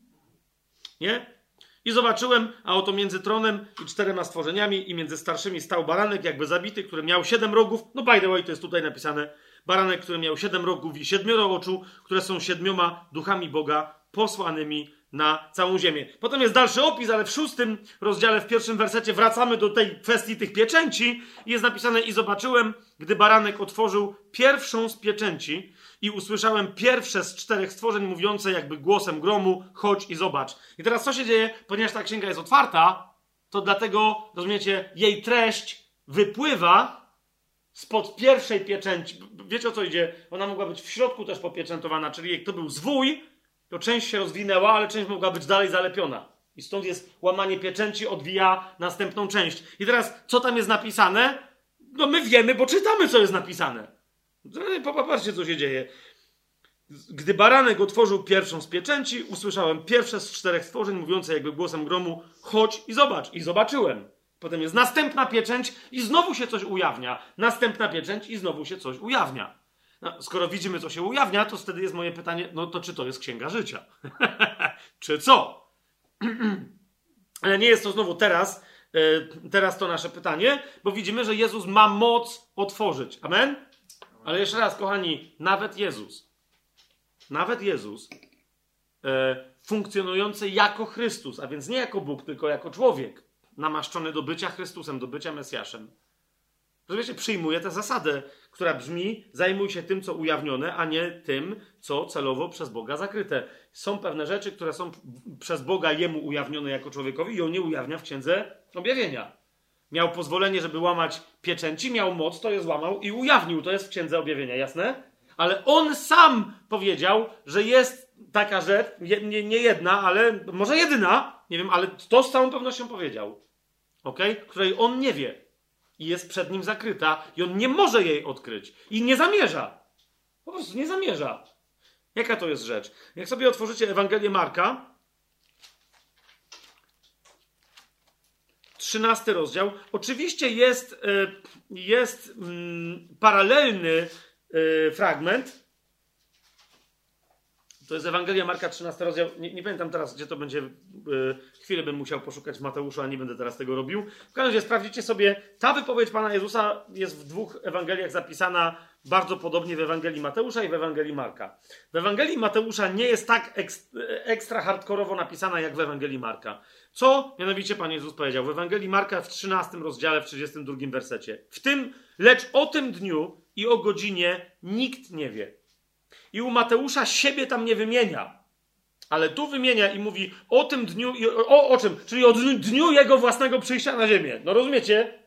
[SPEAKER 2] Nie? I zobaczyłem, a oto między tronem i 4 stworzeniami i między starszymi stał baranek jakby zabity, który miał 7 rogów. No by the way, to jest tutaj napisane. Baranek, który miał 7 rogów i 7 oczu, które są 7 duchami Boga posłanymi na całą ziemię. Potem jest dalszy opis, ale w 6 rozdziale, w 1 wersecie wracamy do tej kwestii tych pieczęci. I jest napisane: i zobaczyłem, gdy baranek otworzył pierwszą z pieczęci i usłyszałem pierwsze z 4 stworzeń mówiące jakby głosem gromu: chodź i zobacz. I teraz co się dzieje? Ponieważ ta księga jest otwarta, to dlatego, rozumiecie, jej treść wypływa spod pierwszej pieczęci. Wiecie, o co idzie? Ona mogła być w środku też popieczętowana, czyli jak to był zwój, to część się rozwinęła, ale część mogła być dalej zalepiona. I stąd jest łamanie pieczęci, odwija następną część. I teraz, co tam jest napisane? No my wiemy, bo czytamy, co jest napisane. Popatrzcie, co się dzieje. Gdy baranek otworzył pierwszą z pieczęci, usłyszałem pierwsze z 4 stworzeń mówiące jakby głosem gromu: chodź i zobacz. I zobaczyłem. Potem jest następna pieczęć i znowu się coś ujawnia. Następna pieczęć i znowu się coś ujawnia. No, skoro widzimy, co się ujawnia, to wtedy jest moje pytanie: no to czy to jest księga życia? Czy co? Ale nie jest to znowu teraz to nasze pytanie, bo widzimy, że Jezus ma moc otworzyć. Amen? Ale jeszcze raz, kochani, nawet Jezus funkcjonujący jako Chrystus, a więc nie jako Bóg, tylko jako człowiek, namaszczony do bycia Chrystusem, do bycia Mesjaszem. Rozumiecie, przyjmuje tę zasadę, która brzmi: zajmuj się tym, co ujawnione, a nie tym, co celowo przez Boga zakryte. Są pewne rzeczy, które są przez Boga jemu ujawnione jako człowiekowi i on nie ujawnia w Księdze Objawienia. Miał pozwolenie, żeby łamać pieczęci, miał moc, to je złamał i ujawnił. To jest w Księdze Objawienia, jasne? Ale on sam powiedział, że jest taka rzecz, nie jedna, ale może jedyna, nie wiem, ale to z całą pewnością powiedział, której on nie wie i jest przed nim zakryta i on nie może jej odkryć i nie zamierza. Po prostu nie zamierza. Jaka to jest rzecz? Jak sobie otworzycie Ewangelię Marka, 13 rozdział, oczywiście jest paralelny fragment. To jest Ewangelia Marka, 13 rozdział. Nie pamiętam teraz, gdzie to będzie. Chwilę bym musiał poszukać w Mateuszu, a nie będę teraz tego robił. W każdym razie sprawdzicie sobie. Ta wypowiedź Pana Jezusa jest w 2 Ewangeliach zapisana bardzo podobnie, w Ewangelii Mateusza i w Ewangelii Marka. W Ewangelii Mateusza nie jest tak ekstra hardkorowo napisana jak w Ewangelii Marka. Co mianowicie Pan Jezus powiedział? W Ewangelii Marka w 13 rozdziale, w 32 wersecie. Lecz o tym dniu i o godzinie nikt nie wie. I u Mateusza siebie tam nie wymienia. Ale tu wymienia i mówi o tym dniu i o czym? Czyli o dniu jego własnego przyjścia na ziemię. No rozumiecie?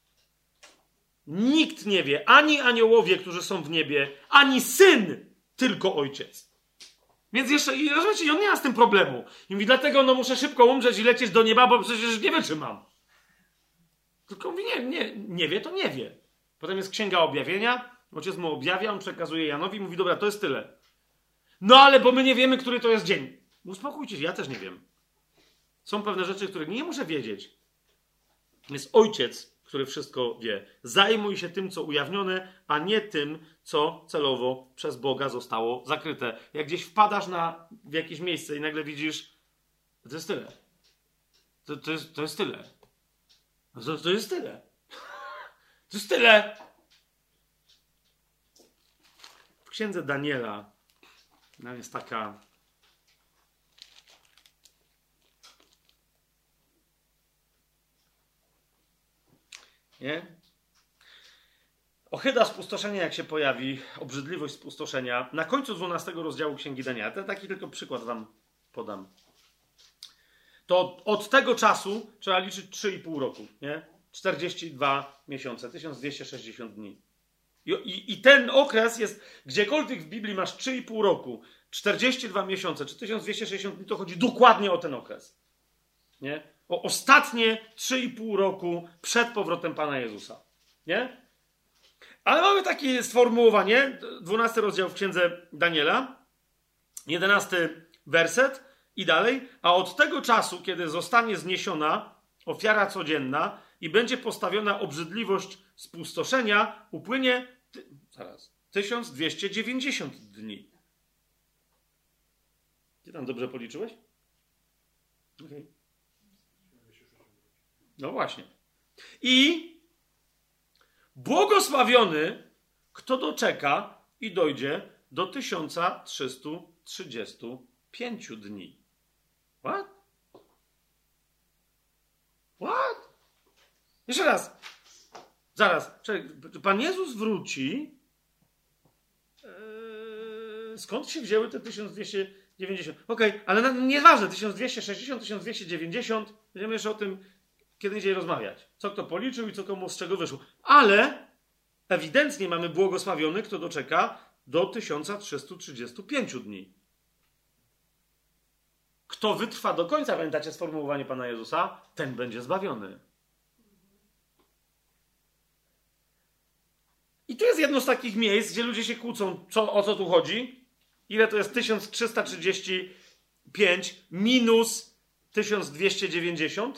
[SPEAKER 2] Nikt nie wie, ani aniołowie, którzy są w niebie, ani Syn, tylko Ojciec. Więc jeszcze, rozumiecie, on nie ma z tym problemu. I mówi, dlatego muszę szybko umrzeć i lecieć do nieba, bo przecież nie wytrzymam. Tylko mówi, nie wie, to nie wie. Potem jest Księga Objawienia, Ojciec mu objawia, on przekazuje Janowi i mówi, dobra, to jest tyle. No ale bo my nie wiemy, który to jest dzień. Uspokójcie się, ja też nie wiem. Są pewne rzeczy, których nie muszę wiedzieć. Jest Ojciec, który wszystko wie. Zajmuj się tym, co ujawnione, a nie tym, co celowo przez Boga zostało zakryte. Jak gdzieś wpadasz w jakieś miejsce i nagle widzisz To jest tyle. To jest tyle. To jest tyle. To jest tyle. W księdze Daniela jest taka... Nie? Ohyda spustoszenia, jak się pojawi, obrzydliwość spustoszenia, na końcu 12 rozdziału Księgi Daniela, to taki tylko przykład wam podam. To od tego czasu trzeba liczyć 3,5 roku, nie? 42 miesiące, 1260 dni. I ten okres jest, gdziekolwiek w Biblii masz 3,5 roku, 42 miesiące, czy 1260 dni, to chodzi dokładnie o ten okres. Nie? O ostatnie 3,5 roku przed powrotem Pana Jezusa. Nie? Ale mamy takie sformułowanie, 12 rozdział w Księdze Daniela, 11 werset i dalej. A od tego czasu, kiedy zostanie zniesiona ofiara codzienna i będzie postawiona obrzydliwość spustoszenia, upłynie 1290 dni. Ty tam dobrze policzyłeś? Okay. No właśnie. I błogosławiony, kto doczeka i dojdzie do 1335 dni. What? What? Jeszcze raz. Zaraz. Pan Jezus wróci. Skąd się wzięły te 1290? Okej, ale nieważne. 1260, 1290. Będziemy jeszcze o tym kiedy indziej rozmawiać. Co kto policzył i co komu z czego wyszło. Ale ewidentnie mamy błogosławiony, kto doczeka do 1335 dni. Kto wytrwa do końca, pamiętacie sformułowanie Pana Jezusa? Ten będzie zbawiony. I tu jest jedno z takich miejsc, gdzie ludzie się kłócą, o co tu chodzi. Ile to jest 1335 minus 1290?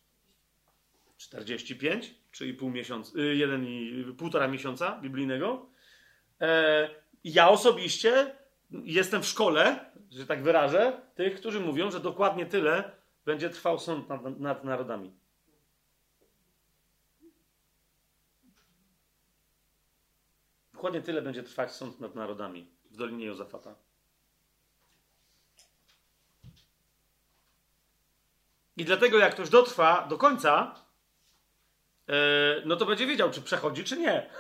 [SPEAKER 2] 45, czyli pół miesiąca, 1,5 miesiąca biblijnego. Ja osobiście jestem w szkole, że tak wyrażę, tych, którzy mówią, że dokładnie tyle będzie trwał sąd nad narodami. Dokładnie tyle będzie trwać sąd nad narodami w Dolinie Jozafata. I dlatego jak ktoś dotrwa do końca, no to będzie wiedział, czy przechodzi, czy nie.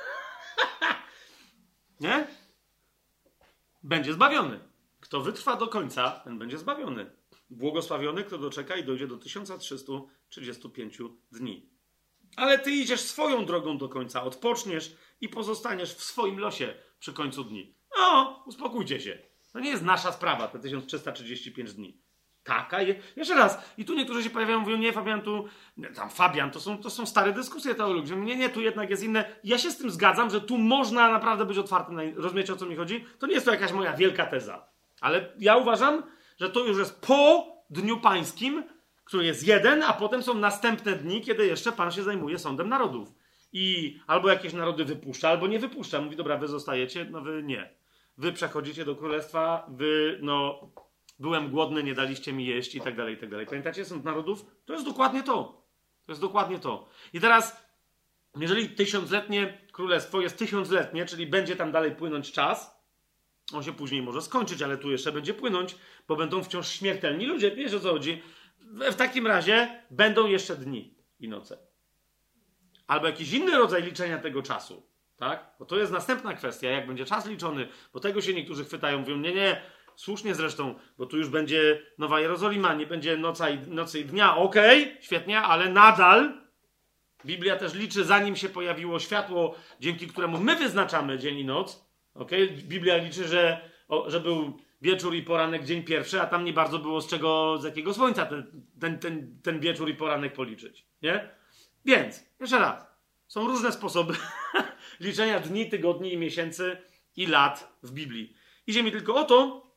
[SPEAKER 2] Nie? Będzie zbawiony. Kto wytrwa do końca, ten będzie zbawiony. Błogosławiony, kto doczeka i dojdzie do 1335 dni. Ale ty idziesz swoją drogą do końca, odpoczniesz i pozostaniesz w swoim losie przy końcu dni. No, uspokójcie się. To nie jest nasza sprawa, te 1335 dni. Taka jest. Jeszcze raz. I tu niektórzy się pojawiają, mówią, nie, Fabian, Fabian, to są stare dyskusje teologiczne. Nie, tu jednak jest inne. Ja się z tym zgadzam, że tu można naprawdę być otwartym. Rozumiecie, o co mi chodzi? To nie jest to jakaś moja wielka teza. Ale ja uważam, że to już jest po Dniu Pańskim, który jest jeden, a potem są następne dni, kiedy jeszcze Pan się zajmuje sądem narodów. I albo jakieś narody wypuszcza, albo nie wypuszcza. Mówi, dobra, wy zostajecie, no wy nie. Wy przechodzicie do królestwa, byłem głodny, nie daliście mi jeść i tak dalej, i tak dalej. Pamiętacie sąd narodów? To jest dokładnie to. To jest dokładnie to. I teraz, jeżeli 1000-letnie królestwo jest 1000-letnie, czyli będzie tam dalej płynąć czas, on się później może skończyć, ale tu jeszcze będzie płynąć, bo będą wciąż śmiertelni ludzie. Wiesz, o co chodzi? W takim razie będą jeszcze dni i noce. Albo jakiś inny rodzaj liczenia tego czasu. Tak? Bo to jest następna kwestia, jak będzie czas liczony, bo tego się niektórzy chwytają, mówią, nie, słusznie zresztą, bo tu już będzie Nowa Jerozolima, nie będzie nocy i dnia. Okej, świetnie, ale nadal Biblia też liczy, zanim się pojawiło światło, dzięki któremu my wyznaczamy dzień i noc. Okej, Biblia liczy, że był wieczór i poranek, dzień pierwszy, a tam nie bardzo było z jakiego słońca ten wieczór i poranek policzyć. Nie? Więc, jeszcze raz, są różne sposoby liczenia dni, tygodni i miesięcy i lat w Biblii. Idzie mi tylko o to,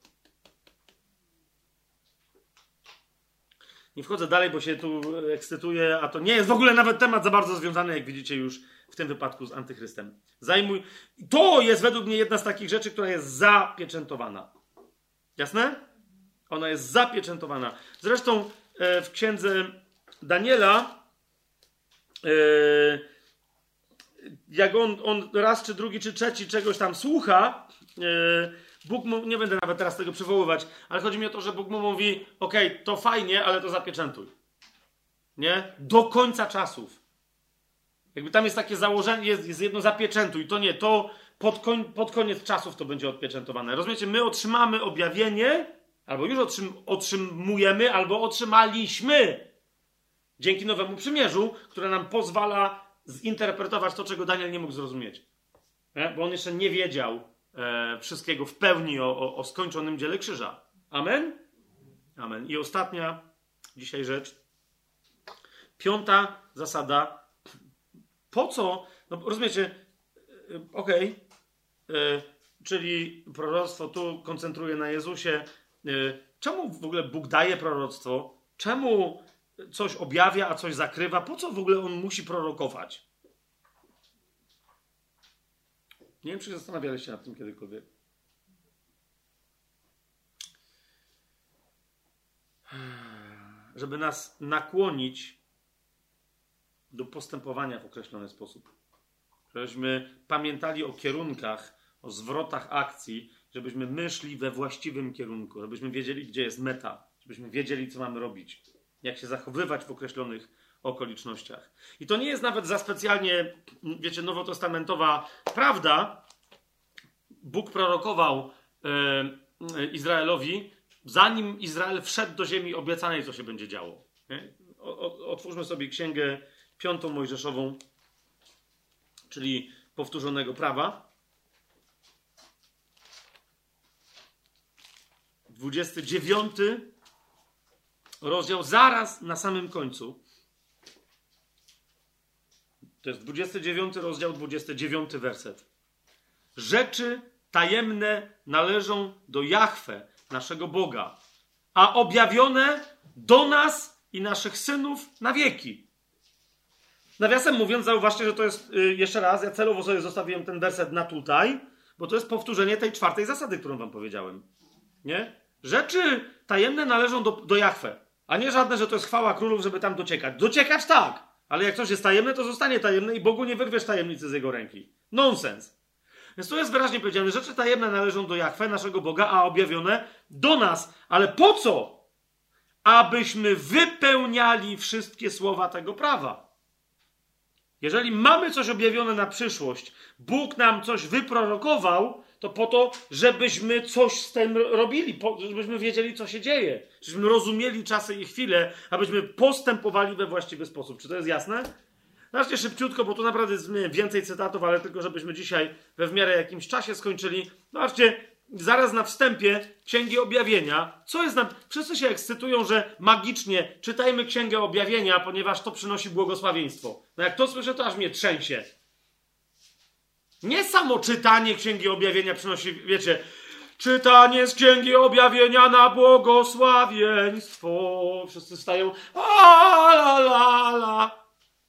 [SPEAKER 2] nie wchodzę dalej, bo się tu ekscytuję, a to nie jest w ogóle nawet temat za bardzo związany, jak widzicie już w tym wypadku z Antychrystem. To jest według mnie jedna z takich rzeczy, która jest zapieczętowana. Jasne? Ona jest zapieczętowana. Zresztą w księdze Daniela, jak on raz, czy drugi, czy trzeci czegoś tam słucha, Bóg mu, nie będę nawet teraz tego przywoływać, ale chodzi mi o to, że Bóg mu mówi, okej, to fajnie, ale to zapieczętuj. Nie? Do końca czasów. Jakby tam jest takie założenie, jest jedno zapieczętuj, to nie, to pod koniec czasów to będzie odpieczętowane. Rozumiecie? My otrzymamy objawienie, albo już otrzymujemy, albo otrzymaliśmy dzięki Nowemu Przymierzu, które nam pozwala zinterpretować to, czego Daniel nie mógł zrozumieć. Nie? Bo on jeszcze nie wiedział wszystkiego w pełni o skończonym dziele krzyża. Amen? Amen. I ostatnia dzisiaj rzecz. 5. zasada. Po co? No rozumiecie? Okej. Czyli proroctwo tu koncentruje na Jezusie. Czemu w ogóle Bóg daje proroctwo? Czemu coś objawia, a coś zakrywa? Po co w ogóle on musi prorokować? Nie wiem, czy zastanawialiście się nad tym kiedykolwiek. Żeby nas nakłonić do postępowania w określony sposób. Żebyśmy pamiętali o kierunkach, o zwrotach akcji, żebyśmy myśli we właściwym kierunku, żebyśmy wiedzieli, gdzie jest meta, żebyśmy wiedzieli, co mamy robić, jak się zachowywać w określonych okolicznościach. I to nie jest nawet za specjalnie, wiecie, nowotestamentowa prawda. Bóg prorokował Izraelowi, zanim Izrael wszedł do ziemi obiecanej, co się będzie działo. Nie? Otwórzmy sobie księgę 5 Mojżeszową, czyli powtórzonego prawa. 29 rozdział, zaraz na samym końcu. To jest 29 rozdział, 29 werset. Rzeczy tajemne należą do Jahwe, naszego Boga, a objawione do nas i naszych synów na wieki. Nawiasem mówiąc, zauważcie, że to jest, jeszcze raz, ja celowo sobie zostawiłem ten werset na tutaj, bo to jest powtórzenie tej 4. zasady, którą wam powiedziałem. Nie? Rzeczy tajemne należą do Jahwe, a nie żadne, że to jest chwała królów, żeby tam dociekać. Dociekać tak, ale jak coś jest tajemne, to zostanie tajemne i Bogu nie wyrwiesz tajemnicy z jego ręki. Nonsens. Więc tu jest wyraźnie powiedziane, rzeczy tajemne należą do Jahwe, naszego Boga, a objawione do nas. Ale po co? Abyśmy wypełniali wszystkie słowa tego prawa. Jeżeli mamy coś objawione na przyszłość, Bóg nam coś wyprorokował, to po to, żebyśmy coś z tym robili, żebyśmy wiedzieli, co się dzieje, żebyśmy rozumieli czasy i chwile, abyśmy postępowali we właściwy sposób. Czy to jest jasne? Zobaczcie szybciutko, bo tu naprawdę jest więcej cytatów, ale tylko żebyśmy dzisiaj we w miarę jakimś czasie skończyli. Zobaczcie, zaraz na wstępie Księgi Objawienia. Co jest Wszyscy się ekscytują, że magicznie czytajmy Księgę Objawienia, ponieważ to przynosi błogosławieństwo. No jak to słyszę, to aż mnie trzęsie. Nie samo czytanie Księgi Objawienia przynosi, wiecie, czytanie z Księgi Objawienia na błogosławieństwo. Wszyscy stają, la la la.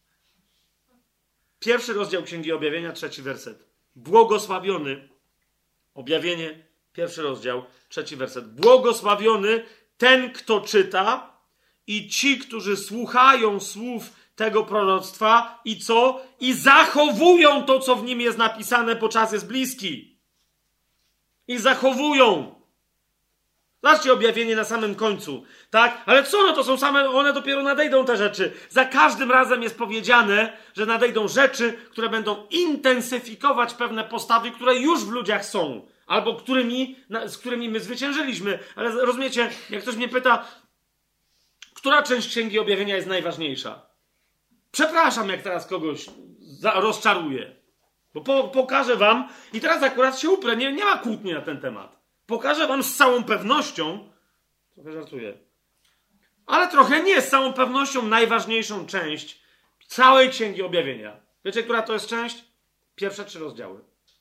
[SPEAKER 2] 1 rozdział Księgi Objawienia, 3 werset. Błogosławiony, Objawienie, 1 rozdział, 3 werset. Błogosławiony ten, kto czyta i ci, którzy słuchają słów tego proroctwa i co? I zachowują to, co w nim jest napisane, bo czas jest bliski. I zachowują. Zobaczcie objawienie na samym końcu, tak? Ale co? No to są same, one dopiero nadejdą te rzeczy. Za każdym razem jest powiedziane, że nadejdą rzeczy, które będą intensyfikować pewne postawy, które już w ludziach są. Albo z którymi my zwyciężyliśmy. Ale rozumiecie, jak ktoś mnie pyta, która część Księgi Objawienia jest najważniejsza? Przepraszam, jak teraz kogoś rozczaruję. Bo pokażę wam, i teraz akurat się uprę, nie ma kłótni na ten temat. Pokażę wam z całą pewnością, trochę żartuję, ale trochę nie, z całą pewnością najważniejszą część całej Księgi Objawienia. Wiecie, która to jest część? Pierwsze 3 rozdziały.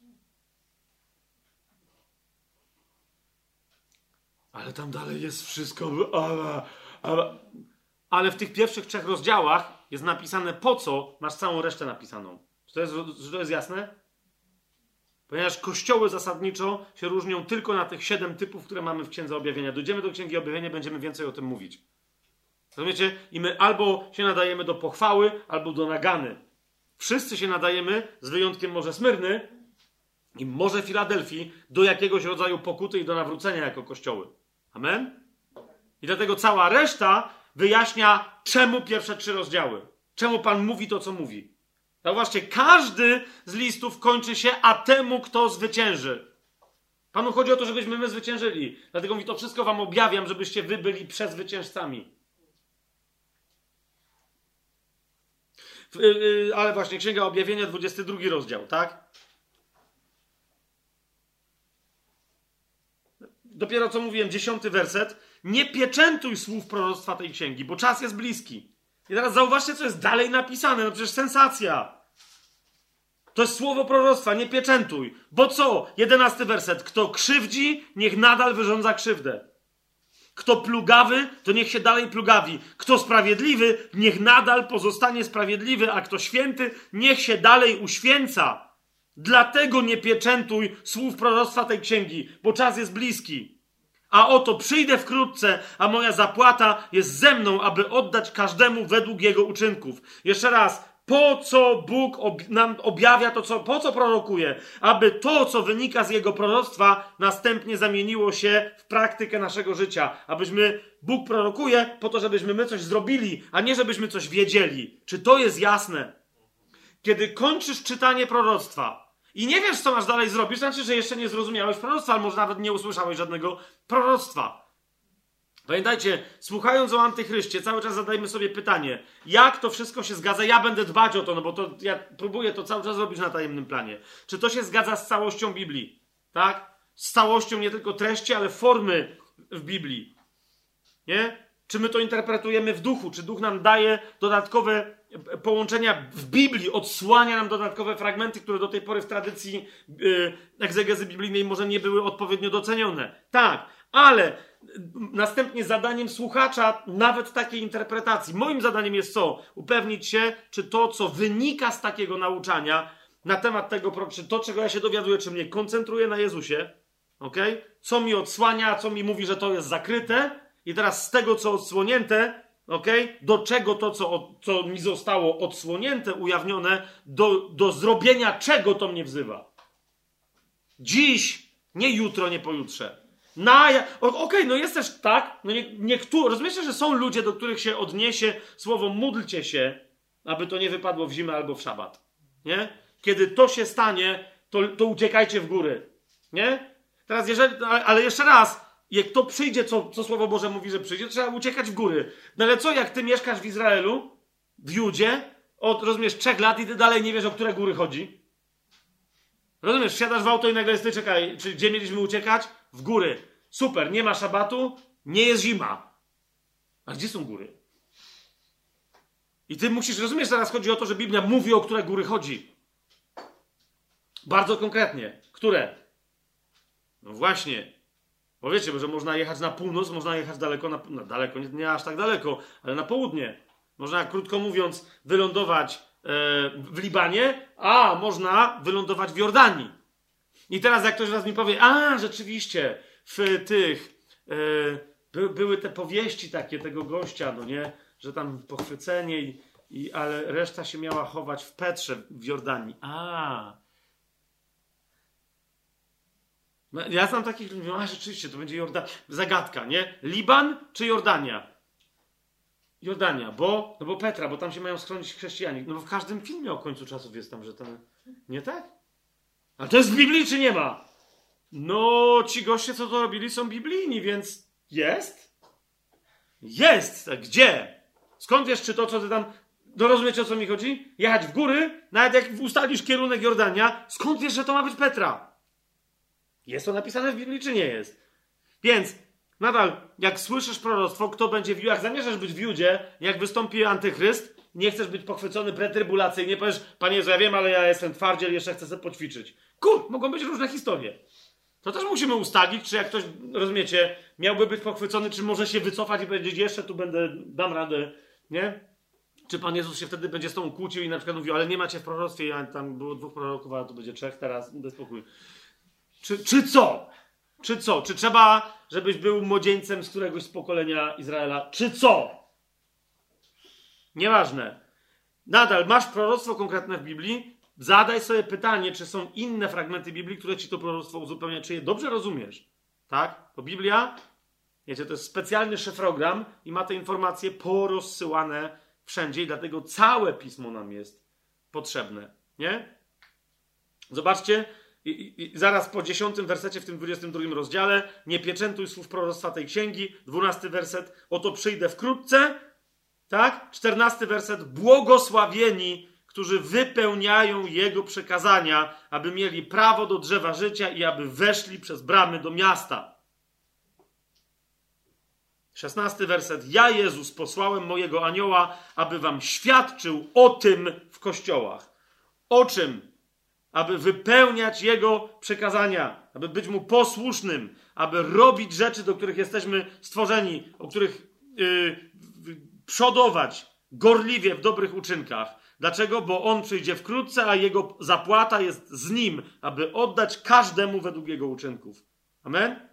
[SPEAKER 2] Ale tam dalej jest wszystko, ale w tych pierwszych 3 rozdziałach jest napisane, po co masz całą resztę napisaną. Czy to jest jasne? Ponieważ kościoły zasadniczo się różnią tylko na tych 7 typów, które mamy w Księdze Objawienia. Dojdziemy do Księgi Objawienia, będziemy więcej o tym mówić. Rozumiecie? I my albo się nadajemy do pochwały, albo do nagany. Wszyscy się nadajemy, z wyjątkiem może Smyrny i może Filadelfii, do jakiegoś rodzaju pokuty i do nawrócenia jako kościoły. Amen? I dlatego cała reszta wyjaśnia, czemu pierwsze 3 rozdziały. Czemu Pan mówi to, co mówi. Zauważcie, każdy z listów kończy się, a temu, kto zwycięży. Panu chodzi o to, żebyśmy my zwyciężyli. Dlatego mi to wszystko wam objawiam, żebyście wy byli przezwycięzcami. Ale właśnie, Księga Objawienia, 22 rozdział, tak? Dopiero co mówiłem, 10 werset. Nie pieczętuj słów proroctwa tej księgi, bo czas jest bliski. I teraz zauważcie, co jest dalej napisane. No przecież sensacja. To jest słowo proroctwa, nie pieczętuj. Bo co? 11 werset. Kto krzywdzi, niech nadal wyrządza krzywdę. Kto plugawy, to niech się dalej plugawi. Kto sprawiedliwy, niech nadal pozostanie sprawiedliwy, a kto święty, niech się dalej uświęca. Dlatego nie pieczętuj słów proroctwa tej księgi, bo czas jest bliski. A oto przyjdę wkrótce, a moja zapłata jest ze mną, aby oddać każdemu według jego uczynków. Jeszcze raz, po co Bóg nam objawia to, po co prorokuje? Aby to, co wynika z jego proroctwa, następnie zamieniło się w praktykę naszego życia. Bóg prorokuje po to, żebyśmy my coś zrobili, a nie żebyśmy coś wiedzieli. Czy to jest jasne? Kiedy kończysz czytanie proroctwa i nie wiesz, co masz dalej zrobić, znaczy, że jeszcze nie zrozumiałeś proroctwa, albo może nawet nie usłyszałeś żadnego proroctwa. Pamiętajcie, słuchając o Antychryście, cały czas zadajmy sobie pytanie, jak to wszystko się zgadza? Ja będę dbać o to, no bo to ja próbuję to cały czas robić na tajemnym planie. Czy to się zgadza z całością Biblii? Tak? Z całością nie tylko treści, ale formy w Biblii. Nie? Czy my to interpretujemy w duchu? Czy duch nam daje dodatkowe połączenia w Biblii, odsłania nam dodatkowe fragmenty, które do tej pory w tradycji egzegezy biblijnej może nie były odpowiednio docenione? Tak, ale następnie zadaniem słuchacza nawet takiej interpretacji, moim zadaniem jest co? Upewnić się, czy to, co wynika z takiego nauczania na temat tego, czy to, czego ja się dowiaduję, czy mnie koncentruje na Jezusie, okay? Co mi odsłania, co mi mówi, że to jest zakryte, i teraz z tego, co odsłonięte, do czego to, co mi zostało odsłonięte, ujawnione, do zrobienia czego to mnie wzywa. Dziś, nie jutro, nie pojutrze. No jest też tak, rozumiecie, że są ludzie, do których się odniesie słowo módlcie się, aby to nie wypadło w zimę albo w szabat. Nie? Kiedy to się stanie, to uciekajcie w góry. Nie? Teraz ale jeszcze raz, jak to przyjdzie, co Słowo Boże mówi, że przyjdzie, to trzeba uciekać w góry. No ale co, jak ty mieszkasz w Izraelu, w Judzie, rozumiesz, 3 lat i ty dalej nie wiesz, o które góry chodzi? Rozumiesz, wsiadasz w auto i nagle jest, czekaj, czy gdzie mieliśmy uciekać? W góry. Super, nie ma szabatu, nie jest zima. A gdzie są góry? I ty musisz, rozumiesz, teraz chodzi o to, że Biblia mówi, o które góry chodzi. Bardzo konkretnie. Które? No właśnie. Bo wiecie, że można jechać na północ, można jechać daleko, daleko, nie aż tak daleko, ale na południe. Można, krótko mówiąc, wylądować w Libanie, a można wylądować w Jordanii. I teraz jak ktoś raz mi powie, rzeczywiście, w tych były te powieści takie tego gościa, no nie, że tam pochwycenie, ale reszta się miała chować w Petrze w Jordanii. Ja znam takich ludzi, rzeczywiście, to będzie zagadka, nie? Liban czy Jordania? Jordania, bo Petra, bo tam się mają schronić chrześcijanie. No bo w każdym filmie o końcu czasów jest tam, że to... Nie tak? A to jest w Biblii, czy nie ma? No, ci goście, co to robili, są biblijni, więc jest? Jest! Gdzie? Skąd wiesz, czy to, co ty tam... No rozumiecie, o co mi chodzi? Jechać w góry, nawet jak ustalisz kierunek Jordania, skąd wiesz, że to ma być Petra? Jest to napisane w Biblii, czy nie jest? Więc nadal, jak słyszysz proroctwo, kto będzie jak zamierzasz być w Judzie, jak wystąpi Antychryst, nie chcesz być pochwycony pretrybulacyjnie, powiesz, Panie Jezu, ja wiem, ale ja jestem twardziel, jeszcze chcę sobie poćwiczyć. Mogą być różne historie. To też musimy ustalić, czy jak ktoś, rozumiecie, miałby być pochwycony, czy może się wycofać i powiedzieć, jeszcze tu dam radę, nie? Czy Pan Jezus się wtedy będzie z tą kłócił i na przykład mówił, ale nie macie w proroctwie, tam było 2 proroków, a tu będzie 3 teraz, bez spokoju. Czy co? Czy co? Czy trzeba, żebyś był młodzieńcem z któregoś z pokolenia Izraela? Czy co? Nieważne. Nadal masz proroctwo konkretne w Biblii, zadaj sobie pytanie, czy są inne fragmenty Biblii, które ci to proroctwo uzupełniają, czy je dobrze rozumiesz. Tak? Bo Biblia, wiecie, to jest specjalny szyfrogram i ma te informacje porozsyłane wszędzie i dlatego całe Pismo nam jest potrzebne. Nie? Zobaczcie, i zaraz po 10 wersecie w tym 22 rozdziale, nie pieczętuj słów proroctwa tej księgi, 12 werset, oto przyjdę wkrótce, tak? 14 werset, błogosławieni, którzy wypełniają Jego przekazania, aby mieli prawo do drzewa życia i aby weszli przez bramy do miasta. 16 werset, ja Jezus posłałem mojego anioła, aby wam świadczył o tym w kościołach. O czym? Aby wypełniać Jego przekazania, aby być Mu posłusznym, aby robić rzeczy, do których jesteśmy stworzeni, o których przodować gorliwie w dobrych uczynkach. Dlaczego? Bo On przyjdzie wkrótce, a Jego zapłata jest z Nim, aby oddać każdemu według Jego uczynków. Amen?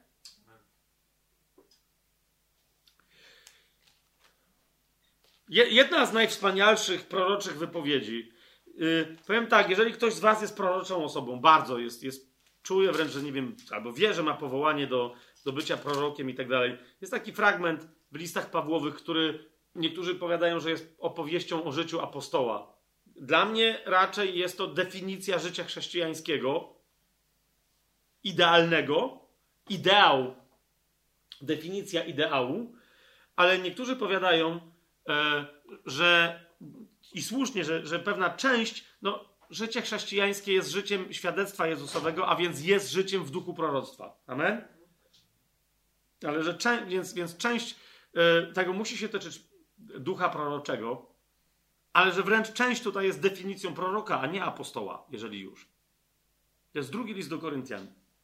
[SPEAKER 2] Jedna z najwspanialszych proroczych wypowiedzi. Powiem tak, jeżeli ktoś z was jest proroczą osobą, bardzo czuje wręcz, że nie wiem, albo wie, że ma powołanie do bycia prorokiem i tak dalej. Jest taki fragment w listach Pawłowych, który niektórzy powiadają, że jest opowieścią o życiu apostoła. Dla mnie raczej jest to definicja życia chrześcijańskiego, idealnego, ideał, definicja ideału, ale niektórzy powiadają, że i słusznie, że pewna część, życie chrześcijańskie jest życiem świadectwa Jezusowego, a więc jest życiem w duchu proroctwa. Amen? Ale więc część tego musi się tyczyć ducha proroczego, ale że wręcz część tutaj jest definicją proroka, a nie apostoła, jeżeli już. To jest 2 list do Koryntian.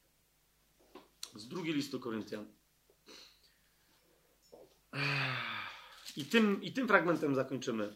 [SPEAKER 2] Z 2 list do Koryntian. I tym fragmentem zakończymy.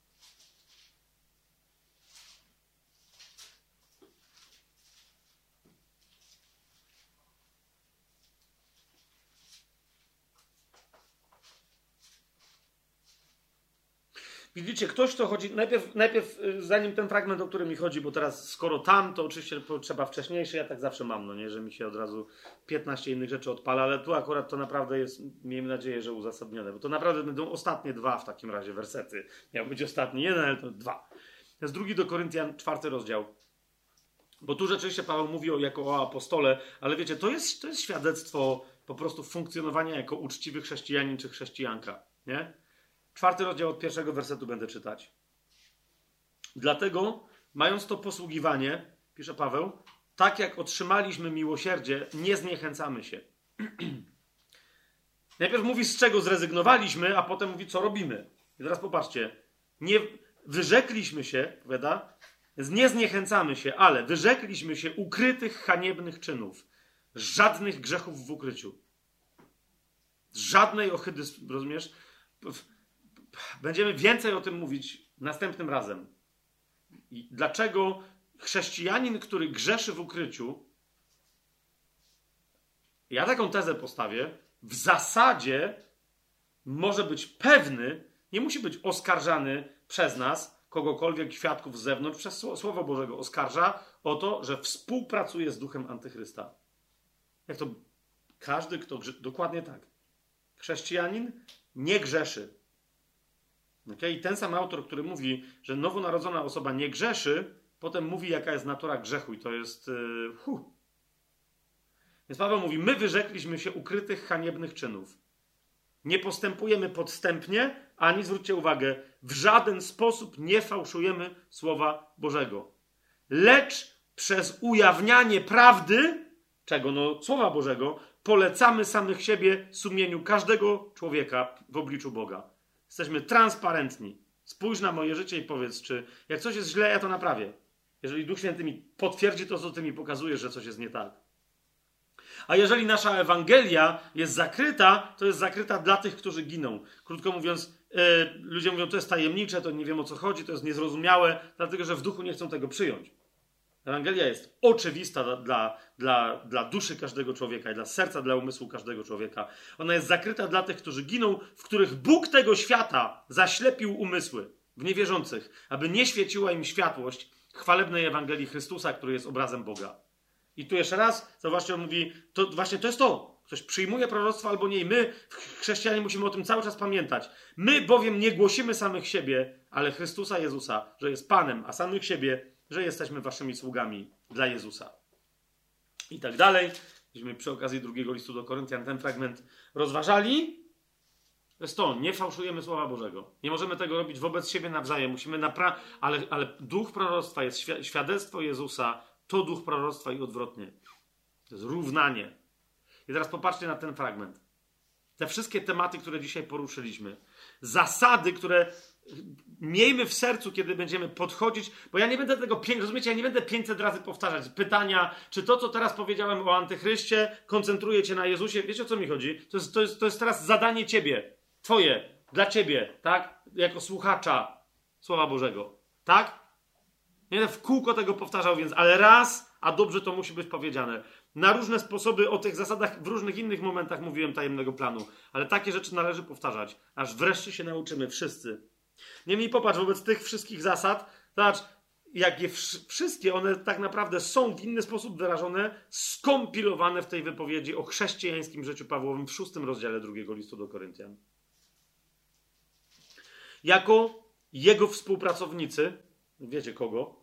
[SPEAKER 2] Widzicie, ktoś, kto chodzi... Najpierw, zanim ten fragment, o którym mi chodzi, bo teraz skoro tam, to oczywiście trzeba wcześniejszy, ja tak zawsze mam, nie, że mi się od razu 15 innych rzeczy odpala, ale tu akurat to naprawdę jest, miejmy nadzieję, że uzasadnione, bo to naprawdę będą ostatnie 2 w takim razie wersety. Miał być ostatni 1, ale to 2. To jest 2 do Koryntian, 4 rozdział. Bo tu rzeczywiście Paweł mówi jako o apostole, ale wiecie, to jest świadectwo po prostu funkcjonowania jako uczciwy chrześcijanin czy chrześcijanka, nie? 4 rozdział od 1 wersetu będę czytać. Dlatego, mając to posługiwanie, pisze Paweł, tak jak otrzymaliśmy miłosierdzie, nie zniechęcamy się. Najpierw mówi, z czego zrezygnowaliśmy, a potem mówi, co robimy. I teraz popatrzcie. Nie wyrzekliśmy się, powiada, nie zniechęcamy się, ale wyrzekliśmy się ukrytych, haniebnych czynów. Żadnych grzechów w ukryciu. Żadnej ohydy, rozumiesz? Będziemy więcej o tym mówić następnym razem. I dlaczego chrześcijanin, który grzeszy w ukryciu, ja taką tezę postawię, w zasadzie może być pewny, nie musi być oskarżany przez nas, kogokolwiek, świadków z zewnątrz, przez Słowo Bożego oskarża o to, że współpracuje z duchem antychrysta. Jak to każdy, kto grzeszy, dokładnie tak. Chrześcijanin nie grzeszy. Okay? I ten sam autor, który mówi, że nowonarodzona osoba nie grzeszy, potem mówi, jaka jest natura grzechu. I to jest... Więc Paweł mówi, my wyrzekliśmy się ukrytych, haniebnych czynów. Nie postępujemy podstępnie, ani, zwróćcie uwagę, w żaden sposób nie fałszujemy Słowa Bożego. Lecz przez ujawnianie prawdy, czego? Słowa Bożego, polecamy samych siebie sumieniu każdego człowieka w obliczu Boga. Jesteśmy transparentni. Spójrz na moje życie i powiedz, czy jak coś jest źle, ja to naprawię. Jeżeli Duch Święty mi potwierdzi to, co ty mi pokazujesz, że coś jest nie tak. A jeżeli nasza Ewangelia jest zakryta, to jest zakryta dla tych, którzy giną. Krótko mówiąc, ludzie mówią, to jest tajemnicze, to nie wiem o co chodzi, to jest niezrozumiałe, dlatego że w duchu nie chcą tego przyjąć. Ewangelia jest oczywista dla duszy każdego człowieka i dla serca, dla umysłu każdego człowieka. Ona jest zakryta dla tych, którzy giną, w których Bóg tego świata zaślepił umysły, w niewierzących, aby nie świeciła im światłość chwalebnej Ewangelii Chrystusa, który jest obrazem Boga. I tu jeszcze raz, zobaczcie, on mówi, to właśnie to jest to. Ktoś przyjmuje proroctwo albo nie. I my, chrześcijanie, musimy o tym cały czas pamiętać. My bowiem nie głosimy samych siebie, ale Chrystusa Jezusa, że jest Panem, a samych siebie, że jesteśmy waszymi sługami dla Jezusa. I tak dalej. Myśmy przy okazji drugiego listu do Koryntian ten fragment rozważali. To jest to, nie fałszujemy Słowa Bożego. Nie możemy tego robić wobec siebie nawzajem. Musimy ale duch proroctwa jest świadectwo Jezusa, to duch proroctwa i odwrotnie. To jest równanie. I teraz popatrzcie na ten fragment. Te wszystkie tematy, które dzisiaj poruszyliśmy. Zasady, które miejmy w sercu, kiedy będziemy podchodzić, bo ja nie będę tego, rozumiecie, ja nie będę 500 razy powtarzać pytania, czy to, co teraz powiedziałem o antychryście, koncentruje cię na Jezusie. Wiecie, o co mi chodzi? To jest teraz zadanie ciebie, twoje, dla ciebie, tak? Jako słuchacza Słowa Bożego. Tak? Nie będę w kółko tego powtarzał, więc, ale raz, a dobrze to musi być powiedziane. Na różne sposoby o tych zasadach w różnych innych momentach mówiłem tajemnego planu, ale takie rzeczy należy powtarzać, aż wreszcie się nauczymy wszyscy. Niemniej popatrz, wobec tych wszystkich zasad, zobacz, jak je wszystkie, one tak naprawdę są w inny sposób wyrażone, skompilowane w tej wypowiedzi o chrześcijańskim życiu Pawłowym w 6 rozdziale drugiego listu do Koryntian. Jako jego współpracownicy, wiecie kogo,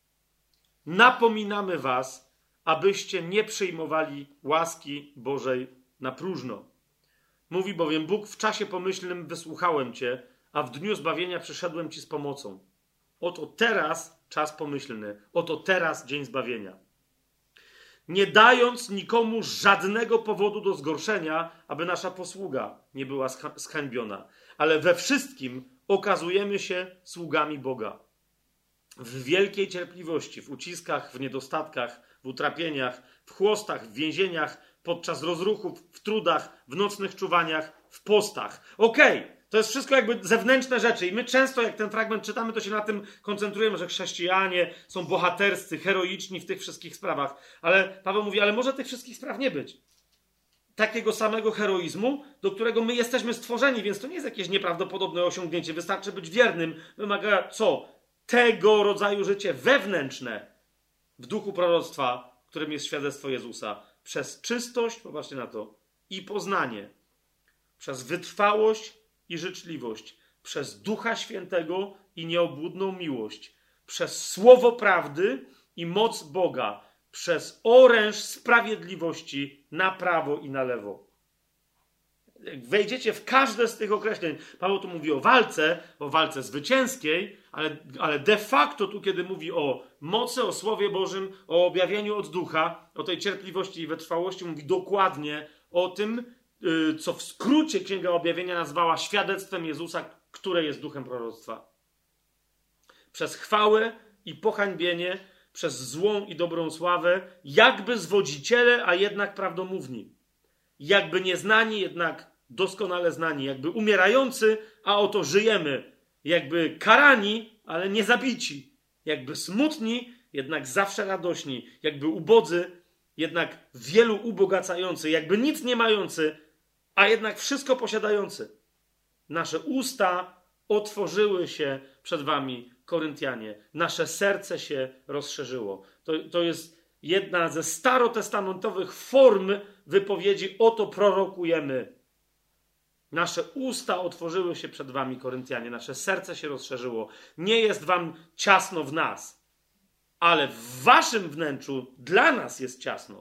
[SPEAKER 2] napominamy was, abyście nie przyjmowali łaski Bożej na próżno. Mówi bowiem Bóg, w czasie pomyślnym wysłuchałem cię, a w dniu zbawienia przyszedłem ci z pomocą. Oto teraz czas pomyślny, oto teraz dzień zbawienia. Nie dając nikomu żadnego powodu do zgorszenia, aby nasza posługa nie była zhańbiona, ale we wszystkim okazujemy się sługami Boga. W wielkiej cierpliwości, w uciskach, w niedostatkach, w utrapieniach, w chłostach, w więzieniach, podczas rozruchów, w trudach, w nocnych czuwaniach, w postach. Okej. To jest wszystko jakby zewnętrzne rzeczy i my często, jak ten fragment czytamy, to się na tym koncentrujemy, że chrześcijanie są bohaterscy, heroiczni w tych wszystkich sprawach. Ale Paweł mówi, ale może tych wszystkich spraw nie być. Takiego samego heroizmu, do którego my jesteśmy stworzeni, więc to nie jest jakieś nieprawdopodobne osiągnięcie. Wystarczy być wiernym. Wymaga co? Tego rodzaju życie wewnętrzne w duchu proroctwa, którym jest świadectwo Jezusa. Przez czystość, popatrzcie na to, i poznanie. Przez wytrwałość i życzliwość, przez Ducha Świętego i nieobłudną miłość, przez słowo prawdy i moc Boga, przez oręż sprawiedliwości na prawo i na lewo. Jak wejdziecie w każde z tych określeń, Paweł tu mówi o walce zwycięskiej, ale de facto tu, kiedy mówi o mocy, o Słowie Bożym, o objawieniu od Ducha, o tej cierpliwości i wytrwałości, mówi dokładnie o tym, co w skrócie Księga Objawienia nazwała świadectwem Jezusa, które jest duchem proroctwa. Przez chwałę i pohańbienie, przez złą i dobrą sławę, jakby zwodziciele, a jednak prawdomówni. Jakby nieznani, jednak doskonale znani. Jakby umierający, a oto żyjemy. Jakby karani, ale nie zabici. Jakby smutni, jednak zawsze radośni. Jakby ubodzy, jednak wielu ubogacający. Jakby nic nie mający, a jednak wszystko posiadający. Nasze usta otworzyły się przed wami, Koryntianie. Nasze serce się rozszerzyło. To jest jedna ze starotestamentowych form wypowiedzi, oto prorokujemy. Nasze usta otworzyły się przed wami, Koryntianie. Nasze serce się rozszerzyło. Nie jest wam ciasno w nas, ale w waszym wnętrzu dla nas jest ciasno.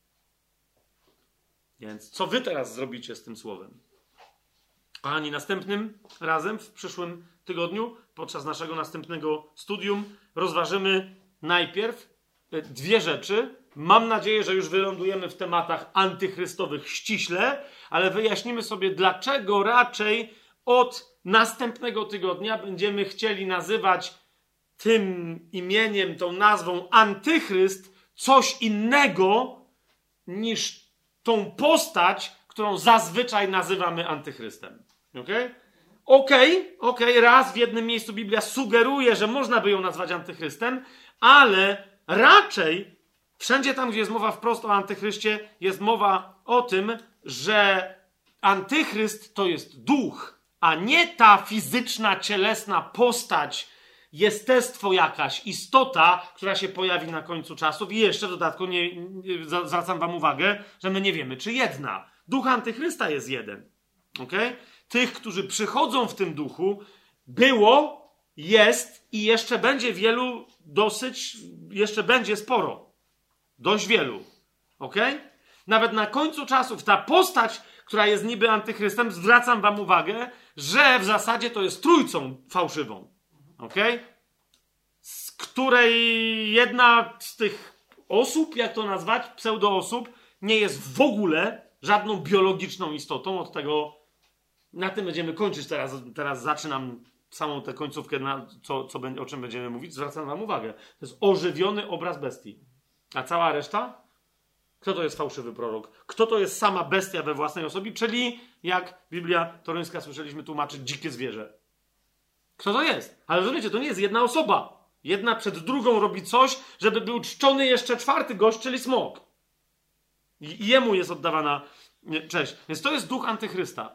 [SPEAKER 2] Więc co wy teraz zrobicie z tym słowem? Kochani, następnym razem, w przyszłym tygodniu, podczas naszego następnego studium, rozważymy najpierw 2 rzeczy. Mam nadzieję, że już wylądujemy w tematach antychrystowych ściśle, ale wyjaśnimy sobie, dlaczego raczej od następnego tygodnia będziemy chcieli nazywać tym imieniem, tą nazwą antychryst coś innego niż tą postać, którą zazwyczaj nazywamy antychrystem. Okay? Okej, raz w jednym miejscu Biblia sugeruje, że można by ją nazwać antychrystem, ale raczej wszędzie tam, gdzie jest mowa wprost o antychryście, jest mowa o tym, że antychryst to jest duch, a nie ta fizyczna, cielesna postać, jestestwo jakaś, istota, która się pojawi na końcu czasów. I jeszcze w dodatku zwracam wam uwagę, że my nie wiemy, czy jedna. Duch antychrysta jest jeden. Okay? Tych, którzy przychodzą w tym duchu, było, jest i jeszcze będzie wielu dosyć, jeszcze będzie sporo. Dość wielu. Okay? Nawet na końcu czasów ta postać, która jest niby antychrystem, zwracam wam uwagę, że w zasadzie to jest trójcą fałszywą. Okay? Z której jedna z tych osób, jak to nazwać, pseudoosób, nie jest w ogóle żadną biologiczną istotą. Od tego, na tym będziemy kończyć teraz zaczynam samą tę końcówkę, o czym będziemy mówić. Zwracam wam uwagę. To jest ożywiony obraz bestii. A cała reszta? Kto to jest fałszywy prorok? Kto to jest sama bestia we własnej osobie? Czyli, jak Biblia toruńska słyszeliśmy tłumaczyć, dzikie zwierzę. Kto to jest? Ale rozumiecie, to nie jest jedna osoba. Jedna przed drugą robi coś, żeby był czczony jeszcze czwarty gość, czyli smok. I jemu jest oddawana cześć. Więc to jest duch antychrysta.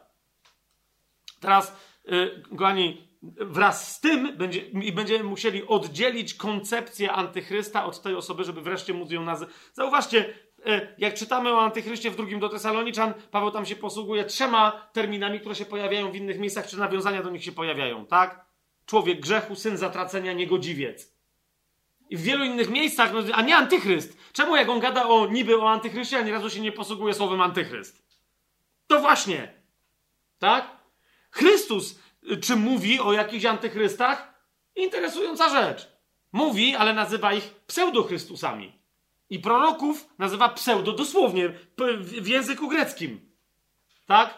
[SPEAKER 2] Teraz, kochani, wraz z tym będziemy musieli oddzielić koncepcję antychrysta od tej osoby, żeby wreszcie móc ją nazwać. Zauważcie, jak czytamy o antychryście w 2 do Tesaloniczan, Paweł tam się posługuje 3 terminami, które się pojawiają w innych miejscach, czy nawiązania do nich się pojawiają, tak? Człowiek grzechu, syn zatracenia, niegodziwiec. I w wielu innych miejscach, a nie antychryst. Czemu jak on gada niby o antychryście, a nieraz się nie posługuje słowem antychryst? To właśnie. Tak? Chrystus, czy mówi o jakichś antychrystach? Interesująca rzecz. Mówi, ale nazywa ich pseudochrystusami. I proroków nazywa pseudo dosłownie w języku greckim. Tak?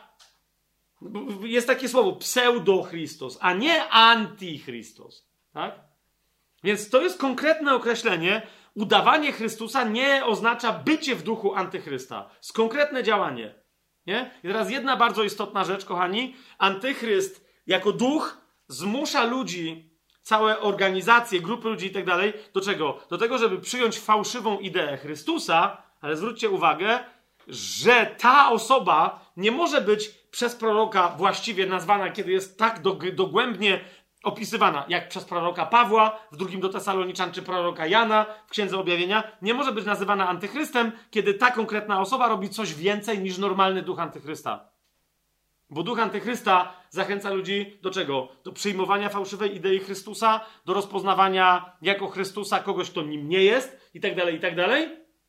[SPEAKER 2] Jest takie słowo pseudochrystus, a nie antichrystus. Tak? Więc to jest konkretne określenie. Udawanie Chrystusa nie oznacza bycie w duchu antychrysta. Jest konkretne działanie. Nie? I teraz jedna bardzo istotna rzecz, kochani. Antychryst jako duch zmusza ludzi, całe organizacje, grupy ludzi i tak dalej, do czego? Do tego, żeby przyjąć fałszywą ideę Chrystusa, ale zwróćcie uwagę, że ta osoba nie może być przez proroka właściwie nazwana, kiedy jest tak dogłębnie opisywana, jak przez proroka Pawła w 2 do Tesaloniczan, czy proroka Jana w Księdze Objawienia, nie może być nazywana antychrystem, kiedy ta konkretna osoba robi coś więcej niż normalny duch antychrysta. Bo duch antychrysta zachęca ludzi do czego? Do przyjmowania fałszywej idei Chrystusa, do rozpoznawania jako Chrystusa kogoś, kto nim nie jest, i tak dalej,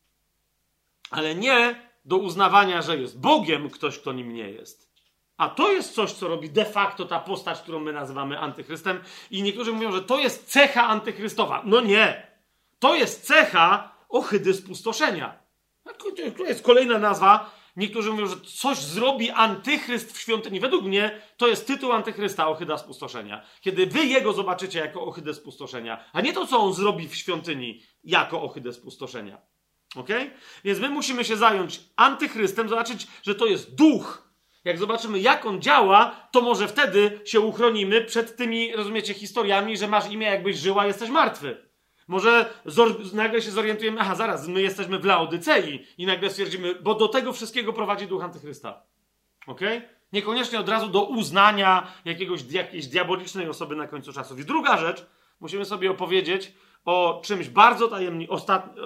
[SPEAKER 2] ale nie do uznawania, że jest Bogiem ktoś, kto nim nie jest. A to jest coś, co robi de facto ta postać, którą my nazywamy antychrystem. I niektórzy mówią, że to jest cecha antychrystowa. No nie. To jest cecha ohydy spustoszenia. To jest kolejna nazwa. Niektórzy mówią, że coś zrobi antychryst w świątyni. Według mnie to jest tytuł antychrysta, ohyda spustoszenia. Kiedy wy jego zobaczycie jako ohydę spustoszenia, a nie to, co on zrobi w świątyni jako ohydę spustoszenia. Okej? Więc my musimy się zająć antychrystem, zobaczyć, że to jest duch. Jak zobaczymy, jak on działa, to może wtedy się uchronimy przed tymi, rozumiecie, historiami, że masz imię, jakbyś żyła, jesteś martwy. Może nagle się zorientujemy, aha, zaraz, my jesteśmy w Laodycei i nagle stwierdzimy, bo do tego wszystkiego prowadzi duch antychrysta. Okej? Niekoniecznie od razu do uznania jakiejś diabolicznej osoby na końcu czasów. I druga rzecz, musimy sobie opowiedzieć o czymś bardzo tajemniczym,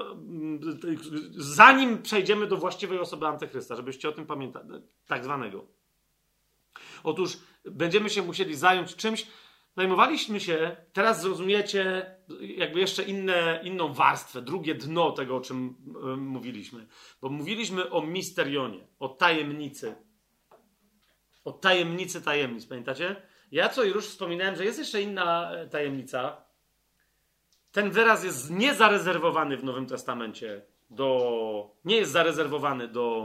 [SPEAKER 2] zanim przejdziemy do właściwej osoby antychrysta, żebyście o tym pamiętali, tak zwanego. Otóż będziemy się musieli zająć czymś, zajmowaliśmy się, teraz zrozumiecie jakby jeszcze inną warstwę, drugie dno tego, o czym mówiliśmy. Bo mówiliśmy o misterionie, o tajemnicy. O tajemnicy tajemnic, pamiętacie? Ja co już wspominałem, że jest jeszcze inna tajemnica. Ten wyraz jest niezarezerwowany w Nowym Testamencie nie jest zarezerwowany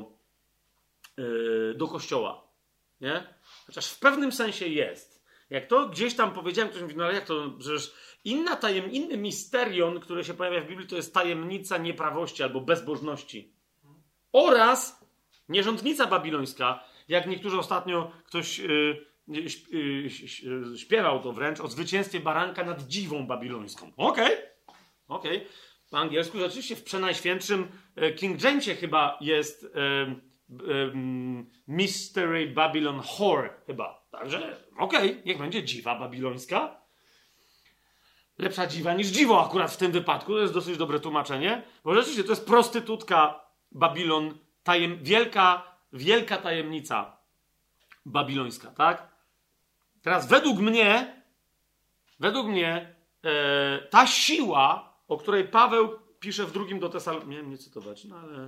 [SPEAKER 2] do Kościoła. Nie? Chociaż w pewnym sensie jest. Jak to gdzieś tam powiedziałem, ktoś mówi, no ale jak to, przecież inny misterion, który się pojawia w Biblii, to jest tajemnica nieprawości albo bezbożności. Oraz nierządnica babilońska, jak niektórzy ostatnio, ktoś śpiewał to wręcz o zwycięstwie baranka nad dziwą babilońską. Okej. Po angielsku rzeczywiście w Przenajświętszym King Jamesie chyba jest Mystery Babylon Whore chyba. Także niech będzie dziwa babilońska. Lepsza dziwa niż dziwo akurat w tym wypadku. To jest dosyć dobre tłumaczenie. Bo rzeczywiście to jest prostytutka Babilon. Wielka tajemnica babilońska, tak? Teraz według mnie ta siła, o której Paweł pisze w drugim do Tesaloniczan, miałem nie cytować, no ale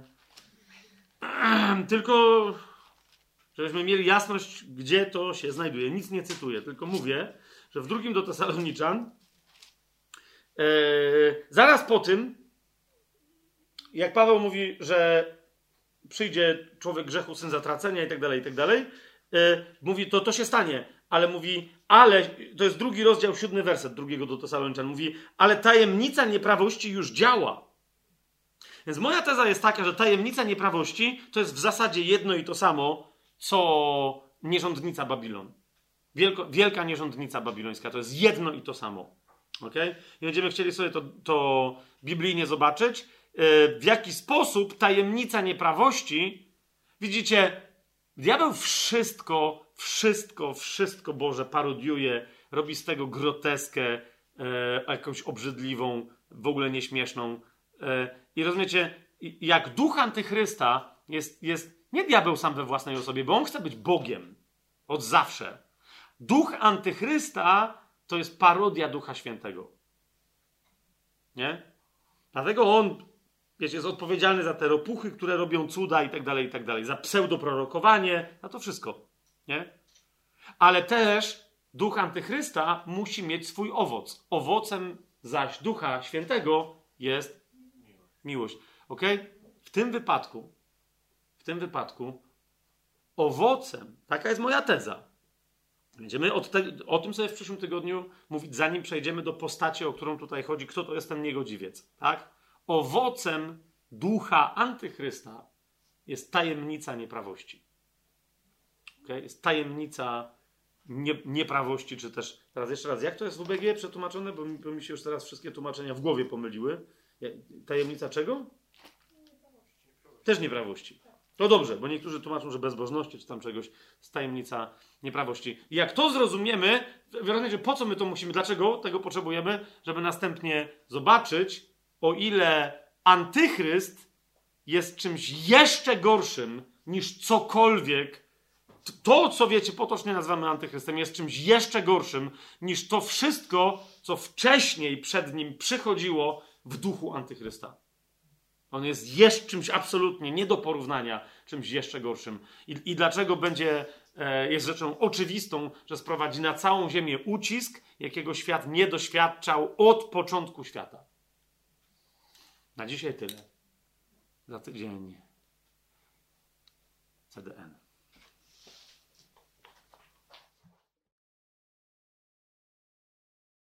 [SPEAKER 2] tylko żebyśmy mieli jasność, gdzie to się znajduje. Nic nie cytuję, tylko mówię, że w drugim do Tesaloniczan zaraz po tym, jak Paweł mówi, że przyjdzie człowiek grzechu, syn zatracenia i tak dalej, mówi, to się stanie, ale mówi, to jest 2 rozdział, 7 werset drugiego do Tesaloniczan, mówi, ale tajemnica nieprawości już działa. Więc moja teza jest taka, że tajemnica nieprawości to jest w zasadzie jedno i to samo, co nierządnica Babilon. Wielka nierządnica babilońska, to jest jedno i to samo. Okay? I będziemy chcieli sobie to biblijnie zobaczyć, w jaki sposób tajemnica nieprawości, widzicie, diabeł wszystko, Boże, parodiuje, robi z tego groteskę, jakąś obrzydliwą, w ogóle nieśmieszną. I rozumiecie, jak duch antychrysta jest nie diabeł sam we własnej osobie, bo on chce być Bogiem od zawsze. Duch antychrysta to jest parodia Ducha Świętego. Nie? Dlatego on, wiecie, jest odpowiedzialny za te ropuchy, które robią cuda i tak dalej, za pseudoprorokowanie, na to wszystko. Nie? Ale też Duch Antychrysta musi mieć swój owoc. Owocem zaś Ducha Świętego jest miłość. Okay? W tym wypadku owocem, taka jest moja teza. Będziemy o tym sobie w przyszłym tygodniu mówić, zanim przejdziemy do postaci, o którą tutaj chodzi, kto to jest ten niegodziwiec. Tak? Owocem ducha Antychrysta jest tajemnica nieprawości. Okay? Jest tajemnica nieprawości, czy też... Teraz jeszcze raz, jak to jest w UBG przetłumaczone? Bo mi się już teraz wszystkie tłumaczenia w głowie pomyliły. Tajemnica czego? Też nieprawości. To dobrze, bo niektórzy tłumaczą, że bezbożności, czy tam czegoś, jest tajemnica nieprawości. I jak to zrozumiemy, że po co my to musimy, dlaczego tego potrzebujemy, żeby następnie zobaczyć, o ile antychryst jest czymś jeszcze gorszym niż cokolwiek, to, co wiecie, potocznie nazywamy antychrystem, jest czymś jeszcze gorszym niż to wszystko, co wcześniej przed nim przychodziło w duchu antychrysta. On jest jeszcze czymś absolutnie nie do porównania, czymś jeszcze gorszym. I dlaczego jest rzeczą oczywistą, że sprowadzi na całą ziemię ucisk, jakiego świat nie doświadczał od początku świata. Na dzisiaj tyle. Za tydzień CDN.